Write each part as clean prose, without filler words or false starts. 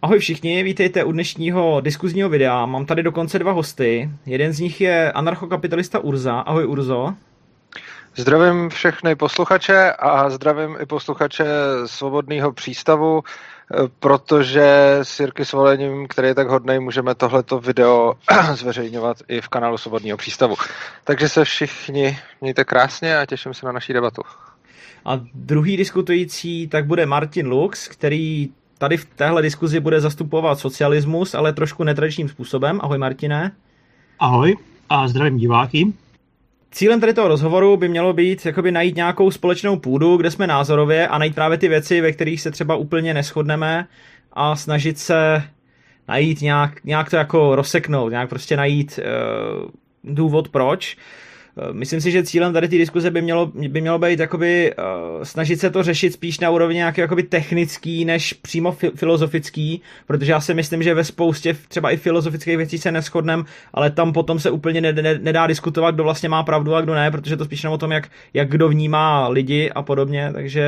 Ahoj všichni, vítejte u dnešního diskuzního videa. Mám tady dokonce dva hosty. Jeden z nich je anarchokapitalista Urza. Ahoj Urzo. Zdravím všechny posluchače a zdravím i posluchače Svobodného přístavu, protože s Jirky Svolením, který je tak hodnej, můžeme tohleto video zveřejňovat i v kanálu Svobodného přístavu. Takže se všichni mějte krásně a těším se na naší debatu. A druhý diskutující tak bude Martin Lux, který tady v téhle diskuzi bude zastupovat socialismus, ale trošku netradičním způsobem. Ahoj Martine. Ahoj a zdravím diváky. Cílem tady toho rozhovoru by mělo být jakoby najít nějakou společnou půdu, kde jsme názorově, a najít právě ty věci, ve kterých se třeba úplně neshodneme, a snažit se najít nějak to jako rozseknout, nějak prostě najít důvod proč. Myslím si, že cílem tady té diskuze by mělo být jakoby, snažit se to řešit spíš na úrovni nějaký jakoby technický, než přímo filozofický, protože já si myslím, že ve spoustě třeba i filozofických věcí se neshodneme, ale tam potom se úplně nedá diskutovat, kdo vlastně má pravdu a kdo ne, protože to spíš jenom o tom, jak kdo vnímá lidi a podobně,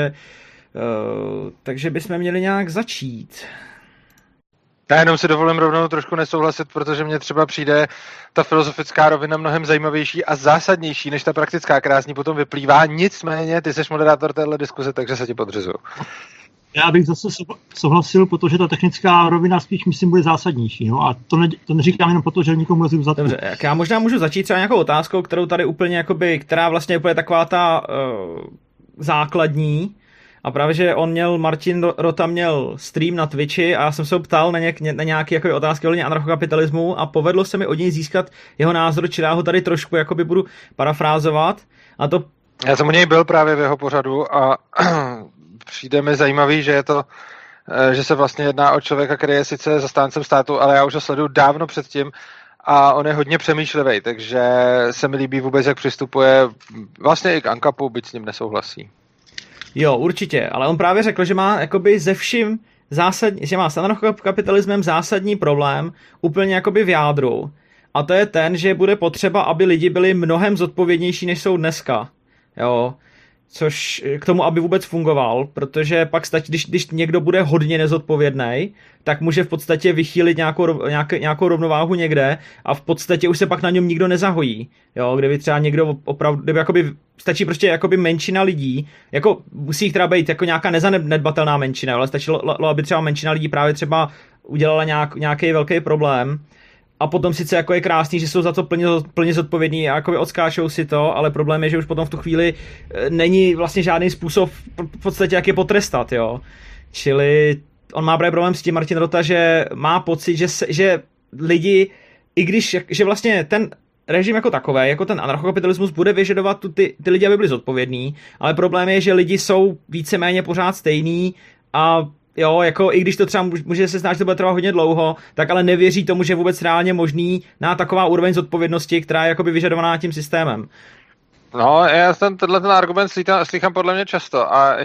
takže bychom měli nějak začít. Já jenom si dovolím rovnou trošku nesouhlasit, protože mně třeba přijde ta filozofická rovina mnohem zajímavější a zásadnější, než ta praktická, která z ní potom vyplývá. Nicméně, ty seš moderátor téhle diskuze, takže se ti podřizuju. Já bych zase souhlasil, protože ta technická rovina spíš, myslím, bude zásadnější. No? A to neříkám jenom proto, že nikomu lezu zadku. Dobře, já možná můžu začít třeba nějakou otázkou, kterou tady úplně, jakoby, která vlastně úplně taková ta základní. A právě, že Martin Rota měl stream na Twitchi a já jsem se ho ptal na nějaké jako otázky ohledně anarchokapitalismu a povedlo se mi od něj získat jeho názor, čili já ho tady trošku jakoby budu parafrázovat. A to... Já jsem u něj byl právě v jeho pořadu a přijde mi zajímavý, že se vlastně jedná o člověka, který je sice zastáncem státu, ale já už ho sleduju dávno předtím a on je hodně přemýšlivý, takže se mi líbí vůbec, jak přistupuje vlastně i k ANCAPu, byť s ním nesouhlasí. Jo, určitě, ale on právě řekl, že má jakoby ze vším že má s anarchokapitalismem zásadní problém úplně jakoby v jádru. A to je ten, že bude potřeba, aby lidi byli mnohem zodpovědnější, než jsou dneska. Jo, což k tomu, aby vůbec fungoval, protože pak stačí, když někdo bude hodně nezodpovědnej, tak může v podstatě vychýlit nějakou rovnováhu někde a v podstatě už se pak na něm nikdo nezahojí. Jo, kdyby třeba někdo opravdu, kdyby jakoby, stačí prostě jakoby menšina lidí, jako musí jich teda být jako nějaká nezanedbatelná menšina, ale stačilo, aby třeba menšina lidí právě třeba udělala nějaký velký problém. A potom sice jako je krásný, že jsou za to plně zodpovědní a jakoby odskáčou si to, ale problém je, že už potom v tu chvíli není vlastně žádný způsob v podstatě, jak je potrestat, jo. Čili on má právě problém s tím, Martin Rota, že má pocit, že lidi, i když, že vlastně ten režim jako takový, jako ten anarchokapitalismus bude vyžadovat ty lidi, aby byli zodpovědní, ale problém je, že lidi jsou víceméně pořád stejný a jo, jako i když to třeba může se zdát, že to bude trvat hodně dlouho, tak ale nevěří tomu, že je vůbec reálně možný na taková úroveň zodpovědnosti, která je jakoby vyžadovaná tím systémem. No, já tenhle argument slýchám podle mě často a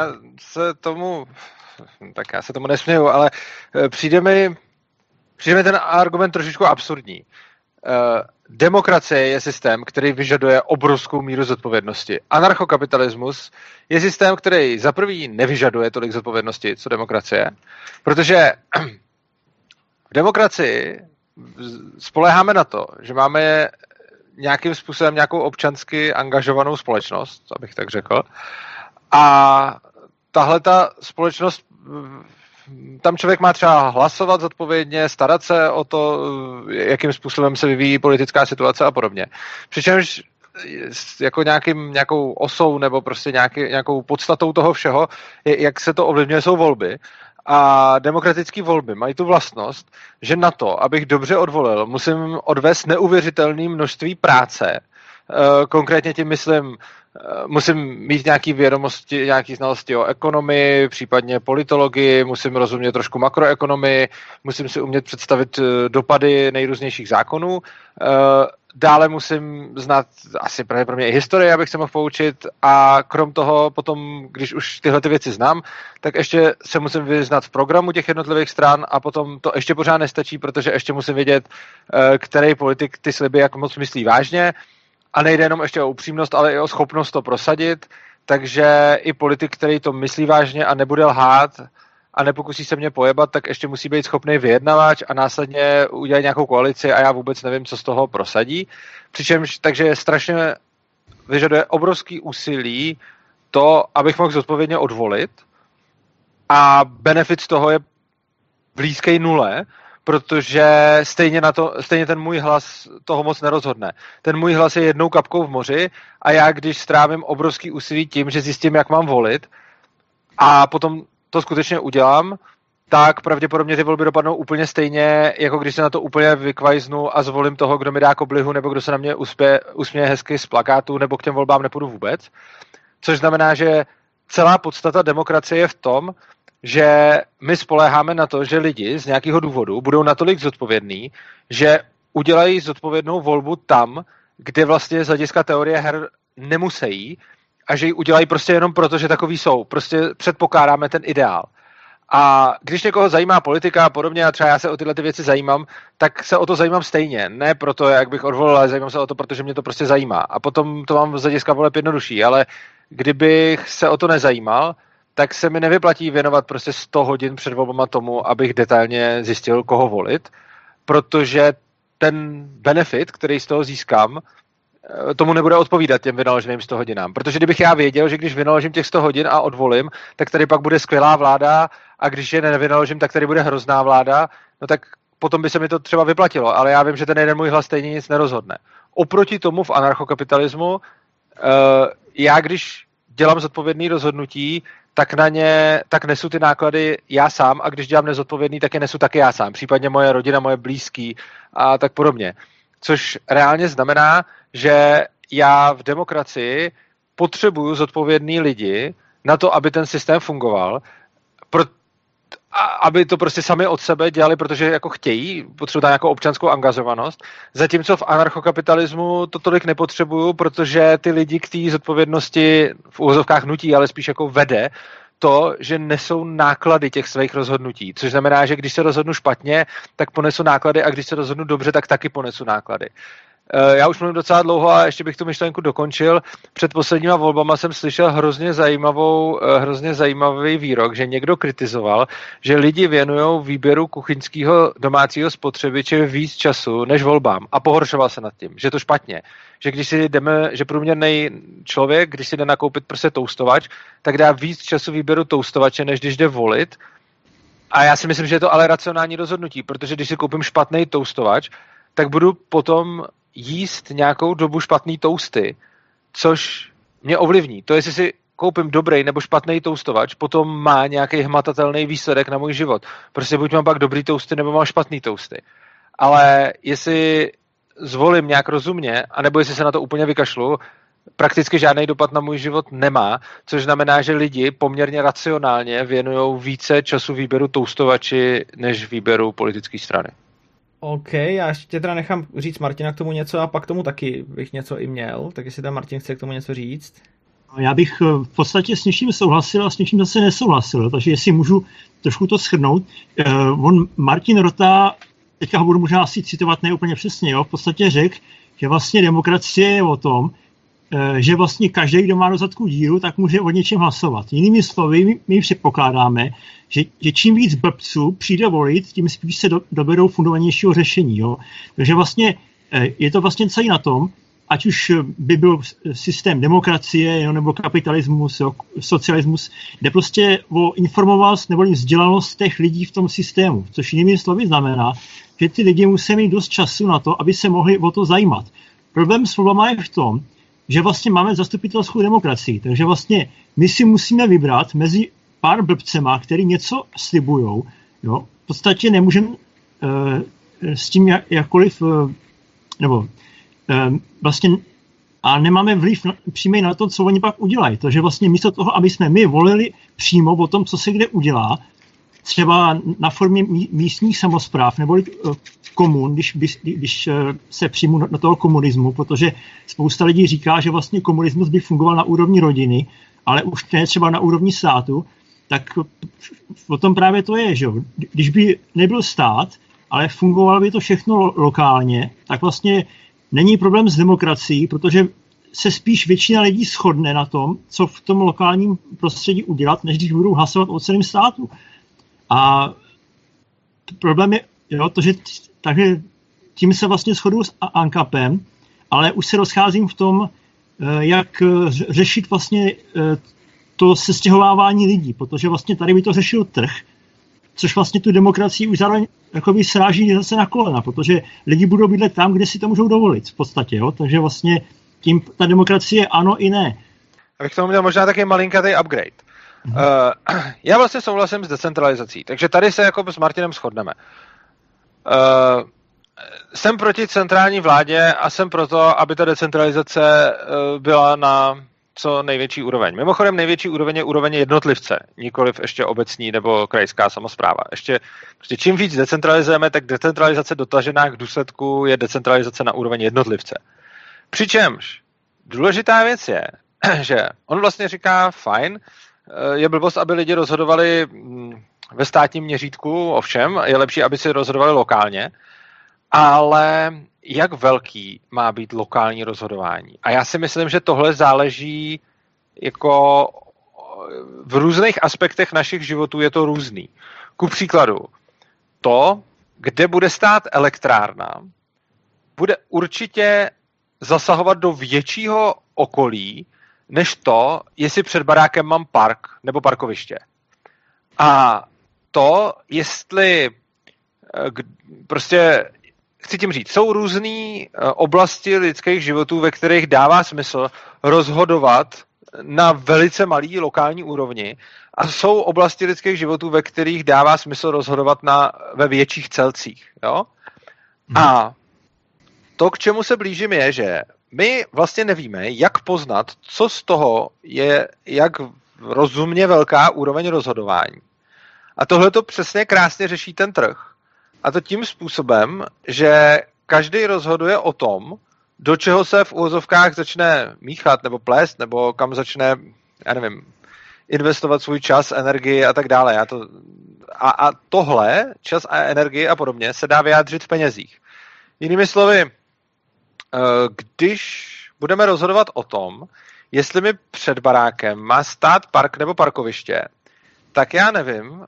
já se tomu nesměju, ale přijde mi ten argument trošičku absurdní. Demokracie je systém, který vyžaduje obrovskou míru zodpovědnosti. Anarchokapitalismus je systém, který za prvý nevyžaduje tolik zodpovědnosti, co demokracie, protože v demokracii spoléháme na to, že máme nějakým způsobem nějakou občansky angažovanou společnost, abych tak řekl, a tahle ta společnost, tam člověk má třeba hlasovat zodpovědně, starat se o to, jakým způsobem se vyvíjí politická situace a podobně. Přičemž jako nějakou osou nebo prostě nějakou podstatou toho všeho, jak se to ovlivňuje, jsou volby. A demokratické volby mají tu vlastnost, že na to, abych dobře odvolil, musím odvést neuvěřitelné množství práce. Konkrétně tím myslím, musím mít nějaké vědomosti, nějaké znalosti o ekonomii, případně politologii, musím rozumět trošku makroekonomii, musím si umět představit dopady nejrůznějších zákonů. Dále musím znát asi pro mě i historii, abych se mohl poučit, a krom toho potom, když už tyhle ty věci znám, tak ještě se musím vyznat v programu těch jednotlivých stran a potom to ještě pořád nestačí, protože ještě musím vědět, který politik ty sliby jak moc myslí vážně, a nejde jenom ještě o upřímnost, ale i o schopnost to prosadit, takže i politik, který to myslí vážně a nebude lhát a nepokusí se mě pojebat, tak ještě musí být schopný vyjednavač a následně udělat nějakou koalici a já vůbec nevím, co z toho prosadí. Přičemž takže strašně vyžaduje obrovský úsilí to, abych mohl zodpovědně odvolit a benefit z toho je blízký nule, protože stejně ten můj hlas toho moc nerozhodne. Ten můj hlas je jednou kapkou v moři a já, když strávím obrovský úsilí tím, že zjistím, jak mám volit a potom to skutečně udělám, tak pravděpodobně ty volby dopadnou úplně stejně, jako když se na to úplně vykvajznu a zvolím toho, kdo mi dá koblihu, nebo kdo se na mě usměje hezky z plakátu, nebo k těm volbám nepůjdu vůbec. Což znamená, že celá podstata demokracie je v tom, že my spoléháme na to, že lidi z nějakého důvodu budou natolik zodpovědní, že udělají zodpovědnou volbu tam, kde vlastně z hlediska teorie her nemusí a že ji udělají prostě jenom proto, že takový jsou. Prostě předpokládáme ten ideál. A když někoho zajímá politika a podobně, a třeba já se o tyhle ty věci zajímám, tak se o to zajímám stejně. Ne proto, jak bych odvolil, ale zajímám se o to, protože mě to prostě zajímá. A potom to mám z hlediska voleb jednodušší, ale kdybych se o to nezajímal, tak se mi nevyplatí věnovat prostě 100 hodin před volbama tomu, abych detailně zjistil, koho volit, protože ten benefit, který z toho získám, tomu nebude odpovídat těm vynaloženým 100 hodinám. Protože kdybych já věděl, že když vynaložím těch 100 hodin a odvolím, tak tady pak bude skvělá vláda a když je nevynaložím, tak tady bude hrozná vláda, no tak potom by se mi to třeba vyplatilo, ale já vím, že ten jeden můj hlas stejně nic nerozhodne. Oproti tomu v anarchokapitalismu, já když dělám zodpovědný rozhodnutí, tak nesu ty náklady já sám a když dělám nezodpovědný, tak je nesu taky já sám. Případně moje rodina, moje blízký a tak podobně. Což reálně znamená, že já v demokracii potřebuju zodpovědný lidi na to, aby ten systém fungoval, aby to prostě sami od sebe dělali, protože jako chtějí, potřebují tam nějakou občanskou angažovanost, zatímco v anarchokapitalismu to tolik nepotřebuju, protože ty lidi k té zodpovědnosti v uvozovkách nutí, ale spíš jako vede to, že nesou náklady těch svých rozhodnutí, což znamená, že když se rozhodnu špatně, tak ponesu náklady a když se rozhodnu dobře, tak taky ponesu náklady. Já už mluvím docela dlouho a ještě bych tu myšlenku dokončil. Před posledníma volbama jsem slyšel hrozně zajímavý výrok, že někdo kritizoval, že lidi věnují výběru kuchyňského domácího spotřebiče víc času než volbám a pohoršoval se nad tím, že je to špatně. Že průměrný člověk, když si jde nakoupit prostě toustovač, tak dá víc času výběru toustovače, než když jde volit. A já si myslím, že je to ale racionální rozhodnutí, protože když si koupím špatný toustovač, tak budu potom jíst nějakou dobu špatný tousty, což mě ovlivní. To, jestli si koupím dobrý nebo špatný toustovač, potom má nějaký hmatatelný výsledek na můj život. Prostě buď mám pak dobrý tousty, nebo mám špatný tousty. Ale jestli zvolím nějak rozumně, anebo jestli se na to úplně vykašlu, prakticky žádný dopad na můj život nemá, což znamená, že lidi poměrně racionálně věnují více času výběru toustovači, než výběru politické strany. OK, já ještě teda nechám říct Martina k tomu něco a pak k tomu taky bych něco i měl, tak jestli tam Martin chce k tomu něco říct. Já bych v podstatě s něčím souhlasil a s něčím zase nesouhlasil, takže jestli můžu trošku to shrnout. Martin Rota, teďka ho budu možná asi citovat neúplně přesně, jo, v podstatě řekl, že vlastně demokracie je o tom, že vlastně každý, kdo má do zadku díru, tak může o něčem hlasovat. Jinými slovy, my předpokládáme, že čím víc blbců přijde volit, tím spíš se doberou fundovanějšího řešení. Jo. Takže vlastně je to vlastně celý na tom, ať už by byl systém demokracie, jo, nebo kapitalismus, jo, socialismus, jde prostě o informovanost nebo vzdělanost těch lidí v tom systému. Což jinými slovy znamená, že ty lidi musí mít dost času na to, aby se mohli o to zajímat. Problém s volbama je v tom, že vlastně máme zastupitelskou demokracii, takže vlastně my si musíme vybrat mezi pár blbcema, který něco slibujou. Jo. V podstatě nemůžeme s tím jakkoliv, vlastně a nemáme vliv přímý na to, co oni pak udělají. Takže vlastně místo toho, aby jsme my volili přímo o tom, co se kde udělá, třeba na formě místních samospráv nebo komun, když se přijmu na toho komunismu, protože spousta lidí říká, že vlastně komunismus by fungoval na úrovni rodiny, ale už ne třeba na úrovni státu, tak o tom právě to je, že když by nebyl stát, ale fungovalo by to všechno lokálně, tak vlastně není problém s demokracií, protože se spíš většina lidí shodne na tom, co v tom lokálním prostředí udělat, než když budou hlasovat o celém státu. A problém je, jo, to, že takže tím se vlastně shoduju s ANCAPem, ale už se rozcházím v tom, jak řešit vlastně to sestěhovávání lidí, protože vlastně tady by to řešil trh, což vlastně tu demokracii už zároveň jakoby sráží zase na kolena, protože lidi budou bydlet tam, kde si to můžou dovolit v podstatě, jo? Takže vlastně tím ta demokracie ano i ne. Abych tomu měl možná taky malinkatý upgrade. Já vlastně souhlasím s decentralizací, takže tady se jako s Martinem shodneme. Jsem proti centrální vládě a jsem proto, aby ta decentralizace byla na co největší úroveň. Mimochodem největší úroveň je úroveň jednotlivce, nikoliv ještě obecní nebo krajská samospráva. Ještě čím víc decentralizujeme, tak decentralizace dotažená k důsledku je decentralizace na úroveň jednotlivce. Přičemž důležitá věc je, že on vlastně říká, fajn, je blbost, aby lidi rozhodovali ve státním měřítku, ovšem, je lepší, aby si rozhodovali lokálně, ale jak velký má být lokální rozhodování? A já si myslím, že tohle záleží jako v různých aspektech našich životů je to různý. Ku příkladu, to, kde bude stát elektrárna, bude určitě zasahovat do většího okolí, než to, jestli před barákem mám park nebo parkoviště. A to, jestli prostě chci tím říct, jsou různé oblasti lidských životů, ve kterých dává smysl rozhodovat na velice malý lokální úrovni a jsou oblasti lidských životů, ve kterých dává smysl rozhodovat ve větších celcích. Jo? A to, k čemu se blížím, je, že my vlastně nevíme, jak poznat, co z toho je jak rozumně velká úroveň rozhodování. A tohle to přesně krásně řeší ten trh. A to tím způsobem, že každý rozhoduje o tom, do čeho se v uvozovkách začne míchat nebo plést, nebo kam začne, já nevím, investovat svůj čas, energii a tak dále. A tohle, čas a energii a podobně, se dá vyjádřit v penězích. Jinými slovy, když budeme rozhodovat o tom, jestli mi před barákem má stát park nebo parkoviště, tak já nevím,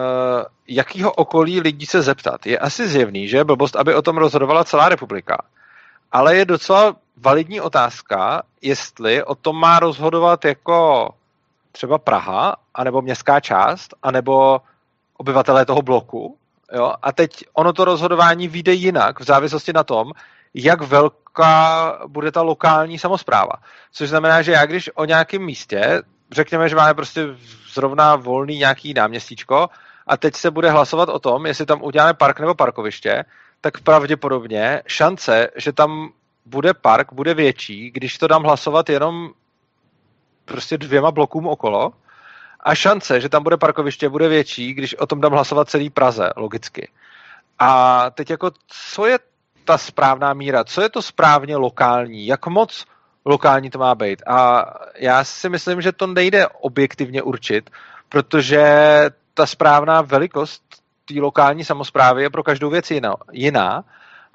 jakýho okolí lidí se zeptat. Je asi zjevný, že je blbost, aby o tom rozhodovala celá republika. Ale je docela validní otázka, jestli o tom má rozhodovat jako třeba Praha, anebo městská část, anebo obyvatelé toho bloku. Jo? A teď ono to rozhodování vyjde jinak v závislosti na tom, jak velká bude ta lokální samospráva. Což znamená, že já když o nějakém místě, řekněme, že máme prostě zrovna volný nějaký náměstíčko a teď se bude hlasovat o tom, jestli tam uděláme park nebo parkoviště, tak pravděpodobně šance, že tam bude park, bude větší, když to dám hlasovat jenom prostě 2 blokům okolo, a šance, že tam bude parkoviště, bude větší, když o tom dám hlasovat celý Praze, logicky. A teď jako, co je ta správná míra? Co je to správně lokální? Jak moc lokální to má být? A já si myslím, že to nejde objektivně určit, protože ta správná velikost té lokální samosprávy je pro každou věc jiná,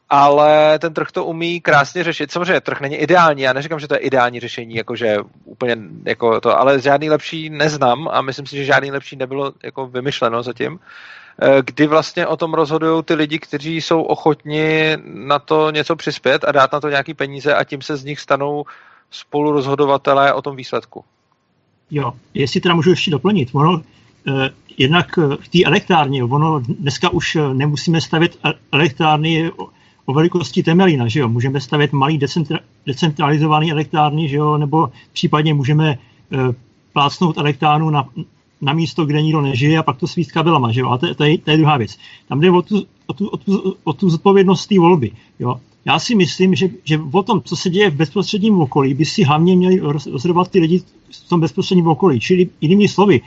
ale ten trh to umí krásně řešit. Samozřejmě trh není ideální, já neříkám, že to je ideální řešení, jakože úplně jako to, ale žádný lepší neznám a myslím si, že žádný lepší nebylo jako vymyšleno zatím, kdy vlastně o tom rozhodují ty lidi, kteří jsou ochotni na to něco přispět a dát na to nějaký peníze a tím se z nich stanou spolurozhodovatelé o tom výsledku. Jo, jestli teda můžu ještě doplnit, ono jednak v té elektrárně, ono dneska už nemusíme stavět elektrárny o velikosti Temelína, že jo? Můžeme stavět malý decentralizovaný elektrárny, že jo? Nebo případně můžeme plácnout elektrárnu na místo, kde nikdo nežije a pak to svít kabelama, že jo? A to je druhá věc. Tam jde o tu zodpovědnost té volby, jo? Já si myslím, že o tom, co se děje v bezprostředním okolí, by si hlavně měli rozhodovat ty lidi v tom bezprostředním okolí. Čili jinými slovy,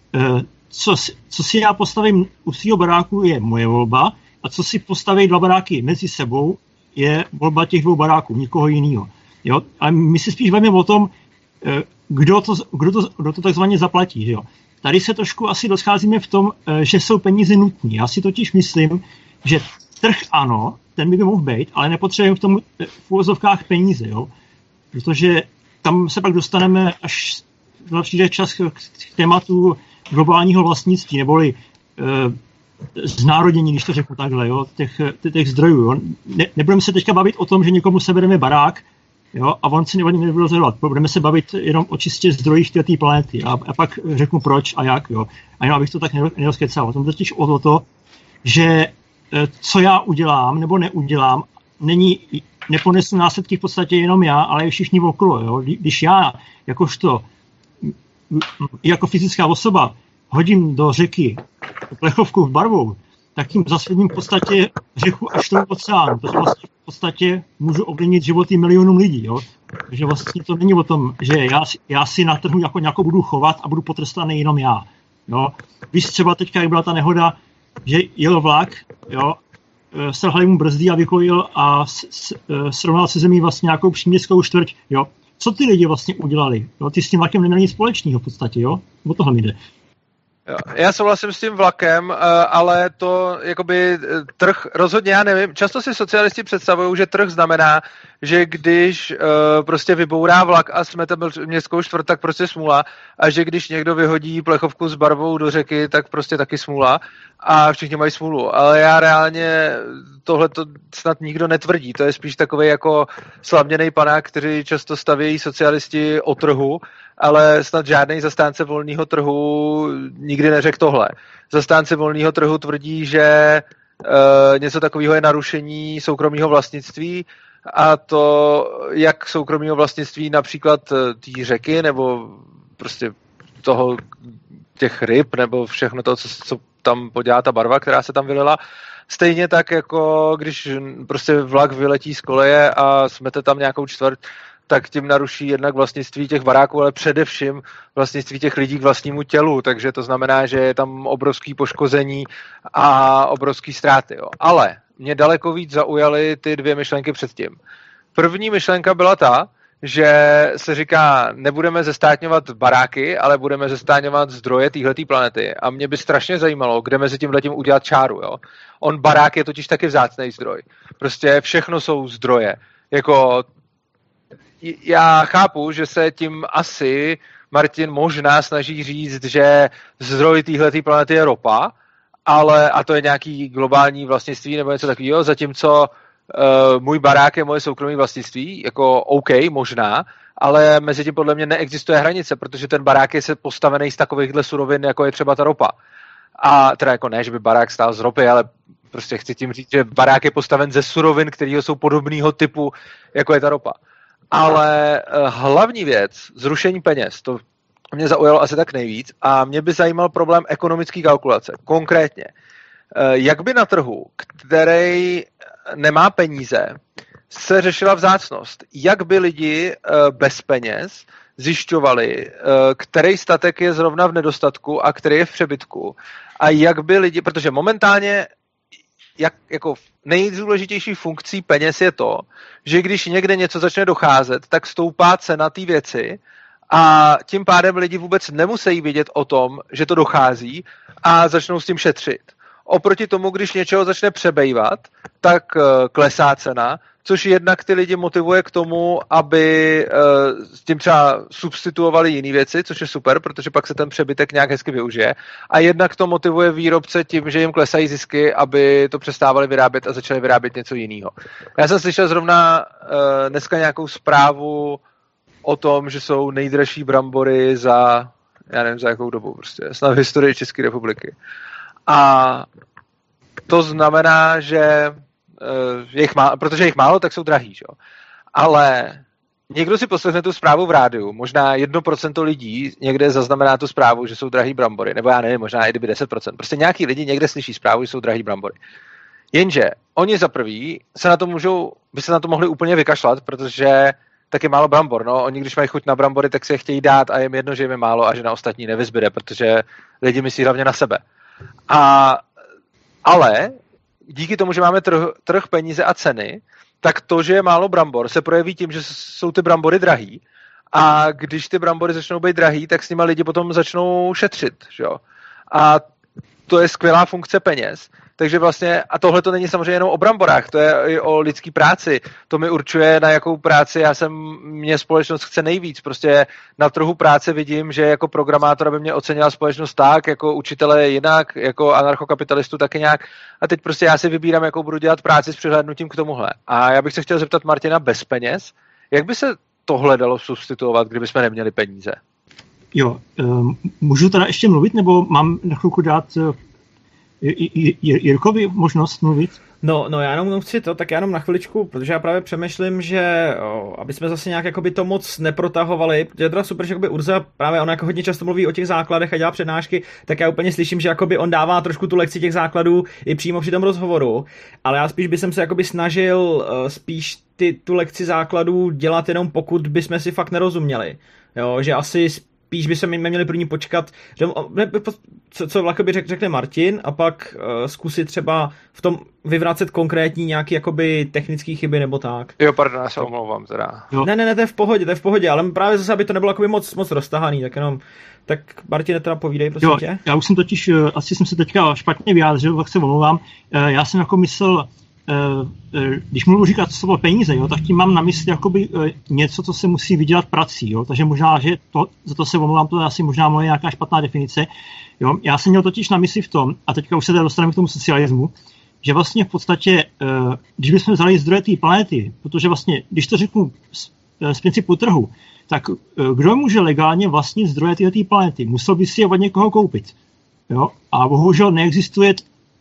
co si já postavím u svého baráku, je moje volba, a co si postaví 2 baráky mezi sebou, je volba těch 2 baráků, nikoho jiného. Jo? A my si spíš bavíme o tom, kdo to takzvaně zaplatí. Jo? Tady se trošku asi rozcházíme v tom, že jsou peníze nutní. Já si totiž myslím, že trh ano, ten by mohl být, ale nepotřebujeme v tom v uvozovkách peníze. Jo? Protože tam se pak dostaneme, až přijde čas k tématu globálního vlastnictví, neboli znárodnění, když to řeknu takhle, jo, těch zdrojů. Jo. Nebudeme se teďka bavit o tom, že někomu sebereme barák, jo, a on si nebude rozhodovat. Budeme se bavit jenom o čistě zdrojích té planety. A pak řeknu proč a jak. Jo. A jenom abych to tak nerozkecal. Tam totiž o to, že co já udělám nebo neudělám, neponesu následky v podstatě jenom já, ale i všichni okolo. Jo. Když já jako fyzická osoba hodím do řeky plechovku s barvou, tak tím zasvědím v podstatě řeku až do oceánu. Takže vlastně v podstatě můžu ovlivnit životy milionům lidí. Jo? Takže vlastně to není o tom, že já si na trhu jako nějakou budu chovat a budu potrestaný jenom já. Jo? Víš třeba teďka, jak byla ta nehoda, že jel vlak, jo, selhali mu brzdy a vykojil a srovnal se zemí vlastně nějakou příměstskou čtvrť. Jo? Co ty lidi vlastně udělali? Jo? Ty s tím vlakem neměli nic společného v podstatě, jo? O tohle mi jde. Jo, já souhlasím s tím vlakem, ale to jakoby trh, rozhodně já nevím, často si socialisti představují, že trh znamená, že když prostě vybourá vlak a smete městskou čtvrt, tak prostě smůla, a že když někdo vyhodí plechovku s barvou do řeky, tak prostě taky smůla a všichni mají smůlu. Ale já reálně tohle to snad nikdo netvrdí, to je spíš takový jako slavněný panák, kteří často stavějí socialisti o trhu, ale snad žádný zastánce volného trhu nikdy neřekl tohle. Zastánci volného trhu tvrdí, že něco takového je narušení soukromého vlastnictví, a to jak soukromého vlastnictví například té řeky, nebo prostě těch ryb, nebo všechno to, co tam podělá ta barva, která se tam vylila. Stejně tak, jako když prostě vlak vyletí z koleje a smete tam nějakou čtvrt, tak tím naruší jednak vlastnictví těch baráků, ale především vlastnictví těch lidí k vlastnímu tělu, takže to znamená, že je tam obrovský poškození a obrovský ztráty. Jo. Ale mě daleko víc zaujaly ty dvě myšlenky předtím. První myšlenka byla ta, že se říká, nebudeme zestátňovat baráky, ale budeme zestátňovat zdroje téhletý planety. A mě by strašně zajímalo, kde mezi tímhletím udělat čáru. Jo. Barák je totiž taky vzácný zdroj. Prostě všechno jsou zdroje. Jako já chápu, že se tím asi Martin možná snaží říct, že zdroj téhletý planety je ropa, a to je nějaký globální vlastnictví nebo něco takového, zatímco můj barák je moje soukromé vlastnictví, jako OK, možná, ale mezi tím podle mě neexistuje hranice, protože ten barák je se postavený z takovýchhle surovin, jako je třeba ta ropa. A teda jako ne, že by barák stál z ropy, ale prostě chci tím říct, že barák je postaven ze surovin, které jsou podobného typu, jako je ta ropa. Ale hlavní věc, zrušení peněz, to mě zaujalo asi tak nejvíc a mě by zajímal problém ekonomické kalkulace. Konkrétně, jak by na trhu, který nemá peníze, se řešila vzácnost? Jak by lidi bez peněz zjišťovali, který statek je zrovna v nedostatku a který je v přebytku? A jak by lidi, protože momentálně jako nejdůležitější funkcí peněz je to, že když někde něco začne docházet, tak stoupá cena té věci a tím pádem lidi vůbec nemusí vědět o tom, že to dochází a začnou s tím šetřit. Oproti tomu, když něčeho začne přebejvat, tak klesá cena, což jednak ty lidi motivuje k tomu, aby s tím třeba substituovali jiné věci, což je super, protože pak se ten přebytek nějak hezky využije. A jednak to motivuje výrobce tím, že jim klesají zisky, aby to přestávali vyrábět a začali vyrábět něco jiného. Já jsem slyšel zrovna dneska nějakou zprávu o tom, že jsou nejdražší brambory za, já nevím za jakou dobu, prostě snad v historii České republiky. A to znamená, že protože je jich málo, tak jsou drahý. Že? Ale někdo si poslechne tu zprávu v rádiu, možná 1% lidí někde zaznamená tu zprávu, že jsou drahý brambory, nebo já nevím, možná i kdyby 10%. Prostě nějaký lidi někde slyší zprávu, že jsou drahý brambory. Jenže oni za prvý by se na to mohli úplně vykašlat, protože tak je málo brambor. No, oni když mají chuť na brambory, tak si je chtějí dát a je jim jedno, že jim je málo a že na ostatní nevyzbyde, protože lidi myslí hlavně na sebe. Ale díky tomu, že máme trh peníze a ceny, tak to, že je málo brambor, se projeví tím, že jsou ty brambory drahý. A když ty brambory začnou být drahý, tak s nimi lidi potom začnou šetřit. Že jo? A to je skvělá funkce peněz. takže vlastně, a tohle to není samozřejmě jenom o bramborách, to je i o lidský práci, to mi určuje, na jakou práci mě společnost chce nejvíc, prostě na trhu práce vidím, že jako programátora by mě ocenila společnost tak, jako učitele jinak, jako anarchokapitalistu taky nějak, a teď prostě já si vybírám, jakou budu dělat práci s přihlédnutím k tomuhle. A já bych se chtěl zeptat Martina bez peněz, jak by se tohle dalo substituovat, kdyby jsme neměli peníze? Jo, můžu teda ještě mluvit, nebo mám na chvilku dát Jirkovi možnost mluvit? No, já jenom chci tak já jenom na chviličku, protože já právě přemýšlím, že aby jsme zase nějak jakoby to moc neprotahovali, protože je teda super, že jakoby Urza právě on jako hodně často mluví o těch základech a dělá přednášky, tak já úplně slyším, že jakoby on dává trošku tu lekci těch základů i přímo při tom rozhovoru, ale já spíš bych se jakoby snažil spíš tu lekci základů dělat jenom pokud bychom si fakt nerozuměli. Jo, že asi spíš by se měli první počkat, co jakoby řekne Martin a pak zkusit třeba v tom vyvracet konkrétní nějaký jakoby technický chyby nebo tak. Jo, pardon, já se omlouvám teda. Ne, to je v pohodě, ale právě zase, aby to nebylo jakoby moc roztahaný, tak jenom, tak Martine teda povídej, prosím tě. Já už jsem totiž, asi jsem se teďka špatně vyjádřil, tak se omlouvám, já jsem jako myslel, když mluvu říkat slovo peníze, jo, tak tím mám na mysli jakoby něco, co se musí vydělat prací, jo, takže možná, že za to se omlouvám, to je asi možná moje nějaká špatná definice, jo, já jsem měl totiž na mysli v tom, a teďka už se dostaneme k tomu socialismu, že vlastně v podstatě, když bychom vzali zdroje té planety, protože vlastně, když to řeknu z principu trhu, tak kdo může legálně vlastnit zdroje této planety? Musel by si je od někoho koupit, jo, a bohužel neexistuje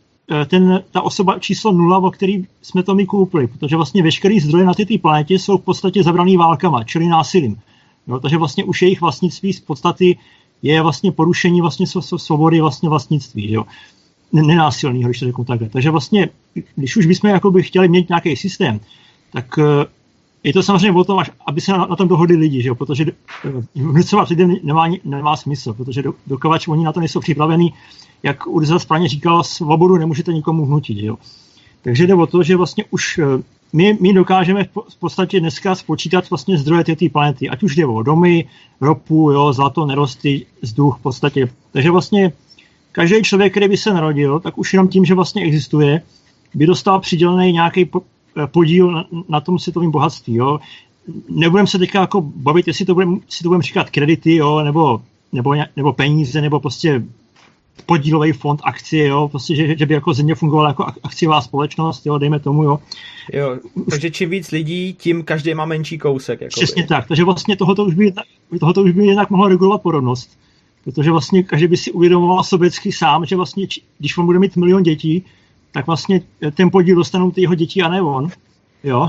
ta osoba číslo 0, o který jsme to my koupili, protože vlastně veškerý zdroje na této planetě jsou v podstatě zabraný válkama, čili násilím. Jo, takže vlastně už jejich vlastnictví z podstaty je vlastně porušení vlastně svobody vlastně vlastnictví, jo. Nenásilného, když to řeknu takhle. Takže vlastně, když už bychom jakoby chtěli mít nějaký systém, tak je to samozřejmě o tom, aby se na tom dohodli lidi, že jo, protože vnucovat lidem nemá smysl, protože dokud oni na to nejsou připravení, jak Urza správně říkal, svobodu nemůžete nikomu vnutit, jo. Takže jde o to, že vlastně už my dokážeme v podstatě dneska spočítat vlastně zdroje této planety, ať už jde o domy, ropu, jo, zlato, nerosty, vzduch v podstatě. Takže vlastně každý člověk, který by se narodil, tak už jenom tím, že vlastně existuje, by dostal přidělený nějaký podíl na tom světovém bohatství, jo. Nebudeme se teďka jako bavit, jestli to budeme říkat kredity, jo, nebo peníze, nebo prostě podílový fond, akcie, jo, prostě, že by jako země fungovala jako akciová společnost, jo, dejme tomu, jo. Jo, takže čím víc lidí, tím každý má menší kousek. Jakoby. Přesně tak, takže vlastně tohoto už by jednak mohlo regulovat porodnost, protože vlastně každý by si uvědomoval sobecky sám, že vlastně, když on bude mít 1 000 000 dětí, tak vlastně ten podíl dostanou ty jeho děti a ne on, jo.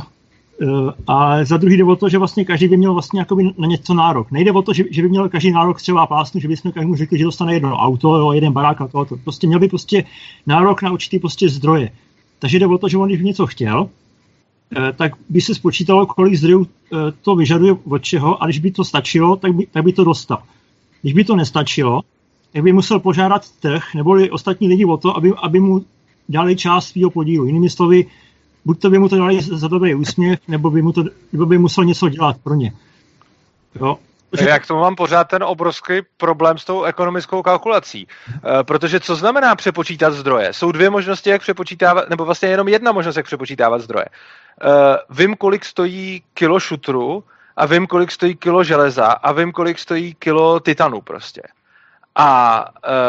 A za druhý jde o to, že vlastně každý by měl vlastně na něco nárok. Nejde o to, že by měl každý nárok třeba plásnu, že bychom každému řekli, že dostane jedno auto, jo, jeden barák a tohoto. Prostě měl by prostě nárok na určitý prostě zdroje. Takže jde o to, že on, když by něco chtěl, tak by se spočítalo, kolik zdrojů to vyžaduje od čeho, a když by to stačilo, tak by to dostal. Když by to nestačilo, tak by musel požádat trh nebo ostatní lidi o to, aby mu dali část svého podílu. Jinými slovy, buď to by mu to dali za dobrý úsměv, nebo by musel něco dělat pro ně. Jo? Já k tomu mám pořád ten obrovský problém s tou ekonomickou kalkulací. Protože co znamená přepočítat zdroje? Jsou 2 možnosti, jak přepočítávat, nebo vlastně jenom jedna možnost, jak přepočítávat zdroje. Vím, kolik stojí kilo šutru a vím, kolik stojí kilo železa a vím, kolik stojí kilo titanu prostě. A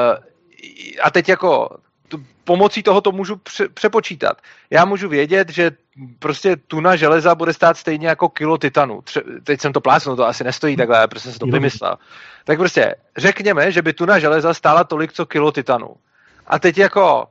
teď jako pomocí toho to můžu přepočítat. Já můžu vědět, že prostě tuna železa bude stát stejně jako kilo titanu. Teď jsem to plácnul, to asi nestojí takhle, ale prostě jsem to vymyslel. Tak prostě řekněme, že by tuna železa stála tolik, co kilo titanu. A teď jako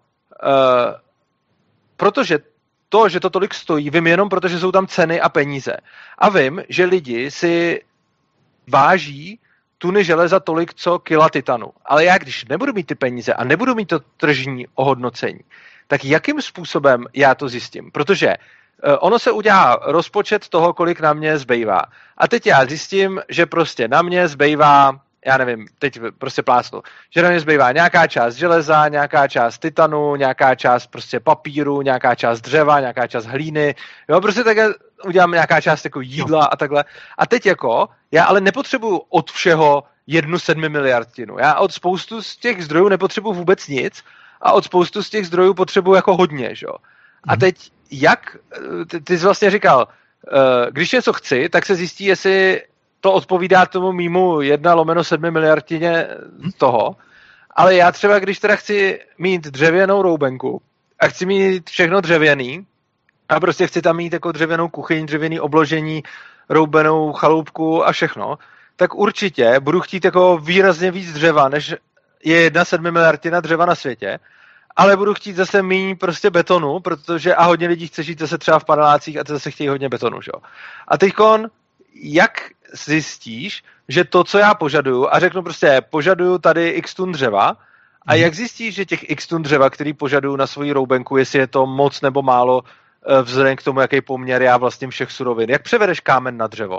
protože že to tolik stojí, vím jenom, protože jsou tam ceny a peníze. A vím, že lidi si váží tuny železa tolik, co kila titanu. Ale já, když nebudu mít ty peníze a nebudu mít to tržní ohodnocení, tak jakým způsobem já to zjistím? Protože ono se udělá rozpočet toho, kolik na mě zbývá. A teď já zjistím, že prostě na mě zbývá, já nevím, teď prostě plácnu, že na mě zbývá nějaká část železa, nějaká část titanu, nějaká část prostě papíru, nějaká část dřeva, nějaká část hlíny. Jo, prostě takhle udělám nějaká část jako jídla a takhle. A teď jako, já ale nepotřebuju od všeho 1/7 miliardinu. Já od spoustu z těch zdrojů nepotřebuju vůbec nic, a od spoustu z těch zdrojů potřebuju jako hodně, že jo. A teď ty jsi vlastně říkal, když něco chci, tak se zjistí, jestli to odpovídá tomu mýmu 1/7 miliardině toho, ale já třeba, když teda chci mít dřevěnou roubenku a chci mít všechno dřevěný a prostě chci tam mít jako dřevěnou kuchyň, dřevěný obložení, roubenou chaloupku a všechno, tak určitě budu chtít jako výrazně víc dřeva, než je 1/7 miliardina dřeva na světě, ale budu chtít zase méně prostě betonu, protože a hodně lidí chce žít zase třeba v panelácích a to zase chtějí hodně betonu, že jo. A teďkon, jak zjistíš, že to, co já požaduju, a řeknu prostě, požaduju tady x tun dřeva, a jak zjistíš, že těch x tun dřeva, který požaduju na svoji roubenku, jestli je to moc nebo málo vzhledem k tomu, jaký poměr já vlastním všech surovin. Jak převedeš kámen na dřevo?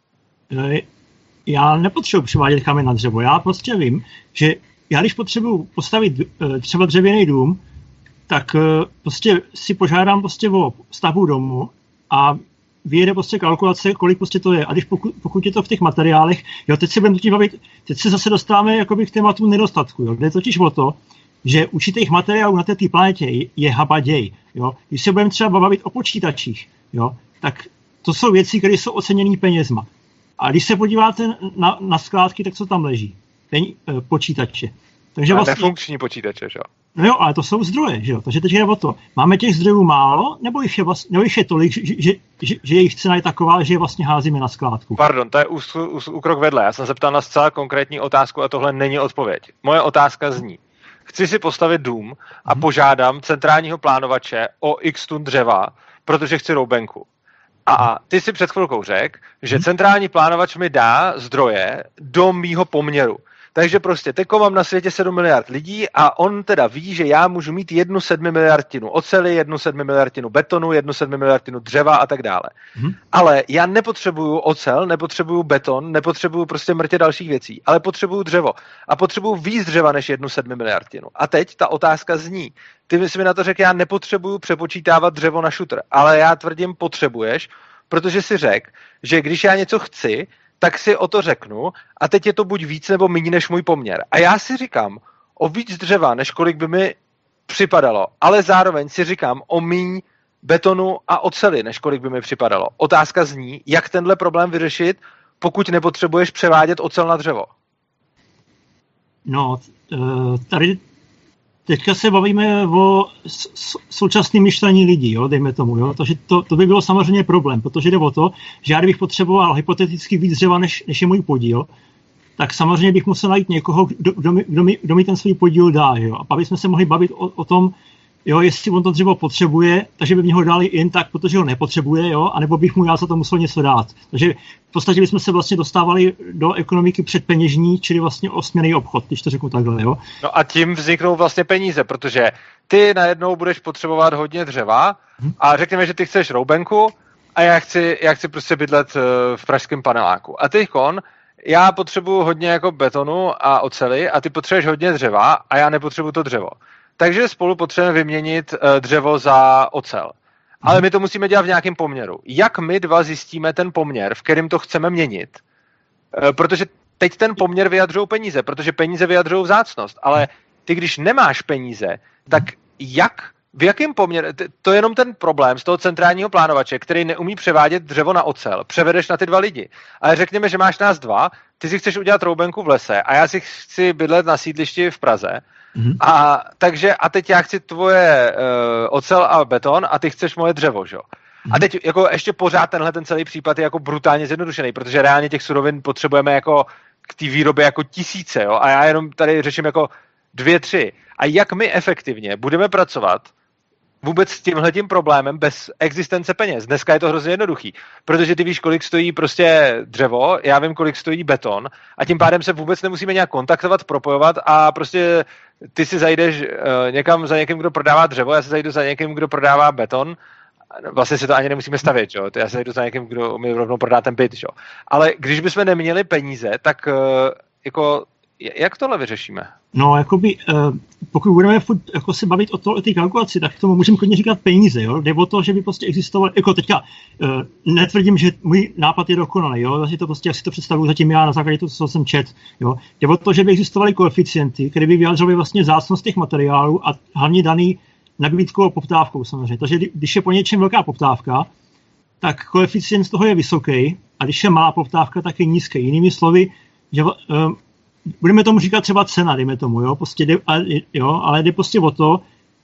Já nepotřebuji převádět kámen na dřevo. Já prostě vím, že já když potřebuji postavit třeba dřevěný dům, tak prostě si požádám prostě o stavbu domu a vyjede prostě kalkulace, kolik prostě to je. A když pokud je to v těch materiálech, jo, teď se budeme totiž bavit, teď se zase dostáváme jakoby k tématu nedostatku. Jo. Jde totiž o to, že určitých materiálů na této planetě je habaděj. Jo. Když se budeme třeba bavit o počítačích, jo, tak to jsou věci, které jsou oceněné penězma. A když se podíváte na skládky, tak co tam leží? Počítače. Takže vlastně nefunkční počítače, že jo? No jo, ale to jsou zdroje, že jo? Takže teď jde o to. Máme těch zdrojů málo, nebo jich je tolik, že jejich cena je taková, že je vlastně házíme na skládku? Pardon, to je úkrok vedle. Já jsem se ptal na zcela konkrétní otázku a tohle není odpověď. Moje otázka zní. Chci si postavit dům a požádám centrálního plánovače o x tun dřeva, protože chci roubenku. A ty si před chvilkou řekl, že centrální plánovač mi dá zdroje do mýho poměru. Takže prostě teďko mám na světě 7 miliard lidí a on teda ví, že já můžu mít 1/7 miliardinu oceli, 1/7 miliardinu betonu, 1/7 miliardinu dřeva a tak dále. Ale já nepotřebuju ocel, nepotřebuju beton, nepotřebuju prostě mrtě dalších věcí, ale potřebuju dřevo. A potřebuju víc dřeva než 1/7 miliardinu. A teď ta otázka zní. Ty jsi mi na to řekl, já nepotřebuju přepočítávat dřevo na šutr, ale já tvrdím, potřebuješ, protože si řekl, že když já něco chci, tak si o to řeknu a teď je to buď víc nebo méně než můj poměr. A já si říkám o víc dřeva, než kolik by mi připadalo, ale zároveň si říkám o míň betonu a oceli, než kolik by mi připadalo. Otázka zní, jak tenhle problém vyřešit, pokud nepotřebuješ převádět ocel na dřevo. No, tady teďka se bavíme o současném myšlení lidí, jo, dejme tomu. Jo. Takže to by bylo samozřejmě problém, protože jde o to, že já kdybych potřeboval hypoteticky víc dřeva, než je můj podíl, tak samozřejmě bych musel najít někoho, kdo mi ten svůj podíl dá. Jo. A pak bychom se mohli bavit o tom, jo, jestli on to dřevo potřebuje, takže by mi ho dali jen tak, protože ho nepotřebuje, jo, anebo bych mu já za to musel něco dát. Takže v podstatě bychom se vlastně dostávali do ekonomiky předpeněžní, čili vlastně osměnný obchod, když to řeknu takhle, jo. No a tím vzniknou vlastně peníze, protože ty najednou budeš potřebovat hodně dřeva a řekněme, že ty chceš roubenku a já chci prostě bydlet v pražském paneláku. A teďkon já potřebuju hodně jako betonu a oceli a ty potřebuješ hodně dřeva a já nepotřebuju to dřevo. Takže spolu potřebujeme vyměnit dřevo za ocel. Ale my to musíme dělat v nějakém poměru. Jak my dva zjistíme ten poměr, v kterém to chceme měnit? Protože teď ten poměr vyjadřují peníze, protože peníze vyjadřují vzácnost. Ale ty, když nemáš peníze, tak v jakém poměru? To je jenom ten problém z toho centrálního plánovače, který neumí převádět dřevo na ocel. Převedeš na ty dva lidi. Ale řekněme, že máš nás dva, ty si chceš udělat roubenku v lese a já si chci bydlet na sídlišti v Praze. A teď já chci tvoje ocel a beton a ty chceš moje dřevo, že jo? A teď jako ještě pořád ten celý případ je jako brutálně zjednodušený, protože reálně těch surovin potřebujeme jako k té výrobě jako tisíce, jo? A já jenom tady řeším jako 2, 3. A jak my efektivně budeme pracovat vůbec s tímhletím problémem bez existence peněz? Dneska je to hrozně jednoduchý, protože ty víš, kolik stojí prostě dřevo, já vím, kolik stojí beton a tím pádem se vůbec nemusíme nějak kontaktovat, propojovat a prostě ty si zajdeš někam za někým, kdo prodává dřevo, já si zajdu za někým, kdo prodává beton, vlastně si to ani nemusíme stavět, jo? Já si zajdu za někým, kdo mi rovnou prodá ten byt, jo? Ale když bychom neměli peníze, tak jako Jak tohle vyřešíme? No, jakoby, pokud budeme jako se bavit o té kalkulaci, tak tomu můžeme klidně říkat peníze, jo? Jde o to, že by prostě existovaly, jako teďka netvrdím, že můj nápad je dokonalý, jo? Zase to prostě, jak si to představuju zatím já na základě toho, co jsem čet, jo? Jde o to, že by existovaly koeficienty, které by vyjadřovaly vlastně vzácnost těch materiálů a hlavně daný nabídkou a poptávkou samozřejmě. Takže když je po něčem velká poptávka, tak koeficient z toho je vysoký a když je malá poptávka, tak je nízký. Jinými slovy, že budeme tomu říkat třeba cena, dejme tomu, jo, prostě ale jde prostě o to,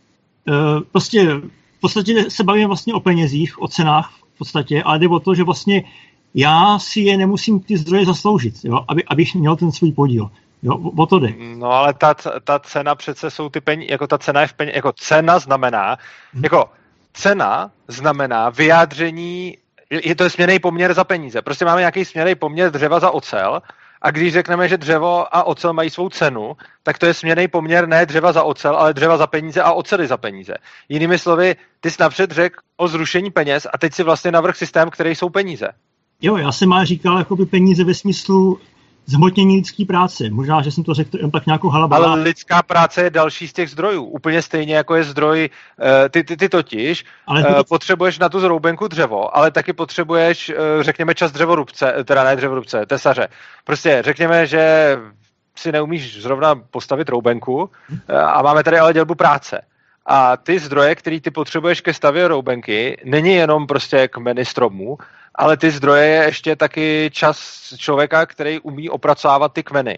v podstatě se bavíme vlastně o penězích, o cenách v podstatě, ale jde o to, že vlastně já si je nemusím ty zdroje zasloužit, jo, abych měl ten svůj podíl. Jo, o to jde. No ale ta cena přece jsou ty peníze, jako ta cena je v peněz, jako cena znamená, jako cena znamená vyjádření, je to směnný poměr za peníze. Prostě máme nějaký směnný poměr dřeva za ocel a když řekneme, že dřevo a ocel mají svou cenu, tak to je směnný poměr ne dřeva za ocel, ale dřeva za peníze a ocely za peníze. Jinými slovy, ty jsi napřed řekl o zrušení peněz a teď si vlastně navrch systém, který jsou peníze. Jo, já jsem ale říkal jakoby peníze ve smyslu zhmotnění lidské práce. Možná, že jsem to řekl jen tak nějakou halabala. Ale lidská práce je další z těch zdrojů. Úplně stejně jako je zdroj, ty totiž potřebuješ na tu zroubenku dřevo, ale taky potřebuješ, řekněme, čas dřevorubce, teda ne dřevorubce, tesaře. Prostě řekněme, že si neumíš zrovna postavit roubenku a máme tady ale dělbu práce. A ty zdroje, které ty potřebuješ ke stavě roubenky, není jenom prostě kmeny stromů, ale ty zdroje je ještě taky čas člověka, který umí opracovávat ty kmeny.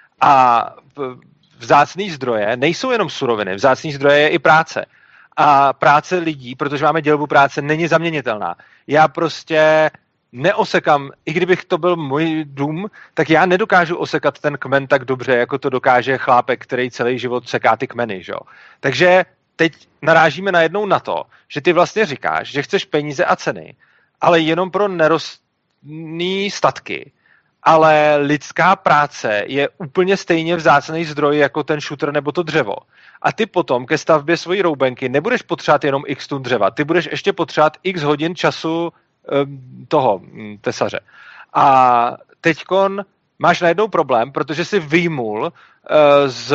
A vzácný zdroje nejsou jenom suroviny, vzácný zdroje je i práce. A práce lidí, protože máme dělbu práce, není zaměnitelná. Já prostě neosekám, i kdybych to byl můj dům, tak já nedokážu osekat ten kmen tak dobře, jako to dokáže chlápek, který celý život seká ty kmeny. Že? Takže teď narážíme najednou na to, že ty vlastně říkáš, že chceš peníze a ceny, ale jenom pro nerostný statky. Ale lidská práce je úplně stejně vzácný zdroj jako ten šutr nebo to dřevo. A ty potom ke stavbě svojí roubenky nebudeš potřebovat jenom x tun dřeva, ty budeš ještě potřebovat x hodin času toho tesaře. A teďkon máš najednou problém, protože si vyjmul z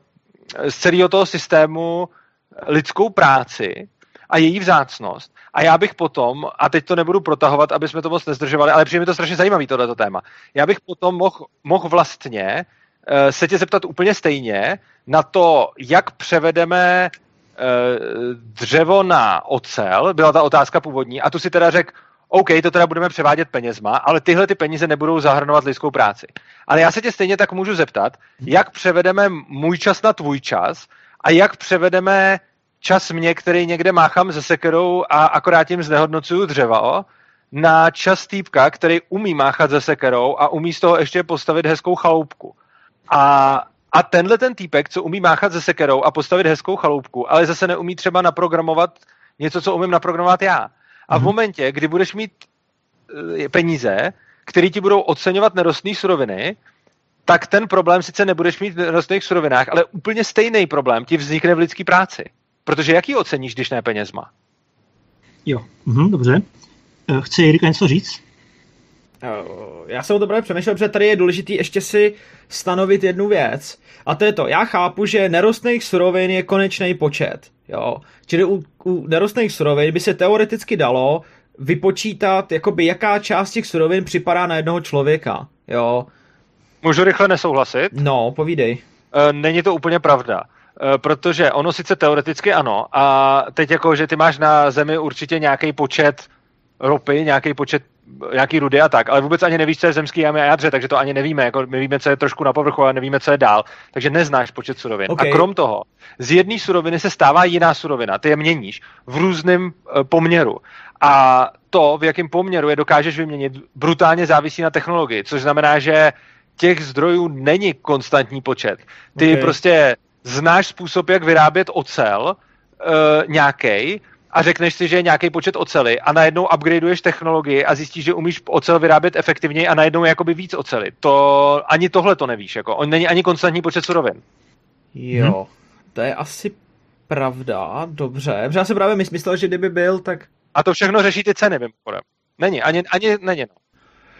celého toho systému lidskou práci a její vzácnost. A já bych potom, a teď to nebudu protahovat, aby jsme to moc nezdržovali, ale přijde mi to strašně zajímavý tohleto téma. Já bych potom mohl vlastně se tě zeptat úplně stejně na to, jak převedeme dřevo na ocel, byla ta otázka původní, a tu si teda řekl, OK, to teda budeme převádět penězma, ale tyhle ty peníze nebudou zahrnovat lidskou práci. Ale já se tě stejně tak můžu zeptat, jak převedeme můj čas na tvůj čas a jak převedeme čas mě, který někde máchám se sekerou a akorát tím znehodnocuju dřeva, na čas týpka, který umí máchat se sekerou a umí z toho ještě postavit hezkou chaloupku. A tenhle ten týpek, co umí máchat se sekerou a postavit hezkou chaloupku, ale zase neumí třeba naprogramovat něco, co umím naprogramovat já. A v momentě, kdy budeš mít peníze, které ti budou oceňovat nerostné suroviny, tak ten problém sice nebudeš mít v nerostných surovinách, ale úplně stejný problém ti vznikne v lidské práci. Protože jak ji oceníš, když ne penězma? Jo, dobře. Chce Jirka něco říct? Já jsem o to právě přemýšlel, protože tady je důležité ještě si stanovit jednu věc. A to je to, já chápu, že nerostných surovin je konečný počet. Jo? Čili u nerostných surovin by se teoreticky dalo vypočítat, jakoby jaká část těch surovin připadá na jednoho člověka. Jo? Můžu rychle nesouhlasit? No, povídej. Není to úplně pravda. Protože ono sice teoreticky ano, a teď jako, že ty máš na Zemi určitě nějaký počet ropy, nějaký rudy a tak, ale vůbec ani nevíš, co je v zemský jamě a jádře, takže to ani nevíme, jako my víme, co je trošku na povrchu, ale nevíme, co je dál, takže neznáš počet surovin. Okay. A krom toho, z jedné suroviny se stává jiná surovina, ty je měníš v různém poměru. A to, v jakém poměru je dokážeš vyměnit, brutálně závisí na technologii, což znamená, že těch zdrojů není konstantní počet. Ty prostě znáš způsob, jak vyrábět ocel nějaký a řekneš si, že je nějaký počet oceli a najednou upgradeuješ technologii a zjistíš, že umíš ocel vyrábět efektivněji a najednou je jakoby víc oceli. To ani tohle to nevíš, jako. On není ani konstantní počet surovin. Jo, to je asi pravda, dobře. Protože já jsem právě myslel, že kdyby byl, tak... A to všechno řeší ty ceny, mimochodem. Není, ani není, no.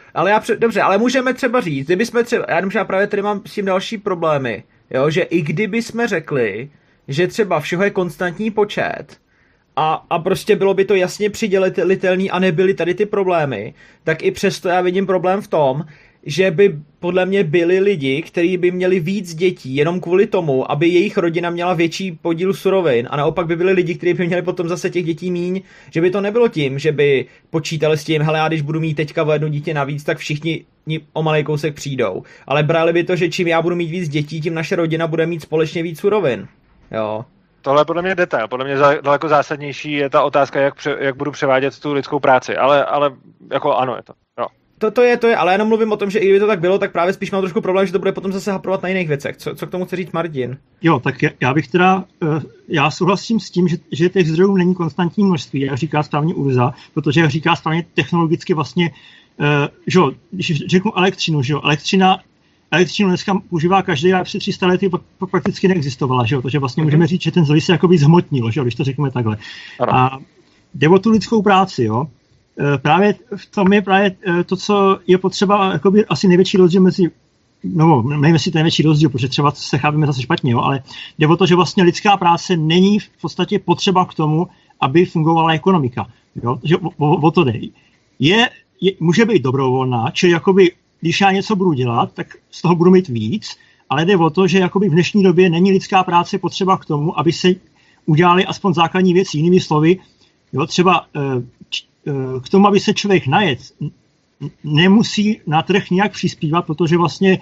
Dobře, ale můžeme třeba říct, kdybychom třeba, já právě tady mám s tím další problémy, jo, že i kdyby jsme řekli, že třeba všeho je konstantní počet a prostě bylo by to jasně přidělitelný a nebyly tady ty problémy, tak i přesto já vidím problém v tom, že by podle mě byli lidi, kteří by měli víc dětí jenom kvůli tomu, aby jejich rodina měla větší podíl surovin, a naopak by byli lidi, kteří by měli potom zase těch dětí míň, že by to nebylo tím, že by počítali s tím, hele, já když budu mít teďka o jedno dítě navíc, tak všichni o malý kousek přijdou. Ale brali by to, že čím já budu mít víc dětí, tím naše rodina bude mít společně víc surovin. Jo. Tohle je podle mě detail. Podle mě daleko zásadnější je ta otázka, jak budu převádět tu lidskou práci. Ale jako ano, je to. Jo. To je, ale jenom mluvím o tom, že i kdyby to tak bylo, tak právě spíš mám trošku problém, že to bude potom zase haprovat na jiných věcech. Co k tomu chce říct Martin? Jo, tak já bych teda, já souhlasím s tím, že těch zdrojů není konstantní množství, jak říká správně Urza, protože jak říká správně technologicky vlastně, že jo, když řeknu elektřinu, že jo, elektřinu dneska používá každý, a před 300 lety prakticky neexistovala, že jo, takže vlastně můžeme říct, že ten zdroj se jakoby zhmotnil, že jo, když to řekneme takhle. Ano. A jde o tu lidskou práci, jo. Právě v tom je právě to, co je potřeba, jakoby asi největší rozdíl mezi, no nevím, jestli to je největší rozdíl, protože třeba se chápeme zase špatně, jo, ale jde o to, že vlastně lidská práce není v podstatě potřeba k tomu, aby fungovala ekonomika, jo, že o to jde. Může být dobrovolná, čili jakoby, když já něco budu dělat, tak z toho budu mít víc, ale jde o to, že jakoby v dnešní době není lidská práce potřeba k tomu, aby se udělali aspoň základní věci, jinými slovy, jo, třeba k tomu, aby se člověk najet, nemusí na trh nějak přispívat, protože vlastně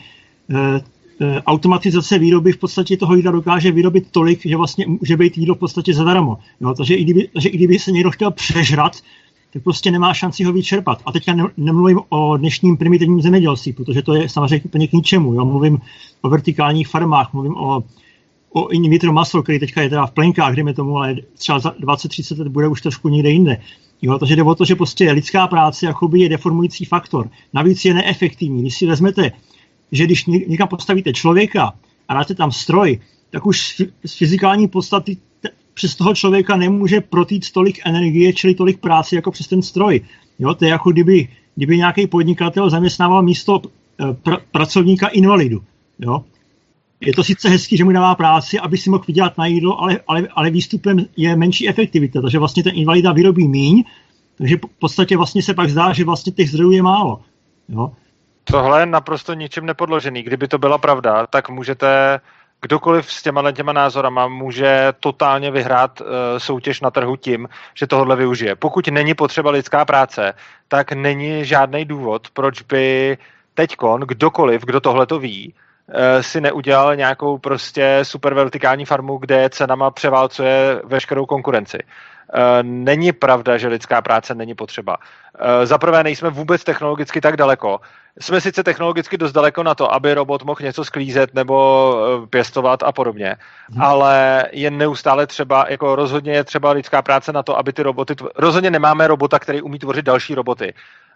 automatizace výroby v podstatě toho jídla dokáže vyrobit tolik, že vlastně může být jídlo v podstatě zadarmo. Jo, takže i kdyby se někdo chtěl přežrat, tak prostě nemá šanci ho vyčerpat. A teďka nemluvím o dnešním primitivním zemědělství, protože to je samozřejmě úplně k ničemu. Jo. Mluvím o vertikálních farmách, mluvím o in vitro maso, který teďka je teda v plenkách, dejme tomu, ale třeba za 20-30 let bude už trošku někde jinde. Jo, takže jde o to, že prostě lidská práce jakoby je deformující faktor. Navíc je neefektivní. Když si vezmete, že když někam postavíte člověka a dáte tam stroj, tak už z fyzikální podstaty přes toho člověka nemůže protít tolik energie, čili tolik práce jako přes ten stroj. Jo, to je jako kdyby nějaký podnikatel zaměstnával místo pracovníka invalidu. Jo. Je to sice hezký, že mu dává práci, aby si mohl vydělat na jídlo, ale výstupem je menší efektivita, takže vlastně ten invalida vyrobí míň, takže v podstatě vlastně se pak zdá, že vlastně těch zdrojů je málo. Jo? Tohle je naprosto ničím nepodložený. Kdyby to byla pravda, tak můžete, kdokoliv s těma názorama může totálně vyhrát soutěž na trhu tím, že tohle využije. Pokud není potřeba lidská práce, tak není žádný důvod, proč by teďkon kdokoliv, kdo tohle to ví, si neudělal nějakou prostě super vertikální farmu, kde cenama převálcuje veškerou konkurenci. Není pravda, že lidská práce není potřeba. Za prvé nejsme vůbec technologicky tak daleko. Jsme sice technologicky dost daleko na to, aby robot mohl něco sklízet nebo pěstovat a podobně, ale je neustále třeba, jako rozhodně je třeba lidská práce na to, aby ty roboty, rozhodně nemáme robota, který umí tvořit další roboty.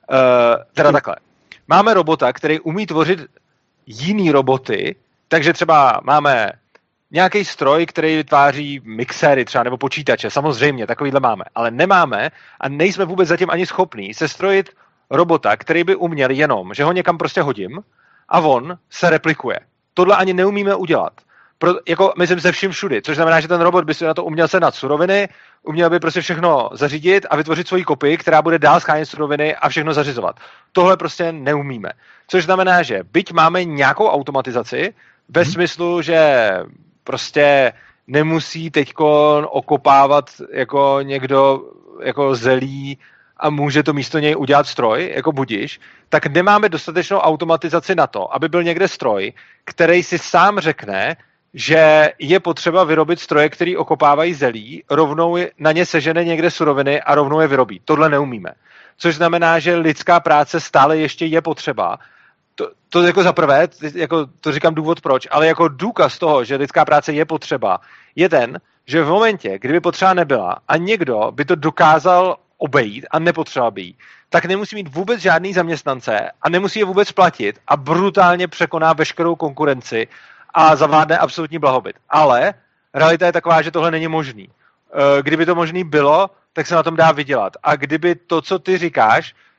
Teda takhle. Máme robota, který umí tvořit jiný roboty, takže třeba máme nějaký stroj, který vytváří mixéry třeba nebo počítače, samozřejmě, takovýhle máme, ale nemáme a nejsme vůbec zatím ani schopní sestrojit robota, který by uměl jenom, že ho někam prostě hodím a on se replikuje. Tohle ani neumíme udělat. Jako myslím se vším všudy, což znamená, že ten robot by si na to uměl sehnat suroviny, uměl by prostě všechno zařídit a vytvořit svoji kopii, která bude dál schánět suroviny a všechno zařizovat. Tohle prostě neumíme. Což znamená, že byť máme nějakou automatizaci, ve smyslu, že prostě nemusí teďko okopávat jako někdo jako zelí a může to místo něj udělat stroj, jako budiš, tak nemáme dostatečnou automatizaci na to, aby byl někde stroj, který si sám řekne, že je potřeba vyrobit stroje, který okopávají zelí, rovnou na ně sežene někde suroviny a rovnou je vyrobí. Tohle neumíme. Což znamená, že lidská práce stále ještě je potřeba. To jako za prvé, jako to říkám důvod proč, ale jako důkaz toho, že lidská práce je potřeba, je ten, že v momentě, kdyby potřeba nebyla a někdo by to dokázal obejít a nepotřeboval by jí, tak nemusí mít vůbec žádný zaměstnance a nemusí je vůbec platit a brutálně překoná veškerou konkurenci a zavládne absolutní blahobyt. Ale realita je taková, že tohle není možný. Kdyby to možný bylo, tak se na tom dá vydělat. A kdyby to, co ty říkáš,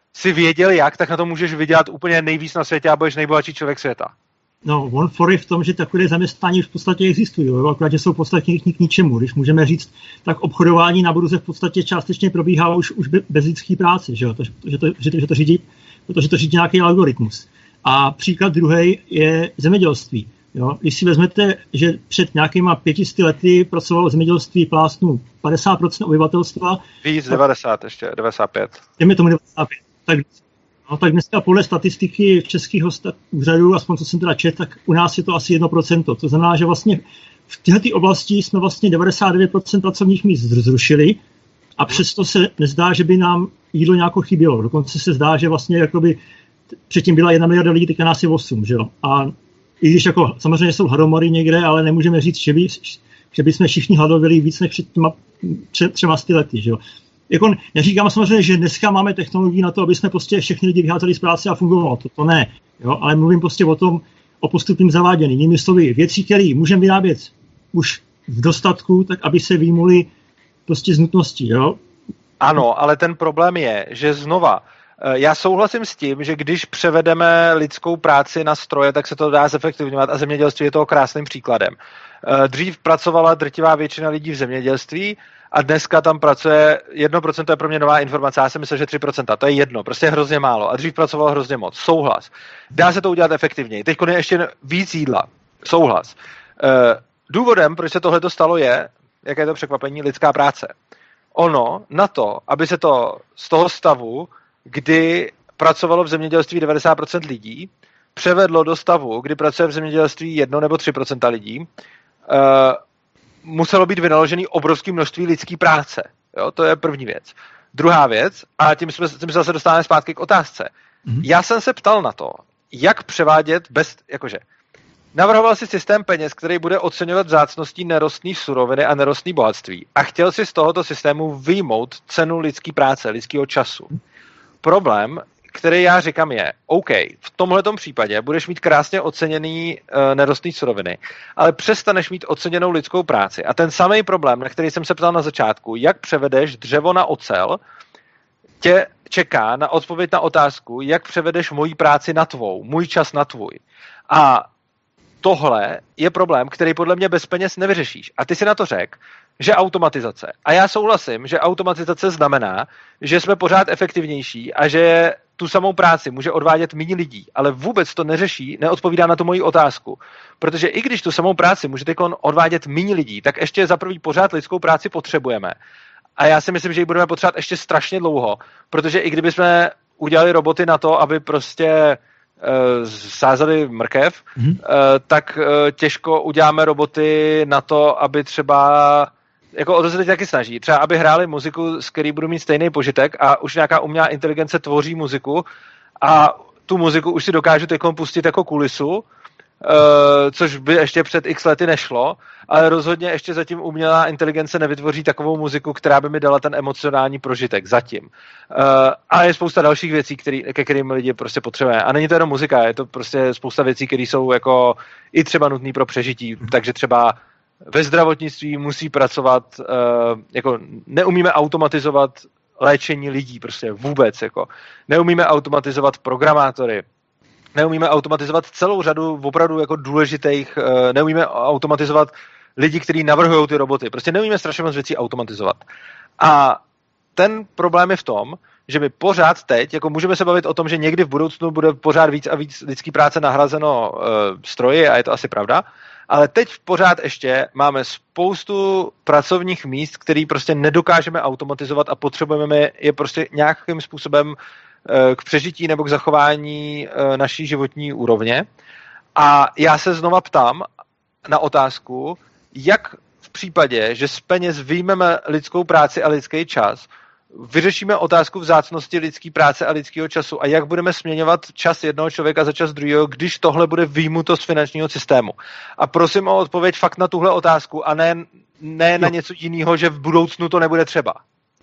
si věděl jak, tak na to můžeš vydělat úplně nejvíc na světě a budeš nejbohatší člověk světa. No, on for je v tom, že takové zaměstnání už v podstatě existují, jo? Akorát, že jsou v podstatě k ničemu. Když můžeme říct, tak obchodování na burze v podstatě částečně probíhá už bez lidské práce, že to řídí, protože to řídí nějaký algoritmus. A příklad druhý je zemědělství. Jo? Když si vezmete, že před nějakýma 500 lety pracovalo v zemědělství plásnu 50% obyvatelstva. Víc, 90 ještě, 95. Jdeme tomu 95. Tak dneska podle statistiky českého úřadu, aspoň co jsem teda četl, tak u nás je to asi 1%. To znamená, že vlastně v této oblasti jsme vlastně 99% pracovních míst zrušili a přesto se nezdá, že by nám jídlo nějako chybělo. Dokonce se zdá, že vlastně jakoby předtím byla 1 miliarda lidí, teďka nás je 8, že jo. A i když jako samozřejmě jsou hladomory někde, ale nemůžeme říct, že by jsme všichni hladovili víc než před těma 3 lety, že jo. Jako neříkám samozřejmě, že dneska máme technologii na to, aby jsme prostě všechny lidi vyházeli z práce a fungovalo. To ne, jo, ale mluvím prostě o postupným zavádění. Jinými slovy, věci, které můžeme vyrábět už v dostatku, tak aby se výjimuli prostě z nutnosti, jo. Ano, ale ten problém je, že znova, já souhlasím s tím, že když převedeme lidskou práci na stroje, tak se to dá zefektivňovat a zemědělství je toho krásným příkladem. Dřív pracovala drtivá většina lidí v zemědělství a dneska tam pracuje 1%, je pro mě nová informace, já jsem myslel, že 3%, to je jedno, prostě je hrozně málo a dřív pracovalo hrozně moc, souhlas. Dá se to udělat efektivněji, teď je ještě víc jídla, souhlas. Důvodem, proč se tohle stalo je, jaké je to překvapení, lidská práce. Ono na to, aby se to z toho stavu, kdy pracovalo v zemědělství 90% lidí, převedlo do stavu, kdy pracuje v zemědělství 1 nebo 3% lidí, muselo být vynaložený obrovské množství lidské práce. Jo, to je první věc. Druhá věc, a tím se zase dostáváme zpátky k otázce. Já jsem se ptal na to, jak převádět navrhoval si systém peněz, který bude oceňovat vzácností nerostné suroviny a nerostné bohatství. A chtěl si z tohoto systému vyjmout cenu lidské práce, lidského času. Problém, který já říkám je, OK, v tomhletom případě budeš mít krásně oceněný nerostné suroviny, ale přestaneš mít oceněnou lidskou práci. A ten samý problém, na který jsem se ptal na začátku, jak převedeš dřevo na ocel, tě čeká na odpověď na otázku, jak převedeš moji práci na tvou, můj čas na tvůj. A tohle je problém, který podle mě bez peněz nevyřešíš. A ty si na to řekl, že automatizace. A já souhlasím, že automatizace znamená, že jsme pořád efektivnější a že tu samou práci může odvádět méně lidí, ale vůbec to neřeší, neodpovídá na tu moji otázku. Protože i když tu samou práci může odvádět méně lidí, tak ještě za prvý pořád lidskou práci potřebujeme. A já si myslím, že ji budeme potřebovat ještě strašně dlouho, protože i kdybychom udělali roboty na to, aby prostě sázeli mrkev, tak těžko uděláme roboty na to, aby třeba, jako o to se teď taky snaží, třeba aby hráli muziku, s který budu mít stejný požitek a už nějaká umělá inteligence tvoří muziku a tu muziku už si dokážu teď pustit jako kulisu, což by ještě před x lety nešlo, ale rozhodně ještě zatím umělá inteligence nevytvoří takovou muziku, která by mi dala ten emocionální prožitek zatím. A je spousta dalších věcí, ke kterým lidi prostě potřebuje. A není to jenom muzika, je to prostě spousta věcí, které jsou jako i třeba nutné pro přežití, takže třeba ve zdravotnictví musí pracovat, jako neumíme automatizovat léčení lidí, prostě vůbec, jako neumíme automatizovat programátory, neumíme automatizovat celou řadu opravdu jako důležitých, neumíme automatizovat lidi, kteří navrhují ty roboty. Prostě neumíme strašně moc věcí automatizovat. A ten problém je v tom, že my pořád teď, jako můžeme se bavit o tom, že někdy v budoucnu bude pořád víc a víc lidský práce nahrazeno stroji a je to asi pravda, ale teď pořád ještě máme spoustu pracovních míst, které prostě nedokážeme automatizovat a potřebujeme je prostě nějakým způsobem k přežití nebo k zachování naší životní úrovně. A já se znova ptám na otázku, jak v případě, že z peněz vyjmeme lidskou práci a lidský čas, vyřešíme otázku vzácnosti lidské práce a lidského času a jak budeme směňovat čas jednoho člověka za čas druhého, když tohle bude vyjmuto z finančního systému. A prosím o odpověď fakt na tuhle otázku a ne na něco jiného, že v budoucnu to nebude třeba.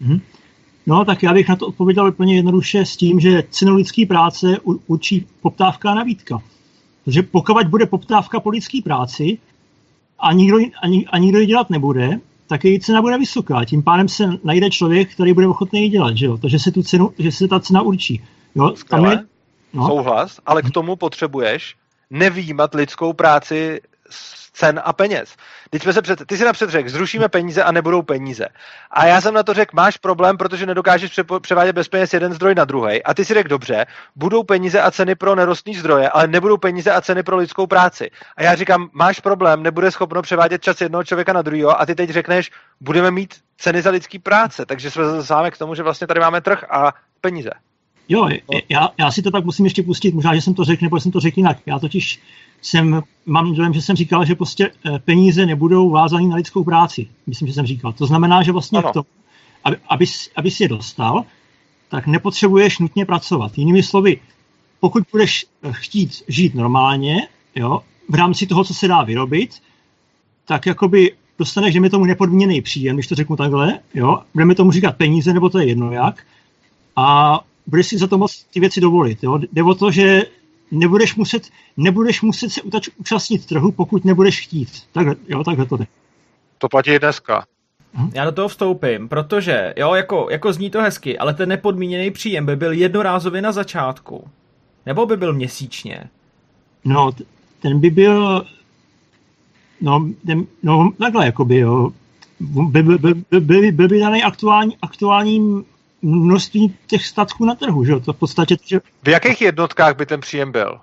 No, tak já bych na to odpověděl úplně jednoduše s tím, že cenu lidské práce určí poptávka a nabídka. Protože pokud bude poptávka po lidské práci a nikdo ji dělat nebude, tak její cena bude vysoká. Tím pádem se najde člověk, který bude ochotný ji dělat, že jo? Takže se ta cena určí. Jo? Tam je, souhlas, ale k tomu potřebuješ nevyjímat lidskou práci z cen a peněz. Ty si napřed řekl, zrušíme peníze a nebudou peníze. A já jsem na to řekl, máš problém, protože nedokážeš převádět bez peněz jeden zdroj na druhý. A ty si řekl, dobře, budou peníze a ceny pro nerostný zdroje, ale nebudou peníze a ceny pro lidskou práci. A já říkám, máš problém, nebude schopno převádět čas jednoho člověka na druhého a ty teď řekneš, budeme mít ceny za lidský práce. Takže jsme zase k tomu, že vlastně tady máme trh a peníze. Jo, já si to tak musím ještě pustit, možná, že jsem to řekl, nebo jsem to řekl jinak. Já totiž mám dojem, že jsem říkal, že prostě peníze nebudou vázaný na lidskou práci. Myslím, že jsem říkal. To znamená, že vlastně to, abys je dostal, tak nepotřebuješ nutně pracovat. Jinými slovy, pokud budeš chtít žít normálně, jo, v rámci toho, co se dá vyrobit, tak jakoby dostaneš, dejme tomu, nepodmíněný příjem, když to řeknu takhle, jo, budeme tomu říkat peníze, nebo to je jedno jak, a budeš si za to moc ty věci dovolit. Jo. Jde o to, že nebudeš muset se účastnit trhu, pokud nebudeš chtít. Takhle to jde. To platí i dneska. Já do toho vstoupím, protože, jo, jako zní to hezky, ale ten nepodmíněný příjem by byl jednorázově na začátku. Nebo by byl měsíčně? No, ten by byl, takhle, jakoby, jo. Byl by daný aktuálním množství těch statků na trhu, že jo? To v podstatě... Že... V jakých jednotkách by ten příjem byl?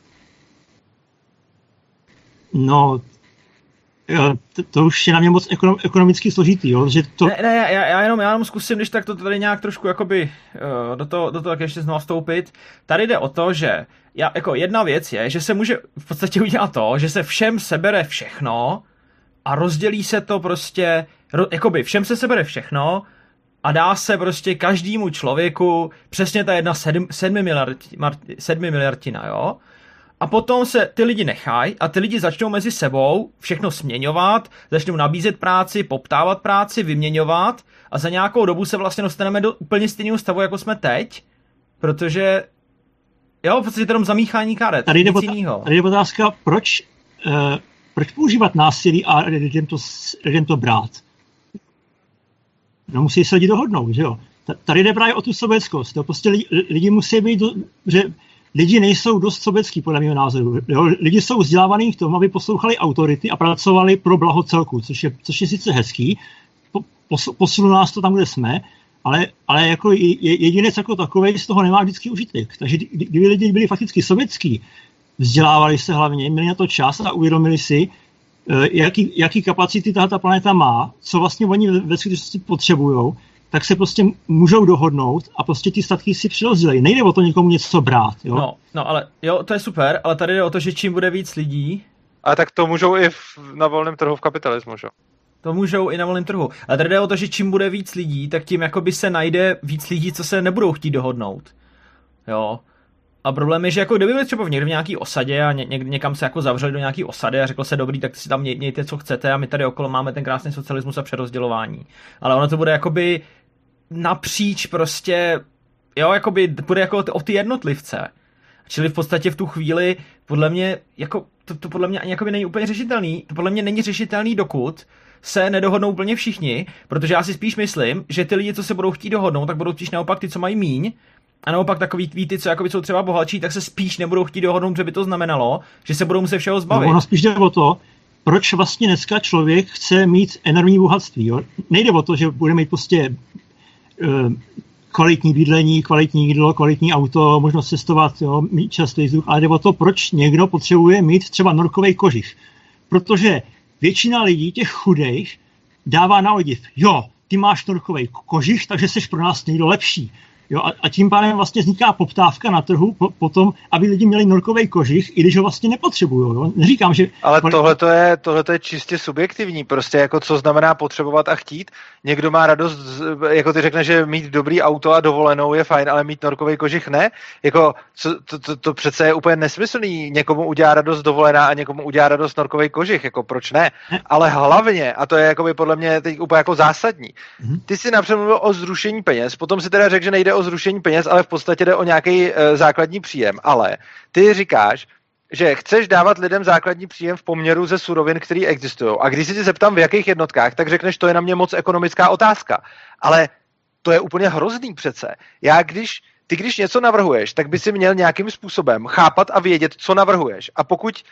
No, to už je na mě moc ekonomicky složitý, jo? Že to... Ne, já jenom zkusím, když tak to tady nějak trošku jakoby do toho tak ještě znovu vstoupit. Tady jde o to, že jedna věc je, že se může v podstatě udělat to, že se všem sebere všechno a rozdělí se to prostě, jakoby všem se sebere všechno a dá se prostě každému člověku přesně ta jedna 7 miliardina, jo? A potom se ty lidi nechají a ty lidi začnou mezi sebou všechno směňovat, začnou nabízet práci, poptávat práci, vyměňovat a za nějakou dobu se vlastně dostaneme do úplně stejného stavu, jako jsme teď, protože jo, v podstatě to jenom zamíchání karet. Tady je otázka, proč používat násilí a lidem to brát? No, musí se lidi dohodnout, že jo. Tady jde právě o tu sobeckost. Jo. Prostě lidi musí být, že lidi nejsou dost sobecký, podle mého názoru. Jo. Lidi jsou vzdělávaní k tomu, aby poslouchali autority a pracovali pro blaho celku, což je sice hezký, posunul nás to tam, kde jsme, ale jako jedinec jako takovej z toho nemá vždycky užitek. Takže kdyby lidi byli fakticky sobecký, vzdělávali se hlavně, měli na to čas a uvědomili si, jaký kapacity ta planeta má, co vlastně oni ve skutečnosti potřebujou, tak se prostě můžou dohodnout a prostě ty statky si přirozdělí. Nejde o to někomu něco brát. Jo? No, ale jo, to je super, ale tady jde o to, že čím bude víc lidí... A tak to můžou i na volném trhu v kapitalismu, že? To můžou i na volném trhu. Ale tady jde o to, že čím bude víc lidí, tak tím jakoby se najde víc lidí, co se nebudou chtít dohodnout. Jo. A problém je, že jako kdyby byli třeba někde v nějaký osadě a někam se jako zavřeli do nějaký osady a řekl se dobrý, tak si tam mějte, co chcete a my tady okolo máme ten krásný socialismus a přerozdělování. Ale ono to bude jakoby napříč prostě, jo, jakoby bude jako o ty jednotlivce. Čili v podstatě v tu chvíli podle mě, jako, to podle mě ani jakoby není úplně řešitelný, to podle mě není řešitelný, dokud se nedohodnou úplně všichni, protože já si spíš myslím, že ty lidi, co se budou chtít dohodnout, tak budou spíš naopak ty, co mají míň, a naopak takový ty, co jakoby jsou třeba bohatší, tak se spíš nebudou chtít dohodnout, že by to znamenalo, že se budou muset všeho zbavit. No, ono spíš jde o to, proč vlastně dneska člověk chce mít enormní bohatství. Jo? Nejde o to, že bude mít prostě kvalitní bydlení, kvalitní jídlo, kvalitní auto, možnost cestovat, jo, mít čerstvý vzduch, ale jde o to, proč někdo potřebuje mít třeba norkovej kožich. Protože většina lidí, těch chudých, dává na odiv. Jo, ty máš norkovej kožich, takže jsi pro nás někdo lepší. Jo, a tím pádem vlastně vzniká poptávka na trhu potom, aby lidi měli norkovej kožich, i když ho vlastně nepotřebují. Neříkám, že... Ale tohle je čistě subjektivní, prostě jako co znamená potřebovat a chtít. Někdo má radost, jako ty řekne, že mít dobrý auto a dovolenou je fajn, ale mít norkovej kožich ne. Jako, to přece je úplně nesmyslný. Někomu udělá radost dovolená a někomu udělá radost norkovej kožich, jako proč ne? Ale hlavně, a to je jakoby podle mě teď úplně jako zásadní, ty si napřed mluvil o zrušení peněz, potom si teda řekl, že nejde o zrušení peněz, ale v podstatě jde o nějaký základní příjem. Ale ty říkáš, že chceš dávat lidem základní příjem v poměru ze surovin, které existují. A když si tě zeptám, v jakých jednotkách, tak řekneš, to je na mě moc ekonomická otázka. Ale to je úplně hrozný přece. Když něco navrhuješ, tak by si měl nějakým způsobem chápat a vědět, co navrhuješ. A pokud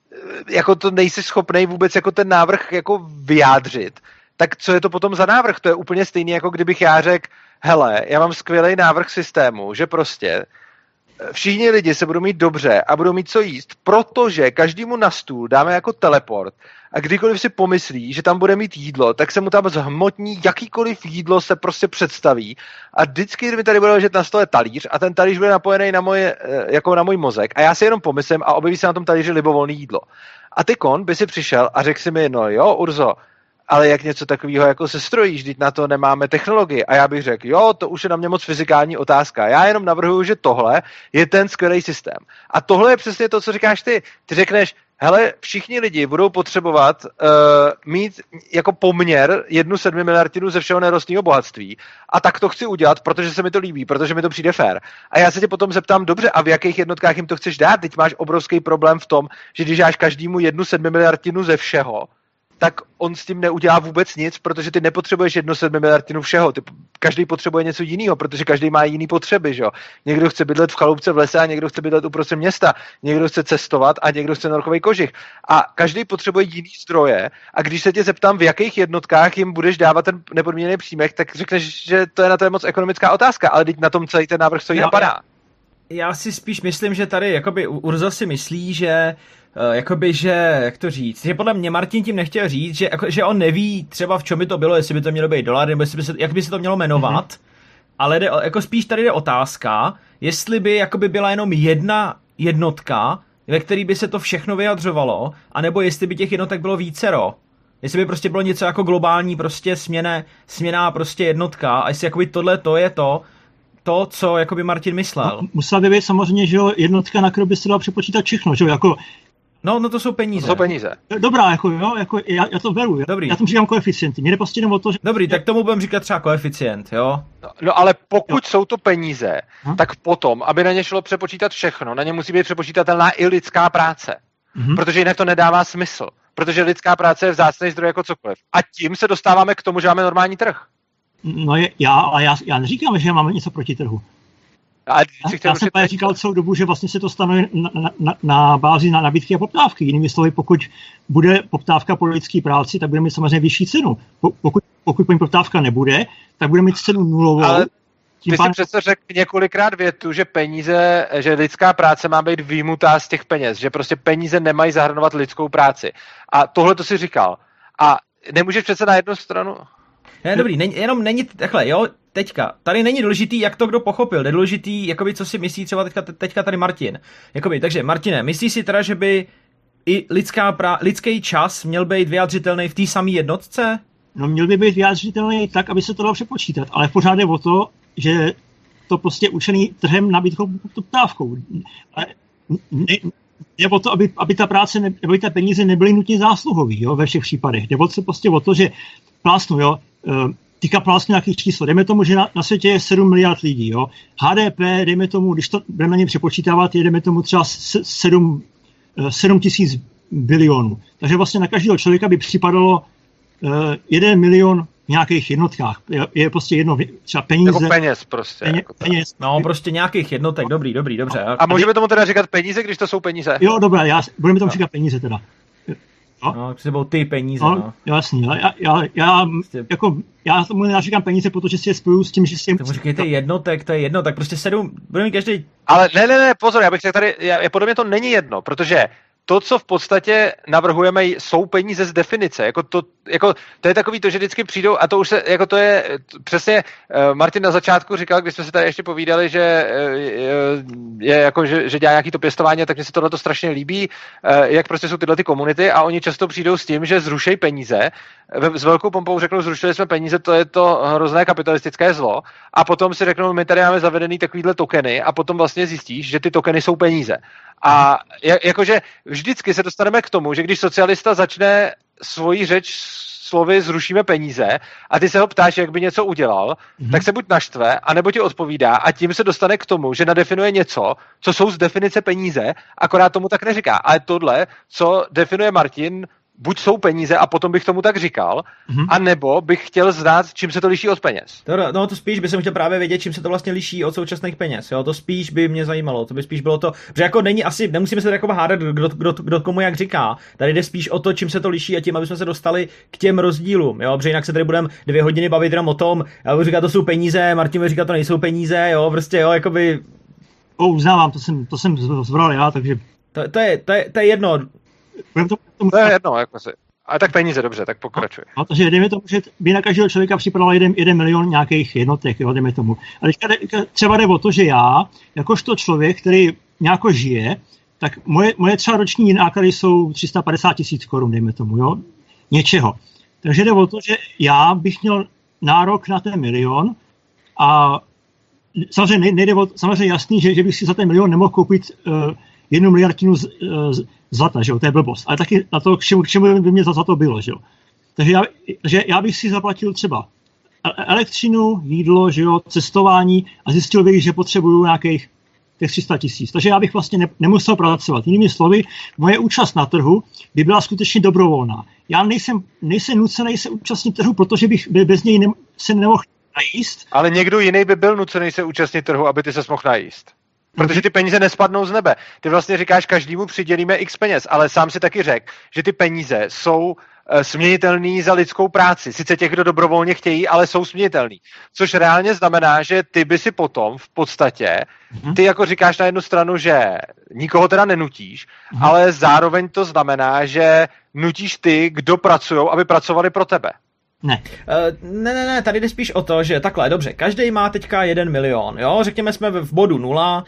jako to nejsi schopnej vůbec jako ten návrh jako vyjádřit, tak co je to potom za návrh? To je úplně stejný, jako kdybych já řekl, hele, já mám skvělý návrh systému, že prostě všichni lidi se budou mít dobře a budou mít co jíst, protože každému na stůl dáme jako teleport a kdykoliv si pomyslí, že tam bude mít jídlo, tak se mu tam zhmotní jakýkoliv jídlo se prostě představí a vždycky mi tady bude ležet na stole talíř a ten talíř bude napojený na na můj mozek a já si jenom pomyslím a objeví se na tom talíři libovolný jídlo. A ty by si přišel a řekl si mi, no jo, Urzo, ale jak něco takového jako se strojíš, když na to nemáme technologii. A já bych řekl, jo, to už je na mě moc fyzikální otázka. Já jenom navrhuju, že tohle je ten skvělý systém. A tohle je přesně to, co říkáš ty. Ty řekneš, hele, všichni lidi budou potřebovat mít jako poměr 1/7 miliardinu ze všeho nerostného bohatství. A tak to chci udělat, protože se mi to líbí, protože mi to přijde fér. A já se tě potom zeptám, dobře, a v jakých jednotkách jim to chceš dát? Teď máš obrovský problém v tom, že když dáš každému 1/7 miliardinu ze všeho, tak on s tím neudělá vůbec nic, protože ty nepotřebuješ 1/7 miliardinu všeho. Každý potřebuje něco jiného, protože každý má jiný potřeby, že jo. Někdo chce bydlet v chalupce v lese a někdo chce bydlet uprostřed města, někdo chce cestovat a někdo chce norkový kožich. A každý potřebuje jiný zdroje a když se tě zeptám, v jakých jednotkách jim budeš dávat ten nepodmíněný příjmek, tak řekneš, že to je na to moc ekonomická otázka, ale teď na tom celý ten návrh stojí a padá. Já si spíš myslím, že tady jakoby Urza si myslí, že jakoby, že, jak to říct, že podle mě Martin tím nechtěl říct, že on neví třeba v čem by to bylo, jestli by to mělo být dolar, nebo jak by se to mělo jmenovat, ale jako spíš tady jde otázka, jestli by jakoby byla jenom jedna jednotka, ve který by se to všechno vyjadřovalo, anebo jestli by těch jednotek bylo vícero. Jestli by prostě bylo něco jako globální prostě směnná prostě jednotka a jestli jakoby tohle to je to, co jakoby Martin myslel. No, musela by být samozřejmě, že jo, jednotka, na kterou by se dalo přepočítat všechno, že jo, jako... No to jsou peníze. To jsou peníze. Dobrá, jako já to beru. Dobrý. Já tomu říkám koeficienty. Mě jde prostě jenom o to, že... Dobrý, tak tomu budeme říkat třeba koeficient, jo? No ale pokud jsou to peníze, tak potom, aby na ně šlo přepočítat všechno, na ně musí být přepočítatelná i lidská práce. Protože jinak to nedává smysl. Protože lidská práce je vzácný zdroj jako cokoliv. A tím se dostáváme k tomu, že máme normální trh. No já neříkám, že máme něco proti trhu. Já jsem právě říkal celou dobu, že vlastně se to stanuje na bázi na nabídky a poptávky. Jinými slovy, pokud bude poptávka po lidské práci, tak bude mít samozřejmě vyšší cenu. Pokud po ní poptávka nebude, tak bude mít cenu nulovou. Ale ty jsi přece řekl několikrát větu, že že lidská práce má být vyjmutá z těch peněz, že prostě peníze nemají zahrnovat lidskou práci. A tohle to si říkal. A nemůžeš přece na jednu stranu... Ne, dobrý, jenom není takhle, jo, teďka, tady není důležitý, jak to kdo pochopil, je důležitý, jakoby, co si myslí třeba teďka tady Martin. Jakoby, takže Martine, myslíš si teda, že by i lidský čas měl být vyjádřitelný v té samé jednotce? No měl by být vyjádřitelný tak, aby se to dalo přepočítat, ale pořád je o to, že to prostě určený trhem, nabídkou, poptávkou. Je o to, aby ta práce, aby ta peníze nebyly nutně zásluhový, jo, ve všech případech. Jde prostě o to, že plásnu, jo, týka plásnu nějakých číslo. Dejme tomu, že na světě je 7 miliard lidí, jo. HDP, dejme tomu, když to budeme na ně přepočítávat, je dejme tomu třeba 7 tisíc bilionů. Takže vlastně na každého člověka by připadalo 1 milion v nějakých jednotkách. Je prostě jedno, třeba peníze. Jako peněz prostě. Peněz. No, prostě nějakých jednotek, dobrý, dobře. A můžeme tomu teda říkat peníze, když to jsou peníze? Jo, dobré, budeme tomu říkat peníze teda. No, to budou ty peníze, no. Jasný, já tomu neříkám peníze, protože si je spojuju s tím, že si... Tomu říkejte jednotek, to je jedno, tak prostě 7, bude mít každý... Ale ne, pozor, já bych řekl tady, podle mě to není jedno, protože to, co v podstatě navrhujeme, jsou peníze z definice. To je takový to, že vždycky přijdou, a to už se, to je přesně, Martin na začátku říkal, když jsme si tady ještě povídali, že že dělá nějaký to pěstování, tak mně se tohle strašně líbí, jak prostě jsou tyhle ty komunity a oni často přijdou s tím, že zrušejí peníze, s velkou pompou řeknou, zrušili jsme peníze, to je to hrozné kapitalistické zlo a potom si řeknou, my tady máme zavedený takovýhle tokeny a potom vlastně zjistíš, že ty tokeny jsou peníze. A jakože vždycky se dostaneme k tomu, že když socialista začne svoji řeč slovy zrušíme peníze a ty se ho ptáš, jak by něco udělal, tak se buď naštve, anebo ti odpovídá a tím se dostane k tomu, že nadefinuje něco, co jsou z definice peníze, akorát tomu tak neříká. Ale tohle, co definuje Martin, buď jsou peníze a potom bych tomu tak říkal, anebo bych chtěl znát, čím se to liší od peněz. No to spíš by jsem chtěl právě vědět, čím se to vlastně liší od současných peněz. Jo? To spíš by mě zajímalo, to by spíš bylo to, protože jako není asi, nemusíme se tak jako hádat, kdo komu jak říká. Tady jde spíš o to, čím se to liší a tím, aby jsme se dostali k těm rozdílům, jo? Protože jinak se tady budeme 2 hodiny bavit jenom o tom, já budu říkat, to jsou peníze, Martin bude říkat, to nejsou peníze, jo, prostě jo, jakoby. Uznávám, to jsem zvral já, takže. To je jedno. To je jedno, jako si. Ale tak peníze, dobře, tak pokračuj. No, takže dejme tomu, že by na každého člověka připadalo 1 milion nějakých jednotek, jo, dejme tomu. A teďka třeba jde o to, že já, jakožto člověk, který nějako žije, tak moje třeba roční náklady jsou 350 000 korun, dejme tomu, jo, něčeho. Takže jde o to, že já bych měl nárok na ten milion a samozřejmě nejde o, samozřejmě jasný, že bych si za ten milion nemohl koupit 1 miliardinu zlata, že jo, to je blbost. Ale taky na to, k čemu by mě za to bylo, že jo. Takže já bych si zaplatil třeba elektřinu, jídlo, že jo, cestování a zjistil bych, že potřebuju nějakých těch 300 000. Takže já bych vlastně nemusel pracovat. Jinými slovy, moje účast na trhu by byla skutečně dobrovolná. Já nejsem nucený se účastnit trhu, protože bych bez něj se nemohl najíst. Ale někdo jiný by byl nucený se účastnit trhu, aby ty se mohl najíst. Protože ty peníze nespadnou z nebe. Ty vlastně říkáš, každému přidělíme x peněz, ale sám si taky řekl, že ty peníze jsou směnitelný za lidskou práci. Sice těch, kdo dobrovolně chtějí, ale jsou směnitelný. Což reálně znamená, že ty by si potom v podstatě, ty jako říkáš na jednu stranu, že nikoho teda nenutíš, ale zároveň to znamená, že nutíš ty, kdo pracujou, aby pracovali pro tebe. Ne. Ne, tady jde spíš o to, že takhle, dobře, každý má teďka 1 milion, jo, řekněme jsme v bodu 0,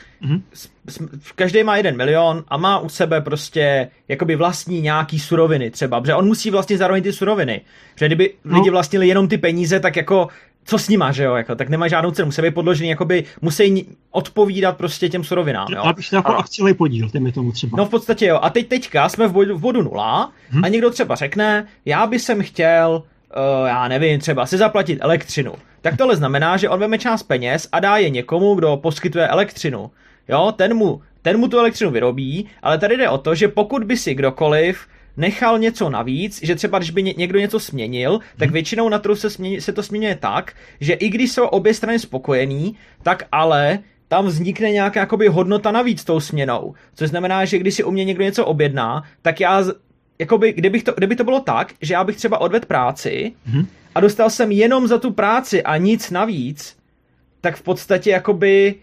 každý má 1 milion a má u sebe prostě jakoby vlastní nějaký suroviny třeba, protože on musí vlastně zároveň ty suroviny, protože kdyby lidi vlastnili jenom ty peníze, tak jako co s nima, že jo, jako, tak nemá žádnou cenu, musí být podložený, jakoby musí odpovídat prostě těm surovinám, jo. Aby to jako akciový podíl, dejme tomu třeba. No v podstatě jo, a teďka jsme v bodu 0 a někdo třeba řekne, já bych sem chtěl já nevím, třeba si zaplatit elektřinu. Tak tohle znamená, že on veme část peněz a dá je někomu, kdo poskytuje elektřinu. Jo, ten mu tu elektřinu vyrobí, ale tady jde o to, že pokud by si kdokoliv nechal něco navíc, že třeba když by někdo něco směnil, tak většinou na trhu se to směňuje tak, že i když jsou obě strany spokojený, tak ale tam vznikne nějaká jakoby hodnota navíc tou směnou. Což znamená, že když si u mě někdo něco objedná, tak já jakoby, kdyby to bylo tak, že já bych třeba odvedl práci a dostal jsem jenom za tu práci a nic navíc, tak v podstatě jakoby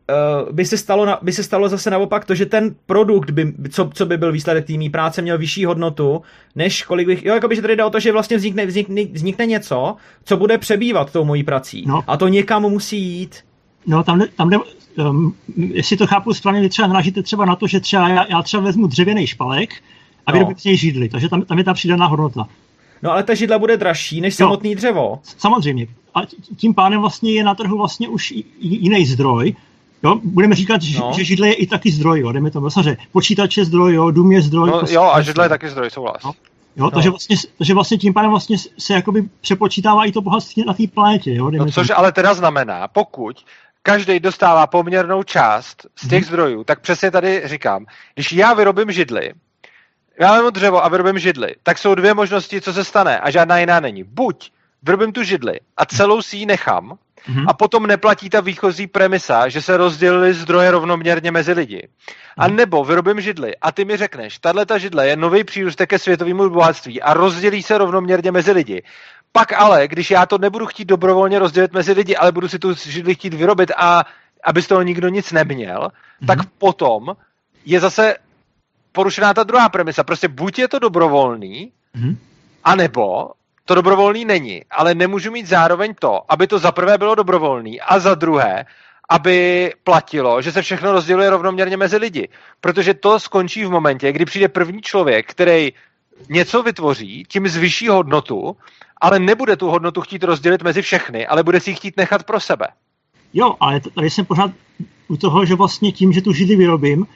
by se stalo zase naopak to, že ten produkt, co by byl výsledek té mý práce, měl vyšší hodnotu, než kolik bych, jo, jakoby, že tady jde o to, že vlastně vznikne něco, co bude přebývat tou mojí prací. No. A to někam musí jít. No, tam jde, jestli to chápu správně, třeba narážíte třeba na to, že třeba já třeba vezmu dřevěný špalek a vyrobím z něj židli, takže tam je ta přidaná hodnota. No ale ta židla bude dražší než samotný dřevo. Samozřejmě. A tím pádem vlastně je na trhu vlastně už jiný zdroj. Jo? Budeme říkat, že židle je i taky zdroj, jo? Jdeme to samozřejmě. Počítač je zdroj, jo? Dům je zdroj. No, jo, a židle je taky zdroj, souhlas. No. Jo, takže vlastně tím pádem vlastně se jakoby přepočítává i to bohatství na té planetě. Jo? No, což ale teda znamená, pokud každý dostává poměrnou část z těch zdrojů, tak přesně tady říkám, když já vyrobím židli, já mám dřevo a vyrobím židli, tak jsou 2 možnosti, co se stane a žádná jiná není. Buď vyrobím tu židli a celou si ji nechám a potom neplatí ta výchozí premisa, že se rozdělily zdroje rovnoměrně mezi lidi. A nebo vyrobím židli a ty mi řekneš, tato židle je nový přírůstek ke světovému bohatství a rozdělí se rovnoměrně mezi lidi. Pak ale, když já to nebudu chtít dobrovolně rozdělit mezi lidi, ale budu si tu židli chtít vyrobit a aby z toho nikdo nic neměl, tak potom je zase porušená ta druhá premisa. Prostě buď je to dobrovolný, anebo to dobrovolný není. Ale nemůžu mít zároveň to, aby to za prvé bylo dobrovolný a za druhé, aby platilo, že se všechno rozděluje rovnoměrně mezi lidi. Protože to skončí v momentě, kdy přijde první člověk, který něco vytvoří, tím zvyší hodnotu, ale nebude tu hodnotu chtít rozdělit mezi všechny, ale bude si ji chtít nechat pro sebe. Jo, ale tady jsem pořád u toho, že vlastně tím, že tu židli vyrobím,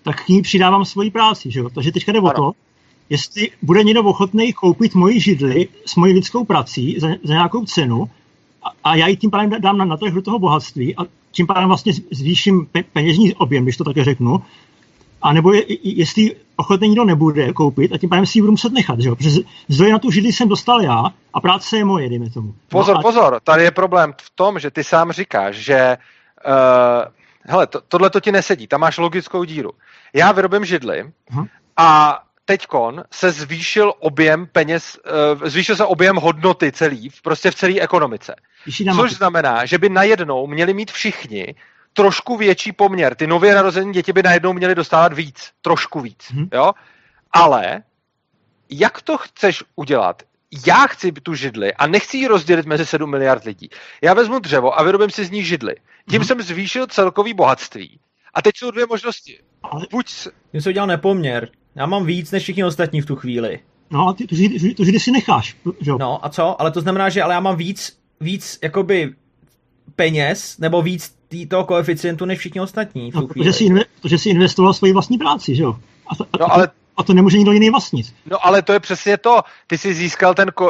tak k ní přidávám svoji práci, že jo? Takže teďka jde o Ano. to, jestli bude někdo ochotný koupit moji židli s mojí lidskou prací za nějakou cenu a já ji tím pádem dám na trh do toho bohatství a tím pádem vlastně zvýším peněžní objem, když to také řeknu, a nebo jestli ochotný nikdo nebude koupit a tím pádem si ji budu muset nechat, že jo? Protože zdroje na tu židli jsem dostal já a práce je moje, dejme tomu. Pozor, tady je problém v tom, že ty sám říkáš, že hele, tohle to ti nesedí, tam máš logickou díru. Já vyrobím židli a teďkon se zvýšil objem peněz, zvýšil se objem hodnoty prostě v celé ekonomice. Což znamená, že by najednou měli mít všichni trošku větší poměr. Ty nově narozené děti by najednou měly dostávat víc, trošku víc, jo? Ale jak to chceš udělat? Já chci tu židli a nechci ji rozdělit mezi 7 miliard lidí. Já vezmu dřevo a vyrobím si z ní židli. Tím jsem zvýšil celkový bohatství. A teď jsou dvě možnosti. Tím se udělal nepoměr. Já mám víc než všichni ostatní v tu chvíli. No a ty tu židli si necháš. Že? No a co? Ale to znamená, že já mám víc jakoby peněz, nebo víc toho koeficientu než všichni ostatní v tu chvíli. Protože si investoval svoji vlastní práci, že jo? A to nemůže nikdo jiný vlastnit. No ale to je přesně to. Ty si získal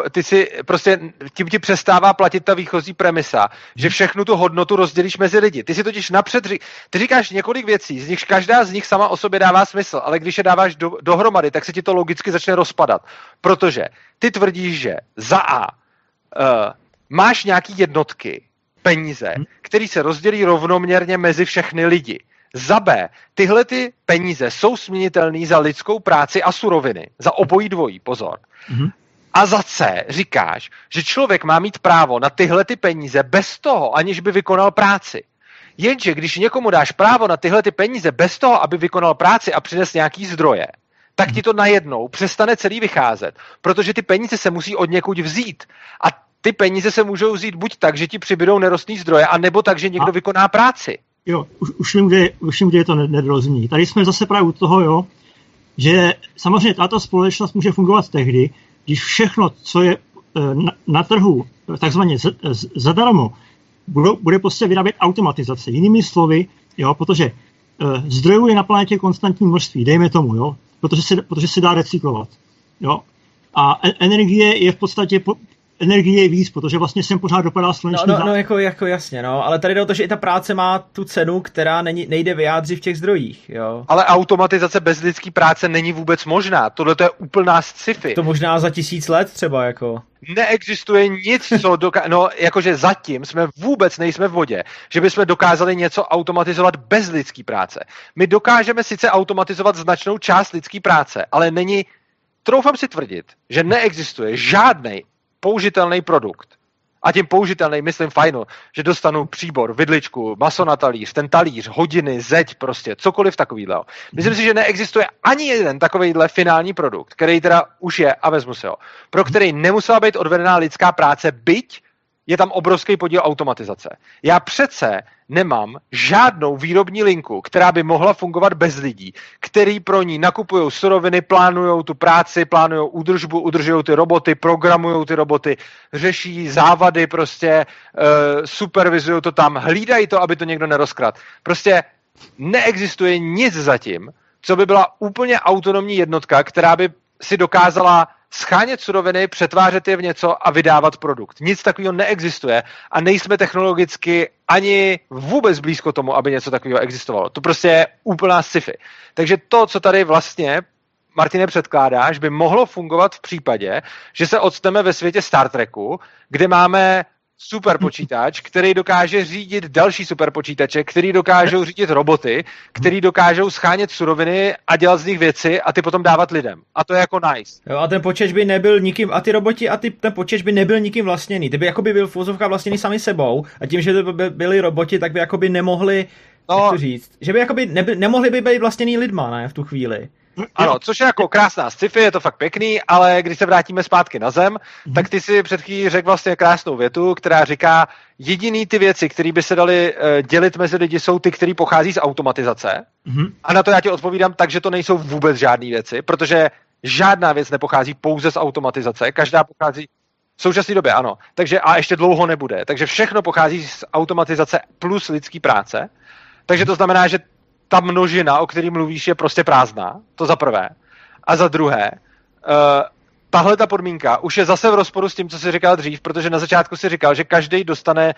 tím ti přestává platit ta výchozí premisa, že všechnu tu hodnotu rozdělíš mezi lidi. Ty si totiž ty říkáš několik věcí, z nichž každá z nich sama o sobě dává smysl, ale když je dáváš dohromady, tak se ti to logicky začne rozpadat. Protože ty tvrdíš, že za A máš nějaký jednotky, peníze, které se rozdělí rovnoměrně mezi všechny lidi. Za B, tyhle ty peníze jsou směnitelné za lidskou práci a suroviny. Za obojí dvojí, pozor. A za C říkáš, že člověk má mít právo na tyhle ty peníze bez toho, aniž by vykonal práci. Jenže když někomu dáš právo na tyhle ty peníze bez toho, aby vykonal práci a přines nějaký zdroje, tak ti to najednou přestane celý vycházet, protože ty peníze se musí od někud vzít. A ty peníze se můžou vzít buď tak, že ti přibydou nerostný zdroje, anebo tak, že někdo vykoná práci. Jo, už vím, kde je to nedorozumění. Tady jsme zase právě u toho, jo, že samozřejmě tato společnost může fungovat tehdy, když všechno, co je na trhu takzvaně zadarmo, bude prostě vyrábět automatizace. Jinými slovy, jo, protože zdrojů je na planetě konstantní množství, dejme tomu, jo, protože se dá recyklovat. Jo. A energie je v podstatě energie je víc, protože vlastně sem pořád dopadá sluneční No, jako jasně, no, ale tady jde o to, že i ta práce má tu cenu, která nejde vyjádřit v těch zdrojích, jo. Ale automatizace bez lidský práce není vůbec možná, tohle to je úplná sci-fi. To možná za 1000 let třeba, jako. Neexistuje nic, co jakože zatím vůbec nejsme v vodě, že bychom dokázali něco automatizovat bez lidský práce. My dokážeme sice automatizovat značnou část lidský práce, ale troufám si tvrdit, že neexistuje žádnej použitelný produkt. A tím použitelný myslím fajno, že dostanu příbor, vidličku, maso na talíř, ten talíř, hodiny, zeď, prostě cokoliv takovýhle. Myslím si, že neexistuje ani jeden takovýhle finální produkt, který teda už je, a vezmu si ho, pro který nemusela být odvedená lidská práce, byť je tam obrovský podíl automatizace. Já přece nemám žádnou výrobní linku, která by mohla fungovat bez lidí, který pro ní nakupují suroviny, plánují tu práci, plánují údržbu, udržují ty roboty, programují ty roboty, řeší závady, prostě supervizují to tam, hlídají to, aby to někdo nerozkradl. Prostě neexistuje nic zatím, co by byla úplně autonomní jednotka, která by si dokázala schánět suroviny, přetvářet je v něco a vydávat produkt. Nic takového neexistuje a nejsme technologicky ani vůbec blízko tomu, aby něco takového existovalo. To prostě je úplná sci-fi. Takže to, co tady vlastně Martine předkládáš, by mohlo fungovat v případě, že se odstneme ve světě Star Treku, kde máme superpočítač, který dokáže řídit další superpočítače, který dokážou řídit roboty, který dokážou schánět suroviny a dělat z nich věci a ty potom dávat lidem. A to je jako nice. Jo, a ten počítač by nebyl nikým, a ty roboti a ten počítač by nebyl nikým vlastněný. Ty by jakoby byl v úzovkách vlastněný sami sebou a tím, že to by byli roboti, tak by jakoby nemohli, jak to říct, že by jakoby nemohli by být vlastněný lidma, ne, v tu chvíli. Ano, což je jako krásná sci-fi, je to fakt pěkný, ale když se vrátíme zpátky na Zem, tak ty si před chvílí řekl vlastně krásnou větu, která říká, jediný ty věci, které by se daly dělit mezi lidi, jsou ty, které pochází z automatizace. A na to já ti odpovídám tak, že to nejsou vůbec žádné věci, protože žádná věc nepochází pouze z automatizace, každá pochází v současné době, ano. Takže a ještě dlouho nebude. Takže všechno pochází z automatizace plus lidský práce. Takže to znamená, že ta množina, o který mluvíš, je prostě prázdná, to za prvé. A za druhé, tahle ta podmínka už je zase v rozporu s tím, co jsi říkal dřív, protože na začátku si říkal, že každý dostane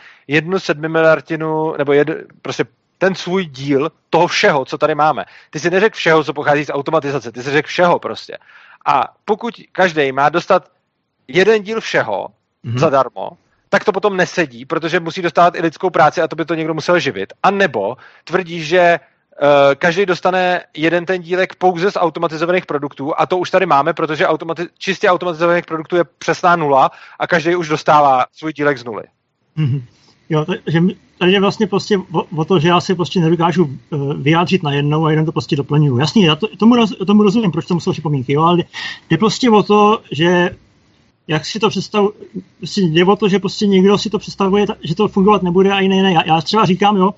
1/7 nebo prostě ten svůj díl toho všeho, co tady máme. Ty si neřekl všeho, co pochází z automatizace, ty si řekl všeho prostě. A pokud každý má dostat jeden díl všeho zadarmo, tak to potom nesedí, protože musí dostávat i lidskou práci a to by to někdo musel živit. A nebo tvrdí, že každý dostane jeden ten dílek pouze z automatizovaných produktů a to už tady máme, protože čistě automatizovaných produktů je přesná nula a každý už dostává svůj dílek z nuly. Jo, takže tady je vlastně prostě o to, že já si prostě nedokážu vyjádřit najednou a jenom to prostě doplňuju. Jasně, já tomu rozumím, proč to musel připomínky, jo, ale jde prostě o to, že jak si to představuje, prostě jde o to, že prostě někdo si to představuje, že to fungovat nebude a jiné ne. Já třeba říkám, jo,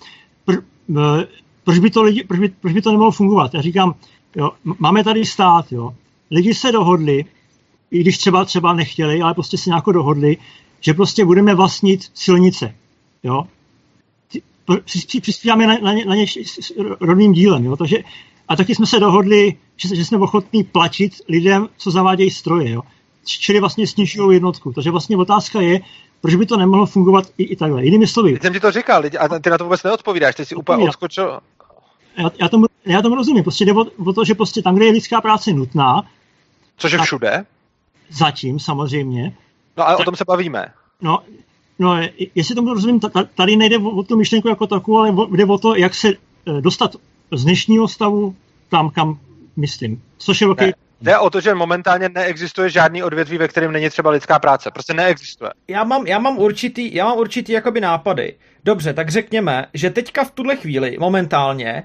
proč by to nemohlo fungovat? Já říkám, jo, máme tady stát, jo, lidi se dohodli, i když třeba nechtěli, ale prostě se nějak dohodli, že prostě budeme vlastnit silnice, jo. Přispíváme na ně rodným dílem, jo, takže a taky jsme se dohodli, že jsme ochotní platit lidem, co zavádějí stroje, jo. Čili vlastně snižují jednotku. Takže vlastně otázka je, proč by to nemohlo fungovat i takhle. Jinými slovy. Teď jsem ti to říkal, a ty na to vůbec neodpovídáš, ty si úplně odskočil. Já tomu rozumím. Prostě jde o to, že prostě tam, kde je lidská práce nutná. Což je všude? Zatím, samozřejmě. No ale o tom se bavíme. No, jestli tomu rozumím, tady nejde o tu myšlenku jako takovou, ale jde o to, jak se dostat z dnešního stavu tam, kam myslím. Což je velký... Jde o to, že momentálně neexistuje žádný odvětví, ve kterém není třeba lidská práce. Prostě neexistuje. Já mám určitý jakoby nápady. Dobře, tak řekněme, že teďka v tuhle chvíli momentálně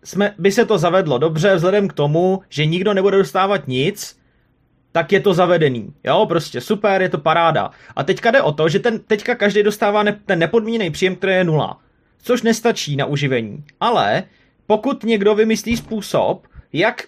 by se to zavedlo dobře vzhledem k tomu, že nikdo nebude dostávat nic, tak je to zavedený. Jo, prostě super, je to paráda. A teďka jde o to, že teďka každý dostává ten nepodmíněný příjem, který je 0. Což nestačí na uživení. Ale pokud někdo vymyslí způsob, jak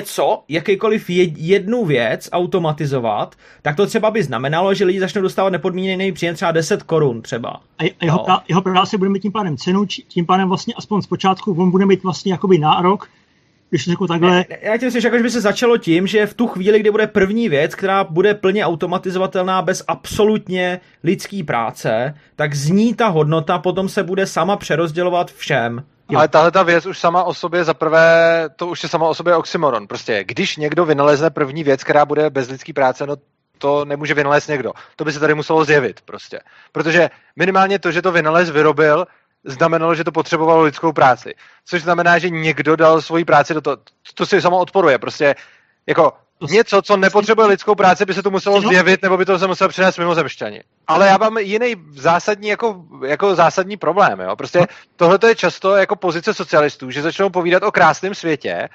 jakýkoliv jednu věc automatizovat, tak to třeba by znamenalo, že lidi začnou dostávat nepodmíněný příjem třeba 10 korun třeba. A jeho práce bude mít tím pádem cenu, tím pádem vlastně aspoň zpočátku on bude mít vlastně jakoby nárok, když to řeknu takhle. Já ti myslím, že by se začalo tím, že v tu chvíli, kdy bude první věc, která bude plně automatizovatelná bez absolutně lidský práce, tak z ní ta hodnota potom se bude sama přerozdělovat všem. Ale tahle ta věc už sama o sobě, zaprvé, to už je sama o sobě oxymoron. Prostě, když někdo vynalezne první věc, která bude bez lidský práce, no to nemůže vynalézt někdo. To by se tady muselo zjevit prostě. Protože minimálně to, že to vyrobil, znamenalo, že to potřebovalo lidskou práci. Což znamená, že někdo dal svoji práci do toho. To si samo odporuje. Prostě jako něco, co nepotřebuje lidskou práci, by se to muselo zjevit, nebo by to se muselo přinést mimozemšťani. Ale já mám jiný zásadní, jako zásadní problém. Jo? Prostě tohle je často jako pozice socialistů, že začnou povídat o krásném světě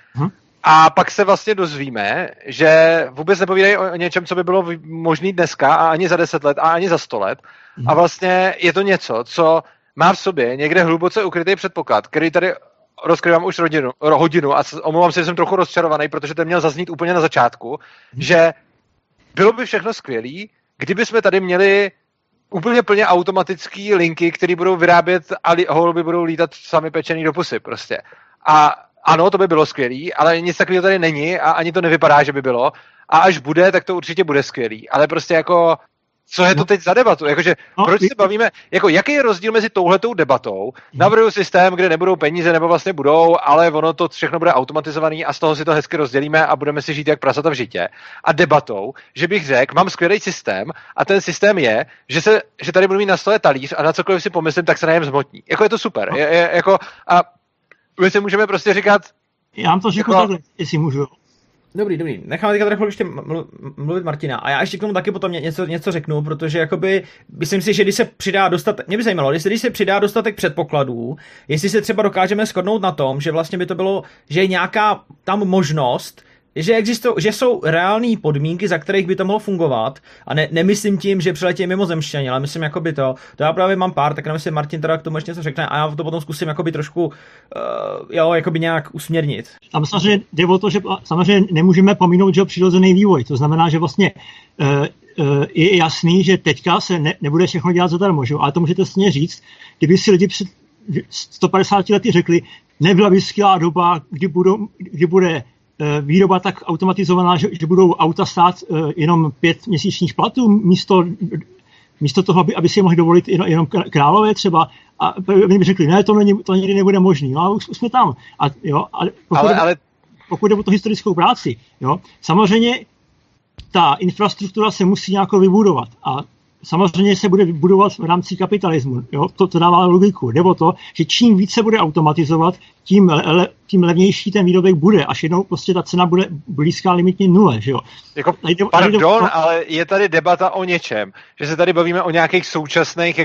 a pak se vlastně dozvíme, že vůbec nepovídají o něčem, co by bylo možné dneska a ani za 10 let a ani za 100 let. A vlastně je to něco, co má v sobě někde hluboce ukrytý předpoklad, který tady rozkrývám už hodinu a omlouvám se, že jsem trochu rozčarovaný, protože ten měl zaznít úplně na začátku, že bylo by všechno skvělý, kdyby jsme tady měli úplně plně automatický linky, které budou vyrábět a holuby budou lítat sami pečený do pusy prostě. A ano, to by bylo skvělý, ale nic takového tady není a ani to nevypadá, že by bylo. A až bude, tak to určitě bude skvělý. Ale prostě jako co je to teď za debatu? Jakože, proč se bavíme, jako jaký je rozdíl mezi touhletou debatou? Navrhuju systém, kde nebudou peníze, nebo vlastně budou, ale ono to všechno bude automatizovaný a z toho si to hezky rozdělíme a budeme si žít jak prasata v žitě. A debatou, že bych řekl, mám skvělý systém a ten systém je, že tady budu mít na stole talíř a na cokoliv si pomyslím, tak se najem zmotní. Jako je to super. Jako, a my si můžeme prostě říkat... Já vám to řeknu takhle, jestli můžu. Dobrý. Necháme teďka trochu ještě mluvit Martina. A já ještě k tomu taky potom něco řeknu, protože jakoby, myslím si, že když se přidá dostatek, mě by zajímalo, když se přidá dostatek předpokladů, jestli se třeba dokážeme shodnout na tom, že vlastně by to bylo, že je nějaká tam možnost, že jsou reální podmínky, za kterých by to mohlo fungovat a nemyslím tím, že přiletějí mimozemšťani, ale myslím jakoby to já právě mám pár, tak nevím, jestli Martin teda k tomu ještě něco řekne a já to potom zkusím jakoby trošku jakoby nějak usměrnit. Tam samozřejmě jde o to, že samozřejmě nemůžeme pominout, že přirozený vývoj, to znamená, že vlastně je jasný, že teďka se nebude všechno dělat zadarmo, ale to můžete stejně říct, kdyby si lidi před 150 lety řekli, nebyla by skvělá doba, kdy bude výroba tak automatizovaná, že budou auta stát jenom 5 měsíčních platů místo toho, aby si je mohli dovolit jenom králové třeba. A oni by řekli, ne, to nikdy nebude možný. No a už jsme tam. Pokud jde o tu historickou práci, jo, samozřejmě ta infrastruktura se musí nějak vybudovat a samozřejmě se bude vybudovat v rámci kapitalismu. Jo? To dává logiku. Nebo to, že čím více bude automatizovat, tím levnější ten výrobek bude. Až jednou prostě ta cena bude blízká limitní nule. Že jo? Pardon, ale je tady debata o něčem. Že se tady bavíme o nějakých současných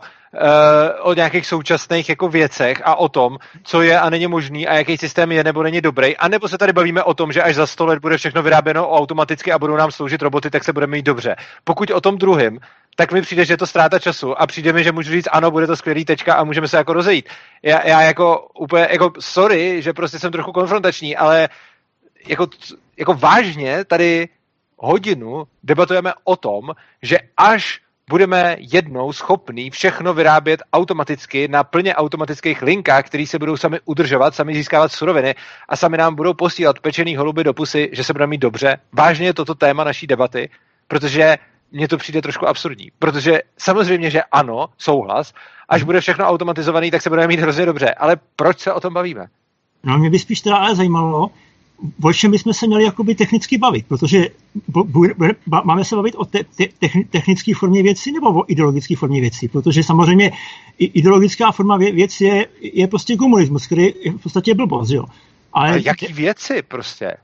jako věcech a o tom, co je a není možný a jaký systém je nebo není dobrý. A nebo se tady bavíme o tom, že až za 100 let bude všechno vyráběno automaticky a budou nám sloužit roboty, tak se budeme mít dobře. Pokud o tom druhém, tak mi přijde, že je to ztráta času a přijde mi, že můžu říct ano, bude to skvělý tečka a můžeme se jako rozejít. Já jako úplně, jako sorry, že prostě jsem trochu konfrontační, ale jako vážně tady hodinu debatujeme o tom, že až budeme jednou schopní všechno vyrábět automaticky na plně automatických linkách, které se budou sami udržovat, sami získávat suroviny a sami nám budou posílat pečený holuby do pusy, že se budeme mít dobře. Vážně je toto téma naší debaty, protože mně to přijde trošku absurdní. Protože samozřejmě, že ano, souhlas, až bude všechno automatizovaný, tak se budeme mít hrozně dobře. Ale proč se o tom bavíme? No, mě by spíš teda ale zajímalo, o čem bychom se měli jakoby technicky bavit, protože máme se bavit o technické formě věci nebo o ideologické formě věci, protože samozřejmě ideologická forma věc je prostě komunismus, který je v podstatě blbost, jo. Ale jaký věci prostě?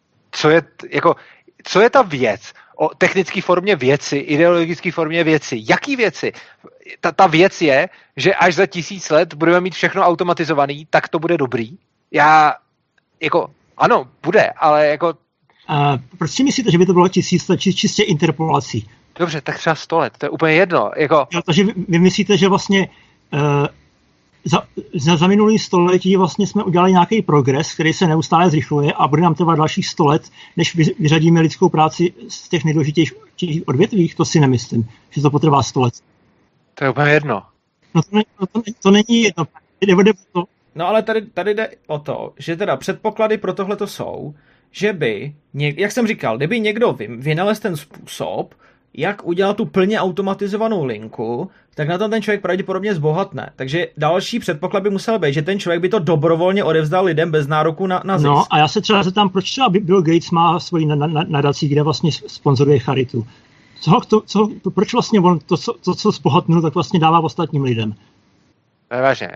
Co je ta věc? O technické formě věci, ideologické formě věci. Jaký věci? Ta věc je, že až za 1000 let budeme mít všechno automatizovaný, tak to bude dobrý. Ano, bude, ale jako... Proč si myslíte, že by to bylo 1000 let čistě interpolací? Dobře, tak třeba 100 let, to je úplně jedno. Jo, takže vy myslíte, že vlastně za minulý století vlastně jsme udělali nějaký progres, který se neustále zrychluje a bude nám trvat dalších 100 let, než vyřadíme lidskou práci z těch nejdůležitějších odvětvích? To si nemyslím, že to potrvá 100 let. To je úplně jedno. No to není jedno. No ale tady jde o to, že teda předpoklady pro tohle to jsou, že by, jak jsem říkal, kdyby někdo vynalez ten způsob, jak udělat tu plně automatizovanou linku, tak na tom ten člověk pravděpodobně zbohatne. Takže další předpoklad by musel být, že ten člověk by to dobrovolně odevzdal lidem bez nároku na zisk. No a já se třeba zeptám, proč třeba Bill Gates má svoji nadaci, kde vlastně sponzoruje charitu. Proč vlastně on to, co zbohatnul, tak vlastně dává ostatním lidem? Vážně,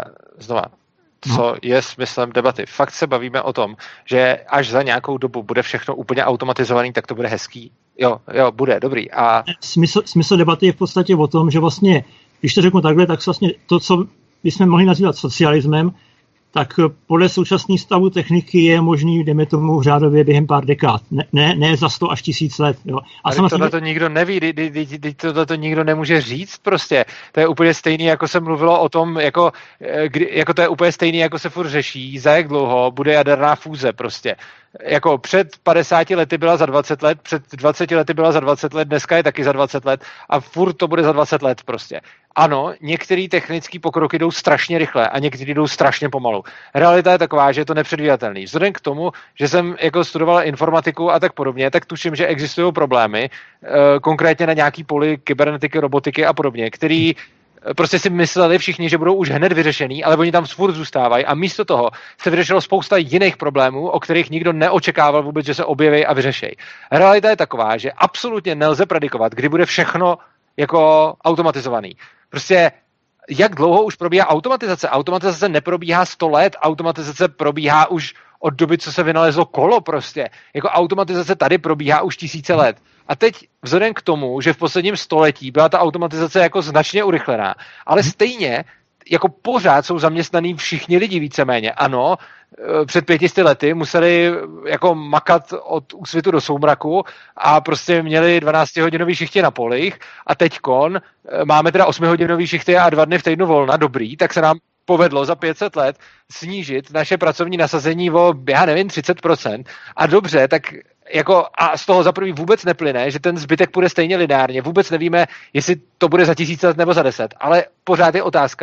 co je smyslem debaty. Fakt se bavíme o tom, že až za nějakou dobu bude všechno úplně automatizovaný, tak to bude hezký. Jo, bude, dobrý. A... Smysl debaty je v podstatě o tom, že vlastně, když to řeknu takhle, tak vlastně to, co bychom mohli nazývat socialismem, tak podle současného stavu techniky je možný, dejme tomu, řádově během pár dekád. Ne za 100 až 1000 let. Jo. A tohle to nikdo neví, tohle to nikdo nemůže říct prostě. To je úplně stejný, jako se mluvilo o tom, jako to je úplně stejný, jako se furt řeší, za jak dlouho bude jaderná fúze prostě. Jako před 50 lety byla za 20 let, před 20 lety byla za 20 let, dneska je taky za 20 let a furt to bude za 20 let prostě. Ano, některé technické pokroky jdou strašně rychle a některé jdou strašně pomalu. Realita je taková, že je to nepředvídatelný. Vzhledem k tomu, že jsem jako studoval informatiku a tak podobně, tak tuším, že existují problémy, konkrétně na nějaký poli kybernetiky, robotiky a podobně, který prostě si mysleli všichni, že budou už hned vyřešený, ale oni tam furt zůstávají a místo toho se vyřešilo spousta jiných problémů, o kterých nikdo neočekával vůbec, že se objeví a vyřešejí. Realita je taková, že absolutně nelze predikovat, kdy bude všechno jako automatizovaný. Prostě jak dlouho už probíhá automatizace? Automatizace neprobíhá 100 let, automatizace probíhá už od doby, co se vynalezlo kolo prostě. Jako automatizace tady probíhá už 1000 let. A teď vzhledem k tomu, že v posledním století byla ta automatizace jako značně urychlená, ale stejně jako pořád jsou zaměstnaný všichni lidi víceméně. Ano, před 500 lety museli jako makat od úsvitu do soumraku a prostě měli 12-hodinový šichty na polích a teďkon máme teda 8-hodinový šichty a 2 dny v týdnu volna, dobrý, tak se nám povedlo za 500 let snížit naše pracovní nasazení o, 30%. A dobře, tak jako a z toho za prvý vůbec neplyne, že ten zbytek půjde stejně lineárně. Vůbec nevíme, jestli to bude za 1000 let nebo za 10. Ale pořád je otázka,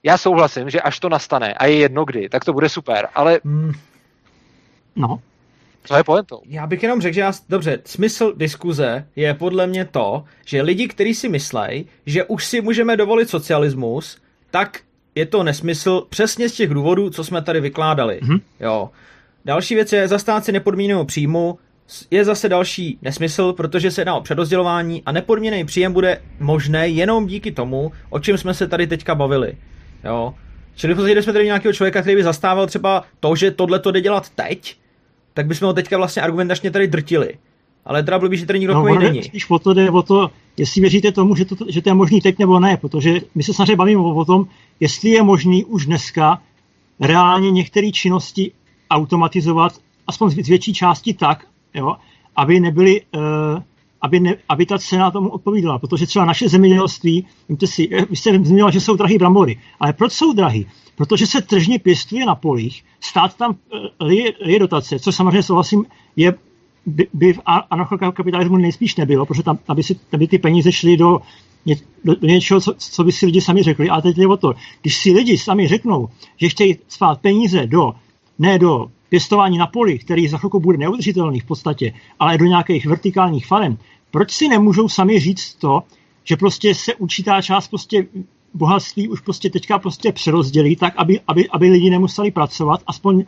Já souhlasím, že až to nastane a je jedno kdy, tak to bude super, ale No. co je pointou? Já bych jenom řekl, že dobře, smysl diskuze je podle mě to, že lidi, kteří si myslejí, že už si můžeme dovolit socialismus, tak je to nesmysl přesně z těch důvodů, co jsme tady vykládali. Jo. Další věc je zastánci nepodmíněného příjmu, je zase další nesmysl, protože se jedná o přerozdělování a nepodmíněný příjem bude možné jenom díky tomu, o čem jsme se tady teďka bavili. Jo. Čili v podstatě, jsme tady nějakého člověka, který by zastával třeba to, že tohle to jde dělat teď, tak bychom ho teďka vlastně argumentačně tady drtili. Ale teda blbý, že tady nikdo takový není. Spíš o to jde o to, jestli věříte tomu, že to je možný teď nebo ne, protože my se samozřejmě bavíme o tom, jestli je možný už dneska reálně některé činnosti automatizovat, aspoň z větší části tak, jo, aby nebyly, aby ta cena tomu odpovídala, protože třeba naše zemědělství, víte si, vy jste zmínila, že jsou drahý brambory, ale proč jsou drahý? Protože se tržně pěstuje na polích, stát tam lije dotace, což samozřejmě souhlasím, by v anarchokapitalismu nejspíš nebylo, protože tam by ty peníze šly do něčeho, co by si lidi sami řekli. Ale teď je o to, když si lidi sami řeknou, že chtějí spát peníze ne do pěstování na poli, který za chvilku bude neudržitelný v podstatě, ale do nějakých vertikálních farem, proč si nemůžou sami říct to, že prostě se určitá část prostě bohatství už prostě teďka prostě přerozdělí tak, aby lidi nemuseli pracovat, aspoň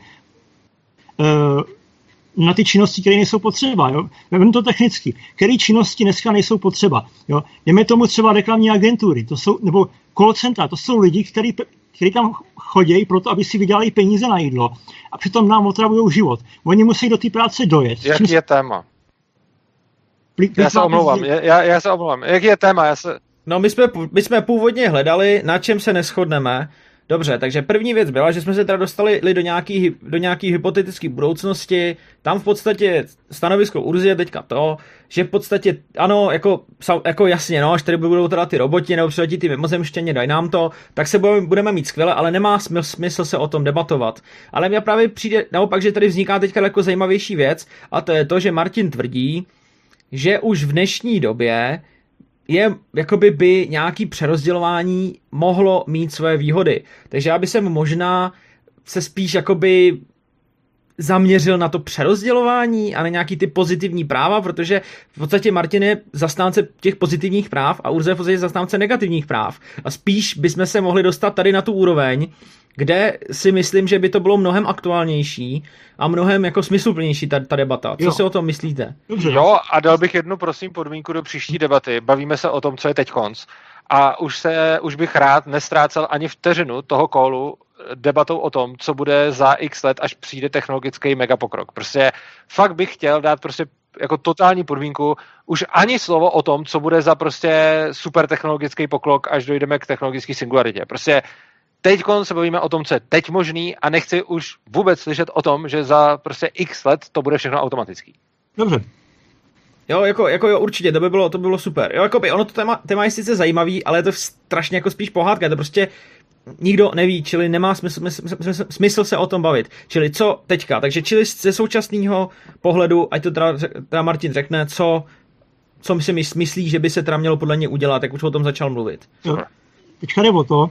na ty činnosti, které nejsou potřeba. Jo? Vem to technicky. Které činnosti dneska nejsou potřeba? Jo? Jdeme tomu třeba reklamní agentury, nebo call centra, to jsou lidi, kteří tam chodí proto, aby si vydělali peníze na jídlo a přitom nám otravují život. Oni musí do té práce dojet. Jaký je téma? Já se omlouvám. Jaký je téma? No my jsme původně hledali, na čem se neshodneme. Dobře, takže první věc byla, že jsme se teda dostali do nějaký hypotetické budoucnosti. Tam v podstatě stanovisko Urzy je teďka to, že v podstatě ano, jako jasně, no, až tady budou teda ty roboti nebo přiletí ty mimozemštěně, dají nám to, tak se budeme mít skvěle, ale nemá smysl se o tom debatovat. Ale mně právě přijde naopak, že tady vzniká teďka jako zajímavější věc a to je to, že Martin tvrdí, že už v dnešní době jakoby by nějaký přerozdělování mohlo mít své výhody. Takže já bych se možná se spíš jakoby zaměřil na to přerozdělování a na nějaký ty pozitivní práva, protože v podstatě Martin je zastánce těch pozitivních práv a Urza je v podstatě zastánce negativních práv. A spíš bychom se mohli dostat tady na tu úroveň, kde si myslím, že by to bylo mnohem aktuálnější a mnohem jako smysluplnější ta debata. Co si o tom myslíte? Jo, a dal bych jednu, prosím, podmínku do příští debaty. Bavíme se o tom, co je teď konc. A už bych rád nestrácel ani vteřinu toho kolu debatou o tom, co bude za x let, až přijde technologický megapokrok. Prostě fakt bych chtěl dát prostě jako totální podmínku už ani slovo o tom, co bude za prostě super technologický pokrok, až dojdeme k technologické singularitě. Prostě teď se bavíme o tom, co je teď možný a nechci už vůbec slyšet o tom, že za prostě x let to bude všechno automatický. Dobře. Jo, jo, určitě, to by bylo super. Jo, ono to téma je sice zajímavý, ale je to strašně jako spíš pohádka, to prostě nikdo neví, čili nemá smysl se o tom bavit. Čili co teďka? Takže čili ze současného pohledu, ať to teda Martin řekne, co si myslí, že by se teda mělo podle něj udělat, jak už o tom začal mluvit. Jo. Teďka jde o to,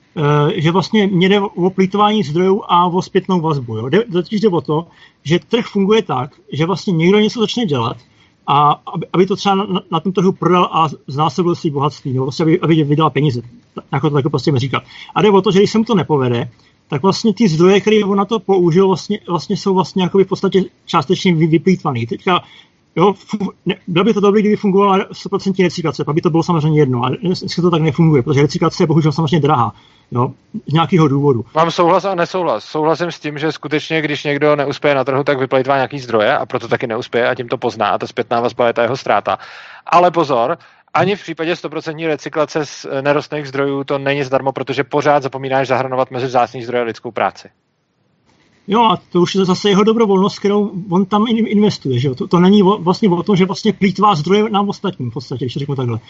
že vlastně mě jde o plýtvání zdrojů a o zpětnou vazbu. Jo. Jde o to, že trh funguje tak, že vlastně někdo něco začne dělat a aby to třeba na tom trhu prodal a znásobil si bohatství, nebo vlastně aby vydělal peníze. Jako to tak prostě mi říkat. A jde o to, že když se mu to nepovede, tak vlastně ty zdroje, které on na to použil, vlastně jsou vlastně jakoby v podstatě částečně vyplýtvaný. Teďka jo, bylo by to dobré, kdyby fungovala 100% recyklace, pak by to bylo samozřejmě jedno, ale dneska to tak nefunguje, protože recyklace je bohužel samozřejmě drahá, jo, z nějakého důvodu. Mám souhlas a nesouhlas. Souhlasím s tím, že skutečně, když někdo neuspěje na trhu, tak vyplýtvá nějaký zdroje a proto taky neuspěje a tím to pozná a ta zpětná vazba je ta jeho ztráta. Ale pozor, ani v případě 100% recyklace z nerostných zdrojů to není zdarma, protože pořád zapomínáš zahrnovat mezi vzácný zdroje lidskou práci. Jo, a to už je zase jeho dobrovolnost, kterou on tam investuje, že jo. To není vlastně o tom, že vlastně plýtvá zdroje nám ostatním v podstatě, když řeknu takhle.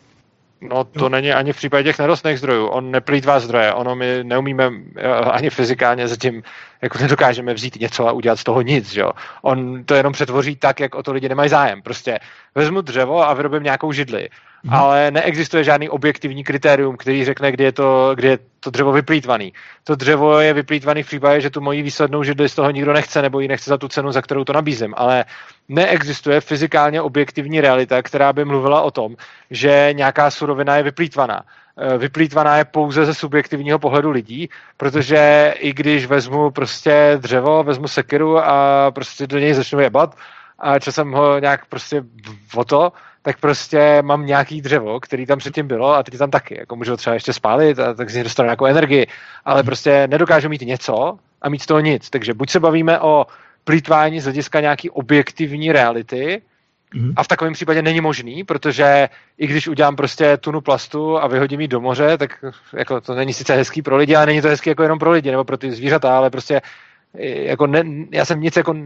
No to není ani v případě těch nerostných zdrojů. On neplýtvá zdroje. Ono my neumíme ani fyzikálně zatím, jako nedokážeme vzít něco a udělat z toho nic, že jo. On to jenom přetvoří tak, jak o to lidi nemají zájem. Prostě vezmu dřevo a vyrobím nějakou židli. ale neexistuje žádný objektivní kritérium, který řekne, kdy je to dřevo vyplýtvaný. To dřevo je vyplýtvaný v případě, že tu moji výslednou židli z toho nikdo nechce, nebo ji nechce za tu cenu, za kterou to nabízím, ale neexistuje fyzikálně objektivní realita, která by mluvila o tom, že nějaká surovina je vyplýtvaná. Vyplýtvaná je pouze ze subjektivního pohledu lidí, protože i když vezmu prostě dřevo, vezmu sekiru a prostě do něj začnu jebat a časem ho nějak prostě tak prostě mám nějaký dřevo, který tam předtím bylo a teď tam taky. Jako můžu ho třeba ještě spálit a tak z něj dostanu nějakou energii, ale prostě nedokážu mít něco a mít z toho nic. Takže buď se bavíme o plýtvání z hlediska nějaký objektivní reality, a v takovém případě není možný, protože i když udělám prostě tunu plastu a vyhodím ji do moře, tak jako to není sice hezký pro lidi, ale není to hezký jako jenom pro lidi nebo pro ty zvířata, ale prostě jako já jsem nic jako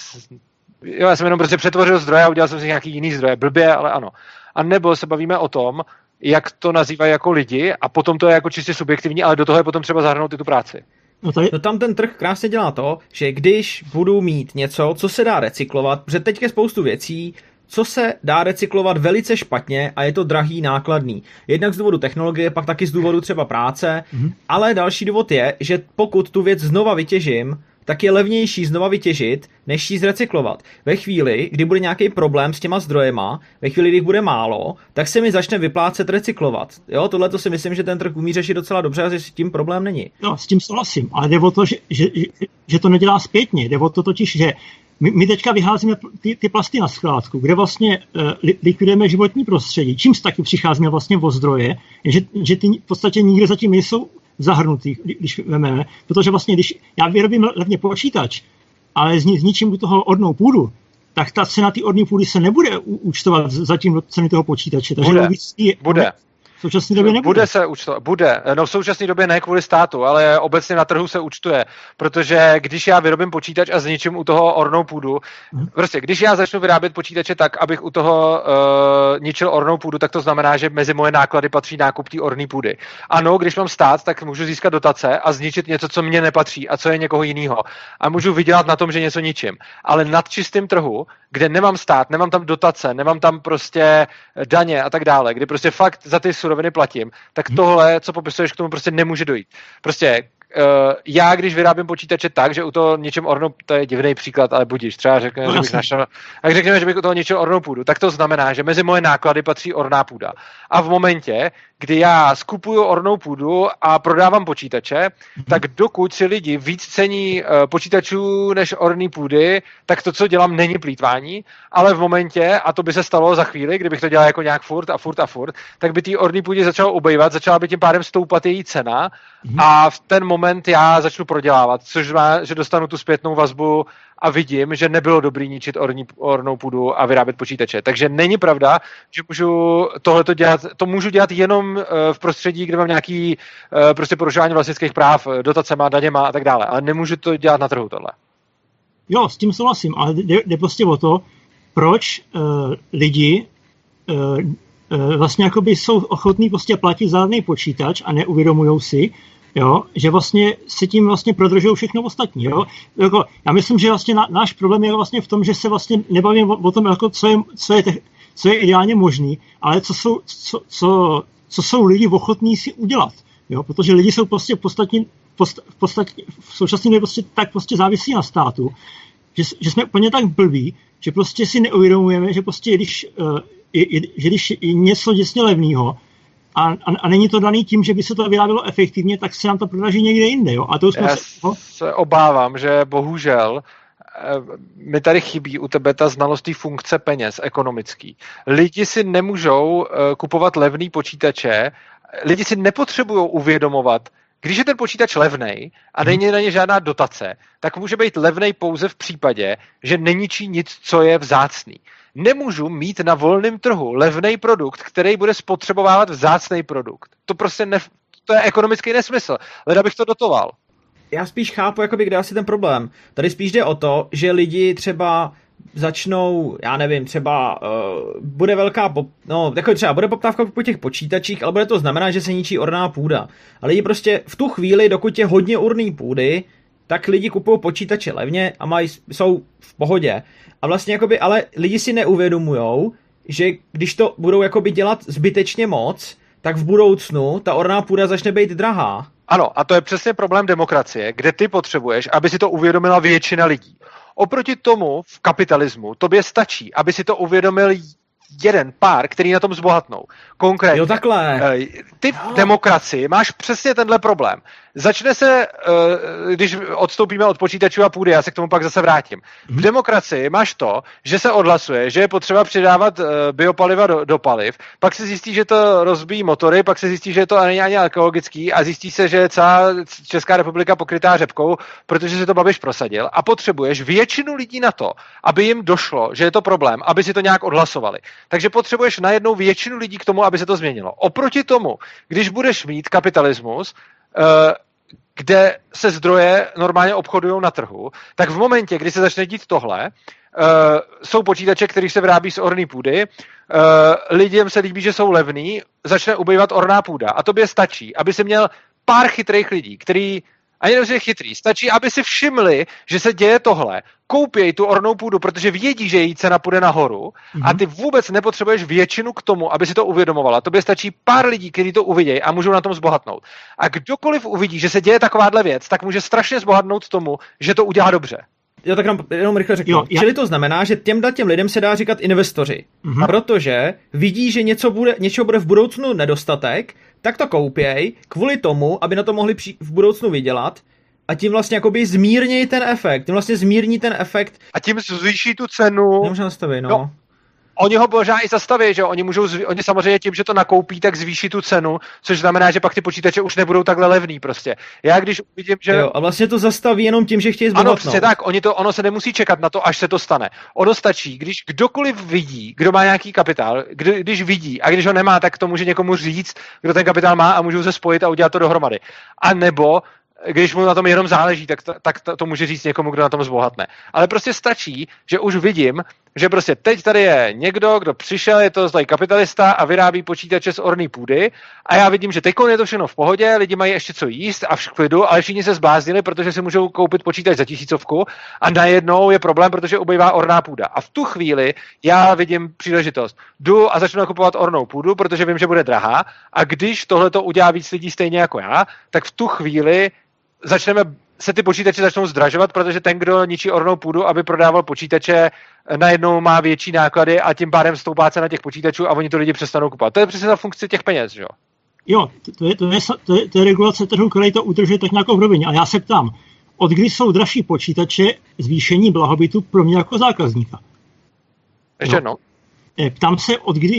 já jsem jenom prostě přetvořil zdroje a udělal jsem si nějaký jiný zdroje. Blbě, ale ano. A nebo se bavíme o tom, jak to nazývají jako lidi a potom to je jako čistě subjektivní, ale do toho je potom třeba zahrnout i tu práci. No tam ten trh krásně dělá to, že když budu mít něco, co se dá recyklovat, protože teď je spoustu věcí, co se dá recyklovat velice špatně a je to drahý, nákladný. Jednak z důvodu technologie, pak taky z důvodu třeba práce, ale další důvod je, že pokud tu věc znova vytěžím, tak je levnější znova vytěžit, než ji zrecyklovat. Ve chvíli, kdy bude nějaký problém s těma zdrojema, ve chvíli, kdy jich bude málo, tak se mi začne vyplácet recyklovat. Jo, tohle to si myslím, že ten trh umí řešit docela dobře a že s tím problém není. No, s tím souhlasím, ale jde o to, že to nedělá zpětně. Jde o to totiž, že my teďka vyházíme ty plasty na skládku, kde vlastně likvidujeme životní prostředí, čímž taky přicházíme vlastně o zdroje, že ty v podstatě nikde zatím nejsou zahrnutý, když vememe, protože vlastně, když já vyrobím levně počítač, ale zničím u toho ornou půdu, tak ta cena té orné půdy se nebude účtovat zatím do ceny toho počítače. Takže bude. V současné době nebude. Bude se účtovat, bude. No v současné době ne kvůli státu, ale obecně na trhu se účtuje, protože když já vyrobím počítač a zničím u toho ornou půdu, prostě když já začnu vyrábět počítače tak, abych u toho ničil ornou půdu, tak to znamená, že mezi moje náklady patří nákup té orné půdy. Ano, když mám stát, tak můžu získat dotace a zničit něco, co mně nepatří a co je někoho jiného. A můžu vydělat na tom, že něco ničím. Ale nad čistým trhu, kde nemám stát, nemám tam dotace, nemám tam prostě daně a tak dále, kdy prostě fakt za ty suroviny platím, tak tohle, co popisuješ, k tomu prostě nemůže dojít. Prostě já, když vyrábím počítače tak, že u toho něčem ornou, to je divný příklad, ale budíš, třeba řekneme, že bych u toho něčem ornou půdu, tak to znamená, že mezi moje náklady patří orná půda. A v momentě, kdy já skupuju ornou půdu a prodávám počítače, tak dokud si lidi víc cení počítačů než orný půdy, tak to, co dělám, není plýtvání, ale v momentě, a to by se stalo za chvíli, kdybych to dělal jako nějak furt, tak by té orný půdě začalo ubejvat, začala by tím pádem stoupat její cena a v ten moment já začnu prodělávat, což znamená, že dostanu tu zpětnou vazbu a vidím, že nebylo dobrý ničit ornou půdu a vyrábět počítače. Takže není pravda, že můžu tohleto dělat, to můžu dělat jenom v prostředí, kde mám nějaký prostě porušování vlastnických práv, dotacema, daněma a tak dále, ale nemůžu to dělat na trhu tohle. Jo, s tím souhlasím, ale jde prostě o to, proč lidi vlastně jakoby jsou ochotní prostě platit za daný počítač a neuvědomujou si, jo, že vlastně se tím vlastně prodržují všechno ostatní. Jo. Jako, já myslím, že vlastně náš problém je vlastně v tom, že se vlastně nebavíme o tom, jako, co je ideálně možný, ale co jsou lidi ochotní si udělat. Jo, protože lidi jsou prostě v současné době prostě závisí na státu, že jsme úplně tak blbí, že prostě si neuvědomujeme, že prostě když je něco děsně levného, a není to daný tím, že by se to vyrábělo efektivně, tak se nám to prodraží někde jinde. Jo? A to jsme se obávám, že bohužel mi tady chybí u tebe ta znalost té funkce peněz ekonomický. Lidi si nemůžou kupovat levný počítače, lidi si nepotřebují uvědomovat, když je ten počítač levnej a není na ně žádná dotace, tak může být levnej pouze v případě, že neničí nic, co je vzácný. Nemůžu mít na volném trhu levný produkt, který bude spotřebovávat vzácný produkt. To prostě to je ekonomický nesmysl. Leda bych to dotoval. Já spíš chápu, jakoby, kde asi ten problém. Tady spíš jde o to, že lidi třeba začnou, já nevím, třeba bude velká, bude poptávka po těch počítačích, ale bude to znamenat, že se ničí orná půda. A lidi prostě v tu chvíli, dokud je hodně orný půdy, tak lidi kupují počítače levně a jsou v pohodě. A vlastně jakoby, ale lidi si neuvědomujou, že když to budou jakoby dělat zbytečně moc, tak v budoucnu ta orná půda začne být drahá. Ano, a to je přesně problém demokracie, kde ty potřebuješ, aby si to uvědomila většina lidí. Oproti tomu v kapitalismu tobě stačí, aby si to uvědomil jeden pár, který na tom zbohatnou. Konkrétně. Jo, takhle. Ty v demokracii máš přesně tenhle problém. Začne se, když odstoupíme od počítačů a půdy, já se k tomu pak zase vrátím. V demokracii máš to, že se odhlasuje, že je potřeba přidávat biopaliva do paliv, pak se zjistí, že to rozbíjí motory, pak se zjistí, že to není ani ekologický a zjistí se, že je celá Česká republika pokrytá řepkou, protože se to Babiš prosadil a potřebuješ většinu lidí na to, aby jim došlo, že je to problém, aby si to nějak odhlasovali. Takže potřebuješ najednou většinu lidí k tomu, aby se to změnilo. Oproti tomu, když budeš mít kapitalismus, kde se zdroje normálně obchodují na trhu, tak v momentě, kdy se začne dít tohle, jsou počítače, které se vyrábí z orné půdy, lidem se líbí, že jsou levný, začne ubývat orná půda. A tobě stačí, aby si měl pár chytrých lidí, který ani nemusí chytrý, stačí, aby si všimli, že se děje tohle, koupěj tu ornou půdu, protože vědí, že její cena půjde nahoru a ty vůbec nepotřebuješ většinu k tomu, aby si to uvědomovala. Tobě stačí pár lidí, kteří to uvidějí a můžou na tom zbohatnout. A kdokoliv uvidí, že se děje takováhle věc, tak může strašně zbohatnout tomu, že to udělá dobře. Jo, tak jenom rychle řeknu. Čili to znamená, že těm lidem se dá říkat investoři. Protože vidí, že něčeho bude v budoucnu nedostatek, tak to koupěj kvůli tomu, aby na to mohli v budoucnu vydělat a tím vlastně jakoby zmírnějí ten efekt. Tím vlastně zmírní ten efekt. A tím zvýší tu cenu. Nemůžu nastavit, no. Oni ho možná i zastaví, že oni samozřejmě tím, že to nakoupí, tak zvýší tu cenu, což znamená, že pak ty počítače už nebudou takhle levný prostě. Já když uvidím, že... Jo, a vlastně to zastaví jenom tím, že chtějí zbohatnout. Ano, přesně tak, ono se nemusí čekat na to, až se to stane. Ono stačí, když kdokoliv vidí, kdo má nějaký kapitál, když vidí a když ho nemá, tak to může někomu říct, kdo ten kapitál má a můžou se spojit a udělat to dohromady. A nebo když mu na tom jenom záleží, tak to může říct někomu, kdo na tom zbohatne. Ale prostě stačí, že už vidím, že prostě teď tady je někdo, kdo přišel, je to zlej kapitalista a vyrábí počítače z orné půdy a já vidím, že teď je to všechno v pohodě, lidi mají ještě co jíst a v klidu, ale všichni se zbláznili, protože si můžou koupit počítač za 1000 a najednou je problém, protože ubývá orná půda. A v tu chvíli já vidím příležitost. Jdu a začnu nakupovat ornou půdu, protože vím, že bude drahá a když tohle to udělá víc lidí stejně jako já, tak v tu chvíli se ty počítače začnou zdražovat, protože ten, kdo ničí ornou půdu, aby prodával počítače, najednou má větší náklady a tím pádem stoupá cena těch počítačů a oni to lidi přestanou kupovat. To je přesně ta funkce těch peněz, že jo? Jo, to je regulace trhu, který to udržuje tak nějakou v rovině. A já se ptám, od kdy jsou dražší počítače zvýšení blahobytu pro mě jako zákazníka? Ještě jednou? Ptám se,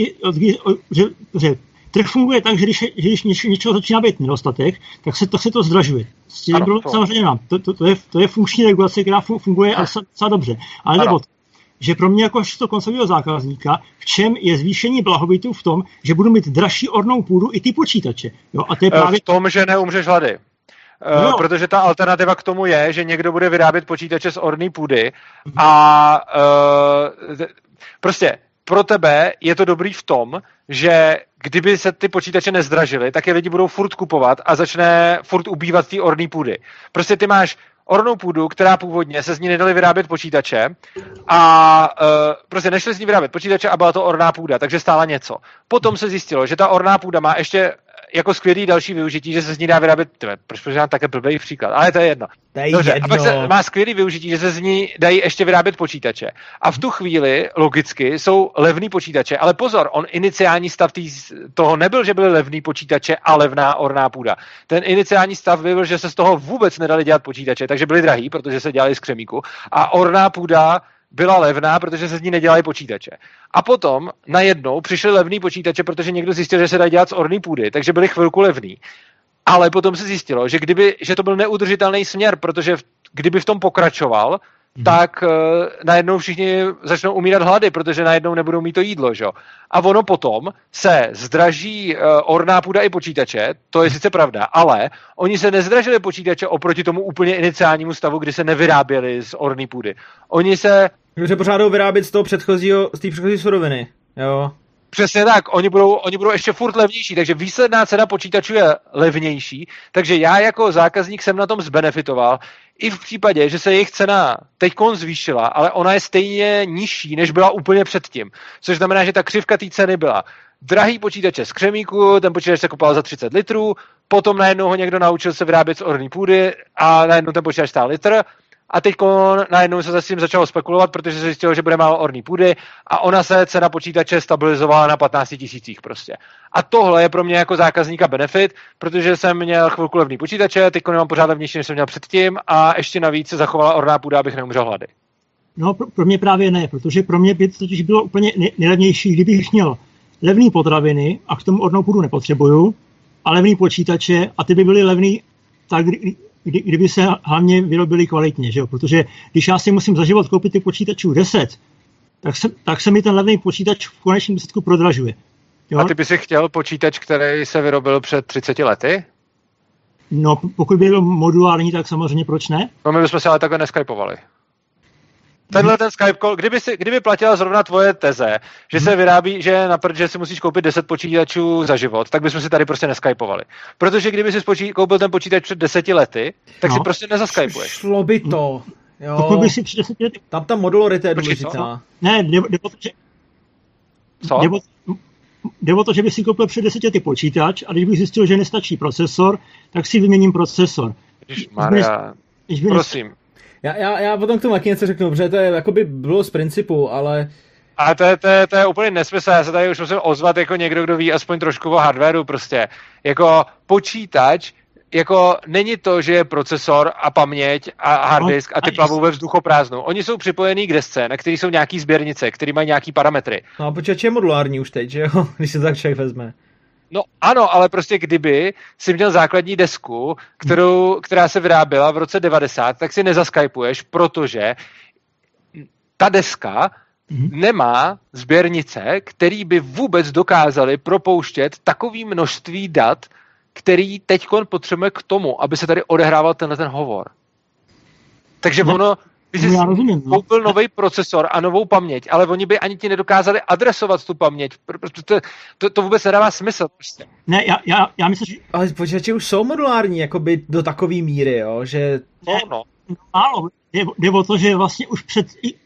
že trh funguje tak, že když něčeho začíná být nedostatek, tak se to zdražuje. Samozřejmě mám. To je funkční regulace, která funguje a docela dobře. Ale nebo že pro mě jako koncového zákazníka, v čem je zvýšení blahobytu v tom, že budu mít dražší ornou půdu i ty počítače. Jo, a to je právě... V tom, že neumřeš hlady. Protože ta alternativa k tomu je, že někdo bude vyrábět počítače z orné půdy a prostě pro tebe je to dobrý v tom, že kdyby se ty počítače nezdražily, tak je lidi budou furt kupovat a začne furt ubývat té orné půdy. Prostě ty máš ornou půdu, která původně se z ní nedali vyrábět počítače a prostě nešli z ní vyrábět počítače a byla to orná půda, takže stála něco. Potom se zjistilo, že ta orná půda má ještě jako skvělý další využití, že se z ní dá vyrábět, proč pořádám také blbý příklad, ale to je jedno. Dobře, a pak se má skvělý využití, že se z ní dají ještě vyrábět počítače. A v tu chvíli logicky jsou levný počítače, ale pozor, on iniciální stav toho nebyl, že byly levný počítače a levná orná půda. Ten iniciální stav byl, že se z toho vůbec nedali dělat počítače, takže byly drahý, protože se dělali z křemíku a orná půda byla levná, protože se z ní nedělají počítače. A potom najednou přišly levný počítače, protože někdo zjistil, že se dají dělat z orné půdy, takže byly chvilku levný. Ale potom se zjistilo, že to byl neudržitelný směr, protože kdyby v tom pokračoval, tak najednou všichni začnou umírat hlady, protože najednou nebudou mít to jídlo, že? A ono potom se zdraží orná půda i počítače, to je sice pravda, ale oni se nezdražili počítače oproti tomu úplně iniciálnímu stavu, kdy se nevyráběli z orné půdy. Oni se... Protože pořád jdou vyrábět z té předchozí suroviny, jo. Přesně tak, oni budou ještě furt levnější, takže výsledná cena počítačů je levnější, takže já jako zákazník jsem na tom zbenefitoval, i v případě, že se jejich cena teďkon zvýšila, ale ona je stejně nižší, než byla úplně předtím, což znamená, že ta křivka té ceny byla drahý počítače z křemíku, ten počítač se kupoval za 30 litrů, potom najednou ho někdo naučil se vyrábět z orné půdy a najednou ten počítač stál litr, a teď najednou se s tím začalo spekulovat, protože se zjistilo, že bude málo orné půdy a ona se cena počítače stabilizovala na 15 000 prostě. A tohle je pro mě jako zákazníka benefit, protože jsem měl chvilku levný počítače, teď nemám pořád levnější, než jsem měl předtím a ještě navíc se zachovala orná půda, abych neumřel hlady. No pro mě právě ne, protože pro mě by to totiž bylo úplně nejlevnější, kdybych měl levný potraviny a k tomu ornou půdu nepotřebuju a levný počítače a ty by byly levný tak, kdyby se hlavně vyrobili kvalitně, že jo? Protože když já si musím za život koupit ty počítačů 10, tak se mi ten levný počítač v konečném důsledku prodražuje. Jo? A ty by si chtěl počítač, který se vyrobil před 30 lety? No, pokud by byl modulární, tak samozřejmě proč ne? No, my bychom se ale takhle neskypovali. Tenhle ten Skype call, kdyby platila zrovna tvoje teze, že se vyrábí, že si musíš koupit 10 počítačů za život, tak bychom si tady prostě neskypovali. Protože kdyby si koupil ten počítač před 10 lety, tak si prostě nezaskypuješ. Šlo by to. Jo. Pokud by si před 10 lety... Tam ta modularita je důležitá. Ne, jde o to, že by si koupil před 10 lety počítač a když bych zjistil, že nestačí procesor, tak si vyměním procesor. Ježišmarja, prosím. Já potom k tomu taky něco řeknu, protože to je jakoby bylo z principu, ale... A to je úplně nesmysl, já se tady už musím ozvat jako někdo, kdo ví aspoň trošku o hardwareu prostě. Jako počítač, jako není to, že je procesor a paměť a harddisk a ty plavou ve vzduchoprázdnu. Oni jsou připojený k desce, na který jsou nějaký sběrnice, který mají nějaký parametry. No a počítač je modulární už teď, že jo, když se tak člověk vezme. No ano, ale prostě kdyby si měl základní desku, která se vyráběla v roce 90, tak si nezaskypuješ, protože ta deska nemá sběrnice, který by vůbec dokázali propouštět takový množství dat, který teďkon potřebuje k tomu, aby se tady odehrával ten hovor. Takže ono, by si koupil nový procesor a novou paměť, ale oni by ani ti nedokázali adresovat tu paměť. To vůbec nedává smysl. Prostě. Ne, já myslím, že... Ale počítače už jsou modulární, jakoby do takové míry, jo, že... No. Málo. Jde o to, že vlastně už před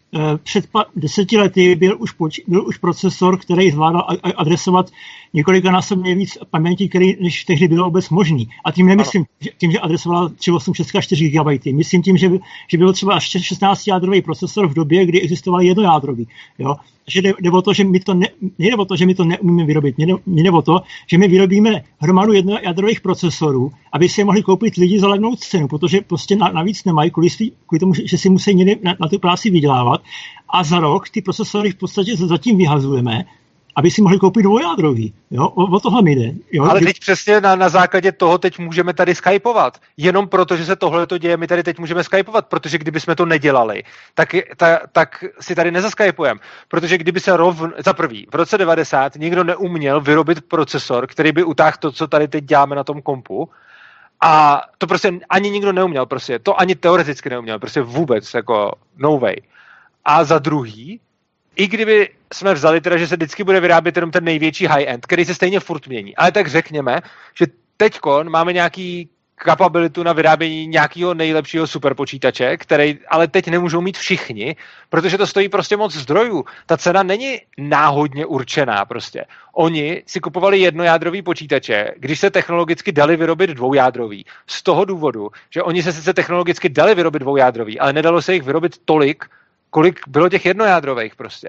10 lety byl už procesor, který zvládal adresovat několikanásobně víc paměti, než tehdy bylo vůbec možný. A tím nemyslím tím, že adresovala 384 GB. Myslím tím, že byl třeba až 16-jádrový procesor v době, kdy existoval jednojádrový. Jo? Že jde o to, že my to neumíme vyrobit. Jde o to, že my vyrobíme hromadu jednojádrových procesorů, aby si je mohli koupit lidi za levnou cenu, protože prostě navíc nemají kvůli tomu, že si musí někde na tu práci vydělávat. A za rok ty procesory v podstatě zatím vyhazujeme, aby si mohli koupit dvojjádrový. Jo? O tohle mi jde. Jo? Ale teď přesně na základě toho teď můžeme tady skypovat. Jenom proto, že se tohle to děje, my tady teď můžeme skypovat, protože kdyby jsme to nedělali, tak si tady nezaskypujeme. Protože kdyby se za prvý, v roce 90 nikdo neuměl vyrobit procesor, který by utáhl to, co tady teď děláme na tom kompu, a to prostě ani nikdo neuměl, prostě to ani teoreticky neuměl, prostě vůbec, jako no way. A za druhý, i kdyby jsme vzali teda, že se vždycky bude vyrábět jenom ten největší high-end, který se stejně furt mění, ale tak řekněme, že teďkon máme nějaký kapabilitu na vyrábění nějakého nejlepšího superpočítače, který ale teď nemůžou mít všichni, protože to stojí prostě moc zdrojů. Ta cena není náhodně určená prostě. Oni si kupovali jednojádrový počítače, když se technologicky dali vyrobit dvoujádrový. Z toho důvodu, že oni se sice technologicky dali vyrobit dvoujádrový, ale nedalo se jich vyrobit tolik, kolik bylo těch jednojádrových prostě.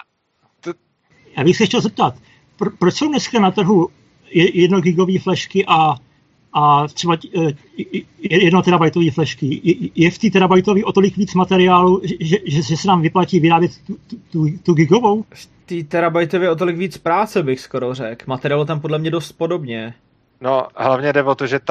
Já bych se chtěl zeptat, proč jsou dneska na trhu 1 gigové flashky a třeba 1 terabajtové flashky? Je v té terabajtové o tolik víc materiálu, že se nám vyplatí vyrábět tu gigovou? V té terabajtové o tolik víc práce bych skoro řekl. Materiálu tam podle mě dost podobně. No, hlavně jde o to, že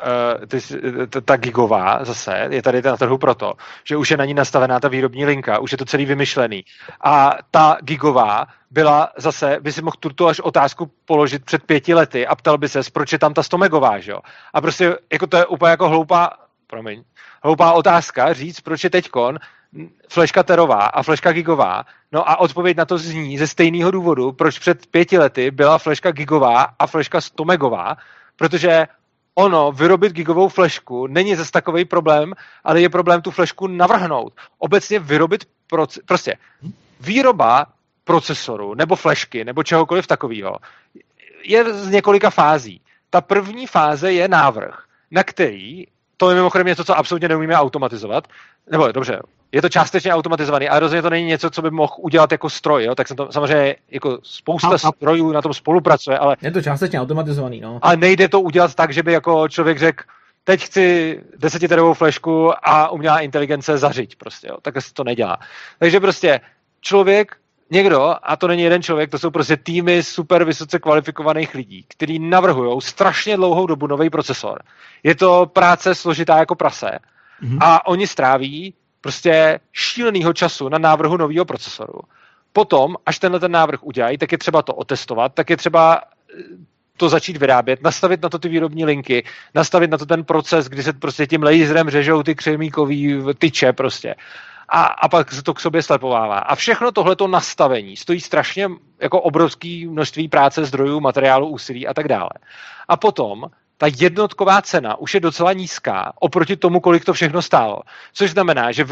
ta gigová zase je tady na trhu proto, že už je na ní nastavená ta výrobní linka, už je to celý vymyšlený. A ta gigová byla zase, by si mohl tuto až otázku položit před 5 lety a ptal by ses, proč je tam ta 100 megová, že jo? A prostě jako to je úplně jako hloupá otázka říct, proč je teďkon fleška terová a fleška gigová. No a odpověď na to zní ze stejného důvodu, proč před 5 lety byla fleška gigová a fleška 100 megová, protože vyrobit gigovou flešku není zase takový problém, ale je problém tu flešku navrhnout. Obecně vyrobit prostě výroba procesoru nebo flešky nebo čehokoliv takového je z několika fází. Ta první fáze je návrh, na který, to je mimochodem něco, co absolutně neumíme automatizovat, nebo dobře, je to částečně automatizovaný, ale rozhodně to není něco, co by mohl udělat jako stroj, jo? Tak jsem to samozřejmě jako spousta strojů na tom spolupracuje, ale... Je to částečně automatizovaný, no. Ale nejde to udělat tak, že by jako člověk řekl, teď chci 10terovou flešku a umělá inteligence zařiď prostě, jo? Takhle se to nedělá. Takže prostě někdo, a to není jeden člověk, to jsou prostě týmy super vysoce kvalifikovaných lidí, kteří navrhují strašně dlouhou dobu nový procesor. Je to práce složitá jako prase a oni stráví prostě šílenýho času na návrhu nového procesoru. Potom, až ten návrh udělají, tak je třeba to otestovat, tak je třeba to začít vyrábět, nastavit na to ty výrobní linky, nastavit na to ten proces, kdy se prostě tím laserem řežou ty křemíkový tyče prostě. A pak se to k sobě slepovává. A všechno tohleto nastavení stojí strašně jako obrovské množství práce, zdrojů, materiálu, úsilí a tak dále. A potom ta jednotková cena už je docela nízká oproti tomu, kolik to všechno stálo. Což znamená, že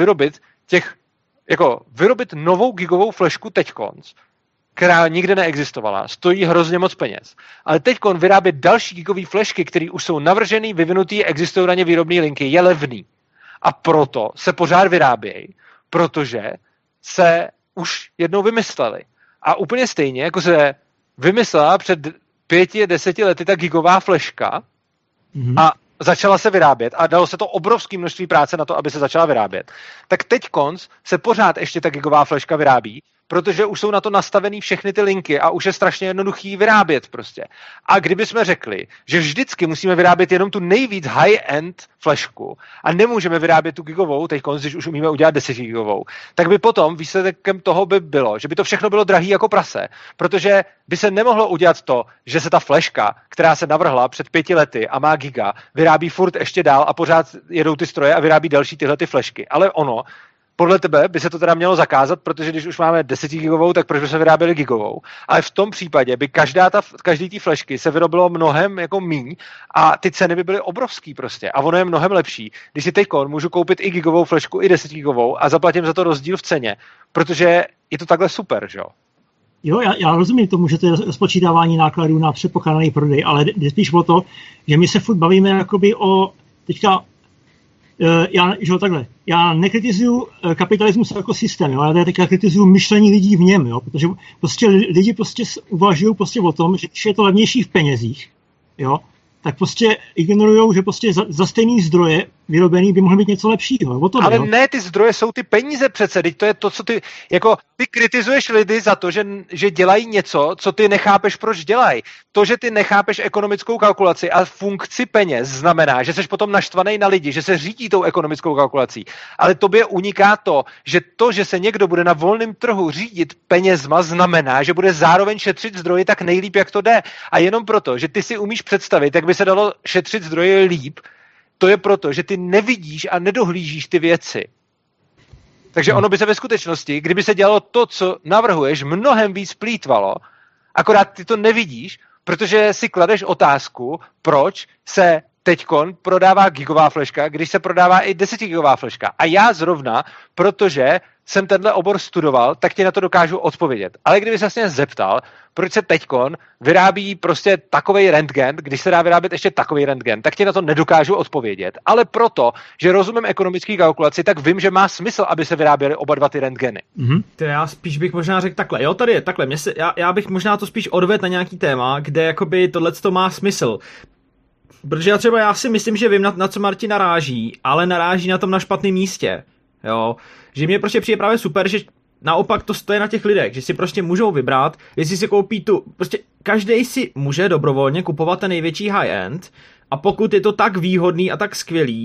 vyrobit novou gigovou flešku teďkonc, která nikdy neexistovala, stojí hrozně moc peněz. Ale teďkon vyrábět další gigové flešky, které už jsou navržený, vyvinutý, existují na ně výrobní linky, je levný. A proto se pořád vyrábějí, protože se už jednou vymysleli. A úplně stejně, jako se vymyslela před 5-10 lety ta gigová fleška a začala se vyrábět a dalo se to obrovské množství práce na to, aby se začala vyrábět, tak teďkonc se pořád ještě ta gigová fleška vyrábí, protože už jsou na to nastavený všechny ty linky a už je strašně jednoduchý vyrábět prostě. A kdyby jsme řekli, že vždycky musíme vyrábět jenom tu nejvíc high-end flešku a nemůžeme vyrábět tu gigovou, teďkonc, když už umíme udělat 10 gigovou, tak by potom výsledkem toho by bylo, že by to všechno bylo drahý jako prase, protože by se nemohlo udělat to, že se ta fleška, která se navrhla před 5 lety a má giga, vyrábí furt ještě dál a pořád jedou ty stroje a vyrábí další tyhle ty flešky. Ale podle tebe by se to teda mělo zakázat, protože když už máme 10 gigovou, tak proč by se vyráběli gigovou? Ale v tom případě by každý ty flešky se vyrobilo mnohem jako míň a ty ceny by byly obrovský prostě. A ono je mnohem lepší, když si teďkon můžu koupit i gigovou flešku, i 10 gigovou a zaplatím za to rozdíl v ceně, protože je to takhle super, že jo? Jo, já rozumím tomu, že to je spočítávání nákladů na předpokládaný prodej, ale jde spíš o to, že my se furt bavíme jakoby o teďka já nekritizuju kapitalismus jako systém, jo, ale já teďka kritizuju myšlení lidí v něm, jo, protože prostě lidi prostě uvažují prostě o tom, že když je to levnější v penězích, jo, tak prostě ignorujou, že prostě za stejný zdroje vyrobený by mohlo být něco lepšího. Ale ne, ty zdroje jsou ty peníze přece, teď to je to, co ty kritizuješ lidi za to, že dělají něco, co ty nechápeš, proč dělají. To, že ty nechápeš ekonomickou kalkulaci a funkci peněz, znamená, že jsi potom naštvaný na lidi, že se řídí tou ekonomickou kalkulací. Ale tobě uniká to, že se někdo bude na volném trhu řídit penězma, znamená, že bude zároveň šetřit zdroje tak nejlíp, jak to jde. A jenom proto, že ty si umíš představit, jak by se dalo šetřit zdroje líp, to je proto, že ty nevidíš a nedohlížíš ty věci. Takže ono by se ve skutečnosti, kdyby se dělalo to, co navrhuješ, mnohem víc plýtvalo, akorát ty to nevidíš, protože si kladeš otázku, proč se teďkon prodává gigová fleška, když se prodává i 10 gigová fleška. A já zrovna, protože jsem tenhle obor studoval, tak ti na to dokážu odpovědět. Ale kdyby se vlastně zeptal, proč se teďkon vyrábí prostě takovej rentgen, když se dá vyrábět ještě takový rentgen, tak ti na to nedokážu odpovědět. Ale proto, že rozumím ekonomický kalkulaci, tak vím, že má smysl, aby se vyráběly oba dva ty rentgeny. To já spíš bych možná řekl takhle. Jo, tady je takhle. Já bych možná to spíš odvedl na nějaký téma, kde jakoby tohleto má smysl. Protože já si myslím, že vím, na co Martin naráží, ale naráží na tom na špatném místě. Jo, že mě prostě přijde právě super, že naopak to stojí na těch lidech, že si prostě můžou vybrat, jestli si koupí prostě každej si může dobrovolně kupovat ten největší high-end a pokud je to tak výhodný a tak skvělý,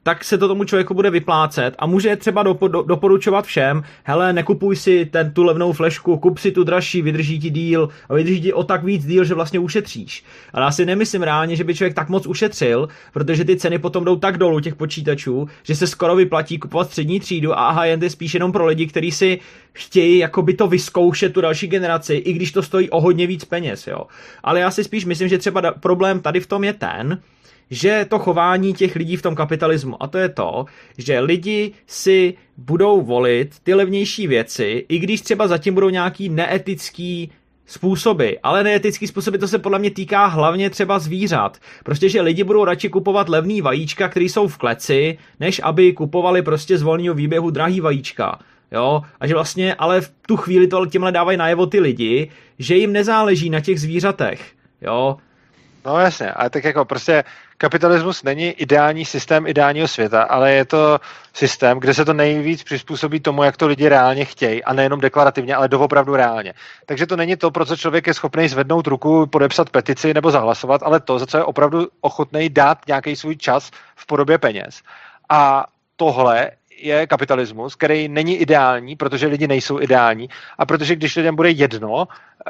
tak se to tomu člověku bude vyplácet a může třeba doporučovat všem, hele, nekupuj si tu levnou flešku, kup si tu dražší, vydrží ti díl a vydrží ti o tak víc díl, že vlastně ušetříš. Ale já si nemyslím reálně, že by člověk tak moc ušetřil, protože ty ceny potom jdou tak dolů těch počítačů, že se skoro vyplatí kupovat střední třídu a high-end je spíš jenom pro lidi, kteří si chtějí jakoby to vyzkoušet tu další generaci, i když to stojí o hodně víc peněz, jo. Ale já si spíš myslím, že třeba problém tady v tom je ten, že to chování těch lidí v tom kapitalismu, a to je to, že lidi si budou volit ty levnější věci, i když třeba zatím budou nějaký neetický způsoby, ale neetický způsoby, to se podle mě týká hlavně třeba zvířat. Prostě, že lidi budou radši kupovat levný vajíčka, které jsou v kleci, než aby kupovali prostě z volného výběhu drahý vajíčka. Jo, a že vlastně, ale v tu chvíli to těmhle dávají najevo ty lidi, že jim nezáleží na těch zvířatech, jo. No jasně, ale tak jako prostě kapitalismus není ideální systém ideálního světa, ale je to systém, kde se to nejvíc přizpůsobí tomu, jak to lidi reálně chtějí a nejenom deklarativně, ale doopravdu reálně. Takže to není to, pro co člověk je schopný zvednout ruku, podepsat petici nebo zahlasovat, ale to, za co je opravdu ochotný dát nějaký svůj čas v podobě peněz. A tohle je kapitalismus, který není ideální, protože lidi nejsou ideální a protože když lidem bude jedno,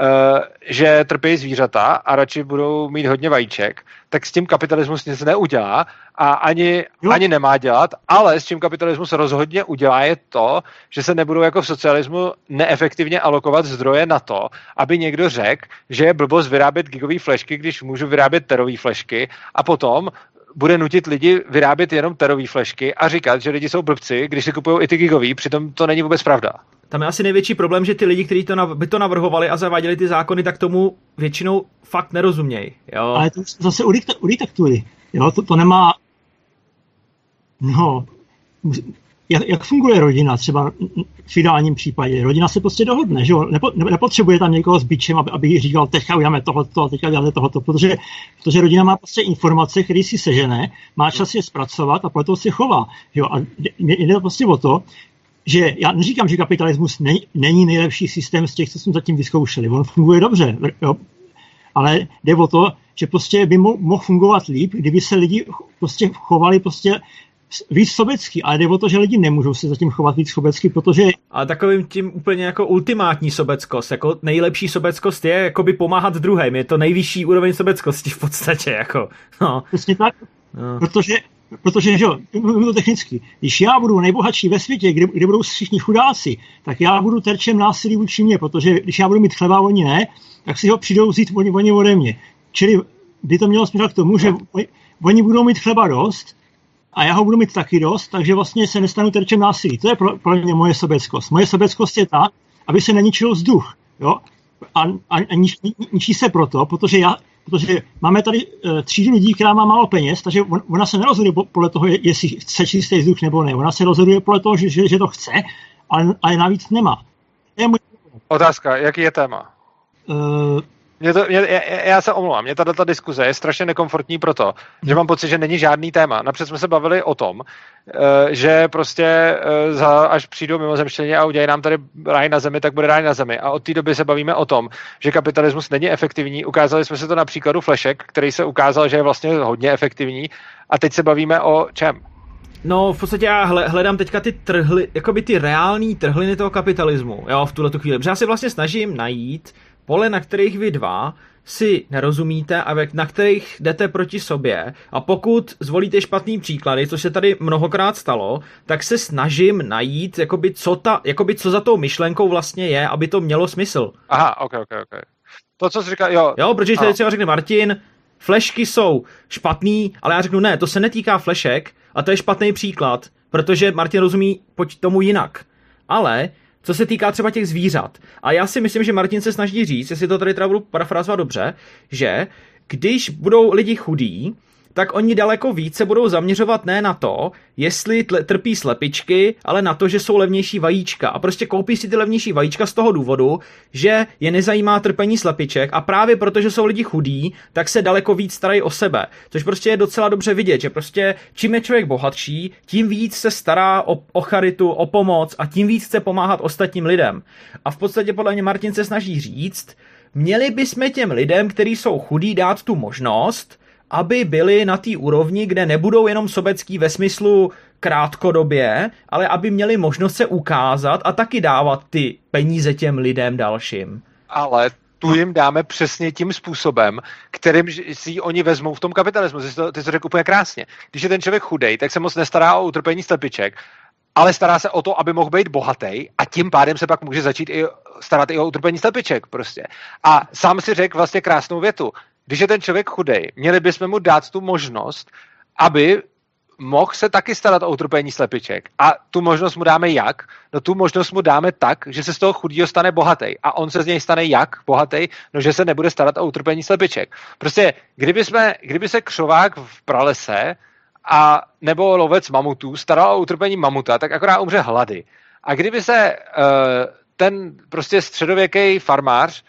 že trpí zvířata a radši budou mít hodně vajíček, tak s tím kapitalismus nic neudělá a ani nemá dělat, ale s čím kapitalismus rozhodně udělá je to, že se nebudou jako v socialismu neefektivně alokovat zdroje na to, aby někdo řekl, že je blbost vyrábět gigové flešky, když můžu vyrábět terové flešky a potom bude nutit lidi vyrábět jenom terové flešky a říkat, že lidi jsou blbci, když si kupují i ty gigový, přitom to není vůbec pravda. Tam je asi největší problém, že ty lidi, kteří by to navrhovali a zaváděli ty zákony, tak tomu většinou fakt nerozumějí. Jo? Ale to zase u diktatury. Jo, to nemá... No... Jak funguje rodina třeba v ideálním případě? Rodina se prostě dohodne, že jo? Nepotřebuje tam někoho s bičem, aby říkal, teďka uděláme tohoto, teďka uděláme tohoto, protože rodina má prostě informace, které si sežene, má čas je zpracovat a podle toho se chová. Jo? A jde prostě o to, že já neříkám, že kapitalismus není nejlepší systém z těch, co jsme zatím vyzkoušeli. On funguje dobře, jo? Ale jde o to, že prostě by mohl fungovat líp, kdyby se lidi prostě chovali prostě víc sobecký, ale jde o to, že lidi nemůžou se zatím chovat víc sobecky, protože... Ale takovým tím úplně jako ultimátní sobeckost, jako nejlepší sobeckost je jakoby pomáhat druhým, je to nejvyšší úroveň sobeckosti v podstatě, jako, no. Přesně tak, no. Protože že jo, to technicky, když já budu nejbohatší ve světě, kde budou všichni chudáci, tak já budu terčem násilí vůči mě, protože když já budu mít chleba, oni ne, tak si ho přijdou vzít oni ode mě. Čili by to mělo směřovat k tomu, že oni budou mít chleba dost, a já ho budu mít taky dost, takže vlastně se nestanu terčem násilí. To je pro mě moje sobeckost. Moje sobeckost je ta, aby se neničil vzduch. Jo? A ničí se protože máme tady třídu lidí, která má málo peněz, takže ona se nerozhoduje podle toho, jestli chce čistý vzduch nebo ne. Ona se rozhoduje podle toho, že to chce, ale navíc nemá. Otázka, jaký je téma? Já se omlouvám, mě tato diskuze je strašně nekomfortní proto, že mám pocit, že není žádný téma. Napřed jsme se bavili o tom, že prostě až přijdou mimozemštění a udělají nám tady ráj na zemi, tak bude ráj na zemi. A od té doby se bavíme o tom, že kapitalismus není efektivní. Ukázali jsme si to na příkladu flešek, který se ukázal, že je vlastně hodně efektivní. A teď se bavíme o čem? No, v podstatě já hledám teďka ty trhly, jakoby ty reální trhliny toho kapitalismu, jo, v tuhletu chvíli. Protože já si vlastně snažím najít pole, na kterých vy dva si nerozumíte a na kterých jdete proti sobě a pokud zvolíte špatný příklady, což se tady mnohokrát stalo, tak se snažím najít, co za tou myšlenkou vlastně je, aby to mělo smysl. Aha, ok. To, co jsi říkal, jo. Jo, protože tady třeba řekne Martin, flešky jsou špatný, ale já řeknu ne, to se netýká flešek a to je špatný příklad, protože Martin rozumí tomu jinak. Ale co se týká třeba těch zvířat. A já si myslím, že Martin se snaží říct, jestli to tady teda budu parafrázovat dobře, že když budou lidi chudí, tak oni daleko více budou zaměřovat ne na to, jestli trpí slepičky, ale na to, že jsou levnější vajíčka. A prostě koupí si ty levnější vajíčka z toho důvodu, že je nezajímá trpení slepiček a právě protože jsou lidi chudí, tak se daleko víc starají o sebe. Což prostě je docela dobře vidět, že prostě čím je člověk bohatší, tím víc se stará o charitu, o pomoc a tím víc chce pomáhat ostatním lidem. A v podstatě podle mě Martin se snaží říct, měli bychom těm lidem, kteří jsou chudí, dát tu možnost, aby byli na té úrovni, kde nebudou jenom sobecký ve smyslu krátkodobě, ale aby měli možnost se ukázat a taky dávat ty peníze těm lidem dalším. Ale tu jim dáme přesně tím způsobem, kterým si oni vezmou v tom kapitalismu. Ty to řekl úplně krásně. Když je ten člověk chudej, tak se moc nestará o utrpení slepiček, ale stará se o to, aby mohl být bohatý a tím pádem se pak může začít starat i o utrpení slepiček prostě. A sám si řekl vlastně krásnou větu. Když je ten člověk chudej, měli bychom mu dát tu možnost, aby mohl se taky starat o utrpení slepiček. A tu možnost mu dáme jak? No tu možnost mu dáme tak, že se z toho chudýho stane bohatý. A on se z něj stane jak bohatý? No že se nebude starat o utrpení slepiček. Prostě kdyby se křovák v pralese a nebo lovec mamutů staral o utrpení mamuta, tak akorát umře hlady. A kdyby se ten prostě středověký farmář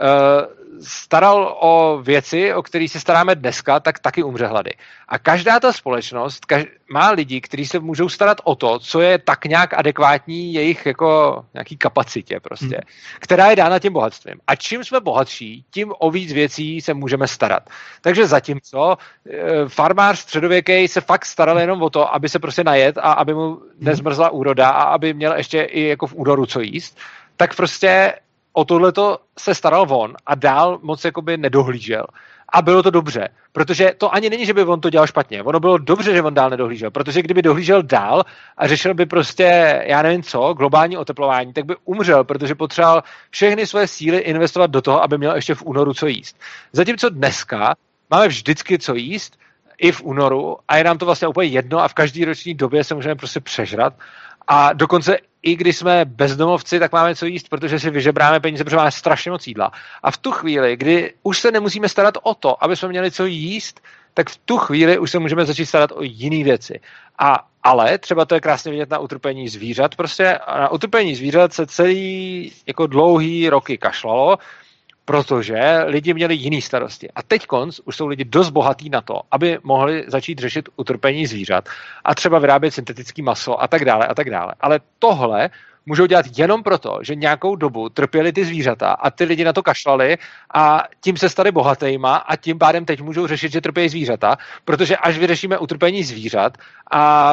staral o věci, o kterých se staráme dneska, tak taky umře hlady. A každá ta společnost má lidi, kteří se můžou starat o to, co je tak nějak adekvátní jejich jako nějaký kapacitě prostě, která je dána tím bohatstvím. A čím jsme bohatší, tím o víc věcí se můžeme starat. Takže zatímco farmář středověkej se fakt staral jenom o to, aby se prostě najet a aby mu nezmrzla úroda a aby měl ještě i jako v únoru co jíst, tak prostě o tohleto se staral on a dál moc jakoby nedohlížel. A bylo to dobře, protože to ani není, že by on to dělal špatně. Ono bylo dobře, že on dál nedohlížel, protože kdyby dohlížel dál a řešil by prostě, já nevím co, globální oteplování, tak by umřel, protože potřeboval všechny svoje síly investovat do toho, aby měl ještě v únoru co jíst. Zatímco dneska máme vždycky co jíst, i v únoru, a je nám to vlastně úplně jedno a v každý roční době se můžeme prostě přežrat. A dokonce i když jsme bezdomovci, tak máme co jíst, protože si vyžebráme peníze, protože máme strašně moc jídla. A v tu chvíli, kdy už se nemusíme starat o to, aby jsme měli co jíst, tak v tu chvíli už se můžeme začít starat o jiné věci. Ale třeba to je krásně vidět na utrpení zvířat. Prostě na utrpení zvířat se celý jako dlouhý roky kašlalo, protože lidi měli jiný starosti. A teďkonc už jsou lidi dost bohatí na to, aby mohli začít řešit utrpení zvířat a třeba vyrábět syntetický maso a tak dále a tak dále. Ale tohle můžou dělat jenom proto, že nějakou dobu trpěli ty zvířata a ty lidi na to kašlali a tím se stali bohatýma a tím pádem teď můžou řešit, že trpějí zvířata, protože až vyřešíme utrpení zvířat a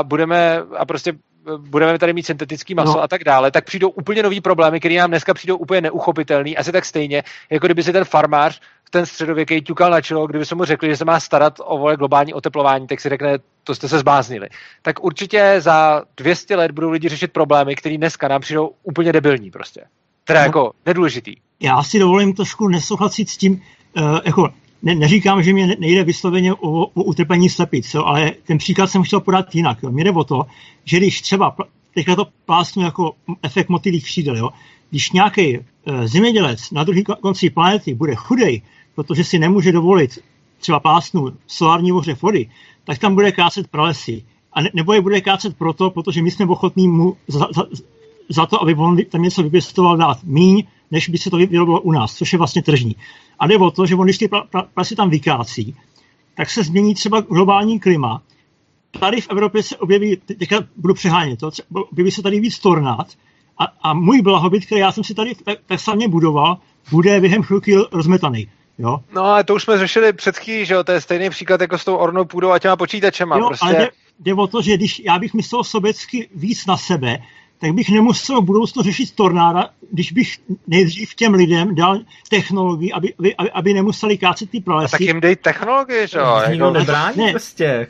budeme tady mít syntetický maso a tak dále, tak přijdou úplně nový problémy, které nám dneska přijdou úplně neuchopitelný, asi tak stejně, jako kdyby si ten farmář ten středověký ťukal na čelo, kdyby se mu řekli, že se má starat o globální oteplování, tak si řekne, to jste se zbláznili. Tak určitě za 200 let budou lidi řešit problémy, které dneska nám přijdou úplně debilní prostě. Teda jako nedůležitý. Já si dovolím trošku nesouhlasit s tím, neříkám, že mě nejde vysloveně o utrpení slepic, ale ten příklad jsem chtěl podat jinak. Mně jde o to, že když třeba, teďka to plásnu jako efekt motýlých křídel, jo, když nějaký zemědělec na druhý konci planety bude chudej, protože si nemůže dovolit třeba plásnu solární ohřev vody, tak tam bude kácet pralesy. A nebo je bude kácet protože my jsme ochotní mu za to, aby on tam něco vypěstoval, dát míň, než by se to vyrobilo u nás, což je vlastně tržní. A jde o to, že on, když ty pralesy tam vykácí, tak se změní třeba globální klima. Tady v Evropě se objeví, teďka budu přehánět to, objeví se tady víc tornád a můj blahobyt, který já jsem si tady tak samě budoval, bude během chvilky rozmetaný. Jo? No ale to už jsme řešili před chvílí, že jo, to je stejný příklad jako s tou ornou půdou a těma počítačema. Jo, prostě. Ale jde o to, že když já bych myslel sobecky víc na sebe, tak bych nemusel v budoucnu řešit tornáda, když bych nejdřív těm lidem dal technologii, aby nemuseli kácet ty pralesy. Tak jim dej technologii, že jo? Nikdo nebrání prostě.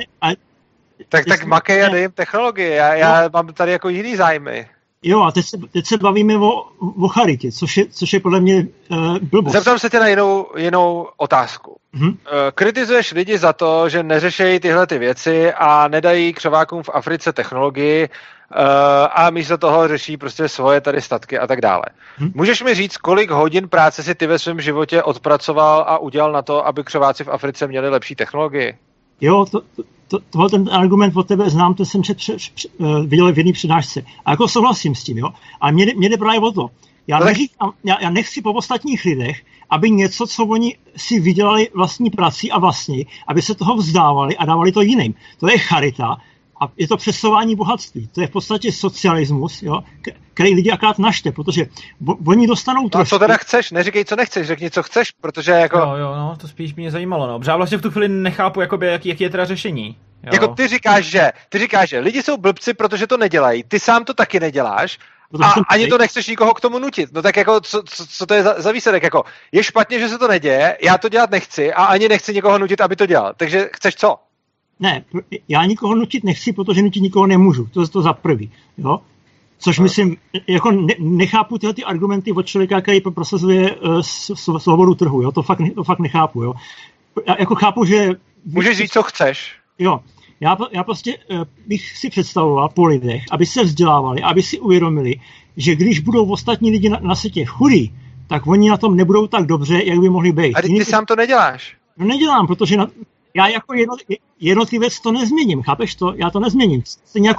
Tak makej a dej jim technologii. Já mám tady jako jiný zájmy. Jo, a teď se bavíme o charitě, což je podle mě blbost. Zeptám se tě na jinou otázku. Kritizuješ lidi za to, že neřešejí tyhle ty věci a nedají křovákům v Africe technologii a místo toho řeší prostě svoje tady statky a tak dále. Můžeš mi říct, kolik hodin práce si ty ve svém životě odpracoval a udělal na to, aby křováci v Africe měli lepší technologii? Jo, ten argument od tebe znám, to jsem viděl v jedné přednášce. A jako souhlasím s tím, jo. A mě jde právě o to. Já nechci po ostatních lidech, aby něco, co oni si vydělali vlastní prací a vlastní, aby se toho vzdávali a dávali to jiným. To je charita. A je to přesouvání bohatství. To je v podstatě socialismus, jo, který lidi akorát našte, protože oni dostanou trošku... A co teda chceš? Neříkej, co nechceš, řekni, co chceš, protože jako... Jo, no, to spíš mě zajímalo, no. Protože já vlastně v tu chvíli nechápu, jakoby, jaký je teda řešení. Jo. Jako ty říkáš, že lidi jsou blbci, protože to nedělají, ty sám to taky neděláš a ani to nechceš nikoho k tomu nutit. No tak jako, co to je za výsledek? Jako, je špatně, že se to neděje, já to dělat nechci a ani nechci nikoho nutit, aby to dělal. Takže chceš co? Ne, já nikoho nutit nechci, protože nutit nikoho nemůžu. To je to za prvý. Jo? Což myslím, jako nechápu tyhle ty argumenty od člověka, který prosazuje svobodu trhu. Jo? To fakt nechápu. Jo? Já jako chápu, že... Můžeš říct, co chceš. Jo. Já prostě bych si představoval po lidech, aby se vzdělávali, aby si uvědomili, že když budou ostatní lidi na světě chudí, tak oni na tom nebudou tak dobře, jak by mohli být. A ty sám to neděláš. No nedělám, protože já jako jednotlivec to nezměním, chápeš to? Já to nezměním. Jako...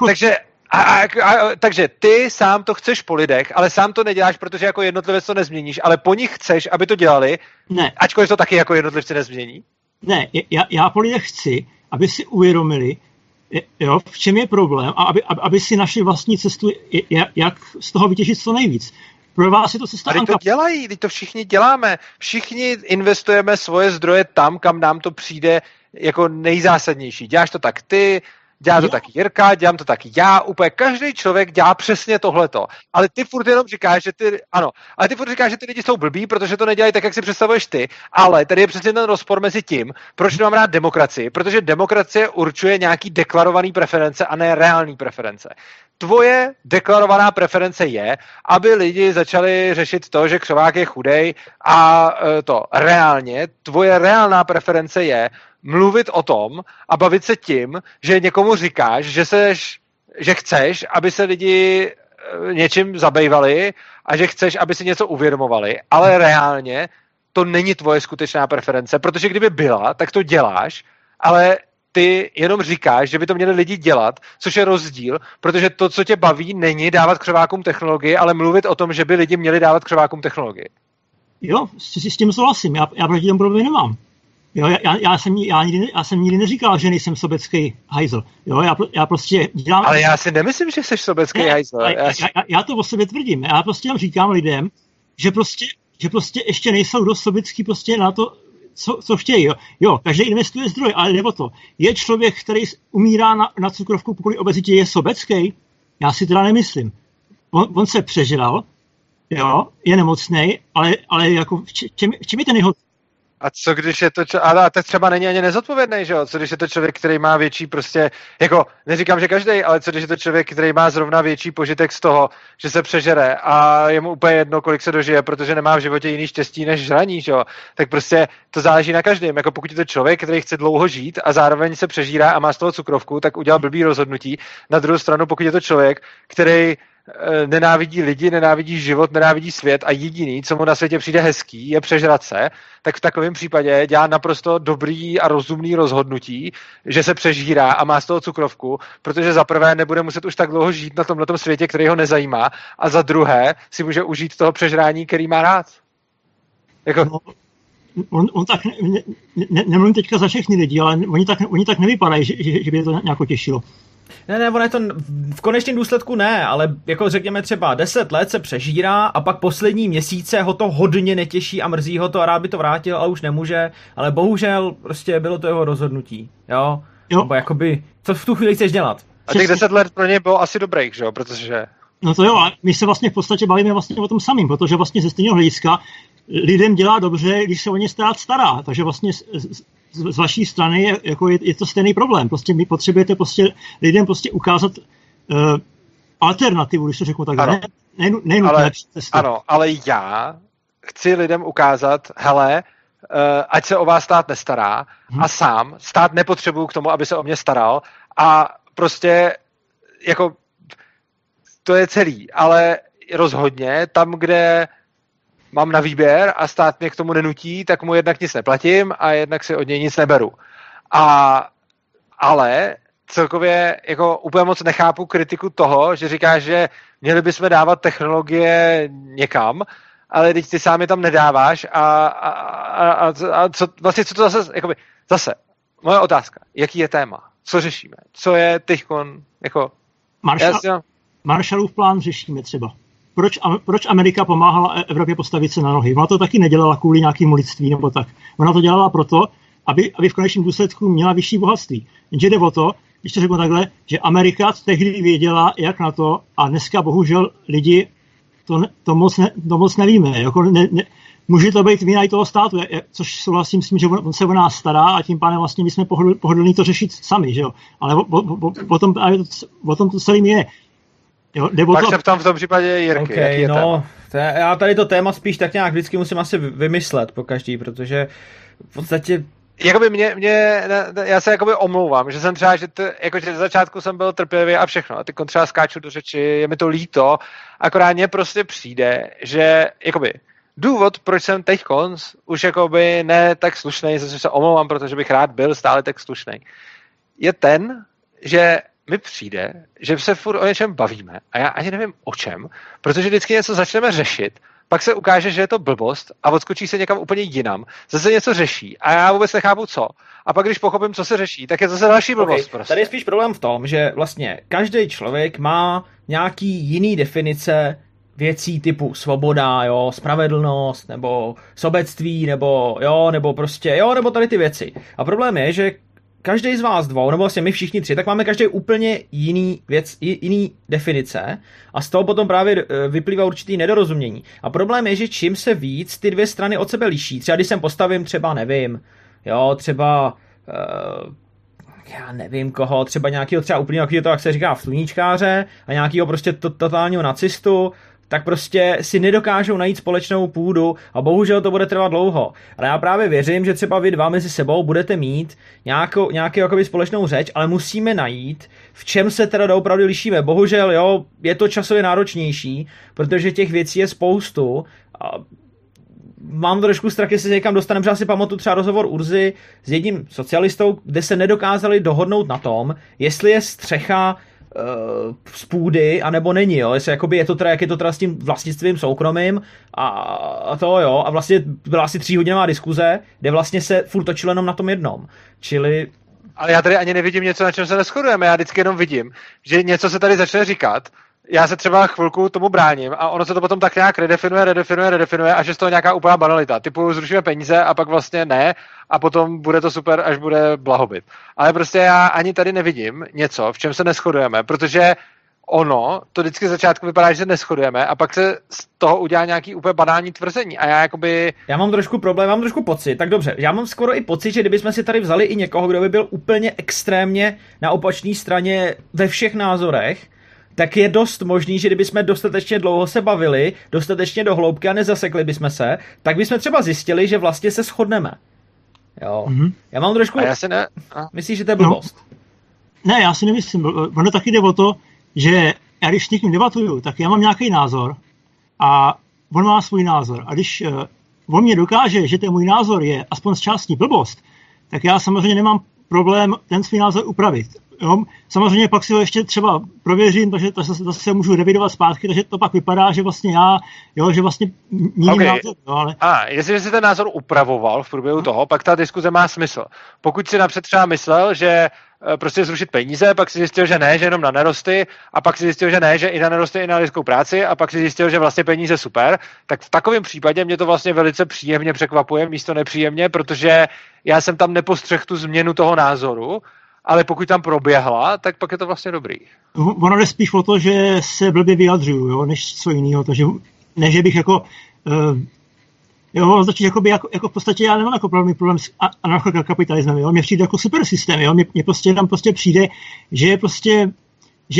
Takže ty sám to chceš po lidech, ale sám to neděláš, protože jako jednotlivec to nezměníš, ale po nich chceš, aby to dělali, ne. Ačkoliv to taky jako jednotlivci nezmění? Ne, já po lidech chci, aby si uvědomili, jo, v čem je problém a aby si našli vlastní cestu, jak z toho vytěžit co nejvíc. Pro vás je to cesta... Ale to dělají, to všichni děláme. Všichni investujeme svoje zdroje tam, kam nám to přijde jako nejzásadnější. Děláš to tak ty, dělá to taky Jirka, dělám to taky já, úplně každý člověk dělá přesně tohleto. Ale ty furt jenom říkáš, že ty lidi jsou blbí, protože to nedělají tak, jak si představuješ ty, ale tady je přesně ten rozpor mezi tím, proč mám rád demokracii, protože demokracie určuje nějaký deklarovaný preference a ne reální preference. Tvoje deklarovaná preference je, aby lidi začali řešit to, že křovák je chudej a to reálně, tvoje reálná preference je mluvit o tom a bavit se tím, že někomu říkáš, že chceš, aby se lidi něčím zabývali a že chceš, aby si něco uvědomovali, ale reálně to není tvoje skutečná preference, protože kdyby byla, tak to děláš, ale ty jenom říkáš, že by to měli lidi dělat, což je rozdíl, protože to, co tě baví, není dávat křovákům technologii, ale mluvit o tom, že by lidi měli dávat křovákům technologii. Jo, s tím souhlasím, já proti tomu problém nemám. Jo, já jsem nikdy neříkal, že nejsem sobecký hajzl. Jo, já prostě dělám... Ale já si nemyslím, že jsi sobecký hajzl. Já to o sobě tvrdím. Já prostě jenom říkám lidem, že prostě ještě nejsou dost sobecký prostě na to, co chtějí. Jo, každý investuje zdroje, ale nebo to. Je člověk, který umírá na cukrovku kvůli obezitě, je sobecký? Já si teda nemyslím. On se přežral, jo, je nemocnej, ale jako v čem je ten jeho... A co když je to, ale to třeba není ani nezodpovědný, že jo? Co když je to člověk, který má větší prostě, jako neříkám, že každý, ale co když je to člověk, který má zrovna větší požitek z toho, že se přežere a je mu úplně jedno, kolik se dožije, protože nemá v životě jiný štěstí než žraní, že jo? Tak prostě to záleží na každém. Jako pokud je to člověk, který chce dlouho žít a zároveň se přežírá a má z toho cukrovku, tak udělal blbý rozhodnutí. Na druhou stranu, pokud je to člověk, který nenávidí lidi, nenávidí život, nenávidí svět a jediný, co mu na světě přijde hezký, je přežrat se, tak v takovém případě dělá naprosto dobrý a rozumný rozhodnutí, že se přežírá a má z toho cukrovku, protože za prvé nebude muset už tak dlouho žít na tomhletom světě, který ho nezajímá, a za druhé si může užít toho přežrání, který má rád. Jako... No, on tak, nemluvím teďka za všechny lidi, ale oni tak nevypadají, že by to nějak těšilo. Ne, ono je to v konečném důsledku ne, ale jako řekněme třeba 10 let se přežírá a pak poslední měsíce ho to hodně netěší a mrzí ho to a rád by to vrátil, ale už nemůže, ale bohužel prostě bylo to jeho rozhodnutí, jo? Nebo jakoby, co v tu chvíli chceš dělat? A těch 10 let pro něj bylo asi dobrých, že jo, protože... No to jo, a my se vlastně v podstatě bavíme vlastně o tom samým, protože vlastně ze stejného hlediska lidem dělá dobře, když se o ně stát stará, takže vlastně z vaší strany je to stejný problém. Prostě my potřebujete prostě lidem prostě ukázat alternativu, když to řeknu takhle. Ale, ano, ale já chci lidem ukázat, hele, ať se o vás stát nestará a sám stát nepotřebuju k tomu, aby se o mě staral a prostě jako to je celý, ale rozhodně tam, kde mám na výběr a stát mě k tomu nenutí, tak mu jednak nic neplatím a jednak si od něj nic neberu. Ale celkově jako úplně moc nechápu kritiku toho, že říkáš, že měli bychom dávat technologie někam, ale teď ty sám je tam nedáváš a co, vlastně co to zase, jakoby, zase, moje otázka, jaký je téma? co řešíme? Co je teďkon, jako... Marshallův plán řešíme třeba. Proč Amerika pomáhala Evropě postavit se na nohy? Ona to taky nedělala kvůli nějakému lidství nebo tak. Ona to dělala proto, aby v konečném důsledku měla vyšší bohatství. Jenže jde o to, když to řeknu takhle, že Amerika tehdy věděla, jak na to, a dneska bohužel lidi to moc nevíme. Jako může to být vina i toho státu, což souhlasím s tím, že on se o nás stará a tím pádem vlastně my jsme pohodlní to řešit sami, že jo. Ale o tom to celým je. Jo, pak se ptám v tom případě Jirky, okay, jaký je téma? Já tady to téma spíš tak nějak vždycky musím asi vymyslet po každý, protože v podstatě jakoby já se jakoby omlouvám, že jsem třeba, že ze začátku jsem byl trpělivý a všechno, a teď třeba skáču do řeči, je mi to líto, akorát mně prostě přijde, že jakoby důvod, proč jsem teďkonc už jakoby ne tak slušnej, zase se omlouvám, protože bych rád byl stále tak slušnej, je ten, že mi přijde, že se furt o něčem bavíme a já ani nevím o čem, protože vždycky něco začneme řešit, pak se ukáže, že je to blbost a odskočí se někam úplně jinam, zase něco řeší a já vůbec nechápu co. A pak když pochopím, co se řeší, tak je zase další blbost. Prostě. Tady je spíš problém v tom, že vlastně každý člověk má nějaký jiný definice věcí typu svoboda, jo, spravedlnost, nebo sobectví, nebo tady ty věci. A problém je, že každý z vás dvou, nebo vlastně my všichni tři, tak máme každý úplně jiný definice a z toho potom právě vyplývá určitý nedorozumění. A problém je, že čím se víc ty dvě strany od sebe liší, třeba když sem postavím třeba nevím, jo, třeba já nevím koho, třeba nějakého třeba úplně nějakého to, jak se říká, sluníčkáře a nějakého prostě totálního nacistu, tak prostě si nedokážou najít společnou půdu a bohužel to bude trvat dlouho. Ale já právě věřím, že třeba vy dva mezi sebou budete mít nějakou jakoby společnou řeč, ale musíme najít, v čem se teda doopravdy lišíme. Bohužel, jo, je to časově náročnější, protože těch věcí je spoustu a mám trošku strach, jestli se někam dostaneme, že si pamatuju třeba rozhovor Urzy s jedním socialistou, kde se nedokázali dohodnout na tom, jestli je střecha z půdy, anebo není, jo, jestli jakoby jak je to teda s tím vlastnictvím soukromým a to jo, a vlastně byla asi 3hodinová diskuze, kde vlastně se furt točilo jenom na tom jednom, čili... Ale já tady ani nevidím něco, na čem se neshodujeme, já vždycky jenom vidím, že něco se tady začne říkat, já se třeba chvilku tomu bráním a ono se to potom tak nějak redefinuje a že z toho nějaká úplná banalita. Typu zrušíme peníze a pak vlastně ne a potom bude to super, až bude blahobyt. Ale prostě já ani tady nevidím něco, v čem se neshodujeme, protože ono, to vždycky z začátku vypadá, že se neshodujeme a pak se z toho udělá nějaký úplně banální tvrzení a já jakoby... Já mám trošku problém, mám trošku pocit, tak dobře, já mám skoro i pocit, že kdybychom si tady vzali i někoho, kdo by byl úplně extrémně na opačné straně ve všech názorech, tak je dost možný, že kdybychom dostatečně dlouho se bavili, dostatečně do hloubky a nezasekli bychom se, tak bychom třeba zjistili, že vlastně se shodneme. Jo. Mm-hmm. Já mám trošku... Myslíš, že to je blbost? Ne, já si nemyslím. Ono taky jde o to, že já když s někým debatuju, tak já mám nějaký názor a on má svůj názor. A když on mě dokáže, že ten můj názor je aspoň z části blbost, tak já samozřejmě nemám problém ten svůj názor upravit. Jo? Samozřejmě pak si ho ještě třeba prověřím, takže to zase můžu revidovat zpátky, takže to pak vypadá, že vlastně že vlastně měním názor. Jo, ale... Jestliže si ten názor upravoval v průběhu toho, pak ta diskuze má smysl. Pokud si napřed třeba myslel, že prostě zrušit peníze, pak si zjistil, že ne, že jenom na nerosty, a pak si zjistil, že ne, že i na nerosty, i na lidskou práci, a pak si zjistil, že vlastně peníze super, tak v takovém případě mě to vlastně velice příjemně překvapuje, místo nepříjemně, protože já jsem tam nepostřehl tu změnu toho názoru, ale pokud tam proběhla, tak pak je to vlastně dobrý. Ono jde spíš o to, že se blbě vyjadřuju, jo, než co jiného, takže ne, že bych jako začít jako v podstatě já nemám jako problém s anarchokapitalismem, jo, mně přijde jako super systém, jo, mně prostě tam prostě přijde, že je prostě, že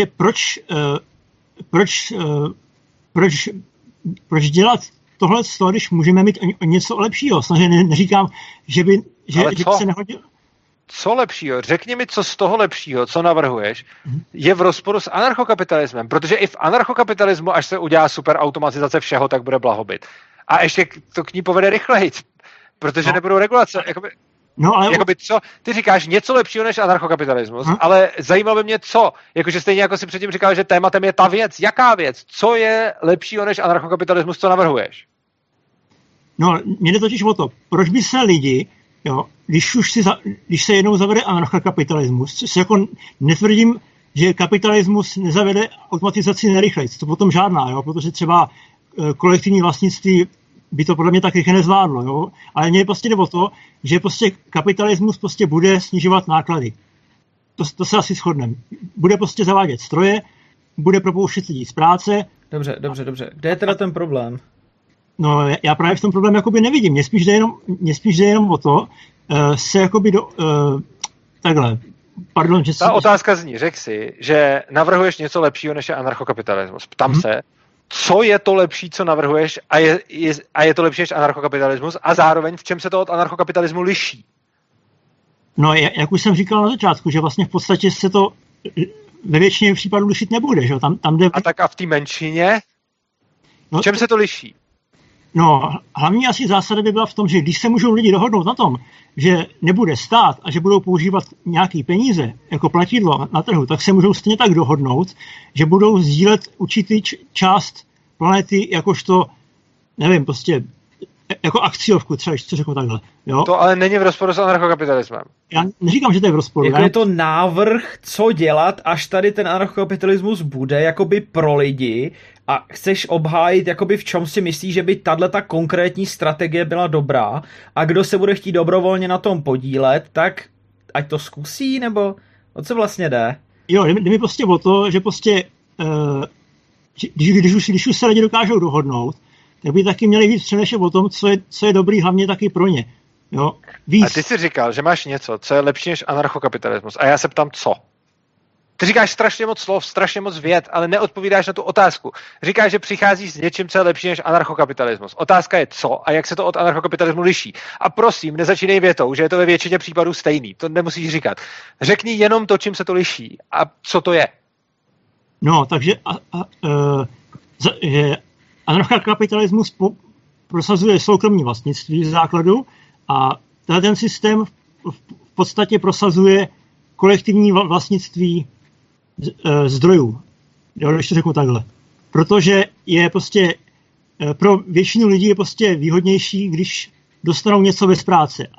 proč dělat tohle z toho, když můžeme mít něco lepšího, samozřejmě neříkám, že by se nehodil. Co lepšího? Řekni mi, co z toho lepšího, co navrhuješ, je v rozporu s anarchokapitalismem, protože i v anarchokapitalismu, až se udělá super automatizace všeho, tak bude blahobyt. A ještě to k ní povede rychleji, protože nebudou regulace. Jakoby co? Ty říkáš něco lepšího než anarchokapitalismus, ale zajímalo by mě co. Jakože stejně jako si předtím říkal, že tématem je ta věc. Jaká věc? Co je lepšího než anarchokapitalismus, co navrhuješ? No, mě jde totiž o to, proč by se lidi Jo? Když se jednou zavede anarchokapitalismus, což jako netvrdím, že kapitalismus nezavede automatizaci nejrychlejc, to potom žádná, jo? Protože třeba kolektivní vlastnictví by to podle mě tak rychle nezvládlo, jo? Ale mně prostě jde o to, že prostě kapitalismus prostě bude snižovat náklady. To se asi shodneme. Bude prostě zavádět stroje, bude propouštět lidi z práce. Dobře. Kde je teda ten problém? No, já právě v tom problém jakoby nevidím. Mně spíš jde jenom o to, se jakoby takhle. Pardon, že ta otázka zní, řekl si, že navrhuješ něco lepšího, než je anarchokapitalismus. Ptám se, co je to lepší, co navrhuješ a je to lepší než anarchokapitalismus a zároveň v čem se to od anarchokapitalismu liší? No, jak už jsem říkal na začátku, že vlastně v podstatě se to ve většině případů lišit nebude, že jo? Tam jde... A v té menšině? V čem se to liší? No, hlavní asi zásada by byla v tom, že když se můžou lidi dohodnout na tom, že nebude stát a že budou používat nějaký peníze jako platidlo na trhu, tak se můžou stejně tak dohodnout, že budou sdílet určitý část planety jakožto, nevím, prostě jako akciovku, třeba, co řeknu takhle. Jo? To ale není v rozporu s anarchokapitalismem. Já neříkám, že to je v rozporu. Jako je to návrh, co dělat, až tady ten anarchokapitalismus bude jakoby pro lidi a chceš obhájit, jakoby v čem si myslíš, že by tato konkrétní strategie byla dobrá a kdo se bude chtít dobrovolně na tom podílet, tak ať to zkusí, nebo o co vlastně jde? Jo, jde mi prostě o to, že prostě když už se lidi dokážou dohodnout, tak by taky měli víc přemýšlet o tom, co je dobrý hlavně taky pro ně. Jo? Víc. A ty jsi říkal, že máš něco, co je lepší než anarchokapitalismus. A já se ptám, co? Ty říkáš strašně moc slov, strašně moc vět, ale neodpovídáš na tu otázku. Říkáš, že přicházíš s něčím, co je lepší než anarchokapitalismus. Otázka je co a jak se to od anarchokapitalismu liší. A prosím, nezačínej větou, že je to ve většině případů stejný. To nemusíš říkat. Řekni jenom to, čím se to liší a co to je. No, takže anarchokapitalismus prosazuje soukromní vlastnictví z základu a ten systém v podstatě prosazuje kolektivní vlastnictví zdrojů. Jo, když to řeknu takhle. Protože je prostě pro většinu lidí je prostě výhodnější, když dostanou něco bez práce.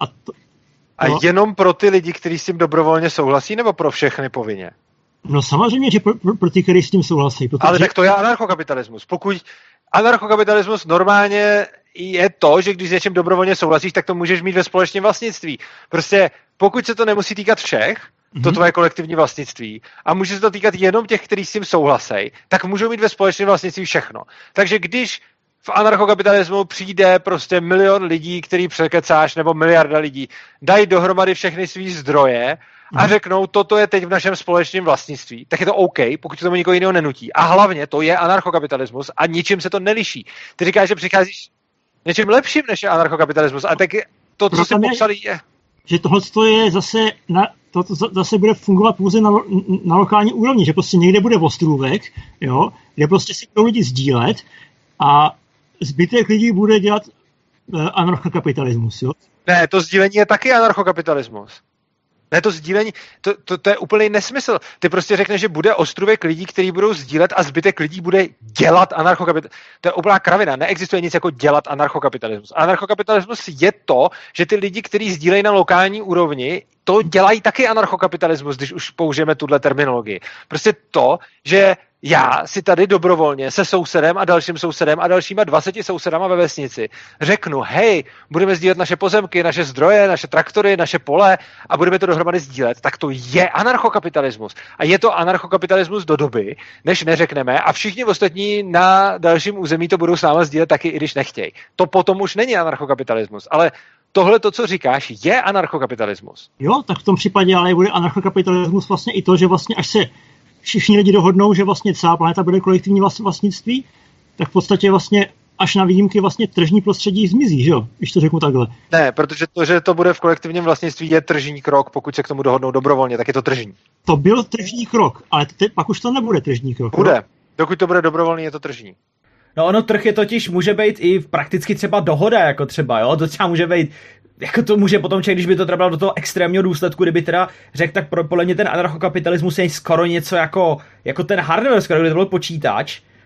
A jenom pro ty lidi, kteří s tím dobrovolně souhlasí, nebo pro všechny povinně? No samozřejmě, že pro ty, kteří s tím souhlasí. Protože... Ale tak to je anarchokapitalismus. Pokud anarchokapitalismus normálně je to, že když s něčím dobrovolně souhlasíš, tak to můžeš mít ve společném vlastnictví. Prostě pokud se to nemusí týkat všech, to tvoje kolektivní vlastnictví, a může se to týkat jenom těch, kteří s tím souhlasí, tak můžou mít ve společném vlastnictví všechno. Takže když v anarchokapitalismu přijde prostě 1 milion lidí, který překecáš, nebo 1 miliarda lidí, dají dohromady všechny svý zdroje a řeknou, toto je teď v našem společném vlastnictví, tak je to OK, pokud tomu nikoho jiného nenutí. A hlavně to je anarchokapitalismus a ničím se to neliší. Ty říkáš, že přicházíš něčím lepším, než je anarchokapitalismus, a tak to, co jsi popsal, je... Že tohle je zase, to zase bude fungovat pouze na lokální úrovni, že prostě někde bude ostrůvek, jo, kde prostě si budou lidi sdílet a zbytek lidí bude dělat anarchokapitalismus, jo? Ne, to sdílení je taky anarchokapitalismus. Ne, to sdílení, to je úplný nesmysl. Ty prostě řekneš, že bude ostrůvek lidí, kteří budou sdílet a zbytek lidí bude dělat anarchokapitalismus. To je úplná kravina. Neexistuje nic jako dělat anarchokapitalismus. Anarchokapitalismus je to, že ty lidi, kteří sdílejí na lokální úrovni, to dělají taky anarchokapitalismus, když už použijeme tuhle terminologii. Prostě to, že já si tady dobrovolně se sousedem a dalším sousedem a dalšíma 20 sousedama ve vesnici řeknu, hej, budeme sdílet naše pozemky, naše zdroje, naše traktory, naše pole a budeme to dohromady sdílet, tak to je anarchokapitalismus. A je to anarchokapitalismus do doby, než neřekneme a všichni ostatní na dalším území to budou s náma sdílet taky, i když nechtějí. To potom už není anarchokapitalismus, ale tohle to, co říkáš, je anarchokapitalismus. Jo, tak v tom případě ale bude anarchokapitalismus vlastně i to, že vlastně až se všichni lidi dohodnou, že vlastně celá planeta bude kolektivní vlastnictví, tak v podstatě vlastně až na výjimky vlastně tržní prostředí zmizí, že jo? Když to řeknu takhle. Ne, protože to, že to bude v kolektivním vlastnictví, je tržní krok, pokud se k tomu dohodnou dobrovolně, tak je to tržní. To byl tržní krok, ale pak už to nebude tržní krok. Bude. Jo? Dokud to bude dobrovolný, je to tržní. No ono trh je totiž, může být i prakticky třeba dohoda, jako třeba, jo? To třeba může být, jako to může potom člověk, když by to třeba bylo do toho extrémního důsledku, kdyby teda řekl, tak podle mě ten anarchokapitalismus je skoro něco jako ten hardware, skoro kdyby to byl počítač,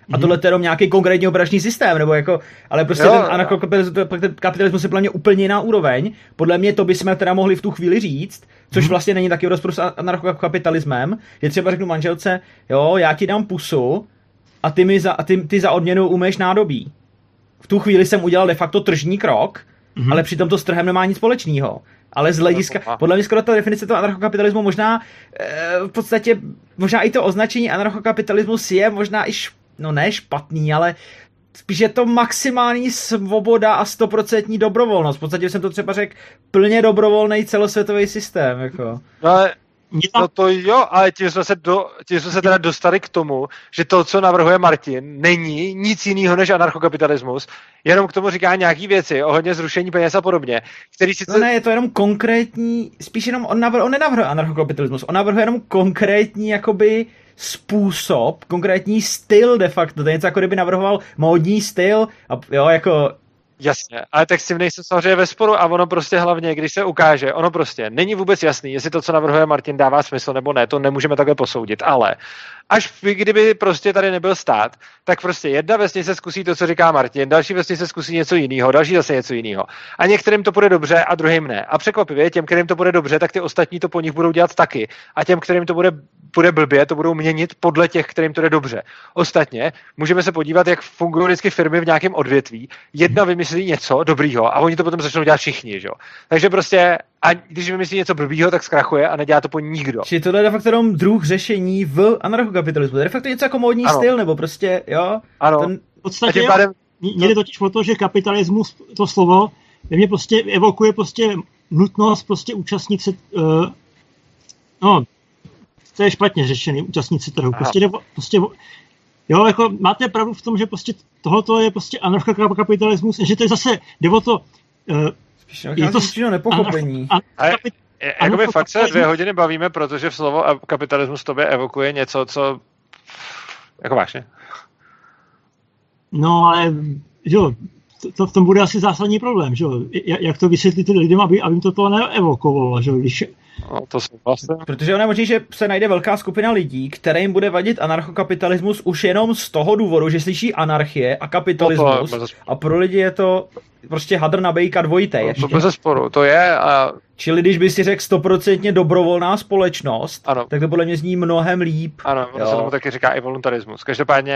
A tohle je jenom nějaký konkrétní operační systém, nebo jako, ale prostě ten anarchokapitalismus je podle mě úplně jiná úroveň. Podle mě to bychom teda mohli v tu chvíli říct, což vlastně není taky v rozporu s anarchokapitalismem, že třeba řeknu manželce, jo, já ti dám pusu a ty za odměnu umeješ nádobí. V tu chvíli jsem udělal de facto tržní krok, ale přitom to s trhem nemá nic společného. Ale z hlediska, podle mě skoro ta definice toho anarchokapitalismu možná v podstatě, možná i to označení anarchokapitalismus je možná i ne špatný, ale spíš je to maximální svoboda a 100% dobrovolnost. V podstatě jsem to třeba řekl plně dobrovolný celosvětový systém. Jako. No ale no to jo, ale tím jsme se teda dostali k tomu, že to, co navrhuje Martin, není nic jiného než anarchokapitalismus, jenom k tomu říká nějaký věci ohledně zrušení peněz a podobně, který sice... No ne, je to jenom konkrétní, spíš jenom on nenavrhuje anarchokapitalismus, on navrhuje jenom konkrétní jakoby způsob, konkrétní styl de facto, to je něco jako kdyby navrhoval módní styl a jo, jako... Jasně, ale tak s tím nejsem samozřejmě ve sporu a ono prostě hlavně, když se ukáže, ono prostě není vůbec jasný, jestli to, co navrhuje Martin, dává smysl nebo ne, to nemůžeme takhle posoudit, ale až kdyby prostě tady nebyl stát, tak prostě jedna vesnice zkusí to, co říká Martin, další vesnice zkusí něco jiného, další zase něco jiného. A některým to bude dobře a druhým ne. A překvapivě, těm, kterým to bude dobře, tak ty ostatní to po nich budou dělat taky. A těm, kterým to bude blbě, to budou měnit podle těch, kterým to jde dobře. Ostatně můžeme se podívat, jak fungují vždycky firmy v nějakém odvětví. Jedna vymyslí něco dobrýho a oni to potom začnou dělat všichni, že jo. Takže prostě a když vymyslí něco blbýho, tak zkrachuje a nedělá to po nikdo. Čili tohle je de facto jenom druh řešení v anarchokapitalismu. To je de facto něco jako módní styl, nebo prostě, jo? Ano. V podstatě jde totiž o to, že kapitalismus, to slovo, ve mně prostě evokuje prostě nutnost prostě účastnit se, to je špatně řešený, účastnit se trhu. Prostě jo, jako máte pravdu v tom, že prostě tohoto je prostě anarchokapitalismus, že to je zase, jde o to, je to nepochopení. Jakoby fakt se 2 hodiny bavíme, protože v slovo kapitalismus tobě evokuje něco, co jako vážně. No ale jo, to v tom bude asi zásadní problém, že jo? Jak to vysvětlit lidem, aby jim to neevokovalo, že jo? No, to vlastně. Protože ono je možný, že se najde velká skupina lidí, kterým bude vadit anarchokapitalismus už jenom z toho důvodu, že slyší anarchie a kapitalismus a pro lidi je to prostě hadr na bejka dvojité ještě. To bez sporu, to je a... Čili když by si řekl 100% dobrovolná společnost, ano. Tak to podle mě zní mnohem líp. Ano, ono se tomu taky říká i voluntarismus.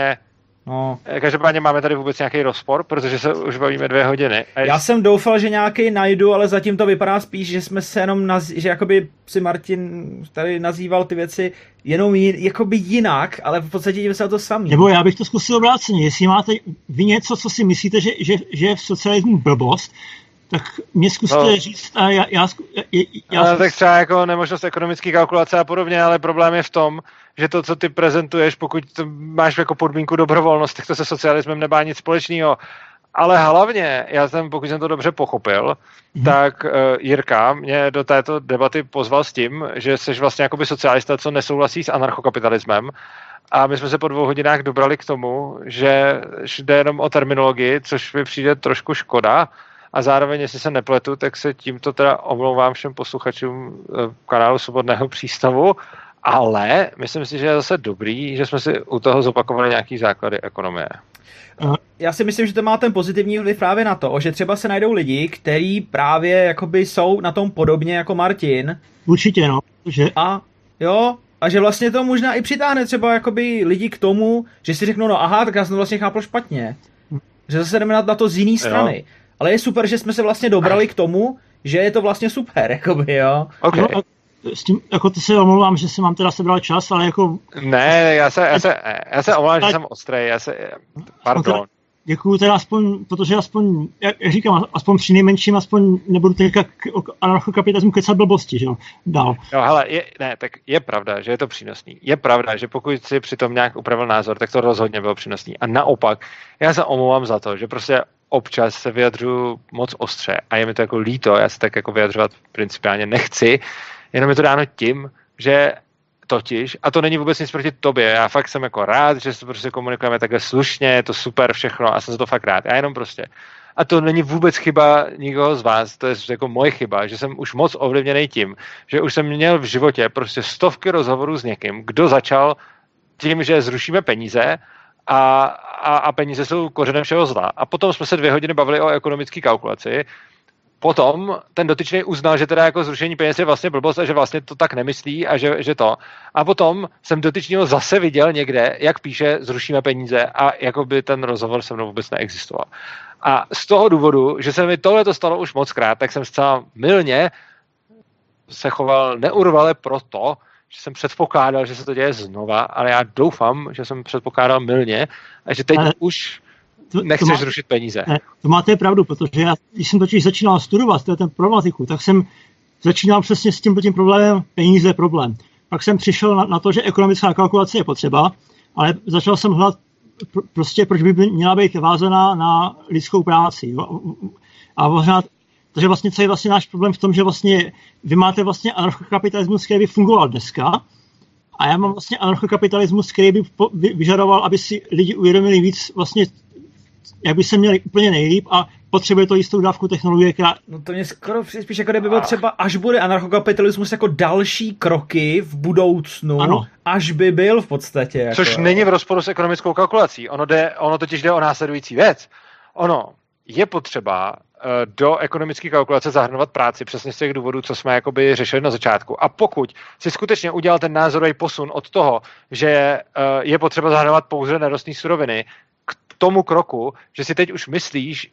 Každopádně máme tady vůbec nějaký rozpor, protože se už bavíme 2 hodiny. Já jsem doufal, že nějaký najdu, ale zatím to vypadá spíš, že jsme se jenom že jakoby si Martin tady nazýval ty věci jenom jakoby jinak, ale v podstatě tím se to samý. Nebo já bych to zkusil obráceně. Jestli máte vy něco, co si myslíte, že je v socialismu blbost, tak mě zkuste říct a já tak třeba jako nemožnost ekonomické kalkulace a podobně, ale problém je v tom, že to, co ty prezentuješ, pokud to máš jako podmínku dobrovolnost, tak to se socialismem nemá nic společného. Ale hlavně, pokud jsem to dobře pochopil, tak Jirka mě do této debaty pozval s tím, že jsi vlastně jakoby socialista, co nesouhlasí s anarchokapitalismem. A my jsme se po 2 hodinách dobrali k tomu, že jde jenom o terminologii, což mi přijde trošku škoda. A zároveň, jestli se nepletu, tak se tímto teda omlouvám všem posluchačům kanálu Svobodného přístavu, ale myslím si, že je zase dobrý, že jsme si u toho zopakovali nějaký základy ekonomie. Já si myslím, že to má ten pozitivní vliv právě na to, že třeba se najdou lidi, kteří právě jakoby jsou na tom podobně jako Martin. Určitě, no. Že... A že vlastně to možná i přitáhne třeba jakoby lidi k tomu, že si řeknou, no aha, tak já jsem to vlastně chápal špatně. Že zase jdeme na to z jiné strany. Ale je super, že jsme se vlastně dobrali k tomu, že je to vlastně super, jakoby, jo. Okay. No, s tím, jako to se omlouvám, že jsem vám teda sebral čas, ale jako... Ne, já se omlouvám, že jsem ostrej, pardon. Děkuju teda aspoň, protože aspoň, jak říkám, aspoň při nejmenším, aspoň nebudu teďka o anarchokapitalismu kecat blbosti, že jo, dál. Jo, hele, tak je pravda, že je to přínosný. Je pravda, že pokud si přitom nějak upravil názor, tak to rozhodně bylo přínosný. A naopak, já se omlouvám za to, že prostě občas se vyjadřuju moc ostře a je mi to jako líto, já se tak jako vyjadřovat principiálně nechci, jenom je to dáno tím, že totiž, a to není vůbec nic proti tobě, já fakt jsem jako rád, že se prostě komunikujeme takhle slušně, je to super všechno a jsem za to fakt rád, já jenom prostě. A to není vůbec chyba nikoho z vás, to je jako moje chyba, že jsem už moc ovlivněný tím, že už jsem měl v životě prostě stovky rozhovorů s někým, kdo začal tím, že zrušíme peníze a peníze jsou kořenem všeho zla. A potom jsme se 2 hodiny bavili o ekonomické kalkulaci. Potom ten dotyčný uznal, že teda jako zrušení peněz je vlastně blbost a že vlastně to tak nemyslí a že to. A potom jsem dotyčného zase viděl někde, jak píše zrušíme peníze a jako by ten rozhovor se mnou vůbec neexistoval. A z toho důvodu, že se mi tohle to stalo už mockrát, tak jsem zcela mylně se choval neurvale proto, že jsem předpokládal, že se to děje znova, ale já doufám, že jsem předpokládal mylně a že teď už nechceš zrušit peníze. Ne, to máte pravdu, protože já, když jsem totiž začínal studovat ten problematiku, tak jsem začínal přesně s tím problémem peníze problém. Pak jsem přišel na to, že ekonomická kalkulace je potřeba, ale začal jsem hledat prostě, proč by měla být vázaná na lidskou práci. Jo? A možná, takže vlastně co je vlastně náš problém v tom, že vlastně vy máte vlastně anarchokapitalismus, který by fungoval dneska, a já mám vlastně anarchokapitalismus, který by vyžadoval, aby si lidi uvědomili víc vlastně, jak by se měli úplně nejlíp a potřebuje to jistou dávku technologie, která... No to mě skoro spíš jako kdyby byl třeba, až bude anarchokapitalismus jako další kroky v budoucnu, ano. Až by byl v podstatě. Jako... Což není v rozporu s ekonomickou kalkulací. Ono totiž jde o následující věc. Ono je potřeba do ekonomické kalkulace zahrnovat práci přesně z těch důvodů, co jsme jakoby řešili na začátku. A pokud si skutečně udělal ten názorový posun od toho, že je potřeba zahrnovat pouze nerostné suroviny, k tomu kroku, že si teď už myslíš,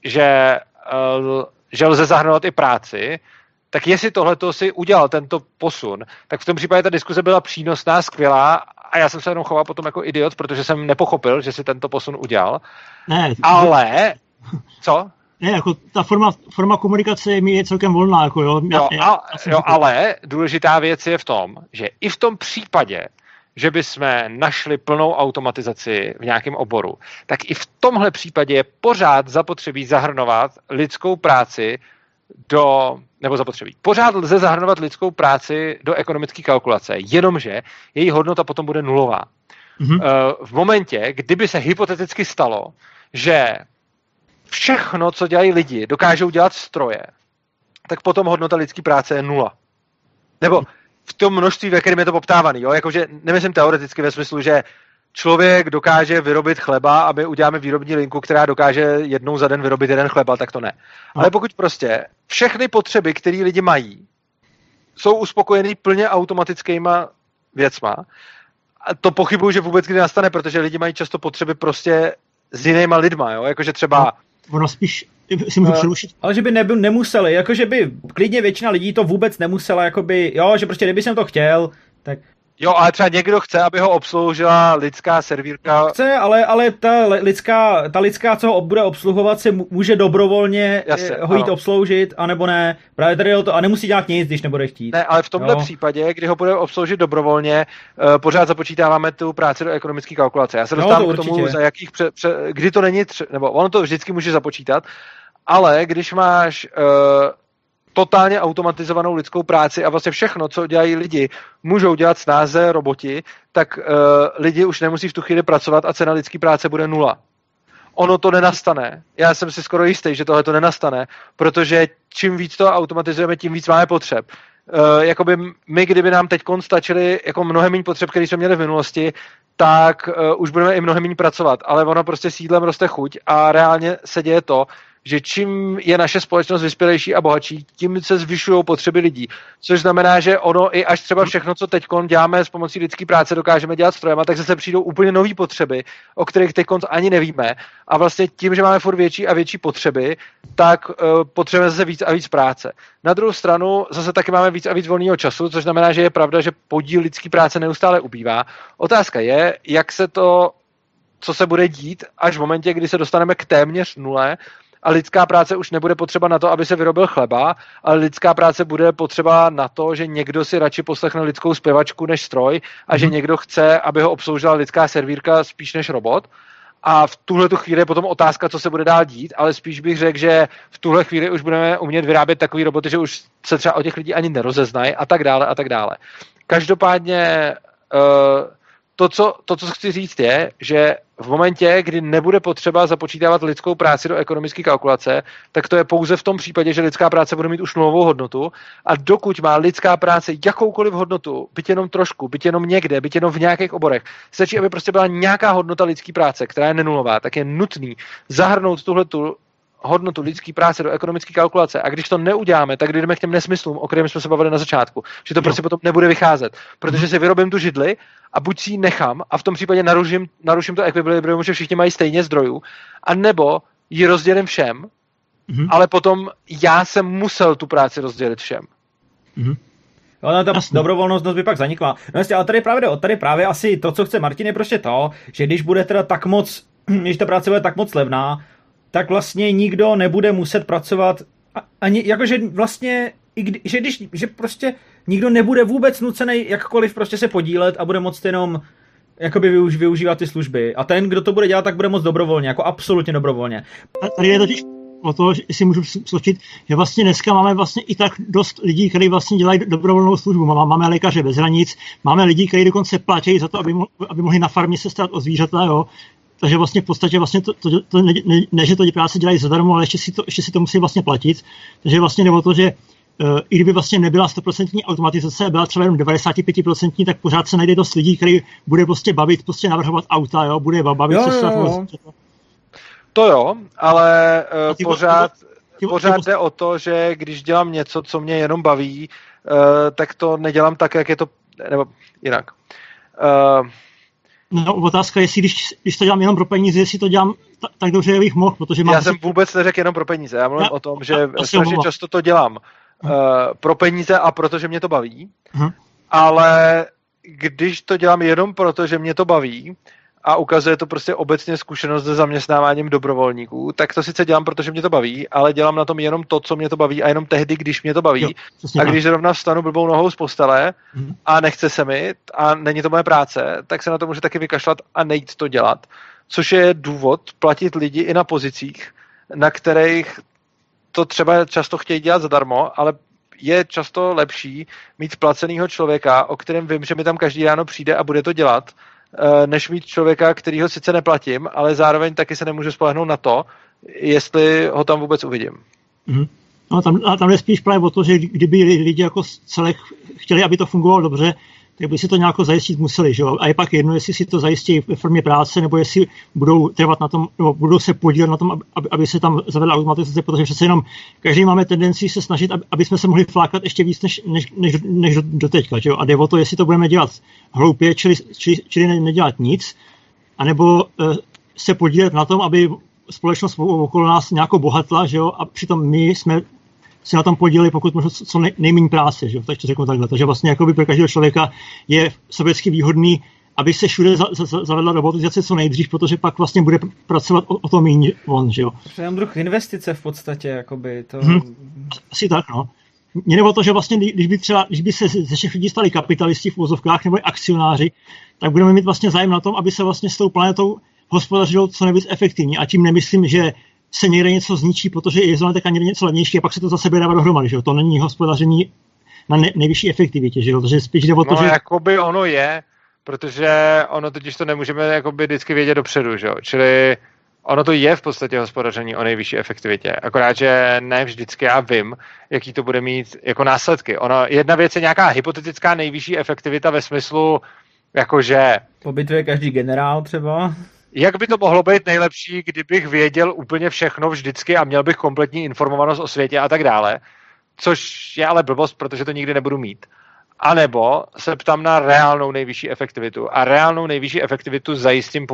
že lze zahrnovat i práci, tak jestli tohleto si udělal tento posun, tak v tom případě ta diskuze byla přínosná, skvělá a já jsem se jenom choval potom jako idiot, protože jsem nepochopil, že si tento posun udělal. Ne, ale... Co? Ne, jako ta forma komunikace mi je celkem volná. Jako ale důležitá věc je v tom, že i v tom případě, že bychom našli plnou automatizaci v nějakém oboru, tak i v tomhle případě je pořád zapotřebí zahrnovat lidskou práci pořád lze zahrnovat lidskou práci do ekonomické kalkulace, jenomže její hodnota potom bude nulová. Mm-hmm. V momentě, kdyby se hypoteticky stalo, že všechno, co dělají lidi, dokážou dělat stroje, tak potom hodnota lidské práce je 0. Nebo v tom množství, ve kterém je to poptávaný. Jo? Jakože nemyslím teoreticky ve smyslu, že člověk dokáže vyrobit chleba a my uděláme výrobní linku, která dokáže jednou za den vyrobit 1 chleba, tak to ne. Ale pokud prostě všechny potřeby, které lidi mají, jsou uspokojený plně automatickýma věcma, a to pochybuju, že vůbec kdy nastane, protože lidi mají často potřeby prostě s jinýma lidma, jo? Jakože třeba... Ono spíš si můžu přerušit. Ale že by nemuseli, jakože by klidně většina lidí to vůbec nemusela, jakoby, jo, že prostě kdyby jsem to chtěl, tak... Jo, ale třeba někdo chce, aby ho obsloužila lidská servírka. Chce, ale ta lidská, co ho bude obsluhovat, si může dobrovolně ho jít obsloužit, anebo ne. Právě tady to, a nemusí dělat nic, když nebude chtít. Ne, ale v tomhle případě, kdy ho bude obsloužit dobrovolně, pořád započítáváme tu práci do ekonomické kalkulace. Já se dostávám k tomu, za jakých kdy to není, nebo ono to vždycky může započítat, ale když máš totálně automatizovanou lidskou práci a vlastně všechno, co dělají lidi, můžou dělat snáze roboti, tak lidi už nemusí v tu chvíli pracovat a cena lidské práce bude 0. Ono to nenastane. Já jsem si skoro jistý, že tohle to nenastane, protože čím víc to automatizujeme, tím víc máme potřeb. Jakoby my, kdyby nám teď stačily jako mnohem méně potřeb, které jsme měli v minulosti, tak už budeme i mnohem méně pracovat. Ale ono prostě s jídlem roste chuť a reálně se děje to, že čím je naše společnost vyspělejší a bohatší, tím se zvyšují potřeby lidí. Což znamená, že ono i až třeba všechno, co teď děláme s pomocí lidské práce, dokážeme dělat strojema, tak zase přijdou úplně nové potřeby, o kterých teď ani nevíme. A vlastně tím, že máme furt větší a větší potřeby, tak potřebujeme zase víc a víc práce. Na druhou stranu zase taky máme víc a víc volného času, což znamená, že je pravda, že podíl lidské práce neustále ubývá. Otázka je, jak se to, co se bude dít až v momentě, kdy se dostaneme k téměř 0, a lidská práce už nebude potřeba na to, aby se vyrobil chleba, ale lidská práce bude potřeba na to, že někdo si radši poslechne lidskou zpěvačku než stroj a že někdo chce, aby ho obsloužila lidská servírka spíš než robot. A v tuhle chvíli je potom otázka, co se bude dál dít, ale spíš bych řekl, že v tuhle chvíli už budeme umět vyrábět takový roboty, že už se třeba o těch lidí ani nerozeznají a tak dále a tak dále. Každopádně to, co chci říct, je, že v momentě, kdy nebude potřeba započítávat lidskou práci do ekonomické kalkulace, tak to je pouze v tom případě, že lidská práce bude mít už nulovou hodnotu a dokud má lidská práce jakoukoliv hodnotu, byť jenom trošku, byť jenom někde, byť jenom v nějakých oborech, stačí, aby prostě byla nějaká hodnota lidské práce, která je nenulová, tak je nutný zahrnout tuhletu hodnotu lidské práce do ekonomické kalkulace. A když to neuděláme, tak jdeme k těm nesmyslům, o kterém jsme se bavili na začátku. Že to prostě potom nebude vycházet. Protože si vyrobím tu židli a buď si ji nechám a v tom případě naruším to ekvilibrium, že všichni mají stejně zdrojů, a nebo ji rozdělím všem, ale potom já jsem musel tu práci rozdělit všem. Ale ta dobrovolnost by pak zanikla. No jasně, ale tady právě asi to, co chce Martin, je prostě to, že když bude teda tak moc, když ta práce bude tak moc levná, tak vlastně nikdo nebude muset pracovat ani, jakože vlastně, že prostě nikdo nebude vůbec nucený jakkoliv prostě se podílet a bude moct jenom jakoby využívat ty služby. A ten, kdo to bude dělat, tak bude moc dobrovolně, jako absolutně dobrovolně. Tady je totiž o to, jestli můžu skočit, že vlastně dneska máme vlastně i tak dost lidí, kteří vlastně dělají dobrovolnou službu. Máme lékaře bez hranic, máme lidi, kteří dokonce platí za to, aby mohli na farmě se starat o zvířata, jo. Takže vlastně v podstatě vlastně to ne, že to práce dělají zadarmo, ale ještě si to musí vlastně platit. Takže vlastně jde o to, že i kdyby vlastně nebyla 100% automatizace, byla třeba jenom 95%, tak pořád se najde dost lidí, který bude prostě bavit, prostě navrhovat auta, jo, bude bavit se jo. To jo, ale pořád jde o to, že když dělám něco, co mě jenom baví, tak to nedělám tak, jak je to, nebo jinak. No, otázka je, jestli když to dělám jenom pro peníze, jestli to dělám tak dobře, jak bych mohl, protože mám... Já jsem vůbec neřekl jenom pro peníze, já mluvím o tom, že strašně často to dělám pro peníze a protože mě to baví, ale když to dělám jenom proto, že mě to baví a ukazuje to prostě obecně zkušenost se zaměstnáváním dobrovolníků, tak to sice dělám, protože mě to baví, ale dělám na tom jenom to, co mě to baví a jenom tehdy, když mě to baví. Jo, a když zrovna vstanu blbou nohou z postele a nechce se mi a není to moje práce, tak se na to může taky vykašlat a nejít to dělat. Což je důvod platit lidi i na pozicích, na kterých to třeba často chtějí dělat zadarmo, ale je často lepší mít placenýho člověka, o kterém vím, že mi tam každý ráno přijde a bude to dělat, než mít člověka, kterýho sice neplatím, ale zároveň taky se nemůžu spolehnout na to, jestli ho tam vůbec uvidím. No, tam je spíš právě o to, že kdyby lidi jako celek chtěli, aby to fungovalo dobře, tak by si to nějak zajistit museli. Že? A je pak jedno, jestli si to zajistí ve formě práce, nebo jestli budou trvat na tom, nebo budou se podílet na tom, aby se tam zavedla automatizace, protože přece jenom každý máme tendenci se snažit, aby jsme se mohli flákat ještě víc než do teďka. Že? A jde o to, jestli to budeme dělat hloupě, čili nedělat nic, anebo se podílet na tom, aby společnost okolo nás nějakou bohatla, že jo? A přitom my jsme se na tom podíleli, pokud možno co nejméně práce, že? Tak to řeknu takhle. Takže vlastně jakoby pro každého člověka je sovětsky výhodný, aby se všude zavedla robotizace co nejdřív, protože pak vlastně bude pracovat o to méně on, že jo. To je druh investice v podstatě, jakoby to... Asi tak, no. Mně nebo to, že vlastně, když by se ze všech lidí stali kapitalisti v uvozovkách nebo akcionáři, tak budeme mít vlastně zájem na tom, aby se vlastně s tou planetou hospodařilo co nejvíc efektivně. A tím nemyslím, že se někde něco zničí, protože je zrovna tak někde něco levnější a pak se to zase bude dávat dohromady, že jo? To není hospodaření na nejvyšší efektivitě, že jo? Takže spíš jde o to, že... jakoby ono je, protože ono totiž to nemůžeme jakoby vždycky vědět dopředu, že jo? Čili ono to je v podstatě hospodaření o nejvyšší efektivitě, akorát, že ne vždycky já vím, jaký to bude mít jako následky. Jedna věc je nějaká hypotetická nejvyšší efektivita ve smyslu, jakože... Po bitvě každý generál třeba... Jak by to mohlo být nejlepší, kdybych věděl úplně všechno vždycky a měl bych kompletní informovanost o světě a tak dále, což je ale blbost, protože to nikdy nebudu mít. A nebo se ptám na reálnou nejvyšší efektivitu. A reálnou nejvyšší efektivitu zajistím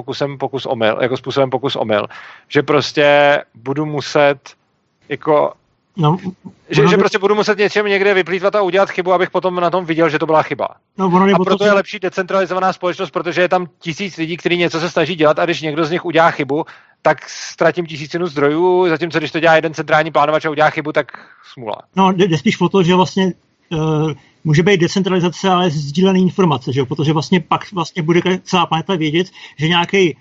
způsobem pokus-omyl. Že prostě budu muset jako... No, že prostě budu muset něčem někde vyplýtvat a udělat chybu, abych potom na tom viděl, že to byla chyba. A proto je lepší decentralizovaná společnost, protože je tam 1000 lidí, kteří něco se snaží dělat a když někdo z nich udělá chybu, tak ztratím 1000 zdrojů, zatímco když to dělá jeden centrální plánovač a udělá chybu, tak smůla. No, jde spíš o to, že vlastně může být decentralizace, ale sdílené informace, že jo? Protože vlastně pak vlastně bude celá planeta vědět, že nějaký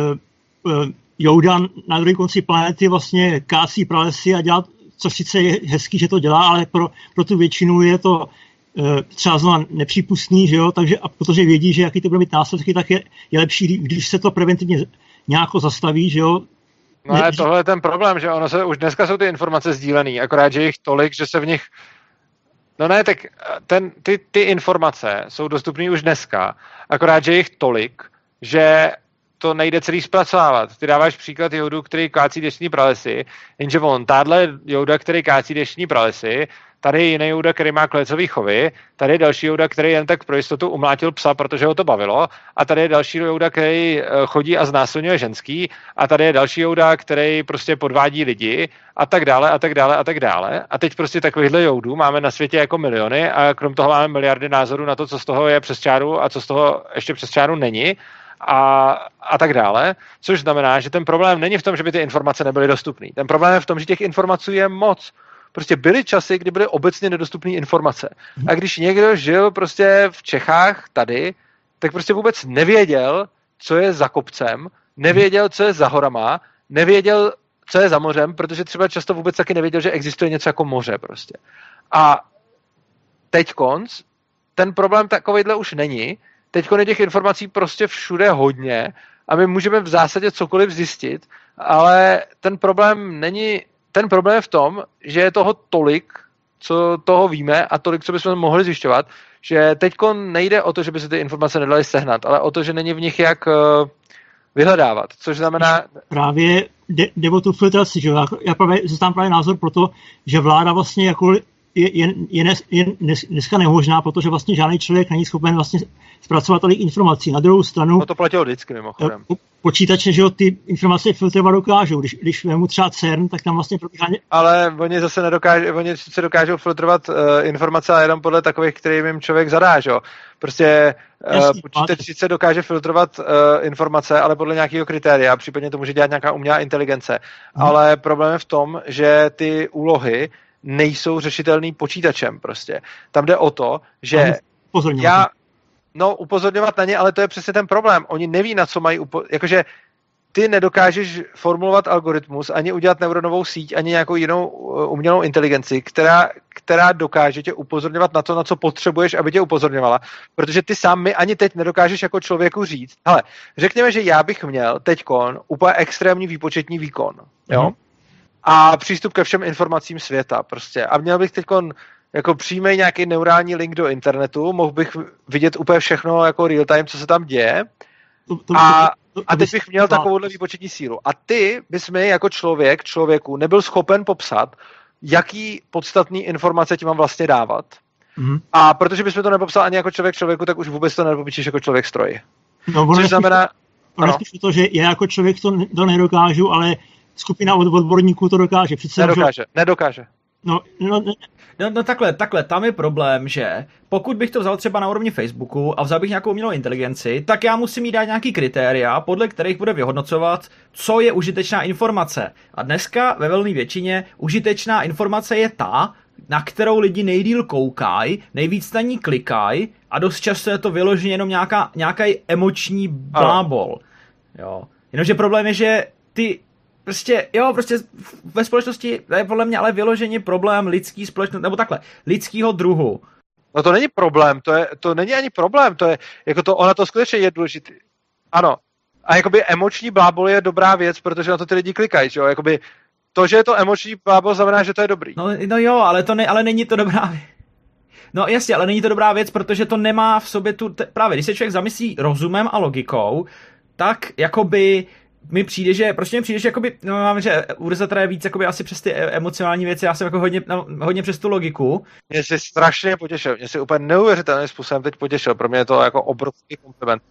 Jouda na druhém konci planety vlastně kácí pralesy a dělá, což sice je hezký, že to dělá, ale pro tu většinu je to třeba znovu nepřípustný, že jo, takže a protože vědí, že jaký to bude mít následky, tak je lepší, když se to preventivně nějak zastaví, že jo. No ale tohle je ten problém, že ono se, už dneska jsou ty informace sdílený, akorát, že jich tolik, že se v nich, no ne, tak ty informace jsou dostupné už dneska, akorát, že jich tolik, že to nejde celý zpracovávat. Ty dáváš příklad joudu, který kácí deštní pralesy, jenže táhle jouda, který kácí deštní pralesy, tady je jiný jouda, který má klecový chovy, tady je další jouda, který jen tak pro jistotu umlátil psa, protože ho to bavilo, a tady je další jouda, který chodí a znásilňuje ženský, a tady je další jouda, který prostě podvádí lidi, a tak dále, a tak dále, a tak dále. A teď prostě takovýchhle joudů máme na světě jako miliony a krom toho máme miliardy názorů na to, co z toho je přes čáru a co z toho ještě přes čáru není. A tak dále, což znamená, že ten problém není v tom, že by ty informace nebyly dostupné. Ten problém je v tom, že těch informací je moc. Prostě byly časy, kdy byly obecně nedostupné informace. A když někdo žil prostě v Čechách tady, tak prostě vůbec nevěděl, co je za kopcem, nevěděl, co je za horama, nevěděl, co je za mořem, protože třeba často vůbec taky nevěděl, že existuje něco jako moře prostě. A teďkonc ten problém takovejhle už není. Teďko je těch informací prostě všude hodně a my můžeme v zásadě cokoliv zjistit, ale ten problém je v tom, že je toho tolik, co toho víme a tolik, co bychom mohli zjišťovat, že teďko nejde o to, že by se ty informace nedaly sehnat, ale o to, že není v nich jak vyhledávat, což znamená... Právě jde o tu filtraci, že já zastávám právě názor pro to, že vláda vlastně jako je dneska nemožná, protože vlastně žádný člověk není schopen vlastně zpracovat tolik informací. Na druhou stranu... No to platilo vždycky mimochodem. Počítače, že jo, ty informace filtrovat dokážou. Když vemu třeba CERN, tak tam vlastně probíhá... Ale oni zase oni sice dokážou filtrovat informace, ale jenom podle takových, kterým jim člověk zadá, že jo. Prostě počítač sice dokáže filtrovat informace, ale podle nějakého kritéria, případně to může dělat nějaká umělá inteligence. Ale problém je v tom, že ty úlohy nejsou řešitelný počítačem prostě. Tam jde o to, že upozorňovat na ně, ale to je přesně ten problém. Oni neví, na co mají jakože ty nedokážeš formulovat algoritmus, ani udělat neuronovou síť, ani nějakou jinou umělou inteligenci, která dokáže tě upozorňovat na to, na co potřebuješ, aby tě upozorňovala. Protože ty sám mi ani teď nedokážeš jako člověku říct. Hele, řekněme, že já bych měl teďkon úplně extrémní výpočetní výkon. Jo? A přístup ke všem informacím světa prostě. A měl bych teďkon jako přímý nějaký neurální link do internetu, mohl bych vidět úplně všechno jako real time, co se tam děje. A teď bych měl takovouhle výpočetní sílu. A ty bys mi jako člověku nebyl schopen popsat, jaký podstatný informace ti mám vlastně dávat. A protože bys mi to nepopsal ani jako člověku, tak už vůbec to nepopíšeš jako člověk stroji. Což znamená... to, že já jako člověk to nedokážu, ale skupina odborníků to dokáže. Přece Nedokáže. No takhle, tam je problém, že pokud bych to vzal třeba na úrovni Facebooku a vzal bych nějakou umělou inteligenci, tak já musím jí dát nějaký kritéria, podle kterých bude vyhodnocovat, co je užitečná informace. A dneska ve velmi většině užitečná informace je ta, na kterou lidi nejdýl koukají, nejvíc na ní klikají a dost často je to vyloženě jenom nějaký emoční blábol. Jo. Jenomže problém je, že ty prostě ve společnosti je podle mě ale vyloženě problém lidský společnosti, nebo takhle, lidského druhu. No to není problém, to není ani problém, to je, jako to, ona to skutečně je důležitý. Ano. A jakoby emoční blábol je dobrá věc, protože na to ty lidi klikají, že jo, jakoby to, že je to emoční blábol, znamená, že to je dobrý. No jo, ale není to dobrá věc. No jasně, ale není to dobrá věc, protože to nemá v sobě právě, když se člověk zamyslí rozumem a logikou, tak jakoby mi přijde, že jakoby, no mám, že Urzatra je víc jakoby asi přes ty emocionální věci, já jsem jako hodně přes tu logiku. Mě jsi strašně potěšil, mě jsi úplně neuvěřitelným způsobem teď potěšil, pro mě je to jako obrovský kompliment.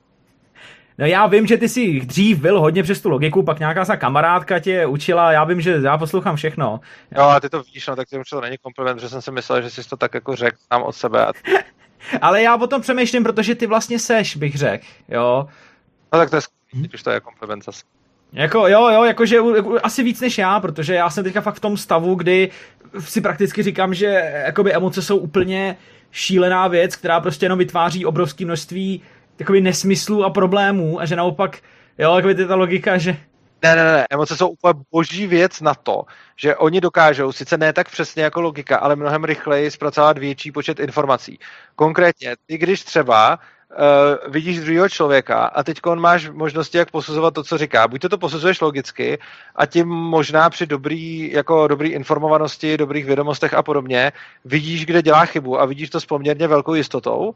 No já vím, že ty jsi dřív byl hodně přes tu logiku, pak nějaká kamarádka tě učila, já vím, že já poslouchám všechno. Jo, a ty to víš, no tak ty to není kompliment, že jsem si myslel, že jsi to tak jako řekl sám od sebe. Ale já o tom přemýšlím, protože ty vlastně seš, bych řekl, jo. No tak to je teď už to je kompliment zase. Jakože asi víc než já, protože já jsem teďka fakt v tom stavu, kdy si prakticky říkám, že jakoby emoce jsou úplně šílená věc, která prostě jenom vytváří obrovské množství jakoby nesmyslů a problémů a že naopak, jo, jakoby ta logika, že Ne, emoce jsou úplně boží věc na to, že oni dokážou, sice ne tak přesně jako logika, ale mnohem rychleji zpracovat větší počet informací. Konkrétně, ty když třeba vidíš druhého člověka a teď máš možnosti, jak posuzovat to, co říká. Buď to posuzuješ logicky a tím možná při dobrý informovanosti, dobrých vědomostech a podobně vidíš, kde dělá chybu a vidíš to s poměrně velkou jistotou,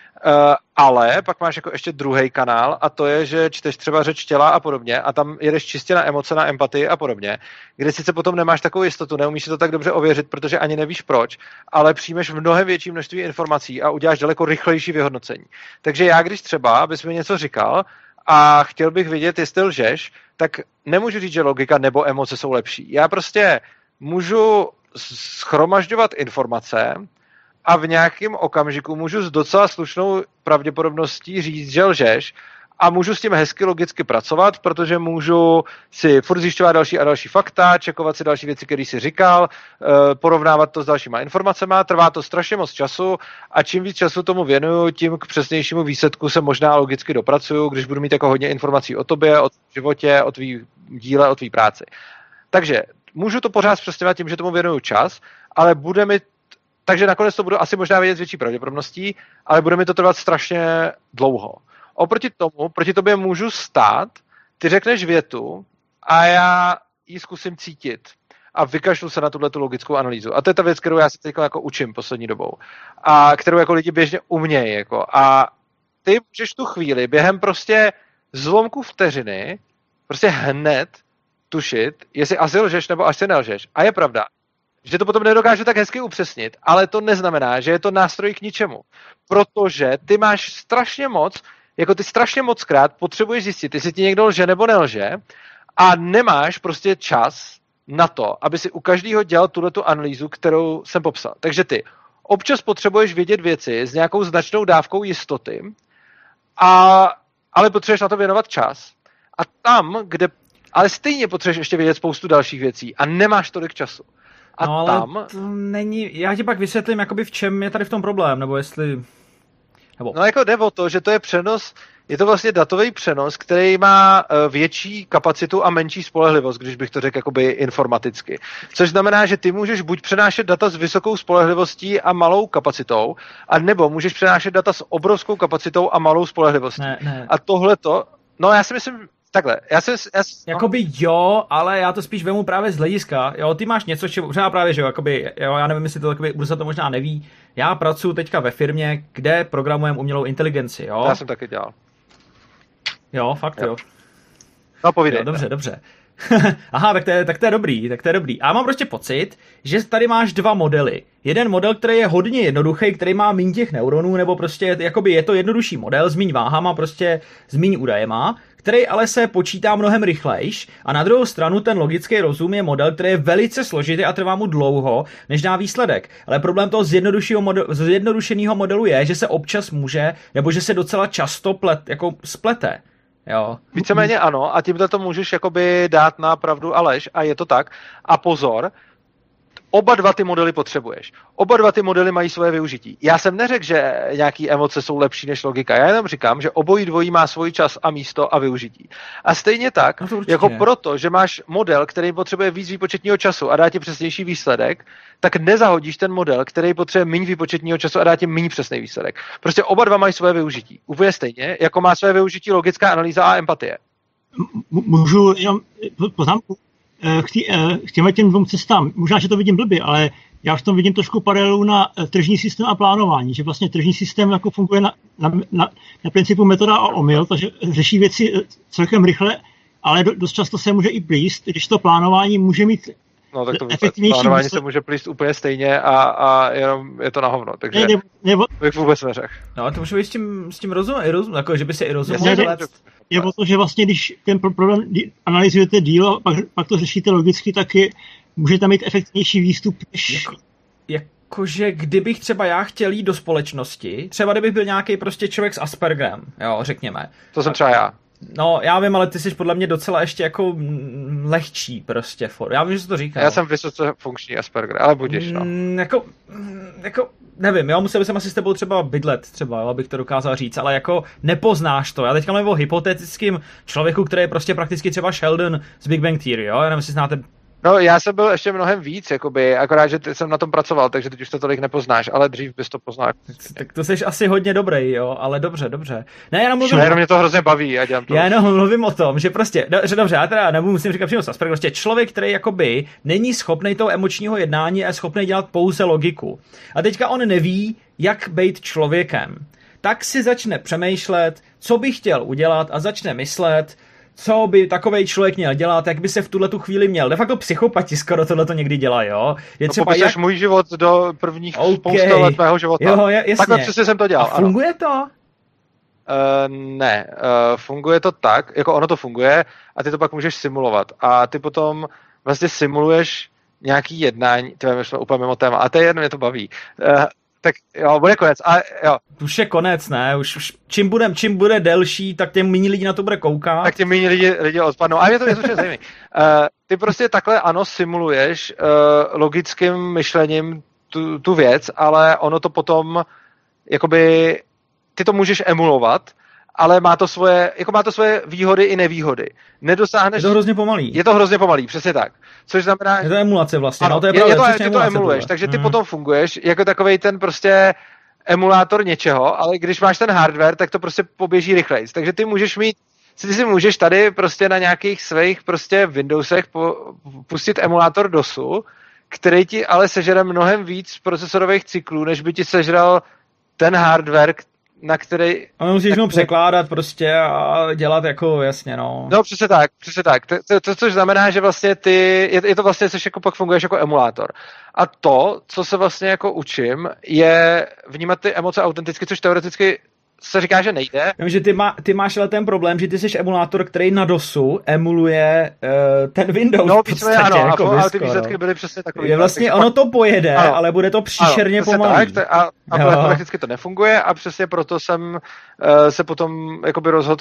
ale pak máš jako ještě druhý kanál a to je, že čteš třeba řeč těla a podobně a tam jedeš čistě na emoce, na empatii a podobně, kde sice potom nemáš takovou jistotu, neumíš si to tak dobře ověřit, protože ani nevíš proč, ale přijmeš mnohem větší množství informací a uděláš daleko rychlejší vyhodnocení. Takže já, když třeba bys mi něco říkal a chtěl bych vědět, jestli lžeš, tak nemůžu říct, že logika nebo emoce jsou lepší. Já prostě můžu shromažďovat informace a v nějakém okamžiku můžu s docela slušnou pravděpodobností říct, že lžeš a můžu s tím hezky logicky pracovat, protože můžu si furt zjišťovat další a další fakta, čekovat si další věci, které jsi říkal, porovnávat to s dalšíma informacemi, trvá to strašně moc času a čím víc času tomu věnuju, tím k přesnějšímu výsledku se možná logicky dopracuju, když budu mít jako hodně informací o tobě, o životě, o tvý díle, o tvý práci. Takže můžu to pořád zpřesňovat tím, že tomu věnuju čas, ale takže nakonec to budu asi možná vědět s větší pravděpodobností, ale bude mi to trvat strašně dlouho. Proti tobě můžu stát, ty řekneš větu a já ji zkusím cítit a vykašlu se na tuhletu logickou analýzu. A to je ta věc, kterou já se teď jako učím poslední dobou a kterou jako lidi běžně umějí. Jako. A ty můžeš tu chvíli během prostě zlomku vteřiny prostě hned tušit, jestli asi lžeš nebo asi nelžeš. A je pravda, že to potom nedokážu tak hezky upřesnit, ale to neznamená, že je to nástroj k ničemu. Protože ty máš strašně mockrát potřebuješ zjistit, jestli ti někdo lže nebo nelže a nemáš prostě čas na to, aby si u každého dělal tuhletu analýzu, kterou jsem popsal. Takže ty občas potřebuješ vědět věci s nějakou značnou dávkou jistoty, ale potřebuješ na to věnovat čas. A ale stejně potřebuješ ještě vědět spoustu dalších věcí a nemáš tolik času. A no, ale to není, já ti pak vysvětlím, jakoby v čem je tady v tom problém, nebo jestli... No jako jde o to, že to je přenos, je to vlastně datový přenos, který má větší kapacitu a menší spolehlivost, když bych to řekl jakoby informaticky. Což znamená, že ty můžeš buď přenášet data s vysokou spolehlivostí a malou kapacitou, a nebo můžeš přenášet data s obrovskou kapacitou a malou spolehlivostí. Ne. A tohleto, no já si myslím, takhle, jakoby jo, ale já to spíš vemu právě z hlediska, jo, ty máš něco, třeba právě, že jo, jakoby, jo, já nevím, jestli to takový, Urza to možná neví, já pracuji teďka ve firmě, kde programujeme umělou inteligenci, jo. Já jsem taky dělal. Jo, fakt jo. No povídej. Jo, dobře. Aha, tak to je dobrý. A já mám prostě pocit, že tady máš dva modely. Jeden model, který je hodně jednoduchý, který má míň těch neuronů, nebo prostě jakoby je to jednodušší model, s míň váhama, prostě s míň údajema, který ale se počítá mnohem rychlejš, a na druhou stranu ten logický rozum je model, který je velice složitý a trvá mu dlouho, než dá výsledek. Ale problém toho zjednodušeného modelu je, že se občas může, nebo že se docela často splete. Jo. Víceméně ano, a tímhle to můžeš jakoby dát na pravdu a lež, a je to tak. A pozor, oba dva ty modely potřebuješ. Oba dva ty modely mají svoje využití. Já jsem neřekl, že nějaký emoce jsou lepší než logika. Já jenom říkám, že obojí dvojí má svůj čas a místo a využití. A stejně tak, jako proto, že máš model, který potřebuje víc výpočetního času a dá ti přesnější výsledek, tak nezahodíš ten model, který potřebuje méně výpočetního času a dá ti méně přesný výsledek. Prostě oba dva mají svoje využití. Úplně stejně, jako má svoje využití logická analýza a empatie. Můžu jenom poznámku k těm dvou cestám. Možná, že to vidím blbě, ale já v tom vidím trošku paralelu na tržní systém a plánování, že vlastně tržní systém jako funguje na principu metoda a omyl, takže řeší věci celkem rychle, ale dost často se může i plíst, když to plánování může mít efektivnější plánování se může plíst úplně stejně a jenom je to na hovno, takže bych vůbec neřekl. No, to může být s tím rozum, jako, že by se i rozuměl. Je o to, že vlastně, když ten problém analyzujete díl a pak to řešíte logicky, tak můžete mít efektivnější výstup. Jakože kdybych třeba já chtěl jít do společnosti, třeba kdybych byl nějaký prostě člověk s Aspergerem, jo, řekněme. To jsem třeba já. No, já vím, ale ty jsi podle mě docela ještě jako lehčí prostě. Já vím, že jsi to říkal. Já jsem vysoce funkční Asperger, ale budiš, no. nevím, jo, musel jsem asi s tebou třeba bydlet, třeba, jo, abych to dokázal říct, ale jako nepoznáš to. Já teďka mluvím o hypotetickém člověku, který je prostě prakticky třeba Sheldon z Big Bang Theory, jo, já nevím, jestli znáte. No, já jsem byl ještě mnohem víc, jakoby, akorát, že jsem na tom pracoval, takže teď už to tolik nepoznáš, ale dřív bys to poznal. Tak to jsi asi hodně dobrý, jo, ale dobře. Ne, já mluvím... Jenom mě to hrozně baví a dělám to. Já jenom mluvím o tom, že prostě, dobře, já teda musím říkat přímo Asperger, prostě člověk, který jakoby není schopný toho emočního jednání a je schopný dělat pouze logiku. A teďka on neví, jak být člověkem. Tak si začne přemýšlet, co by chtěl udělat a začne myslet, co by takovej člověk měl dělat, jak by se v tuhletu chvíli měl. De facto psychopati skoro tohleto někdy dělají, jo. Je třeba jak... můj život do prvních spousta let mého života. Jo, jasně. Takhle přesně jsem to dělal. A funguje to? Ne, funguje to tak, jako ono to funguje a ty to pak můžeš simulovat. A ty potom vlastně simuluješ nějaký jednání, my jsme úplně mimo téma, a to je jedno, mě to baví. Tak jo, bude konec. A jo. Už je konec, ne? Už čím bude delší, tak těm méně lidí na to bude koukat. Tak těm méně lidi odpadnou. A mě to zajímá. Ty prostě takhle, ano, simuluješ logickým myšlením tu věc, ale ono to potom, jakoby, ty to můžeš emulovat, ale má to svoje výhody i nevýhody. Nedosáhneš... Je to hrozně pomalý. Je to hrozně pomalý, přesně tak. Což znamená... Je to emulace vlastně. Ano, no, to je pravda, ty to emuluješ, takže ty potom funguješ jako takovej ten prostě emulátor něčeho, ale když máš ten hardware, tak to prostě poběží rychleji. Takže ty si můžeš tady prostě na nějakých svých prostě Windowsech pustit emulátor DOSu, který ti ale sežere mnohem víc procesorových cyklů, než by ti sežral ten hardware, na který... A musíš jenom překládat prostě a dělat jako jasně, no. No, přesně tak. Což znamená, že vlastně je to vlastně, což jako pak funguješ jako emulátor. A to, co se vlastně jako učím, je vnímat ty emoce autenticky, což teoreticky se říká, že nejde. Vím, že ty máš ale ten problém, že ty jsi emulátor, který na DOSu emuluje ten Windows no, v podstatě. Ano, jako a ty výsledky byly přesně takové. Je vlastně ono to pojede, ano, ale bude to příšerně pomalý. A prakticky to nefunguje a přesně proto jsem se potom jakoby rozhodl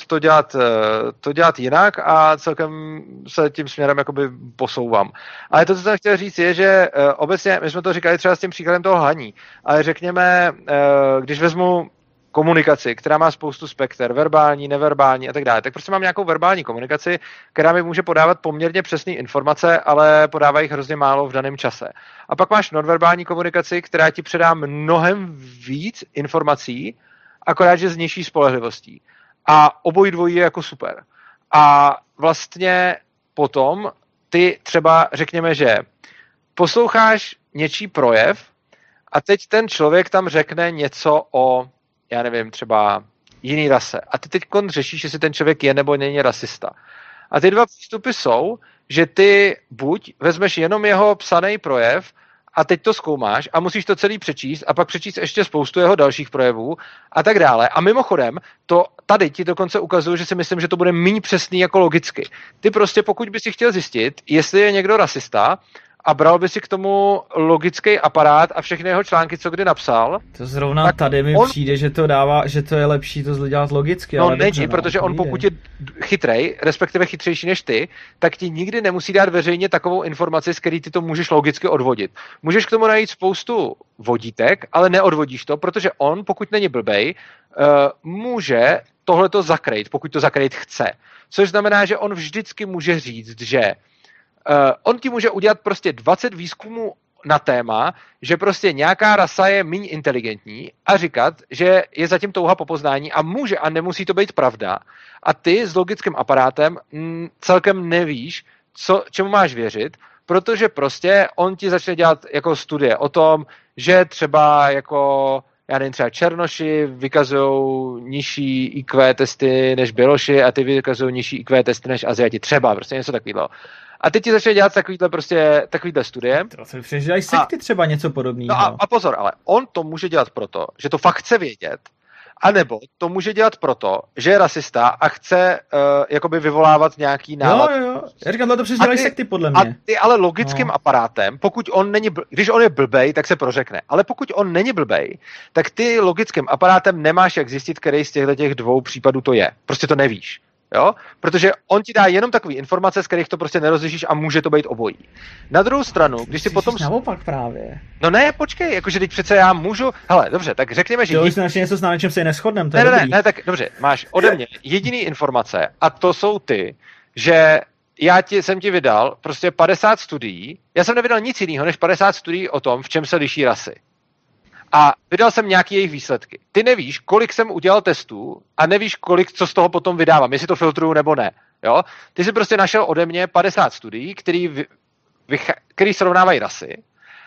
to dělat jinak a celkem se tím směrem jakoby posouvám. Ale to, co jsem chtěl říct, je, že obecně, my jsme to říkali třeba s tím příkladem toho lhaní, ale řekněme, když vezmu komunikaci, která má spoustu spekter, verbální, neverbální a tak dále. Tak prostě mám nějakou verbální komunikaci, která mi může podávat poměrně přesné informace, ale podává jich hrozně málo v daném čase. A pak máš nonverbální komunikaci, která ti předá mnohem víc informací, akorát, že s nižší spolehlivostí. A obojí dvojí je jako super. A vlastně potom ty třeba řekněme, že posloucháš něčí projev a teď ten člověk tam řekne něco o, já nevím, třeba jiný rase. A ty teď řešíš, jestli ten člověk je nebo není rasista. A ty dva přístupy jsou, že ty buď vezmeš jenom jeho psaný projev a teď to zkoumáš a musíš to celý přečíst a pak přečíst ještě spoustu jeho dalších projevů a tak dále. A mimochodem, to tady ti dokonce ukazuju, že si myslím, že to bude méně přesný jako logicky. Ty prostě, pokud bys si chtěl zjistit, jestli je někdo rasista, a bral by si k tomu logický aparát a všechny jeho články, co kdy napsal. To zrovna tady mi přijde, že to je lepší to dělat logicky. No není, protože on pokud je chytrej, respektive chytřejší než ty, tak ti nikdy nemusí dát veřejně takovou informaci, z který ty to můžeš logicky odvodit. Můžeš k tomu najít spoustu vodítek, ale neodvodíš to, protože on, pokud není blbej, může tohleto zakrýt, pokud to zakrýt chce. Což znamená, že on vždycky může říct, že on ti může udělat prostě 20 výzkumů na téma, že prostě nějaká rasa je méně inteligentní a říkat, že je zatím touha po poznání a může a nemusí to být pravda. A ty s logickým aparátem celkem nevíš, čemu máš věřit, protože prostě on ti začne dělat jako studie o tom, že třeba jako já nevím, třeba černoši vykazují nižší IQ testy než běloši a ty vykazují nižší IQ testy než Aziati. Třeba, prostě něco takového. A teď ti začne dělat takovýhle studie. To se přežívají sekty třeba něco podobného. No a pozor, ale on to může dělat proto, že to fakt chce vědět, anebo to může dělat proto, že je rasista a chce jakoby vyvolávat nějaký nálad. Jo. Já říkám, to přežívají sekty podle mě. A ty ale logickým aparátem, pokud on není, když on je blbej, tak se prořekne. Ale pokud on není blbej, tak ty logickým aparátem nemáš jak zjistit, který z těch dvou případů to je. Prostě to nevíš. Jo? Protože on ti dá jenom takové informace, z kterých to prostě nerozlišíš a může to být obojí. Na druhou stranu, když si potom... Naopak právě. No ne, počkej, jakože teď přece já můžu... Hele, dobře, tak řekněme, že... To už našli něco, na čem se neshodneme, to je ne, tak dobře, máš ode mě jediný informace a to jsou ty, že jsem ti vydal prostě 50 studií, já jsem nevydal nic jiného než 50 studií o tom, v čem se liší rasy. A vydal jsem nějaký jejich výsledky. Ty nevíš, kolik jsem udělal testů a nevíš, co z toho potom vydávám, jestli to filtruju nebo ne. Jo? Ty jsi prostě našel ode mě 50 studií, který srovnávají rasy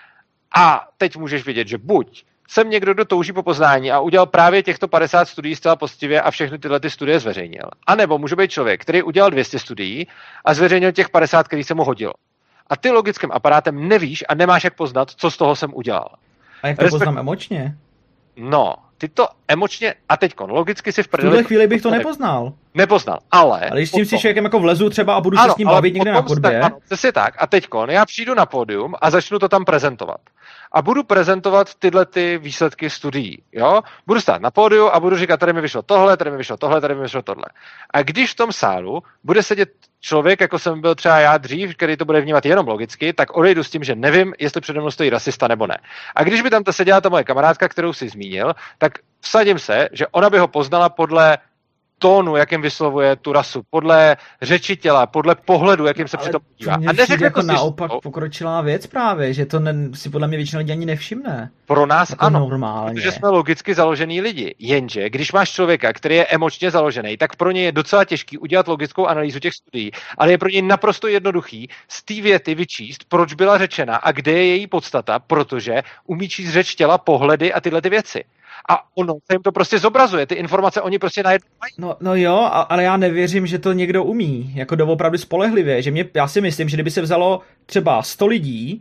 a teď můžeš vidět, že buď jsem někdo, kdo touží po poznání a udělal právě těchto 50 studií zcela poctivě a všechny tyhle ty studie zveřejnil. A nebo může být člověk, který udělal 200 studií a zveřejnil těch 50, který se mu hodilo. A ty logickým aparátem nevíš a nemáš jak poznat, co z toho jsem udělal. A jak to poznám emočně? No, ty to emočně, a teďkon, logicky si v V tuhle chvíli bych to nepoznal. Nepoznal, ale... Ale když s tím si člověkem jako vlezu třeba a budu se s ním bavit někde na chodbě... Ano, přesně tak. A teďkon, já přijdu na pódium a začnu to tam prezentovat. A budu prezentovat tyhle ty výsledky studií, jo? Budu stát na pódiu a budu říkat, tady mi vyšlo tohle, tady mi vyšlo tohle, tady mi vyšlo tohle. A když v tom sálu bude sedět člověk, jako jsem byl třeba já dřív, který to bude vnímat jenom logicky, tak odejdu s tím, že nevím, jestli přede mnou stojí rasista nebo ne. A když by tam ta seděla ta moje kamarádka, kterou si zmínil, tak vsadím se, že ona by ho poznala podle tónu, jakým vyslovuje tu rasu, podle řeči těla, podle pohledu, jakým se přitom podívá. A neřekne jako naopak pokročilá věc právě, že to si podle mě většina lidí ani nevšimne. Pro nás jako ano, normálně. Protože jsme logicky založený lidi. Jenže, když máš člověka, který je emočně založený, tak pro něj je docela těžký udělat logickou analýzu těch studií, ale je pro něj naprosto jednoduchý z té věty vyčíst, proč byla řečena a kde je její podstata, protože umí číst řeč těla, pohledy a tyhle ty věci. A ono se jim to prostě zobrazuje, ty informace oni prostě najednou mají. No jo, ale já nevěřím, že to někdo umí, jako doopravdy spolehlivě, že já si myslím, že kdyby se vzalo třeba 100 lidí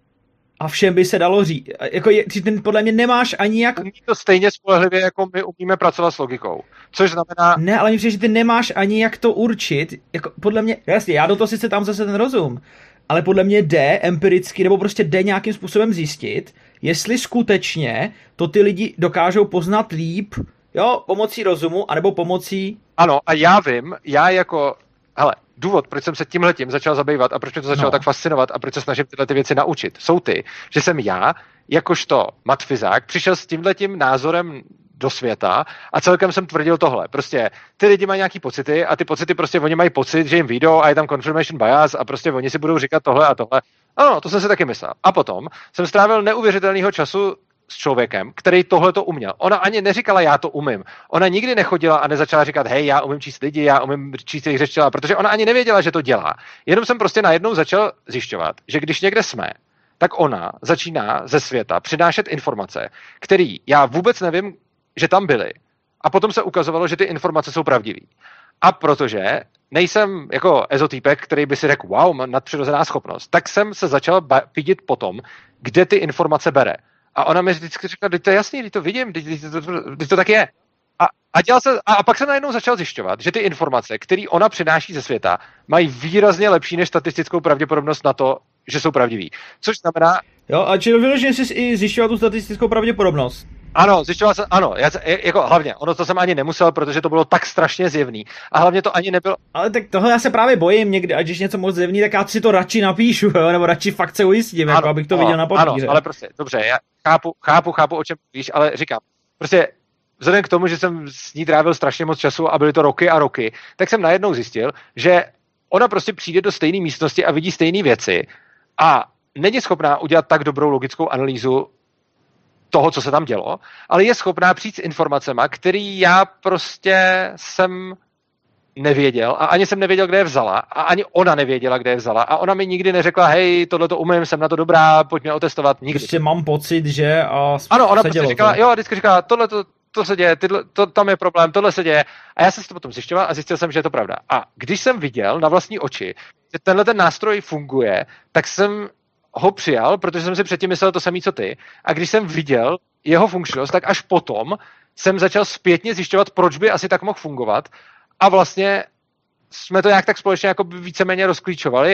a všem by se dalo říct, jako podle mě nemáš ani jak... Umí to stejně spolehlivě, jako my umíme pracovat s logikou, což znamená... Ne, ale mě přijde, že ty nemáš ani jak to určit, jako podle mě, jasně, já do toho sice tam zase ten rozum, ale podle mě jde empiricky, nebo prostě jde nějakým způsobem zjistit, jestli skutečně to ty lidi dokážou poznat líp, jo, pomocí rozumu, anebo pomocí... Ano, a já vím, hele, důvod, proč jsem se tímhletím začal zabývat a proč mě to začalo tak fascinovat a proč se snažím tyhle ty věci naučit, jsou ty, že jsem já, jakožto matfyzák, přišel s tímhletím názorem do světa a celkem jsem tvrdil tohle. Prostě ty lidi mají nějaký pocity a ty pocity prostě oni mají pocit, že jim vyjdou a je tam confirmation bias a prostě oni si budou říkat tohle a tohle. Ano, to jsem si taky myslel. A potom jsem strávil neuvěřitelného času s člověkem, který tohle to uměl. Ona ani neříkala, já to umím. Ona nikdy nechodila a nezačala říkat, hej, já umím číst lidi, já umím číst jejich řeč těla, protože ona ani nevěděla, že to dělá. Jenom jsem prostě najednou začal zjišťovat, že když někde jsme, tak ona začíná ze světa přinášet informace, které já vůbec nevím, že tam byly. A potom se ukazovalo, že ty informace jsou pravdivé. A protože nejsem jako ezotýpek, který by si řekl, wow, mám nadpřirozená schopnost, tak jsem se začal vidět potom, kde ty informace bere. A ona mi vždycky říkala, teď to je jasný, teď to vidím, teď to tak je. A pak jsem najednou začal zjišťovat, že ty informace, které ona přináší ze světa, mají výrazně lepší než statistickou pravděpodobnost na to, že jsou pravdiví. Což znamená... Jo, a či vyloženě jsi i zjišťoval tu statistickou pravděpodobnost. Ano, zjišťoval jsem, ano, jako hlavně, ono to jsem ani nemusel, protože to bylo tak strašně zjevný. A hlavně to ani nebylo... Ale tak tohle já se právě bojím někdy, a když něco moc zjevný, tak já si to radši napíšu, jo, nebo radši fakt se ujistím, jako abych to viděl na papíře. Ano, ale prostě, dobře, já chápu, o čem mluvíš, ale říkám, prostě vzhledem k tomu, že jsem s ní trávil strašně moc času a byly to roky a roky, tak jsem najednou zjistil, že ona prostě přijde do stejné místnosti a vidí stejné věci a není schopná udělat tak dobrou logickou analýzu toho, co se tam dělo, ale je schopná přijít s informacemi, který já prostě jsem nevěděl a ani jsem nevěděl, kde je vzala a ani ona nevěděla, kde je vzala a ona mi nikdy neřekla, hej, tohle to umím, jsem na to dobrá, pojďme otestovat, nikdy. Prostě mám pocit, že a ano, ona prostě říkala, jo, vždycky říkala, to se děje, tam je problém, tohle se děje a já jsem si to potom zjišťoval a zjistil jsem, že je to pravda. A když jsem viděl na vlastní oči, že tenhle ten nástroj funguje, tak jsem ho přijal, protože jsem si předtím myslel to samé, co ty. A když jsem viděl jeho funkčnost, tak až potom jsem začal zpětně zjišťovat, proč by asi tak mohl fungovat. A vlastně jsme to nějak tak společně jako víceméně rozklíčovali.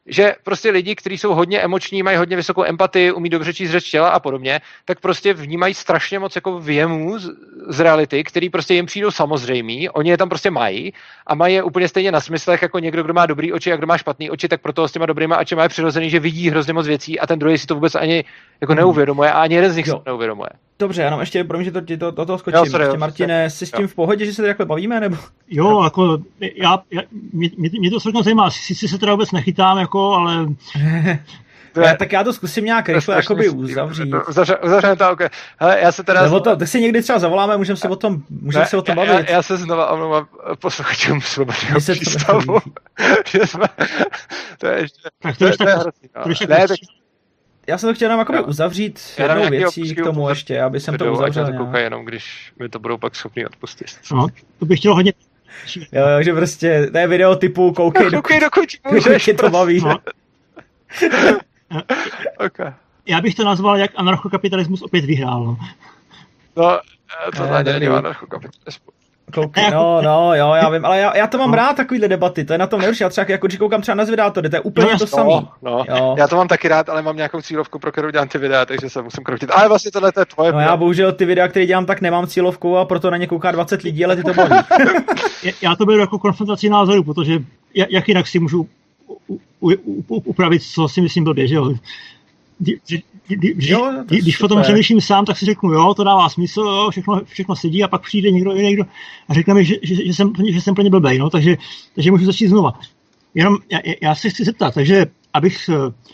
že prostě lidi, kteří jsou hodně emoční, mají hodně vysokou empatii, umí dobře číst řeč těla a podobně, tak prostě vnímají strašně moc jako věmů z reality, který prostě jim přijdou samozřejmý, oni je tam prostě mají a mají je úplně stejně na smyslech jako někdo, kdo má dobrý oči a kdo má špatný oči, tak proto s těma dobrýma očima je přirozený, že vidí hrozně moc věcí a ten druhý si to vůbec ani jako neuvědomuje a ani jeden z nich si to neuvědomuje. Dobře, jenom ještě pro mě, že do toho skočím. Prostě, Martine, jsi s tím v pohodě, že se tady takhle bavíme, nebo? Jo, jako mě to celkem zajímá, sice se teda vůbec nechytám, jako, ale... Tak já to zkusím nějak rychle jakoby uzavřít. Uzavřeme to, okay. Hele, já se teda... Tak si někdy třeba zavoláme, můžeme se o tom bavit. Já se znova omlouvám posluchačům Svobodného přístavu. To je ještě... Já jsem to chtěl nám uzavřít jednou věcí k tomu ještě, aby jsem to uzavřel. Já to koukám jenom, když mi to budou pak schopný odpustit. No, to bych chtěl hodně... Jo, že prostě, to je video typu koukej dokud můžeš, to baví. No. Okay. Já bych to nazval, jak anarchokapitalismus opět vyhrál. No, to není anarchokapitalismus. No, já vím, ale já to mám rád, takovýhle debaty, to je na tom nejhorší, já třeba jako když koukám třeba na zvědátory, to je úplně to samý. No. Já to mám taky rád, ale mám nějakou cílovku, pro kterou dělám ty videa, takže se musím kroutit. Ale vlastně tohle je tvoje. No já bohužel ty videa, které dělám, tak nemám cílovku a proto na ně kouká 20 lidí, ale ty to baví. Já to beru jako konfrontaci názorů, protože jak jinak si můžu upravit, co si myslím blbě, že jo. Když potom přemýšlím sám, tak si řeknu, jo, to dává smysl, jo, všechno sedí a pak přijde někdo a řekne mi, že jsem plně blbej, no, takže můžu začít znova. Jenom já se chci zeptat, takže abych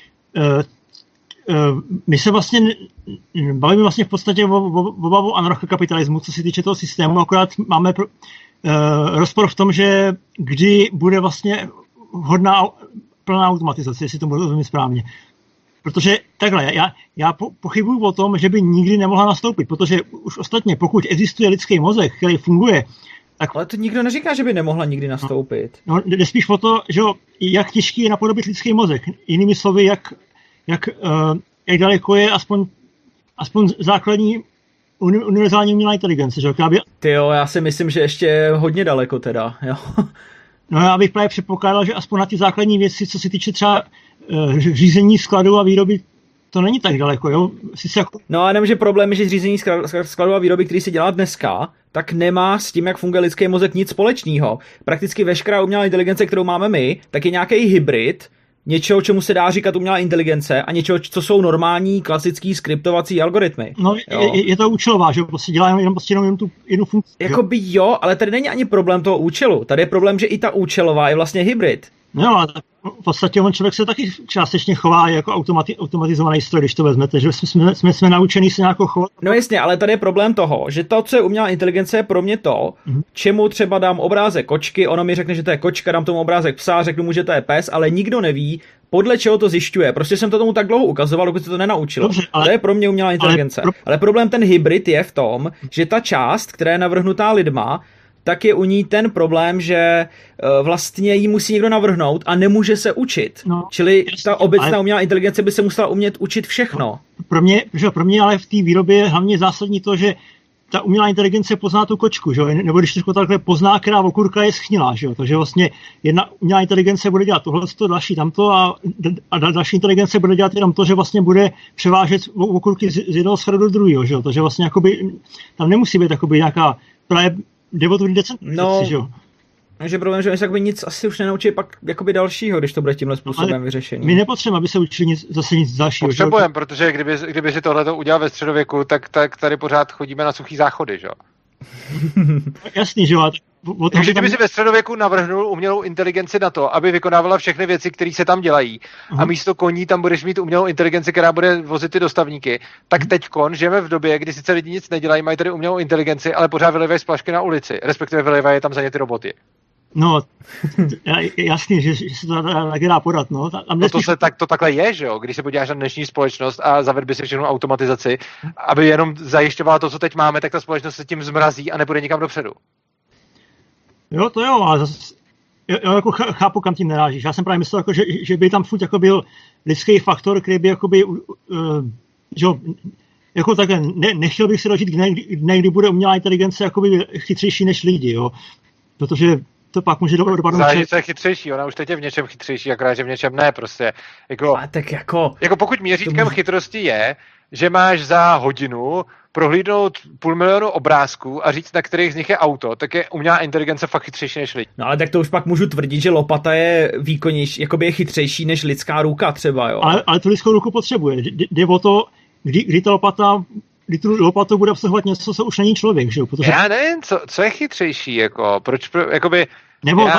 my se vlastně bavíme vlastně v podstatě o obavu anarchokapitalismu, co se týče toho systému, akorát máme rozpor v tom, že kdy bude vlastně vhodná plná automatizace, jestli to rozumím správně. Protože takhle, já pochybuju o tom, že by nikdy nemohla nastoupit, protože už ostatně, pokud existuje lidský mozek, který funguje, tak... Ale to nikdo neříká, že by nemohla nikdy nastoupit. No, jde spíš o to, že jak těžký je napodobit lidský mozek. Jinými slovy, jak daleko je aspoň základní univerzální umělá inteligence. Že? Tyjo, já si myslím, že ještě hodně daleko teda, jo. No já bych právě předpokládal, že aspoň na ty základní věci, co se týče třeba řízení skladu a výroby, to není tak daleko, jo? No a nemže problém je, že řízení skladu a výroby, který se dělá dneska, tak nemá s tím, jak funguje lidský mozek, nic společného. Prakticky veškerá umělá inteligence, kterou máme my, tak je nějaký hybrid něčeho, čemu se dá říkat umělá inteligence a něčeho, co jsou normální, klasický skriptovací algoritmy. No, je to účelová, že prostě dělá jenom tu jednu funkci. Jakoby jo, ale tady není ani problém toho účelu. Tady je problém, že i ta účelová je vlastně hybrid. No, ale v podstatě on člověk se taky částečně chová jako automatizovaný stroj, když to vezmete, že jsme naučení se nějakou chovat. No jasně, ale tady je problém toho, že to, co je umělá inteligence, je pro mě to, čemu třeba dám obrázek kočky, ono mi řekne, že to je kočka, dám tomu obrázek psa, řeknu mu, že to je pes, ale nikdo neví, podle čeho to zjišťuje. Prostě jsem to tomu tak dlouho ukazoval, dokud se to nenaučilo. Dobře, to je pro mě umělá inteligence. Ale problém ten hybrid je v tom, že ta část, která je navrhnutá lidma, tak je u ní ten problém, že vlastně jí musí někdo navrhnout a nemůže se učit. No, čili ta obecná umělá inteligence by se musela umět učit všechno. Pro mě ale v té výrobě je hlavně zásadní to, že ta umělá inteligence pozná tu kočku, že? Nebo když to takhle pozná, která okurka je schnilá. Že? Takže vlastně jedna umělá inteligence bude dělat tohle, další tamto a další inteligence bude dělat jenom to, že vlastně bude převážet okurky z jednoho skladu do druhého. Že? Takže vlastně jakoby, tam nemusí být nějaká právě devotový decentralizaci, že jo? Takže problém, že oni se jakoby nic asi už nenaučí pak jakoby dalšího, když to bude tímhle způsobem vyřešení. My nepotřebujeme, aby se učili nic dalšího. Potřebujeme, protože kdyby si tohleto udělal ve středověku, tak tady pořád chodíme na suchý záchody, že jo? Jasný, že jo? Takže kdyby si ve středověku navrhnul umělou inteligenci na to, aby vykonávala všechny věci, které se tam dělají, a místo koní tam budeš mít umělou inteligenci, která bude vozit ty dostavníky, tak teďkon žijeme v době, kdy sice lidi nic nedělají, mají tady umělou inteligenci, ale pořád vylévají splašky na ulici, respektive vylévají tam za ně ty roboty. No, jasný, že se to taky dá podat, no. To takhle je, že jo? Když se podíváš na dnešní společnost a zaved by si všechnu automatizaci, aby jenom zajišťovala to, co teď máme, tak ta společnost se tím zmrazí a nepůjde nikam dopředu. Jo, to jo, ale já jako chápu, kam tím narážíš. Já jsem právě myslel, jako, že by tam furt jako byl lidský faktor, který by jakoby, že jako takhle, nechtěl bych se dožít dne, kdy bude umělá inteligence jakoby chytřejší než lidi, jo. Protože to pak může dopadnout. Záleží, co je chytřejší, ona už teď je v něčem chytřejší, akorát, že v něčem ne, prostě. Ale tak jako pokud měřítkem chytrosti je, že máš za hodinu prohlídnout 500 000 obrázků a říct, na kterých z nich je auto, tak je umělá inteligence fakt chytřejší než lidi. No ale tak to už pak můžu tvrdit, že lopata je výkonnější, jakoby je chytřejší než lidská ruka třeba, jo. Ale tu lidskou ruku potřebuje. Jde o to, kdy ta lopata, kdy tu lopatu bude obsahovat něco, co už není člověk, že jo? Protože... Já nevím, co je chytřejší, jako, jakoby, Nebo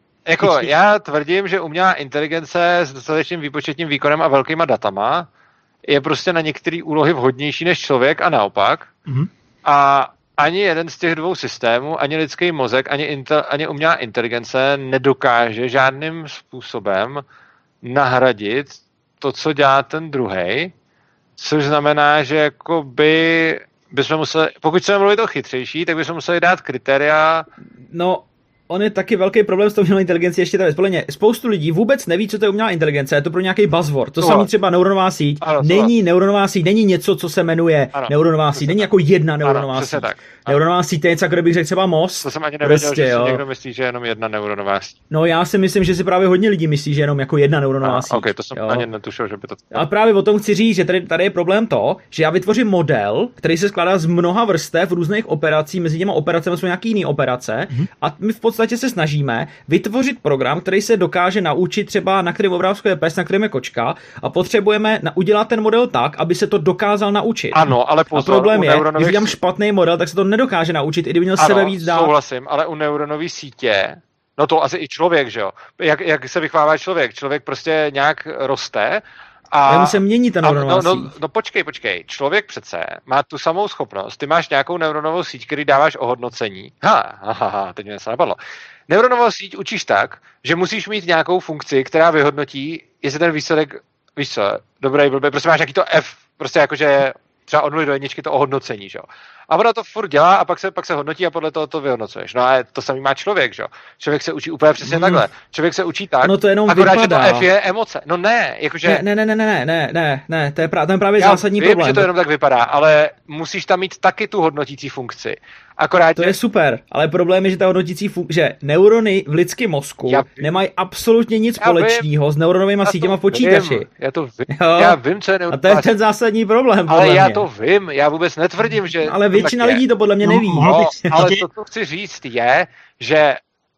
já tvrdím, že umělá inteligence s dostatečným výpočetním výkonem a velkýma datama je prostě na některé úlohy vhodnější než člověk a naopak. Mm-hmm. A ani jeden z těch dvou systémů, ani lidský mozek, ani umělá inteligence nedokáže žádným způsobem nahradit to, co dělá ten druhej, což znamená, že jakoby bychom museli, pokud chceme mluvit o chytřejší, tak bychom museli dát kritéria. No, on je taky velký problém s tou umělou inteligencí, ještě tady podle mě. Spoustu lidí vůbec neví, co to je umělá inteligence, je to pro nějaký buzzword. To samý třeba neuronová síť. Není neuronová síť, není něco, co se jmenuje neuronová síť, není jako jedna neuronová síť. Neuronová síť je něco, jako kdybych řekl třeba most. To jsem ani nevěděl, prostě, že si někdo myslí, že je jenom jedna neuronová síť. No já si myslím, že si právě hodně lidí myslí, že je jenom jako jedna neuronová síť. Okay, to jsem ani netušil, že by to. A právě o tom chci říct, že tady je problém to, že já vytvořím model, který se skládá z mnoha vrstev různých operací, mezi těma operacemi jsou nějaký jiný operace a my v podstatě se snažíme vytvořit program, který se dokáže naučit třeba, na kterém obrázku je pes, na kterém je kočka, a potřebujeme udělat ten model tak, aby se to dokázal naučit. Ano, ale pozor, a problém je, když udělám špatný model, tak se to nedokáže naučit, i kdyby měl sebe víc dát. Souhlasím, ale u neuronové sítě, no to asi i člověk, že jo? Jak se vychovává člověk? Člověk prostě nějak roste a mu se mění ta neuronová síť. No počkej. Člověk přece má tu samou schopnost. Ty máš nějakou neuronovou síť, který dáváš ohodnocení. Teď mě se napadlo. Neuronovou síť učíš tak, že musíš mít nějakou funkci, která vyhodnotí, jestli ten výsledek, víš co, dobrý, blbý, prostě máš nějaký to F, prostě jakože třeba od 0 do 1 to ohodnocení, že jo. A ona to furt dělá a pak se hodnotí a podle toho to vyhodnocuješ. No a to samý má člověk, že jo. Člověk se učí úplně přesně takhle. Člověk se učí tak, no to jenom akorát, vypadá. že to F je emoce. No ne, jakože... Ne, to je právě já zásadní vím, problém. Že to jenom tak vypadá, ale musíš tam mít taky tu hodnotící funkci. Akorát, to je super, ale problém je, že ta hodnotící že neurony v lidském mozku nemají absolutně nic společného s neuronovými sítěma v počítači. Já vím, co je neuronová. A to je ten zásadní problém. Ale já to vím, já vůbec netvrdím, že... Ale většina lidí to podle mě neví. No, ale to, co chci říct, je, že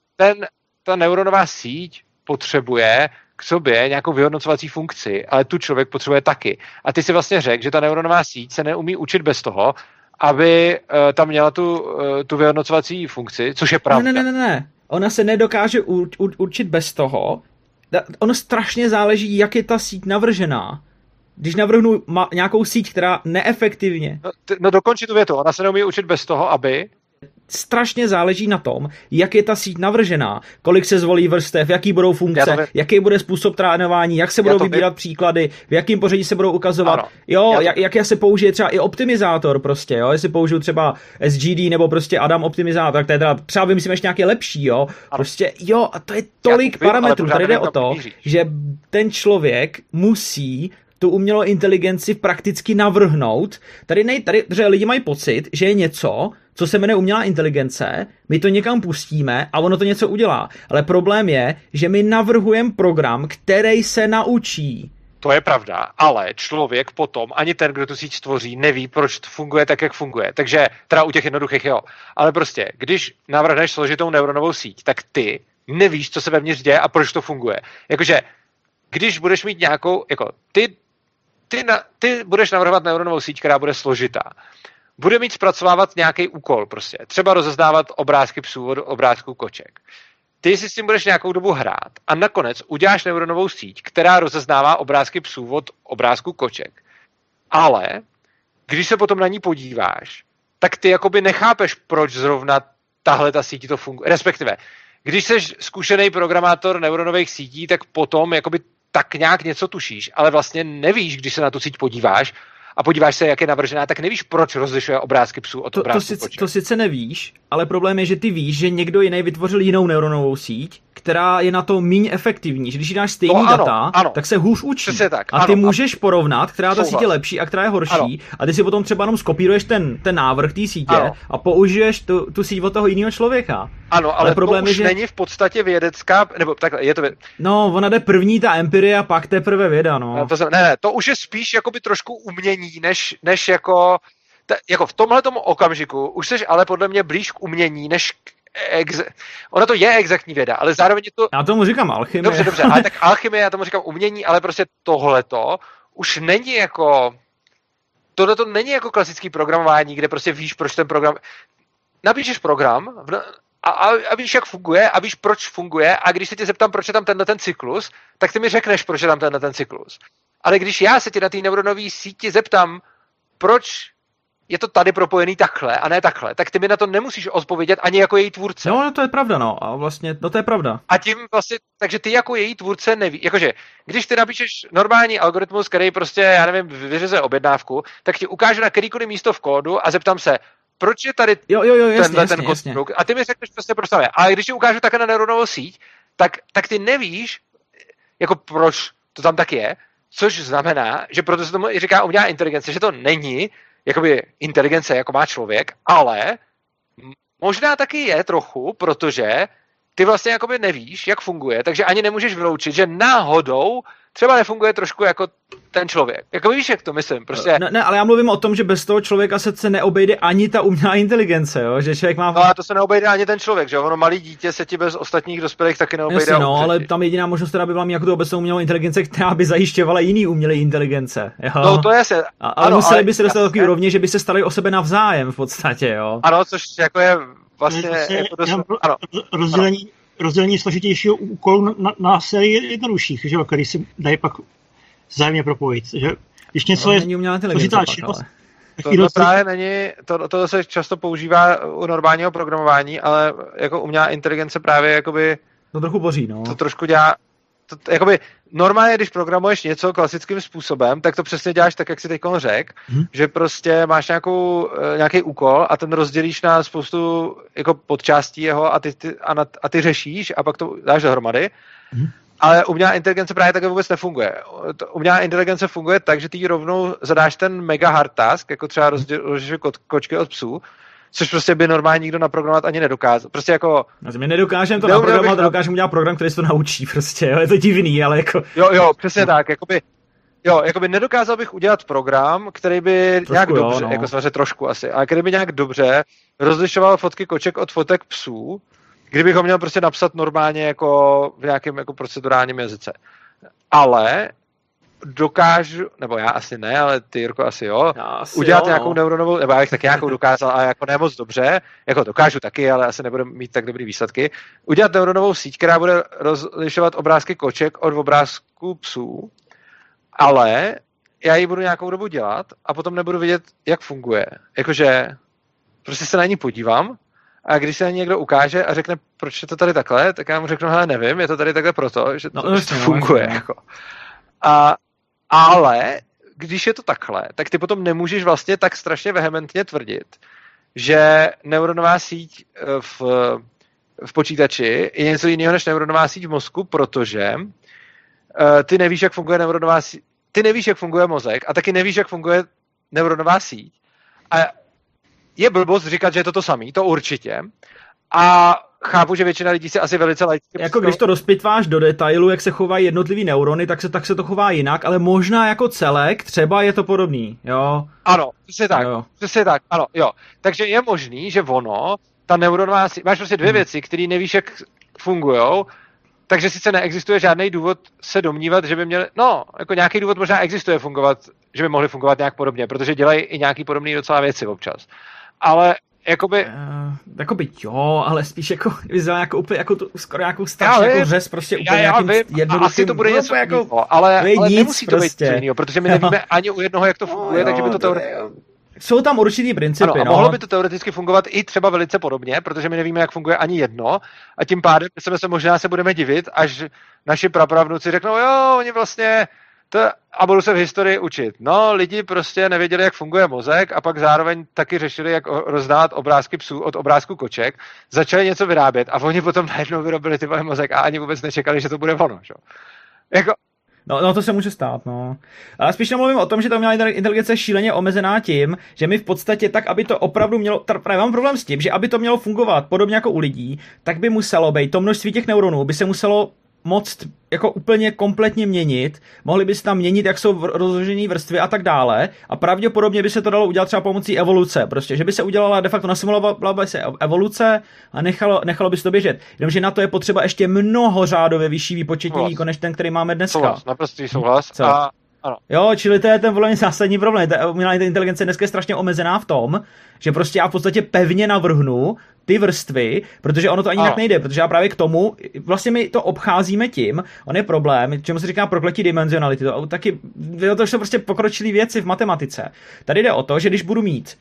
ta neuronová síť potřebuje k sobě nějakou vyhodnocovací funkci, ale tu člověk potřebuje taky. A ty si vlastně řekl, že ta neuronová síť se neumí učit bez toho, aby tam měla tu vyhodnocovací funkci, což je pravda. Ne. Ona se nedokáže určit bez toho. Ono strašně záleží, jak je ta síť navržená. Když navrhnu nějakou síť, která neefektivně... No dokončí tu větu. Ona se neumí učit bez toho, aby... Strašně záleží na tom, jak je ta síť navržená, kolik se zvolí vrstev, jaký budou funkce, jaký bude způsob trénování, jak se budou vybírat příklady, v jakém pořadí se budou ukazovat. Ano. Jo, jak se použije třeba i optimizátor prostě, jo, jestli použiju třeba SGD nebo prostě Adam optimizátor, tak to je teda třeba vymyslím ještě nějaký lepší, jo. Prostě jo, a to je tolik parametrů, tady jde o to, že ten člověk musí tu umělou inteligenci prakticky navrhnout. Tady že lidi mají pocit, že je něco, co se jmenuje umělá inteligence, my to někam pustíme a ono to něco udělá. Ale problém je, že my navrhujeme program, který se naučí. To je pravda, ale člověk potom, ani ten, kdo tu síť stvoří, neví, proč to funguje tak, jak funguje. Takže teda u těch jednoduchých, jo. Ale prostě, když navrhneš složitou neuronovou síť, tak ty nevíš, co se vevnitř děje a proč to funguje. Jakože, když budeš mít nějakou, jako ty budeš navrhovat neuronovou síť, která bude složitá. Bude mít zpracovávat nějaký úkol prostě. Třeba rozeznávat obrázky psů od obrázků koček. Ty si s tím budeš nějakou dobu hrát a nakonec uděláš neuronovou síť, která rozeznává obrázky psů od obrázků koček. Ale když se potom na ní podíváš, tak ty jakoby nechápeš, proč zrovna tahle ta síť to funguje. Respektive, když jsi zkušený programátor neuronových sítí, tak potom jakoby tak nějak něco tušíš, ale vlastně nevíš, když se na tu síť podíváš a podíváš se, jak je navržená, tak nevíš, proč rozlišuje obrázky psů od obrázků koček. To sice nevíš, ale problém je, že ty víš, že někdo jiný vytvořil jinou neuronovou síť, která je na to míň efektivní, že když jí dáš stejný data, tak se hůř učí. Tak, a ty můžeš porovnat, která ta síť je lepší a která je horší, a ty si potom třeba jenom skopíruješ ten návrh té sítě a použiješ tu síť od toho jiného člověka. Ano, ale problém to už není v podstatě vědecká, nebo takhle, je to No, ona jde první ta empirie a pak teprve věda, no. To už je spíš jakoby trošku umění, než jako v tomhletom okamžiku už seš ale podle mě blíž k umění, než ona to je exaktní věda, ale zároveň je to... Já tomu říkám alchymie. Dobře, ale tak alchymie, já tomu říkám umění, ale prostě tohleto už není jako... Tohleto není jako klasický programování, kde prostě víš, proč ten program... Napíšeš program a víš, jak funguje a víš, proč funguje a když se tě zeptám, proč je tam tenhle ten cyklus, tak ty mi řekneš, proč je tam tenhle ten cyklus. Ale když já se tě na té neuronové síti zeptám, proč je to tady propojený takhle a ne takhle, tak ty mi na to nemusíš odpovědět ani jako její tvůrce. No, to je pravda, no. A vlastně, to je pravda. A tím vlastně, takže ty jako její tvůrce neví. Jakože, když ty napíšeš normální algoritmus, který prostě, já nevím, vyřizuje objednávku, tak ti ukážu na kterýkoliv místo v kódu a zeptám se, proč je tady ten konstrukt. A ty mi řekneš prostě proč tam je. Ale když ti ukážu také na neuronovou síť, tak ty nevíš, jako proč to tam tak je, což znamená, že proto se tomu říká umělá inteligence, že to není jakoby inteligence, jako má člověk, ale možná taky je trochu, protože ty vlastně jakoby nevíš, jak funguje, takže ani nemůžeš vyloučit, že náhodou třeba nefunguje trošku jako ten člověk. Jako víš, jak to myslím? Prostě... Ne, ale já mluvím o tom, že bez toho člověka se neobejde ani ta umělá inteligence, jo? Že člověk má... No a to se neobejde ani ten člověk, že ono malý dítě se ti bez ostatních dospělých taky neobejde. Jasně, no, ale tam jediná možnost, která by byla mít jako tu obecnou umělou inteligence, která by zajišťovala jiný umělé inteligence. Jo? No to je se. Ale museli by se dostat takový úrovni, že by se starali o sebe navzájem v podstatě, jo? Ano, což jako je vlastně... Rozdělení složitějšího úkolu na sérii jednodušších, že, který si dají pak vzájemně propojit. Že, když něco je složitá činnost, to právě není, to se často používá u normálního programování, ale jako umělá inteligence právě jakoby... To trochu boří, no. To trošku dělá... Jakoby normálně, když programuješ něco klasickým způsobem, tak to přesně děláš tak, jak si teď řekl, že prostě máš nějaký úkol a ten rozdělíš na spoustu jako podčástí jeho a ty řešíš a pak to dáš dohromady. Ale umělá inteligence právě takhle vůbec nefunguje. Umělá inteligence funguje tak, že ty rovnou zadáš ten mega hard task, jako třeba rozdělíš kočky od psů, což prostě by normálně nikdo naprogramovat ani nedokázal. Prostě jako... My nedokážeme to naprogramovat, dokážeme udělat program, který se to naučí prostě, jo? Je to divný, ale jako... Jo, přesně tak, jakoby nedokázal bych udělat program, který by trošku, nějak dobře, jako samozřejmě trošku asi, ale který by nějak dobře rozlišoval fotky koček od fotek psů, kdybych ho měl prostě napsat normálně jako v nějakém jako procedurálním jazyce. Ale dokážu, nebo já asi ne, ale ty, Jirko, asi jo, udělat nějakou neuronovou, nebo já bych taky nějakou dokázal, ale jako ne moc dobře, jako dokážu taky, ale asi nebudu mít tak dobrý výsledky, udělat neuronovou síť, která bude rozlišovat obrázky koček od obrázků psů, ale já ji budu nějakou dobu dělat a potom nebudu vidět, jak funguje. Jakože prostě se na ní podívám a když se na ní někdo ukáže a řekne, proč je to tady takhle, tak já mu řeknu, hele, nevím, je to tady takhle proto, že to funguje. Jako. Ale když je to takhle, tak ty potom nemůžeš vlastně tak strašně vehementně tvrdit, že neuronová síť v počítači je něco jiného než neuronová síť v mozku, protože ty nevíš, jak funguje neuronová síť, ty nevíš, jak funguje mozek a taky nevíš, jak funguje neuronová síť. A je blbost říkat, že je to samý, to určitě. A chápu, že většina lidí si asi velice laicky... Jako když to rozpitváš do detailu, jak se chovají jednotlivý neurony, tak se to chová jinak, ale možná jako celek třeba je to podobný, jo? Ano, přesně tak, ano, jo. Takže je možný, že ta neuronová síť, máš prostě dvě věci, které nevíš, jak fungujou, takže sice neexistuje žádný důvod se domnívat, že by měli, jako nějaký důvod možná existuje fungovat, že by mohli fungovat nějak podobně, protože dělají i nějaký podobný docela věci občas. Ale jakoby jo, ale spíš jako vyzval jako úplně jako skoro nějakou strašně jako řez prostě úplně nějakým jednoduchým. Asi to bude něco jako, ale nemusí to být něco jiného, protože my nevíme ani u jednoho, jak to funguje, takže by to teoreticky... Jsou tam určitý principy, a mohlo by to teoreticky fungovat i třeba velice podobně, protože my nevíme, jak funguje ani jedno a tím pádem se možná budeme divit, až naši prapravnuci řeknou, jo, oni vlastně A budu se v historii učit. No, lidi prostě nevěděli, jak funguje mozek a pak zároveň taky řešili, jak rozdávat obrázky psů od obrázku koček. Začali něco vyrábět a oni potom najednou vyrobili ty mozek a ani vůbec nečekali, že to bude ono. Že? Jako... No, to se může stát, no. Ale spíš nemluvím o tom, že ta umělá inteligence je šíleně omezená tím, že my v podstatě tak, aby to opravdu mělo, právě mám problém s tím, že aby to mělo fungovat podobně jako u lidí, tak by muselo být, to množství těch neuronů by se muselo moc jako úplně kompletně měnit, mohli by se tam měnit, jak jsou rozložené vrstvy a tak dále a pravděpodobně by se to dalo udělat třeba pomocí evoluce, prostě, že by se udělala de facto nasimulovala by se evoluce a nechalo by se to běžet, jenomže na to je potřeba ještě mnohořádově vyšší výpočetní výkon než ten, který máme dneska. Souhlas, naprostý souhlas. Ano. Jo, čili to je ten velmi zásadní problém. Ta umělá inteligence dneska je strašně omezená v tom, že prostě já v podstatě pevně navrhnu ty vrstvy, protože ono to ani jinak nejde, protože já právě k tomu, vlastně my to obcházíme tím, on je problém, čemu se říká prokletí dimenzionality, to jsou prostě pokročilé věci v matematice. Tady jde o to, že když budu mít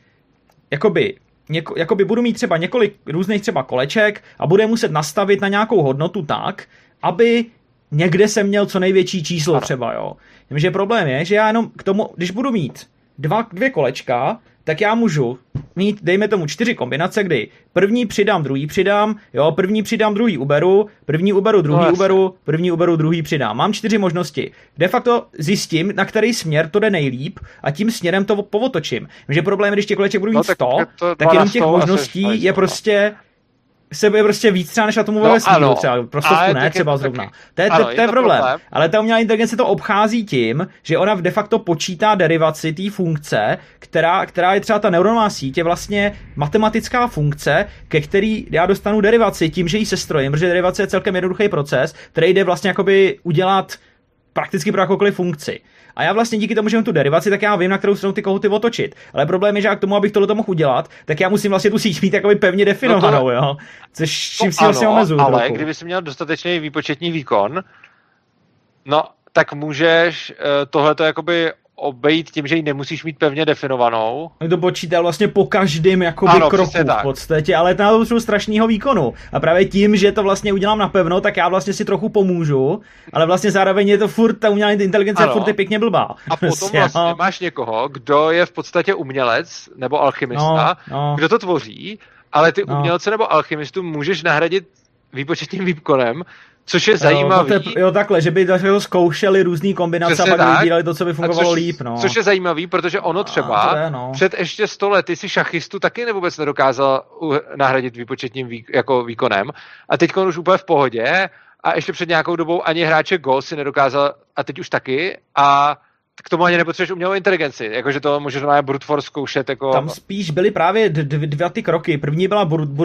jakoby budu mít třeba několik různých třeba koleček a budu je muset nastavit na nějakou hodnotu tak, aby někde jsem měl co největší číslo třeba, jo. Jenže problém je, že já jenom k tomu, když budu mít dvě kolečka, tak já můžu mít, dejme tomu 4 kombinace, kdy první přidám, druhý přidám, jo, první přidám, druhý uberu, první uberu, druhý uberu, první uberu, druhý přidám. Mám 4 možnosti. De facto zjistím, na který směr to jde nejlíp a tím směrem to povotočím. Takže problém je, když těch koleček budu mít 100, tak jenom těch možností je prostě sebe prostě víc třeba než atomové vesmíru, třeba prostě ne, třeba zrovna. To je problém. Ale ta umělá inteligence to obchází tím, že ona de facto počítá derivaci té funkce, která je třeba ta neuronová síť, je vlastně matematická funkce, ke který já dostanu derivaci tím, že ji sestrojím, protože derivace je celkem jednoduchý proces, který jde vlastně jakoby udělat prakticky pro jakoukoliv funkci. A já vlastně díky tomu, že mám tu derivaci, tak já vím, na kterou stranu ty kohouty otočit. Ale problém je, že k tomu, abych tohle mohl udělat, tak já musím vlastně tu síť mít jakoby pevně definovanou, jo. Což čím si vlastně omezuju. Ale trochu. Kdyby jsi měl dostatečný výpočetní výkon, no, tak můžeš tohleto jakoby obejít tím, že ji nemusíš mít pevně definovanou. To počítá vlastně po každém jakoby kroku v podstatě, ale to jsou strašnýho výkonu. A právě tím, že to vlastně udělám napevno, tak já vlastně si trochu pomůžu, ale vlastně zároveň je to furt, ta umělá inteligence furt je pěkně blbá. A potom vlastně máš někoho, kdo je v podstatě umělec nebo alchymista, kdo to tvoří, ale ty umělce nebo alchymistů můžeš nahradit výpočetním výkonem, což je zajímavý. Jo, takhle, že by to zkoušeli různý kombinace a pak vybírali to, co by fungovalo líp. No. Což je zajímavý, protože ono třeba před ještě 100 lety si šachistu taky vůbec nedokázal nahradit výpočetním výkonem a teď už úplně v pohodě a ještě před nějakou dobou ani hráče Go si nedokázal a teď už taky a k tomu ani nepotřebuješ umělou inteligenci, jakože to můžeš na brute force zkoušet. Jako... Tam spíš byly právě dva ty kroky. První byla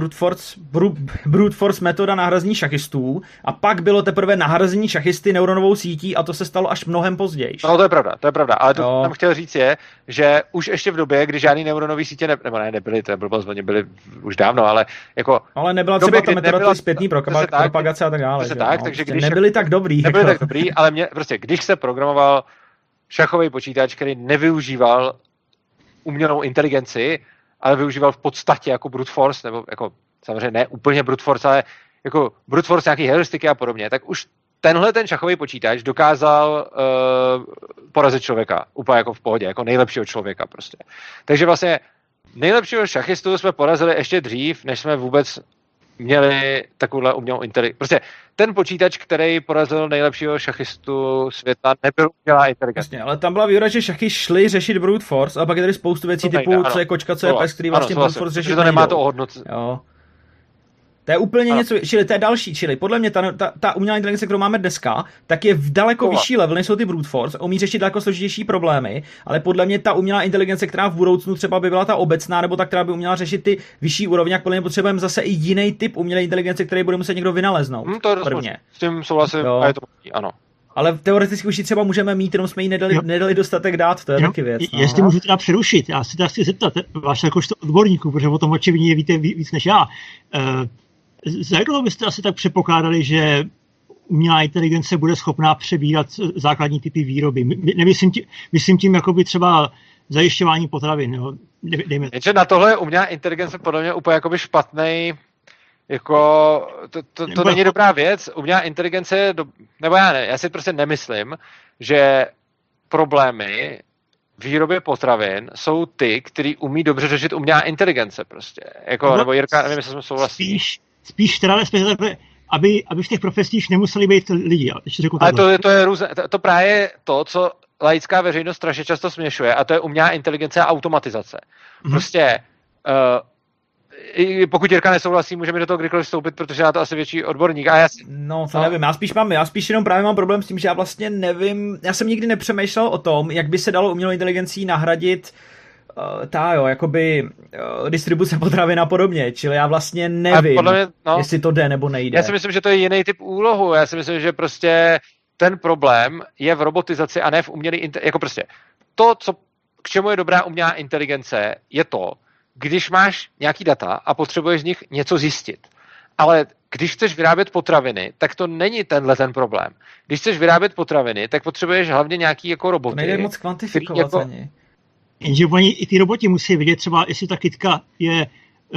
brute force metoda nahrazení šachistů a pak bylo teprve nahrazení šachisty neuronovou sítí a to se stalo až mnohem později. No to je pravda, ale to tam chtěl říct je, že už ještě v době, kdy žádný neuronové sítě nebyly, to je blbost, oni byli už dávno, ale jako... Ale nebyla třeba ta metoda zpětný propagace a tak dále. Takže když nebyli tak dobrý. Nebyli tak dobrý, ale prostě, když se programoval šachový počítač, který nevyužíval umělou inteligenci, ale využíval v podstatě jako brute force, nebo jako samozřejmě ne úplně brute force, ale jako brute force nějaký heuristiky a podobně, tak už tenhle ten šachový počítač dokázal porazit člověka úplně jako v pohodě, jako nejlepšího člověka prostě. Takže vlastně nejlepšího šachistu jsme porazili ještě dřív, než jsme vůbec měli takovouhle umělou inteligenci. Prostě ten počítač, který porazil nejlepšího šachistu světa, nebyl umělá inteligence. Jasně, ale tam byla výhoda, že šachy šly řešit brute force a pak je tady spoustu věcí typu, co je kočka, co je pes, který vlastně brute force řešit to nemá to ohodnocení. Jo. To je úplně něco, čili to je další, čili podle mě ta umělá inteligence, kterou máme dneska, tak je v daleko vyšší level, než jsou ty brute force, umí řešit daleko složitější problémy, ale podle mě ta umělá inteligence, která v budoucnu třeba by byla ta obecná, nebo ta, která by uměla řešit ty vyšší úrovně, jak podle mě potřebujeme zase i jiný typ umělé inteligence, který bude muset někdo vynaleznout. To je prvně. S tím souhlasím, a je to ano. Ale teoreticky už ji třeba můžeme mít, jenom jsme jí nedali dostatek dát, to je taky věc. Jestli můžu teda přerušit, já si teda chci zeptat, váš jakožto odborníků, protože o tom očividně víte víc než já. Za jak dlouho byste asi tak předpokládali, že umělá inteligence bude schopná přebírat základní typy výroby? Myslím tím jakoby třeba zajišťování potravin. Jo? Jenže na tohle je umělá inteligence podle mě úplně jakoby špatnej, jako to není dobrá věc. Umělá inteligence, nebo já si prostě nemyslím, že problémy výrobě potravin jsou ty, který umí dobře řešit umělá inteligence prostě. Jako, no, nebo Jirka, nevím, jestli jsme souhlasí. Spíš teda takhle, aby v těch profesích nemuseli být lidi. Ale to je různé. To právě je to, co laická veřejnost strašně často směšuje, a to je umělá inteligence a automatizace. Prostě pokud Jirka nesouhlasí, můžeme do toho kdykoliv vstoupit, protože já to asi větší odborník. A No, to nevím, já spíš jenom právě mám problém s tím, že já vlastně nevím, já jsem nikdy nepřemýšlel o tom, jak by se dalo umělou inteligencí nahradit distribuce potravin a podobně, čili já vlastně nevím, jestli to jde nebo nejde. Já si myslím, že to je jiný typ úlohu, já si myslím, že prostě ten problém je v robotizaci a ne v umělé inteligenci, jako prostě to, k čemu je dobrá umělá inteligence, je to, když máš nějaký data a potřebuješ z nich něco zjistit. Ale když chceš vyrábět potraviny, tak to není ten problém. Když chceš vyrábět potraviny, tak potřebuješ hlavně nějaký jako roboty. To nejde moc kvantifikovat ani. Jenže oni i ty roboti musí vědět třeba, jestli ta kytka je,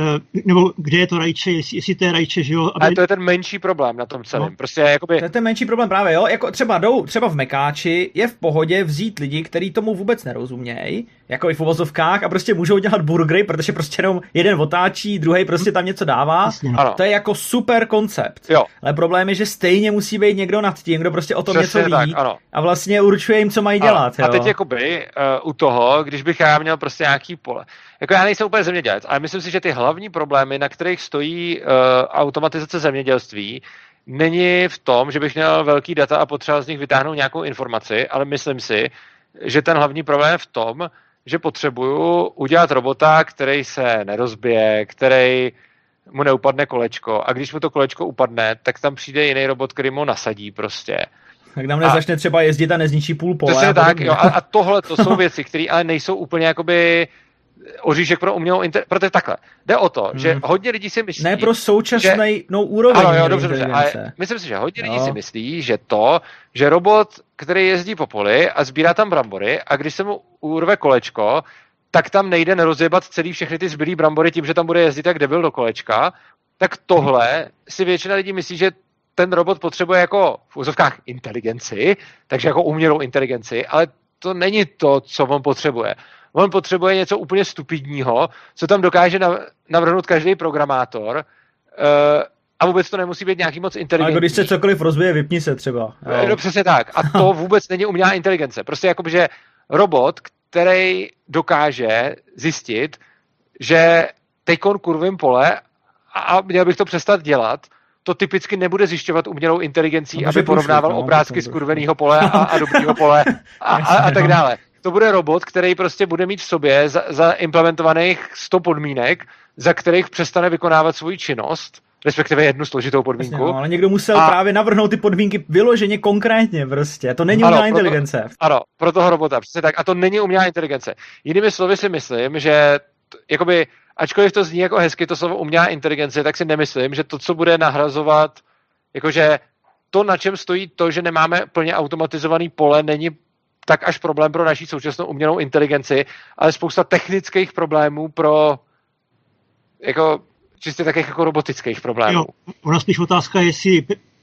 nebo kde je to rajče, jestli to je rajče, že jo. Ale to je ten menší problém na tom celém. No. Prostě jakoby... To je ten menší problém právě, jo. Jako třeba v Mekáči je v pohodě vzít lidi, kteří tomu vůbec nerozumějí, jako i v uvozovkách, a prostě můžou dělat burgery, protože prostě jenom jeden otáčí, druhý prostě tam něco dává. Jasně, no. To je jako super koncept. Jo. Ale problém je, že stejně musí být někdo nad tím, kdo prostě o tom přesně něco ví, tak, a vlastně určuje jim, co mají dělat. Jo? A teď jakoby u toho, když bych já měl prostě nějaký pole. Jako já nejsem úplně zemědělec, ale myslím si, že ty hlavní problémy, na kterých stojí automatizace zemědělství, není v tom, že bych měl velký data a potřeboval z nich vytáhnout nějakou informaci, ale myslím si, že ten hlavní problém je v tom, že potřebuju udělat robota, který se nerozbije, který mu neupadne kolečko, a když mu to kolečko upadne, tak tam přijde jiný robot, který mu nasadí prostě. Tak tam nezačne třeba jezdit a nezničí půl pole. Přesně tak, jo. A tohle to jsou věci, které ale nejsou úplně jakoby oříšek pro umělou inteligenci. Protože takhle, jde o to, že hodně lidí si myslí... Ne pro současnou úroveň dobře. Myslím si, že hodně lidí si myslí, že že robot, který jezdí po poli a sbírá tam brambory, a když se mu urve kolečko, tak tam nejde nerozjebat celý všechny ty zbylý brambory tím, že tam bude jezdit jak debil do kolečka, tak tohle si většina lidí myslí, že ten robot potřebuje jako v úzovkách inteligenci, takže jako umělou inteligenci, ale to není to, co on potřebuje. On potřebuje něco úplně stupidního, co tam dokáže navrhnout každý programátor, a vůbec to nemusí být nějaký moc inteligentní. A když se cokoliv rozbije, vypni se třeba. No, přesně tak. A to vůbec není umělá inteligence. Prostě jakoby, že robot, který dokáže zjistit, že teďkon kurvím pole a měl bych to přestat dělat, to typicky nebude zjišťovat umělou inteligencí, aby porovnával obrázky z kurveného pole a dobrýho pole a tak dále. To bude robot, který prostě bude mít v sobě za implementovaných 100 podmínek, za kterých přestane vykonávat svoji činnost, respektive jednu složitou podmínku. Jasně, no, ale někdo musel právě navrhnout ty podmínky vyloženě konkrétně prostě. To není umělá inteligence. Ano, pro toho robota, přesně tak. A to není umělá inteligence. Jinými slovy si myslím, že jakoby, ačkoliv to zní jako hezky to slovo umělá inteligence, tak si nemyslím, že to, co bude nahrazovat, jakože to, na čem stojí to, že nemáme plně automatizovaný pole, není tak až problém pro naši současnou umělou inteligenci, ale spousta technických problémů pro jako čistě takých jako robotických problémů. Jo, ona spíš otázka, jestli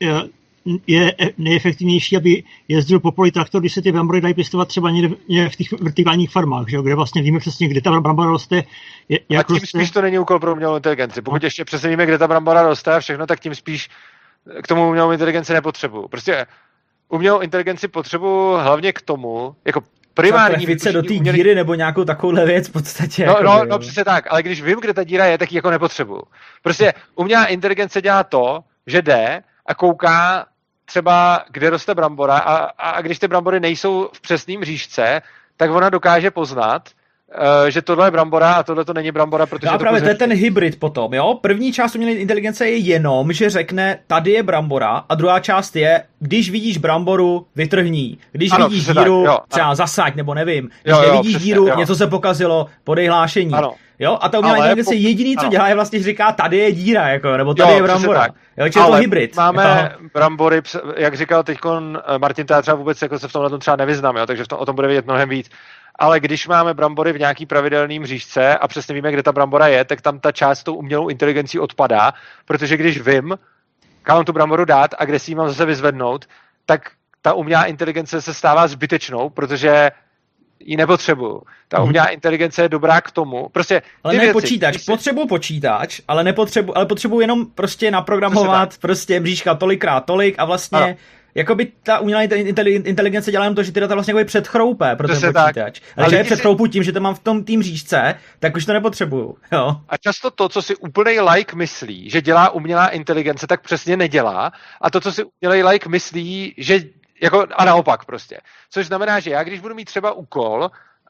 je nejefektivnější, aby jezdil po poli traktor, když se ty brambory dají pěstovat třeba někde v těch vertikálních farmách, že? Kde vlastně víme přesně, kde ta brambora roste. A tím spíš to není úkol pro umělou inteligenci. Pokud ještě přesně víme, kde ta brambora roste a všechno, tak tím spíš k tomu umělou inteligenci nepotřebuju. Prostě umělou inteligenci potřebuju hlavně k tomu, jako primární se do té díry nebo nějakou takovouhle věc v podstatě. No, přesně tak, ale když vím, kde ta díra je, tak ji jako nepotřebuju. Prostě umělá inteligence dělá to, že jde a kouká třeba, kde roste brambora, a když ty brambory nejsou v přesném říšce, tak ona dokáže poznat, že tohle je brambora a tohle to není brambora, protože no právě to je ten hybrid potom, jo? První část umělé inteligence je jenom, že řekne, tady je brambora, a druhá část je, když vidíš bramboru, vytrhní. Když vidíš díru, třeba zasaď, nebo nevím. Když nevidíš díru, něco se pokazilo, podej hlášení. Ano. Jo? A ta umělá inteligence jediný, co dělá, je vlastně, že říká, tady je díra, jako, nebo tady je brambora. Jo, je to hybrid. Máme brambory, jak říkal teďkon Martin, já třeba vůbec jako se v tomhle třeba nevyznám, jo? Takže o tom bude vědět mnohem víc. Ale když máme brambory v nějaký pravidelným říšce a přesně víme, kde ta brambora je, tak tam ta část s tou umělou inteligencí odpadá, protože když vím, kam tu bramboru dát a kde si ji mám zase vyzvednout, tak ta umělá inteligence se stává zbytečnou, protože ji nepotřebuju. Ta umělá inteligence je dobrá k tomu. Prostě ale ne počítač, potřebuji počítač, ale potřebuji jenom prostě naprogramovat prostě bříška tolikrát tolik a vlastně jakoby ta umělá inteligence dělá jenom to, že ty data vlastně jakoby předchroupé pro ten počítač. Ale že je předchroupu tím, že to mám v tom tým říčce, tak už to nepotřebuju. Jo. A často to, co si úplnej like myslí, že dělá umělá inteligence, tak přesně nedělá. A to, co si umělej like myslí, že jako, a naopak prostě. Což znamená, že já, když budu mít třeba úkol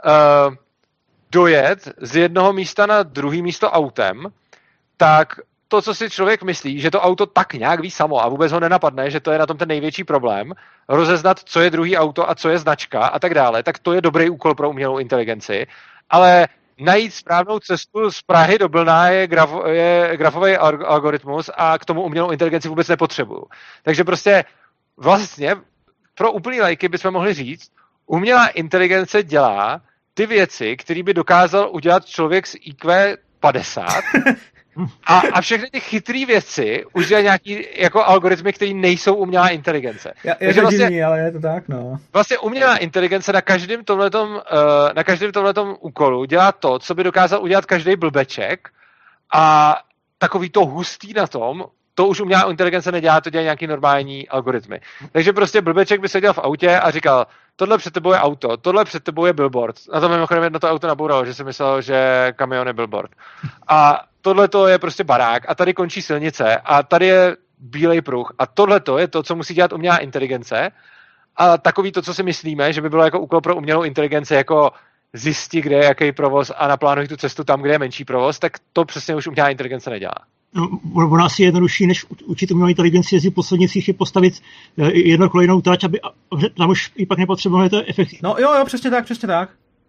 dojet z jednoho místa na druhý místo autem, tak to, co si člověk myslí, že to auto tak nějak ví samo a vůbec ho nenapadne, že to je na tom ten největší problém, rozeznat, co je druhý auto a co je značka a tak dále, tak to je dobrý úkol pro umělou inteligenci, ale najít správnou cestu z Prahy do Brna je grafový algoritmus a k tomu umělou inteligenci vůbec nepotřebuju. Takže prostě vlastně pro úplný lajky bychom mohli říct, umělá inteligence dělá ty věci, které by dokázal udělat člověk s IQ 50 a všechny ty chytrý věci už dělají nějaký jako algoritmy, které nejsou umělá inteligence. Je to vlastně, divný, ale je to tak, no. Vlastně umělá inteligence na každém tomhletom úkolu dělá to, co by dokázal udělat každý blbeček a takový to hustý na tom, to už umělá inteligence nedělá, to dělají nějaký normální algoritmy. Takže prostě blbeček by seděl v autě a říkal, tohle před tebou je auto, tohle před tebou je billboard. Na to mimochodem jedno to auto nabouralo, že si myslel, že kamion je billboard. A tohle to je prostě barák a tady končí silnice a tady je bílej pruh a tohle to je to, co musí dělat umělá inteligence a takový to, co si myslíme, že by bylo jako úkol pro umělou inteligenci, jako zjistit, kde je jaký provoz a naplánuj tu cestu tam, kde je menší provoz, tak to přesně už umělá inteligence nedělá. No, ono asi je jednodušší, než učit umělou inteligenci jezdit po silnicích, je postavit jednokolejnou trať, aby tam už i pak nepotřebujeme to efektivní. No jo, přesně tak.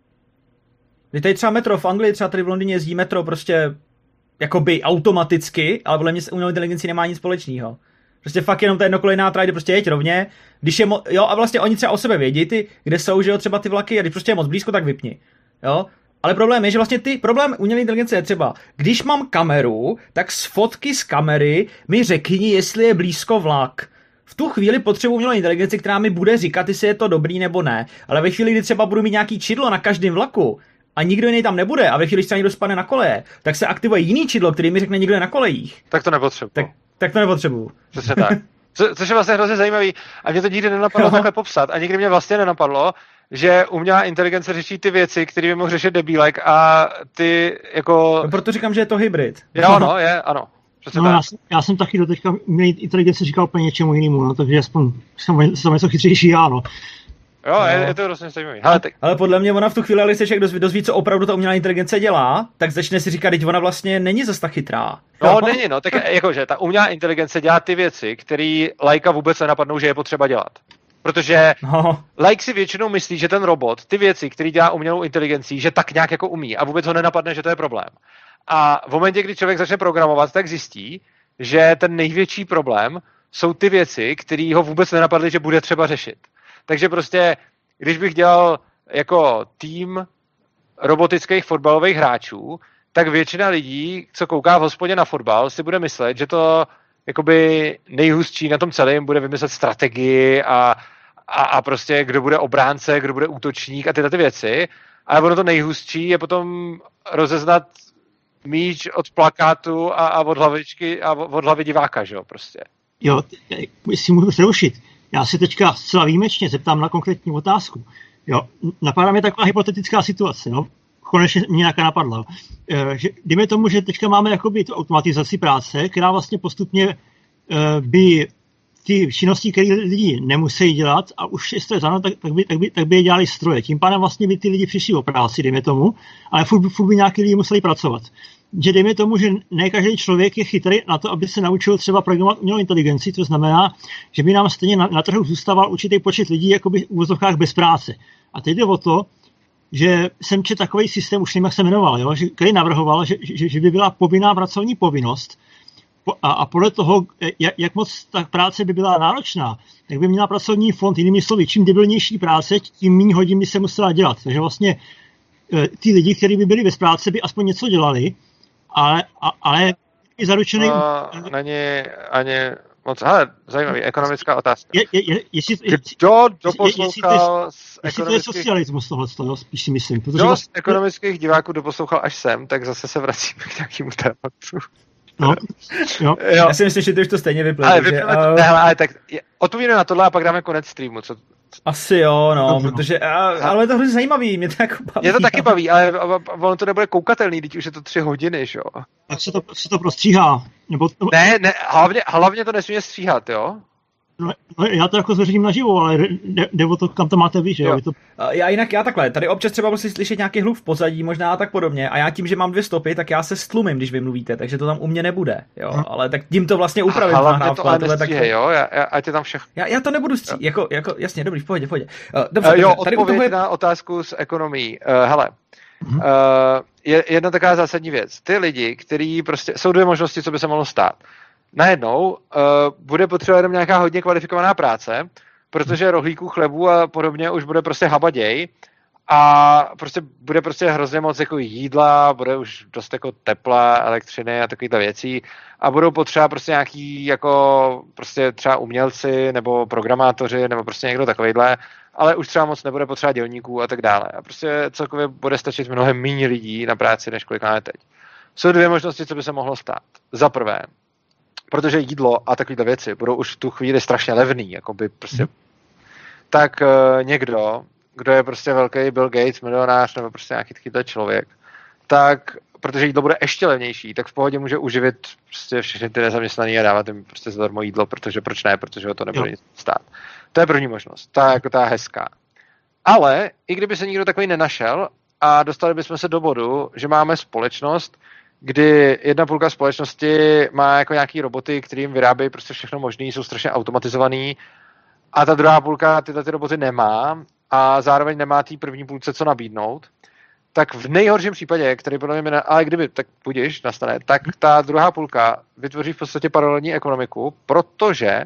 Když tady třeba metro v Anglii, třeba tady v Londýně jezdí metro prostě jakoby automaticky, ale podle mě s umělou inteligencí nemá nic společného. Prostě fakt jenom ta jednokolejná trať, prostě jeď rovně, když je jo, a vlastně oni třeba o sebe vědí, kde jsou, že jo, třeba ty vlaky, a když prostě je moc blízko, tak vypni. Jo? Ale problém je, že vlastně problém umělé inteligence je třeba, když mám kameru, tak z fotky z kamery mi řekni, jestli je blízko vlak. V tu chvíli potřebuji umělou inteligenci, která mi bude říkat, jestli je to dobrý nebo ne. Ale ve chvíli, kdy třeba budu mít nějaký čidlo na každém vlaku a nikdo jiný tam nebude, a ve chvíli, když se někdo spadne na koleje, tak se aktivuje jiný čidlo, který mi řekne, někdo je na kolejích. Tak to nepotřebuji. Tak to nepotřebuji. Přesně tak. Což je vlastně hrozně zajímavý. A mě to nikdy nenapadlo takhle popsat. A nikdy mě vlastně nenapadlo, že umělá inteligence řeší ty věci, které by mohl řešit debílek a ty jako... No, proto říkám, že je to hybrid. Jo, no, ano. No, já jsem taky do teďka umělé inteligence říkal úplně něčemu jinému, no, takže aspoň jsem něco chytřejší já, no. Jo, je to hrozně zajímavý. Ale podle mě ona v tu chvíli, ale se člověk dozví, co opravdu ta umělá inteligence dělá, tak začne si říkat, že ona vlastně není zas tak chytrá. No, není, no, tak jakože ta umělá inteligence dělá ty věci, které lajka vůbec nenapadnou, že je potřeba dělat. Protože like si většinou myslí, že ten robot, ty věci, které dělá umělou inteligencí, že tak nějak jako umí a vůbec ho nenapadne, že to je problém. A v momentě, kdy člověk začne programovat, tak zjistí, že ten největší problém jsou ty věci, které ho vůbec nenapadly, že bude třeba řešit. Takže prostě, když bych dělal jako tým robotických fotbalových hráčů, tak většina lidí, co kouká v hospodě na fotbal, si bude myslet, že to jakoby nejhustší na tom celém bude vymyslet strategii a prostě kdo bude obránce, kdo bude útočník a tyhle ty věci. Ale ono to nejhustší je potom rozeznat míč od plakátu a od hlavičky a od hlavy diváka, že jo, prostě. Jo, jestli můžu přerušit. Já si teďka zcela výjimečně zeptám na konkrétní otázku. Jo, napadá mě taková hypotetická situace, no. Konečně mě nějaká napadla. Že, dejme tomu, že teďka máme jakoby tu automatizaci práce, která vlastně postupně by ty činnosti, které lidi nemusí dělat a už je stroj zano, tak by je dělali stroje. Tím pádem vlastně by ty lidi přišli o práci, dejme tomu, ale furt by nějaký lidi museli pracovat. Že dejme tomu, že ne každý člověk je chytrý na to, aby se naučil třeba programovat umělou inteligenci, to znamená, že by nám stejně na trhu zůstával určitý počet lidí jakoby v úvozovkách bez práce. A teď jde o to, že jsem četl takový systém, už nevím, jak se jmenoval, jo, který navrhoval, že by byla povinná pracovní povinnost a podle toho, jak moc ta práce by byla náročná, tak by měla pracovní fond, jinými slovy, čím debilnější práce, tím méně hodin by se musela dělat. Takže vlastně ty lidi, kteří by byli bez práce, by aspoň něco dělali, ale je zaručený... Není ani moc. Hele, zajímavý, ekonomická otázka. Kdo doposlouchal z ekonomických... to je socialismus tohle, spíš si myslím. Kdo z ekonomických diváků doposlouchal až sem, tak zase se vracíme k nějakému tématu. No, jo. Já si myslím, že ty už to stejně vyplňuješ. Ale tak odpovíme na tohle a pak dáme konec streamu. Asi jo, no, protože, ale je to hrozně zajímavý, mě to jako baví. Mě to taky baví, ale ono to nebude koukatelný, teď už je to 3 hodiny, jo. Tak se to prostříhá. Ne, hlavně to nesmí stříhat, jo. No, já to jako zveřejním naživo, ale jde o to, kam to máte vy, že jo? Já takhle, tady občas třeba musím slyšet nějaký hluk v pozadí, možná a tak podobně, a já tím, že mám 2 stopy, tak já se stlumím, když vy mluvíte, takže to tam u mě nebude, jo, ale tak tím to vlastně upravím. Hlavně to ale nestříhej, jo, ať je tam všechno. Já to nebudu stříhat, jako jasně, dobrý, v pohodě. Dobře, odpověď na otázku z ekonomií, hele. Je jedna taková zásadní věc. Ty lidi, kteří prostě, jsou 2 možnosti, co by se mohlo stát. Najednou bude potřeba jenom nějaká hodně kvalifikovaná práce, protože rohlíků, chlebu a podobně už bude prostě habaděj a prostě bude prostě hrozně moc jako jídla, bude už dost jako tepla, elektřiny a takovýhle věcí a budou potřeba prostě nějaký jako prostě třeba umělci nebo programátoři nebo prostě někdo takovejhle, ale už třeba moc nebude potřeba dělníků a tak dále. A prostě celkově bude stačit mnohem méně lidí na práci, než kolik máme teď. Jsou 2 možnosti, co by se mohlo stát. Za prvé, protože jídlo a takovéhle věci budou už v tu chvíli strašně levný, jakoby prostě, tak někdo, kdo je prostě velký Bill Gates, milionář nebo prostě nějaký takovýhle člověk, tak, protože jídlo bude ještě levnější, tak v pohodě může uživit prostě všechny ty nezaměstnaný a dávat jim prostě zadarmo jídlo, protože proč ne, protože ho to nebude nic stát. To je první možnost, ta jako ta hezká. Ale i kdyby se nikdo takový nenašel a dostali bychom se do bodu, že máme společnost, kdy 1/2 společnosti má jako nějaký roboty, kterým vyrábějí prostě všechno možné, jsou strašně automatizovaný a ta druhá půlka tyhle ty roboty nemá a zároveň nemá té první půlce co nabídnout, tak v nejhorším případě, který podle mě, ale kdyby tak budíš nastane, tak ta druhá půlka vytvoří v podstatě paralelní ekonomiku, protože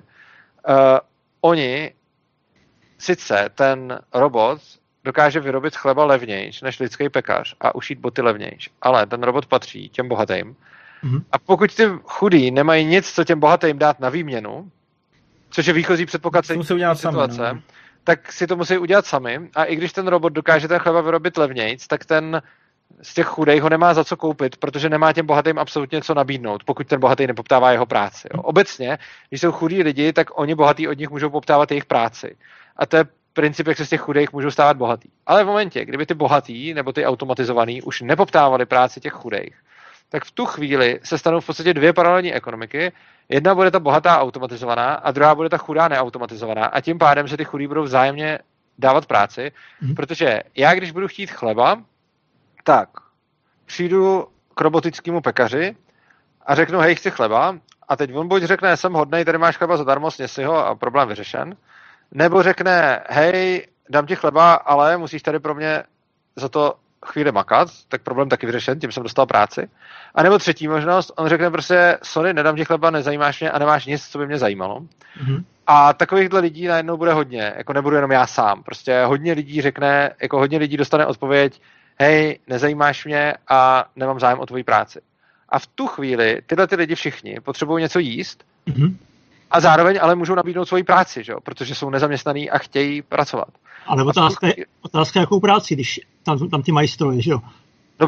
oni sice ten robot dokáže vyrobit chleba levnějš než lidský pekař a ušít boty levnějš, ale ten robot patří těm bohatým. A pokud ty chudí nemají nic, co těm bohatým dát na výměnu, což je výchozí předpoklad situace, tak si to musí udělat sami. A i když ten robot dokáže ten chleba vyrobit levnějc, tak ten z těch chudých ho nemá za co koupit, protože nemá těm bohatým absolutně co nabídnout, pokud ten bohatý nepoptává jeho práci. Jo. Obecně, když jsou chudí lidi, tak oni bohatí od nich můžou poptávat jejich práci. A to je princip, jak se z těch chudých můžou stávat bohatý. Ale v momentě, kdyby ty bohatý nebo ty automatizovaný už nepoptávali práci těch chudých, tak v tu chvíli se stanou v podstatě 2 paralelní ekonomiky. Jedna bude ta bohatá automatizovaná a druhá bude ta chudá neautomatizovaná a tím pádem se ty chudí budou vzájemně dávat práci, protože já, když budu chtít chleba, tak přijdu k robotickému pekaři a řeknu, hej, chci chleba a teď on buď řekne, jsem hodnej, tady máš chleba zadarmo, sněz si ho a problém vyřešen, nebo řekne, hej, dám ti chleba, ale musíš tady pro mě za to chvíli makat, tak problém taky vyřešen, tím jsem dostal práci. A nebo třetí možnost, on řekne prostě, sorry, nedám ti chleba, nezajímáš mě a nemáš nic, co by mě zajímalo. A takovýchhle lidí najednou bude hodně, jako nebudu jenom já sám. Prostě hodně lidí řekne, jako hodně lidí dostane odpověď, hej, nezajímáš mě a nemám zájem o tvoji práci. A v tu chvíli tyhle ty lidi všichni potřebují něco jíst a zároveň ale můžou nabídnout svoji práci, že jo? Protože jsou nezaměstnaný a chtějí pracovat. Ale otázka jakou práci, když tam ty mají stroje, že jo? No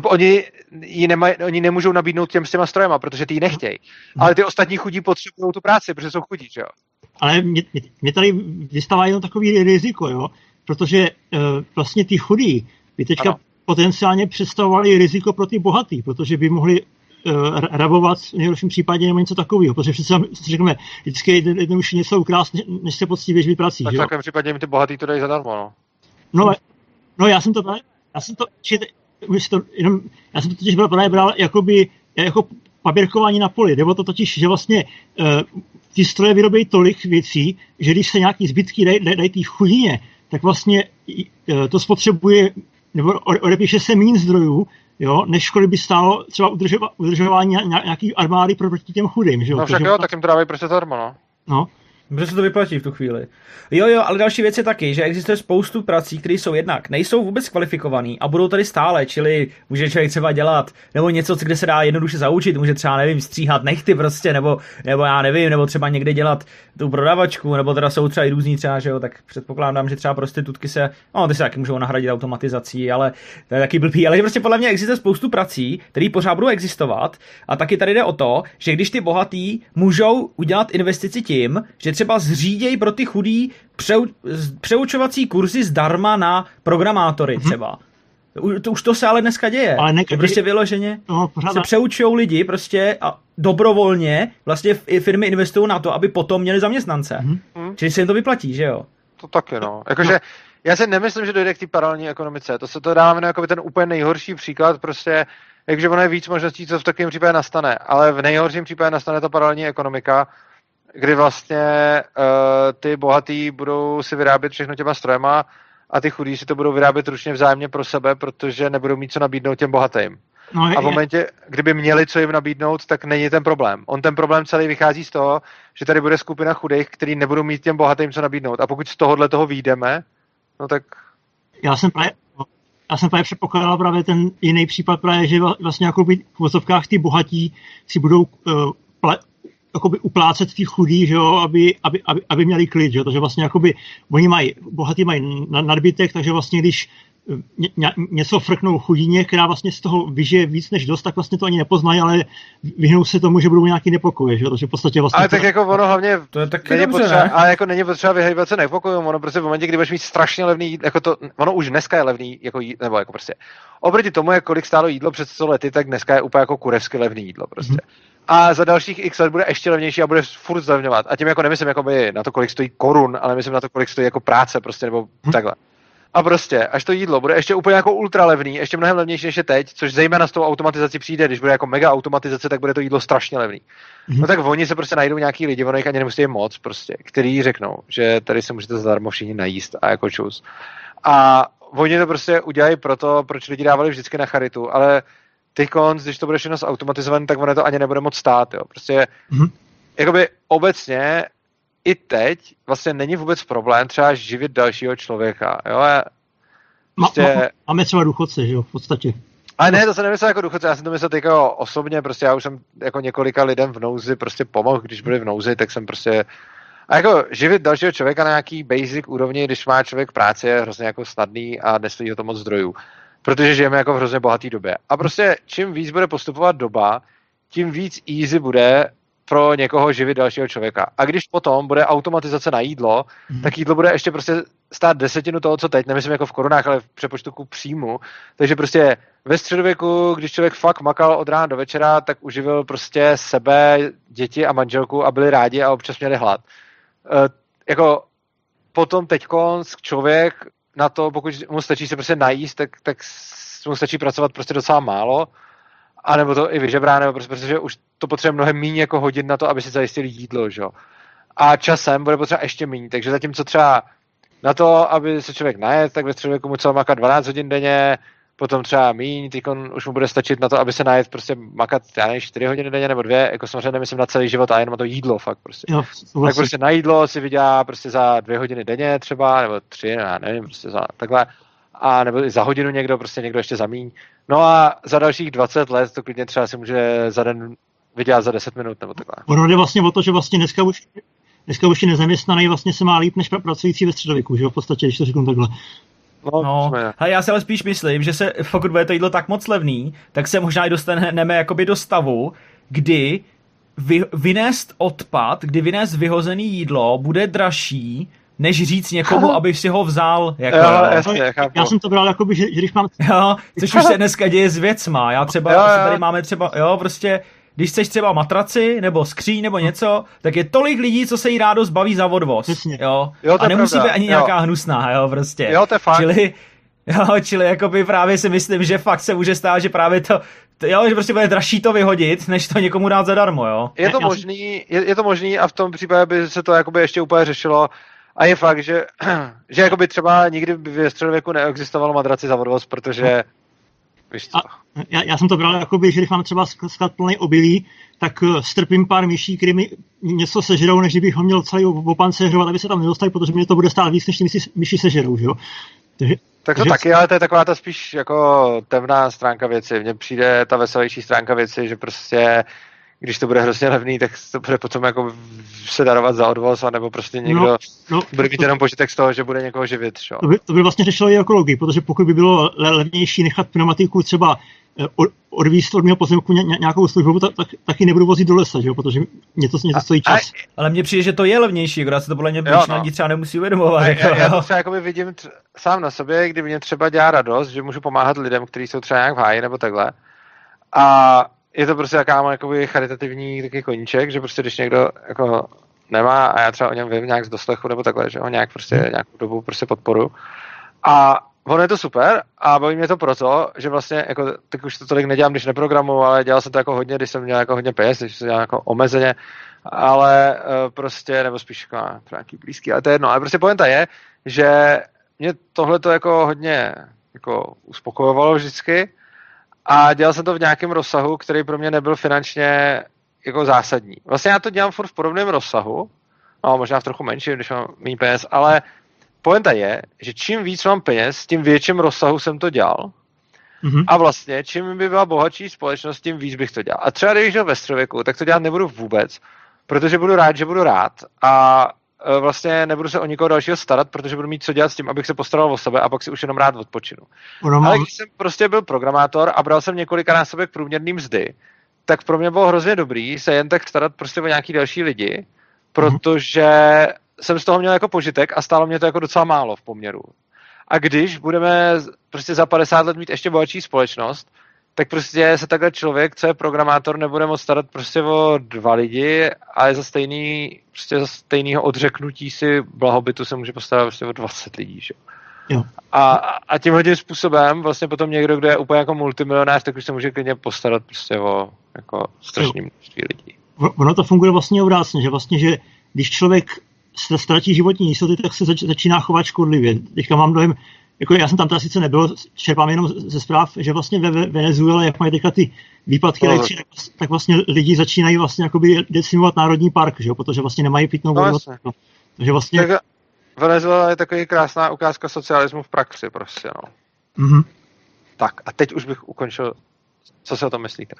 oni nemůžou nabídnout těm s těma strojema, protože ty ji nechtějí. Ale ty ostatní chudí potřebují tu práci, protože jsou chudí, že jo? Ale mě tady vystává jenom takový riziko, jo? Protože vlastně ty chudí by teďka potenciálně představovali riziko pro ty bohatý, protože by mohli rabovat v nejhorším případě nebo něco takového, protože přece si řekneme, vždycky je jednodušší něco ukrást, než se poctivě živit prací. Tak v takovém případě jim ty bohatý to dají zadarmo, no. No já jsem to totiž bral jako paběrkování na poli, nebo to totiž, že vlastně ty stroje vyrobí tolik věcí, že když se nějaký zbytky dají té chudině, tak vlastně to spotřebuje, nebo odepíše se méně zdrojů, jo, než kolik by stálo třeba udržování nějaký armády proti těm chudým. Že jo? No však jo, tak jim to dávají prostě zadarmo, no. No, Protože se to vyplatí v tu chvíli. Jo, ale další věc je taky, že existuje spoustu prací, které jsou jednak, nejsou vůbec kvalifikovaný a budou tady stále, čili může člověk třeba dělat, nebo něco, kde se dá jednoduše zaučit, může třeba, nevím, stříhat nechty prostě, nebo já nevím, nebo třeba někde dělat tu prodavačku, nebo teda jsou třeba i různý třeba, že jo, tak předpokládám, že třeba prostitutky ty se taky můžou nahradit automatizací, ale to je taky blbý, ale že prostě podle mě existuje spoustu prací, které pořád budou existovat a taky tady jde o to, že když ty bohatý můžou udělat investici tím, že třeba zřídějí pro ty chudý přeučovací kurzy zdarma na programátory třeba. Už to se ale dneska děje. Ale že prostě vyloženě se přeučují lidi prostě a dobrovolně vlastně firmy investují na to, aby potom měli zaměstnance. Čili se jim to vyplatí, že jo? To taky, no. Jakože já si nemyslím, že dojde k té paralelní ekonomice. To se to dáváme jako ten úplně nejhorší příklad, prostě, jakže ono je víc možností, co v takovém případě nastane. Ale v nejhorším případě nastane ta paralelní ekonomika, kdy vlastně ty bohatý budou si vyrábět všechno těma strojema a ty chudí si to budou vyrábět ručně vzájemně pro sebe, protože nebudou mít co nabídnout těm bohatým. No, a v momentě, kdyby měli co jim nabídnout, tak není ten problém. On ten problém celý vychází z toho, že tady bude skupina chudých, který nebudou mít těm bohatým co nabídnout. A pokud z tohohle toho vyjdeme, no tak... Já jsem právě předpokládal právě ten jiný případ právě, že vlastně jako v vozovkách ty bohatí si budou jakoby uplácet ty chudí, že jo, aby měli klid, že jo, takže vlastně jakoby bohatí mají nadbytek, takže vlastně když něco frknou chudině, která vlastně z toho vyžije víc než dost, tak vlastně to ani nepoznají, ale vyhnou se tomu, že budou nějaký nepokoje, že jo, takže v podstatě vlastně... Ale tak jako ono hlavně to je taky není dobře, potřeba, ale jako není potřeba vyhýbat se nepokojům, ono prostě v momentě, kdy budeš mít strašně levný, jako to, ono už dneska je levný, jako nebo jako prostě, oproti tomu, jak kolik stálo jídlo před 100 lety, tak dneska je úplně jako kurevsky levný jídlo prostě. A za dalších x let bude ještě levnější a bude furt zlevňovat. A tím jako nemyslím jakoby na to, kolik stojí korun, ale myslím na to, kolik stojí jako práce prostě, nebo takhle. A prostě, až to jídlo bude ještě úplně jako ultra levný, ještě mnohem levnější než je teď, což zejména s tou automatizací přijde, když bude jako mega automatizace, tak bude to jídlo strašně levný. No tak oni se prostě najdou nějaký lidi, ono jich ani nemusí moc prostě, který řeknou, že tady se můžete zadarmo všichni najíst a jako čus. A oni to prostě udělají proto, proč lidi dávali vždycky na charitu, ale ty konc, když to bude všechno zautomatizované, tak ono to ani nebude moc stát, jo. Prostě, jakoby obecně i teď vlastně není vůbec problém třeba živit dalšího člověka, jo. Prostě... Máme třeba důchodce, že jo, v podstatě. Ale ne, to se nemyslel jako důchodce, já jsem to myslel jako osobně, prostě já už jsem jako několika lidem v nouzi prostě pomohl, když byli v nouzi, tak jsem prostě... A jako živit dalšího člověka na nějaký basic úrovni, když má člověk práci, je hrozně jako snadný a nestojí ho to moc zdrojů. Protože žijeme jako v hrozně bohatý době. A prostě čím víc bude postupovat doba, tím víc easy bude pro někoho živit dalšího člověka. A když potom bude automatizace na jídlo, tak jídlo bude ještě prostě stát 10% toho, co teď, nemyslím jako v korunách, ale v přepočtu ku příjmu. Takže prostě ve středověku, když člověk fakt makal od rána do večera, tak uživil prostě sebe, děti a manželku a byli rádi a občas měli hlad. Jako potom teďko člověk na to, pokud mu stačí se prostě najíst, tak mu stačí pracovat prostě docela málo, anebo to i vyžebrá, nebo prostě, protože už to potřebuje mnohem méně jako hodin na to, aby si zajistili jídlo, že jo. A časem bude potřeba ještě méně, takže zatímco třeba na to, aby se člověk najet, tak ve středověku mu třeba makat 12 hodin denně, potom třeba míň, teďkon už mu bude stačit na to, aby se najet prostě makat 4 hodiny denně nebo 2, jako samozřejmě nemyslím na celý život a jenom na to jídlo fakt prostě. Jo, tak prostě na jídlo si vydělá prostě za 2 hodiny denně třeba, nebo 3, já nevím, prostě za takhle, a nebo i za hodinu někdo, prostě někdo ještě za míň. No a za dalších 20 let to klidně třeba si může za den vydělat za 10 minut nebo takhle. Ono jde vlastně o to, že vlastně dneska už je nezaměstnaný, vlastně se má líp než pracující ve středověku, že jo, v podstatě, když to řeknu takhle. No, já si ale spíš myslím, že se, pokud bude to jídlo tak moc levný, tak se možná i dostaneme jakoby do stavu, kdy vynést odpad, kdy vynést vyhozený jídlo bude dražší, než říct někomu, aby si ho vzal. Jako, já jsem to bral jakoby, že když mám... Jo, což už se dneska děje s věcma. Já třeba, tady máme třeba, prostě... Když chceš třeba matraci, nebo skříň, nebo něco, tak je tolik lidí, co se jí rádo zbaví za odvoz. Jo? A nemusí být ani nějaká hnusná, jo, prostě. Jo, to je fakt. Čili jakoby právě si myslím, že fakt se může stát, že právě to že prostě bude dražší to vyhodit, než to někomu dát zadarmo, jo. Je to možný a v tom případě by se to jakoby ještě úplně řešilo. A je fakt, že jakoby třeba nikdy ve středověku neexistovalo madraci za odvoz, protože víš co. Já jsem to bral jakoby, že když mám třeba sklad plný obilí, tak strpím pár myší, které mi něco sežerou, než kdybych ho měl celý opan sežerovat, aby se tam nedostali, protože mě to bude stát víc, než ty myši sežerou, že jo. Tak to taky, ale to je taková ta spíš jako temná stránka věci. Mně přijde ta veselější stránka věci, že prostě když to bude hrozně levný, tak to bude potom jako se darovat za odvoz, anebo prostě někdo bude mít jenom požitek z toho, že bude někoho živit. Šo? To by vlastně řešilo i ekologii, protože pokud by bylo levnější nechat pneumatiku třeba odvízt od mého pozemku nějakou službu, tak ji nebudu vozit do lesa, že jo? Protože mě to stojí čas. Ale mně přijde, že to je levnější, akorát se to podle mě lidi třeba nemusí uvědomovat. Já to třeba jakoby vidím sám na sobě, kdy mě třeba dělá radost, že můžu pomáhat lidem, kteří jsou třeba nějak v háji nebo takhle. A je to prostě jaká jakoby charitativní taky koníček, že prostě když někdo jako nemá a já třeba o něm vím nějak z doslechu nebo takhle, že ho nějak prostě nějakou dobu prostě podporu. A ono je to super a baví mě to proto, že vlastně jako tak už to tolik nedělám, když neprogramuju, ale dělal jsem to jako hodně, když jsem měl jako hodně peněz, když jsem dělal jako omezeně, ale prostě, nebo spíš jako nějaký blízký, ale to je jedno. Ale prostě pointa je, že mě tohle to jako hodně jako uspokojovalo vždycky a dělal jsem to v nějakém rozsahu, který pro mě nebyl finančně jako zásadní. Vlastně já to dělám furt v podobném rozsahu, no možná v trochu menším, když mám méně peněz, ale pointa je, že čím víc mám peněz, tím větším rozsahu jsem to dělal. Mm-hmm. A vlastně, čím by byla bohatší společnost, tím víc bych to dělal. A třeba když žil ve středověku, tak to dělat nebudu vůbec, protože budu rád, že budu rád a vlastně nebudu se o nikoho dalšího starat, protože budu mít co dělat s tím, abych se postaral o sebe a pak si už jenom rád odpočinu. Ale když jsem prostě byl programátor a bral jsem několikanásobek průměrný mzdy, tak pro mě bylo hrozně dobrý se jen tak starat prostě o nějaký další lidi, protože jsem z toho měl jako požitek a stálo mě to jako docela málo v poměru. A když budeme prostě za 50 let mít ještě bohatší společnost, tak prostě se takhle člověk, co je programátor, nebude moct starat prostě o 2 lidi, ale za stejného odřeknutí si blahobytu se může postarat prostě o 20 lidí, že? Jo. A tímhle způsobem vlastně potom někdo, kdo je úplně jako multimilionář, tak už se může klidně postarat prostě o jako strašný množství lidí. Ono to funguje vlastně obrácně, že když člověk ztratí životní jistoty, tak se začíná chovat škodlivě. Teďka mám dojem, jako já jsem tam sice nebyl, čerpám jenom ze zpráv, že vlastně ve Venezuele, jak mají teďka ty výpadky elektřiny, tak vlastně lidi začínají vlastně jakoby decimovat národní park, že jo, protože vlastně nemají pitnou vodu. No. Takže vlastně... Tak Venezuela je takový krásná ukázka socialismu v praxi prostě, no. Mm-hmm. Tak a teď už bych ukončil. Co si o tom myslíte?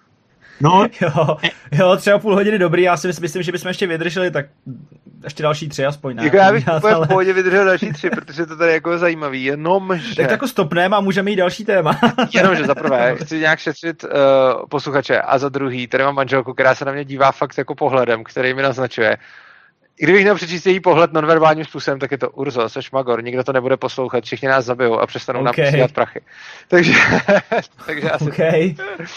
No, jo, třeba půl hodiny dobrý, já si myslím, že bychom ještě vydrželi, tak ještě další 3 aspoň. Ne? Jako já bych úplně v pohodě vydržel další 3, protože to tady jako je zajímavý, jenomže... Tak jako stopneme a můžeme jít další téma. Jenomže za prvé chci nějak šetřit posluchače a za druhý, tady mám manželku, která se na mě dívá fakt jako pohledem, který mi naznačuje. I kdybych měl přečíst její pohled nonverbálním způsobem, tak je to Urzo, seš magor, nikdo to nebude poslouchat, všichni nás zabijou a přestanou nám posílat prachy. Takže asi... Okay.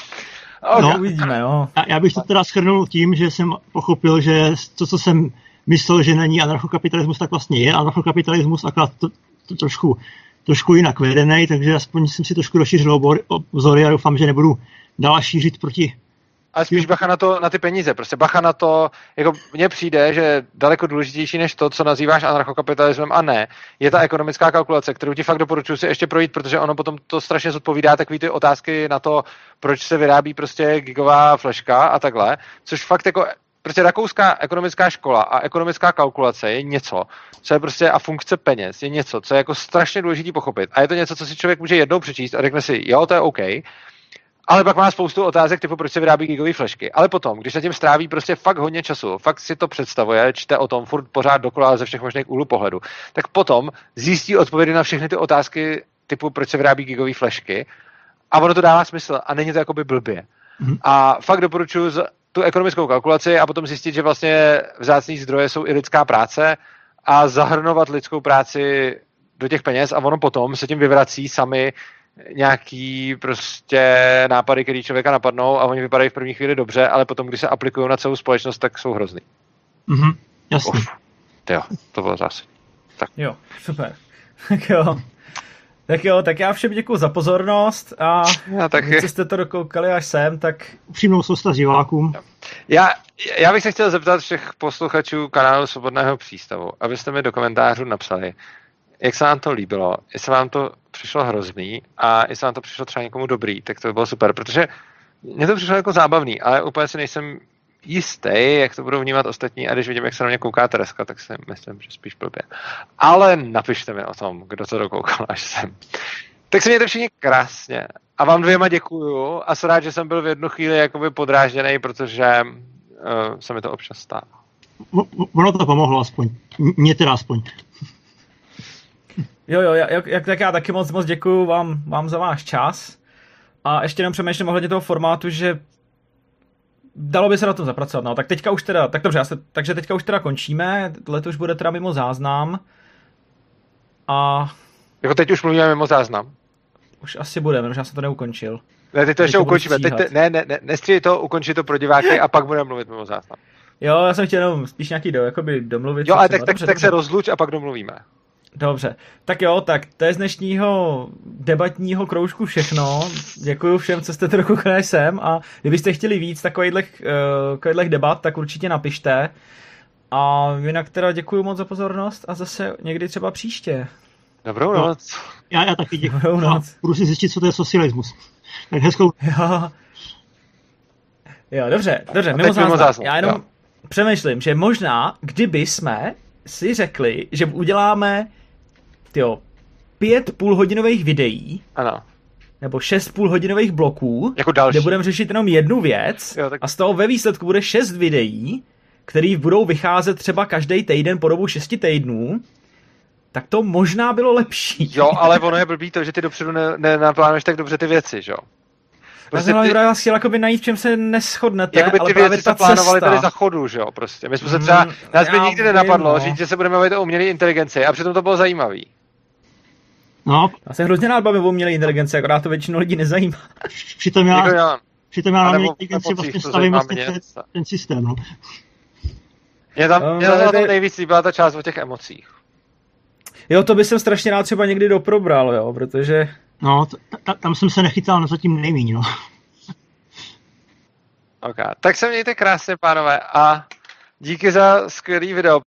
No, uvidíme, jo. Já bych to teda shrnul tím, že jsem pochopil, že to, co jsem myslel, že není anarchokapitalismus, tak vlastně je anarchokapitalismus, akorát to trošku jinak vedený, takže aspoň jsem si trošku rozšířil obzory a doufám, že nebudu dál šířit proti... Ale spíš bacha na ty peníze, prostě bacha na to, jako mně přijde, že daleko důležitější než to, co nazýváš anarchokapitalismem a ne, je ta ekonomická kalkulace, kterou ti fakt doporučuji si ještě projít, protože ono potom to strašně zodpovídá takový ty otázky na to, proč se vyrábí prostě gigová fleška a takhle, což fakt jako prostě rakouská ekonomická škola a ekonomická kalkulace je něco, co je prostě a funkce peněz je něco, co je jako strašně důležitý pochopit. A je to něco, co si člověk může jednou přečíst a řekne si, jo, to je OK. Ale pak má spoustu otázek typu, proč se vyrábí gigové flešky. Ale potom, když se tím stráví prostě fakt hodně času, fakt si to představuje, čte o tom furt pořád dokola ze všech možných úhlů pohledu, tak potom zjistí odpovědi na všechny ty otázky typu, proč se vyrábí gigové flešky a ono to dává smysl a není to jakoby blbě. A fakt doporučuji tu ekonomickou kalkulaci a potom zjistit, že vlastně vzácný zdroje jsou i lidská práce a zahrnovat lidskou práci do těch peněz a ono potom se tím vyvrací sami nějaký prostě nápady, který člověka napadnou a oni vypadají v první chvíli dobře, ale potom, když se aplikují na celou společnost, tak jsou hrozný. Jasně. To bylo zásadní. Tak. Jo, super. Tak já všem děkuju za pozornost a když jste to dokoukali až sem, tak... Upřímnou soustrast divákům. Já bych se chtěl zeptat všech posluchačů kanálu Svobodného přístavu, abyste mi do komentářů napsali, jak se vám to líbilo, jestli vám to přišlo hrozný a jestli vám to přišlo třeba někomu dobrý, tak to by bylo super, protože mně to přišlo jako zábavný, ale úplně si nejsem jistý, jak to budou vnímat ostatní a když vidím, jak se na mě kouká Tereska, tak si myslím, že spíš blbě. Ale napište mi o tom, kdo to dokoukal až sem. Tak se mějte všichni krásně. A vám dvěma děkuju a jsem rád, že jsem byl v jednu chvíli jakoby podrážděnej, protože se mi to občas stává. Ono to pomohlo aspoň. Mně teda aspoň. Jo, tak já taky moc děkuju vám za váš čas. A ještě jenom přemýšlím ohledně toho formátu, že dalo by se na tom zapracovat. No, tak teďka už teda, tak dobře, takže teďka už teda končíme, tohle už bude teda mimo záznam. A... Jako teď už mluvíme mimo záznam? Už asi budeme, protože já jsem to neukončil. Ne, teď to ještě ukončíme. Nestřílej to, ukončí to pro diváky a pak budeme mluvit mimo záznam. Jo, já jsem chtěl jenom spíš nějaký domluvit. Jo, ale tak se rozluč a pak domluvíme. Dobře, tak jo, tak to je z dnešního debatního kroužku všechno. Děkuju všem, co jste to dokoukali sem a kdybyste chtěli víc takovýchhle debat, tak určitě napište. A jinak teda děkuju moc za pozornost a zase někdy třeba příště. Dobrou noc. Já taky děkuju. Budu si zjistit, co to je socialismus. Tak hezkou. Jo, dobře, mimo záznam. Já jenom přemýšlím, že možná, kdyby jsme si řekli, že uděláme 5 půlhodinových videí, ano. Nebo 6 půlhodinových bloků, jako další, kde budeme řešit jenom jednu věc, jo, tak... a z toho ve výsledku bude 6 videí, které budou vycházet třeba každý týden po dobu 6 týdnů, tak to možná bylo lepší. Jo, ale ono je blbý to, že ty dopředu nenaplánuješ tak dobře ty věci, že jo? Prostě já vás chtěl najít, v čem se neshodnete, jakoby ty ale věci právě se plánovaly tady za chodu, že jo, prostě. My jsme se třeba, nás by nikdy nenapadlo říct, že se budeme bavit o umělé inteligenci a přitom to bylo zajímavý. No. Já se hrozně rád bavím o umělé inteligenci, akorát to většinu lidí nezajímá. Přitom já na umělé inteligenci vlastně stavím vlastně ten systém, no. Mě tam nejvíc líbila ta část o těch emocích. Jo, to by jsem strašně rád třeba někdy doprobral, jo, protože... No, tam jsem se nechytal na zatím nejmíň, no. Ok, tak se mějte krásně, pánové, a díky za skvělý video.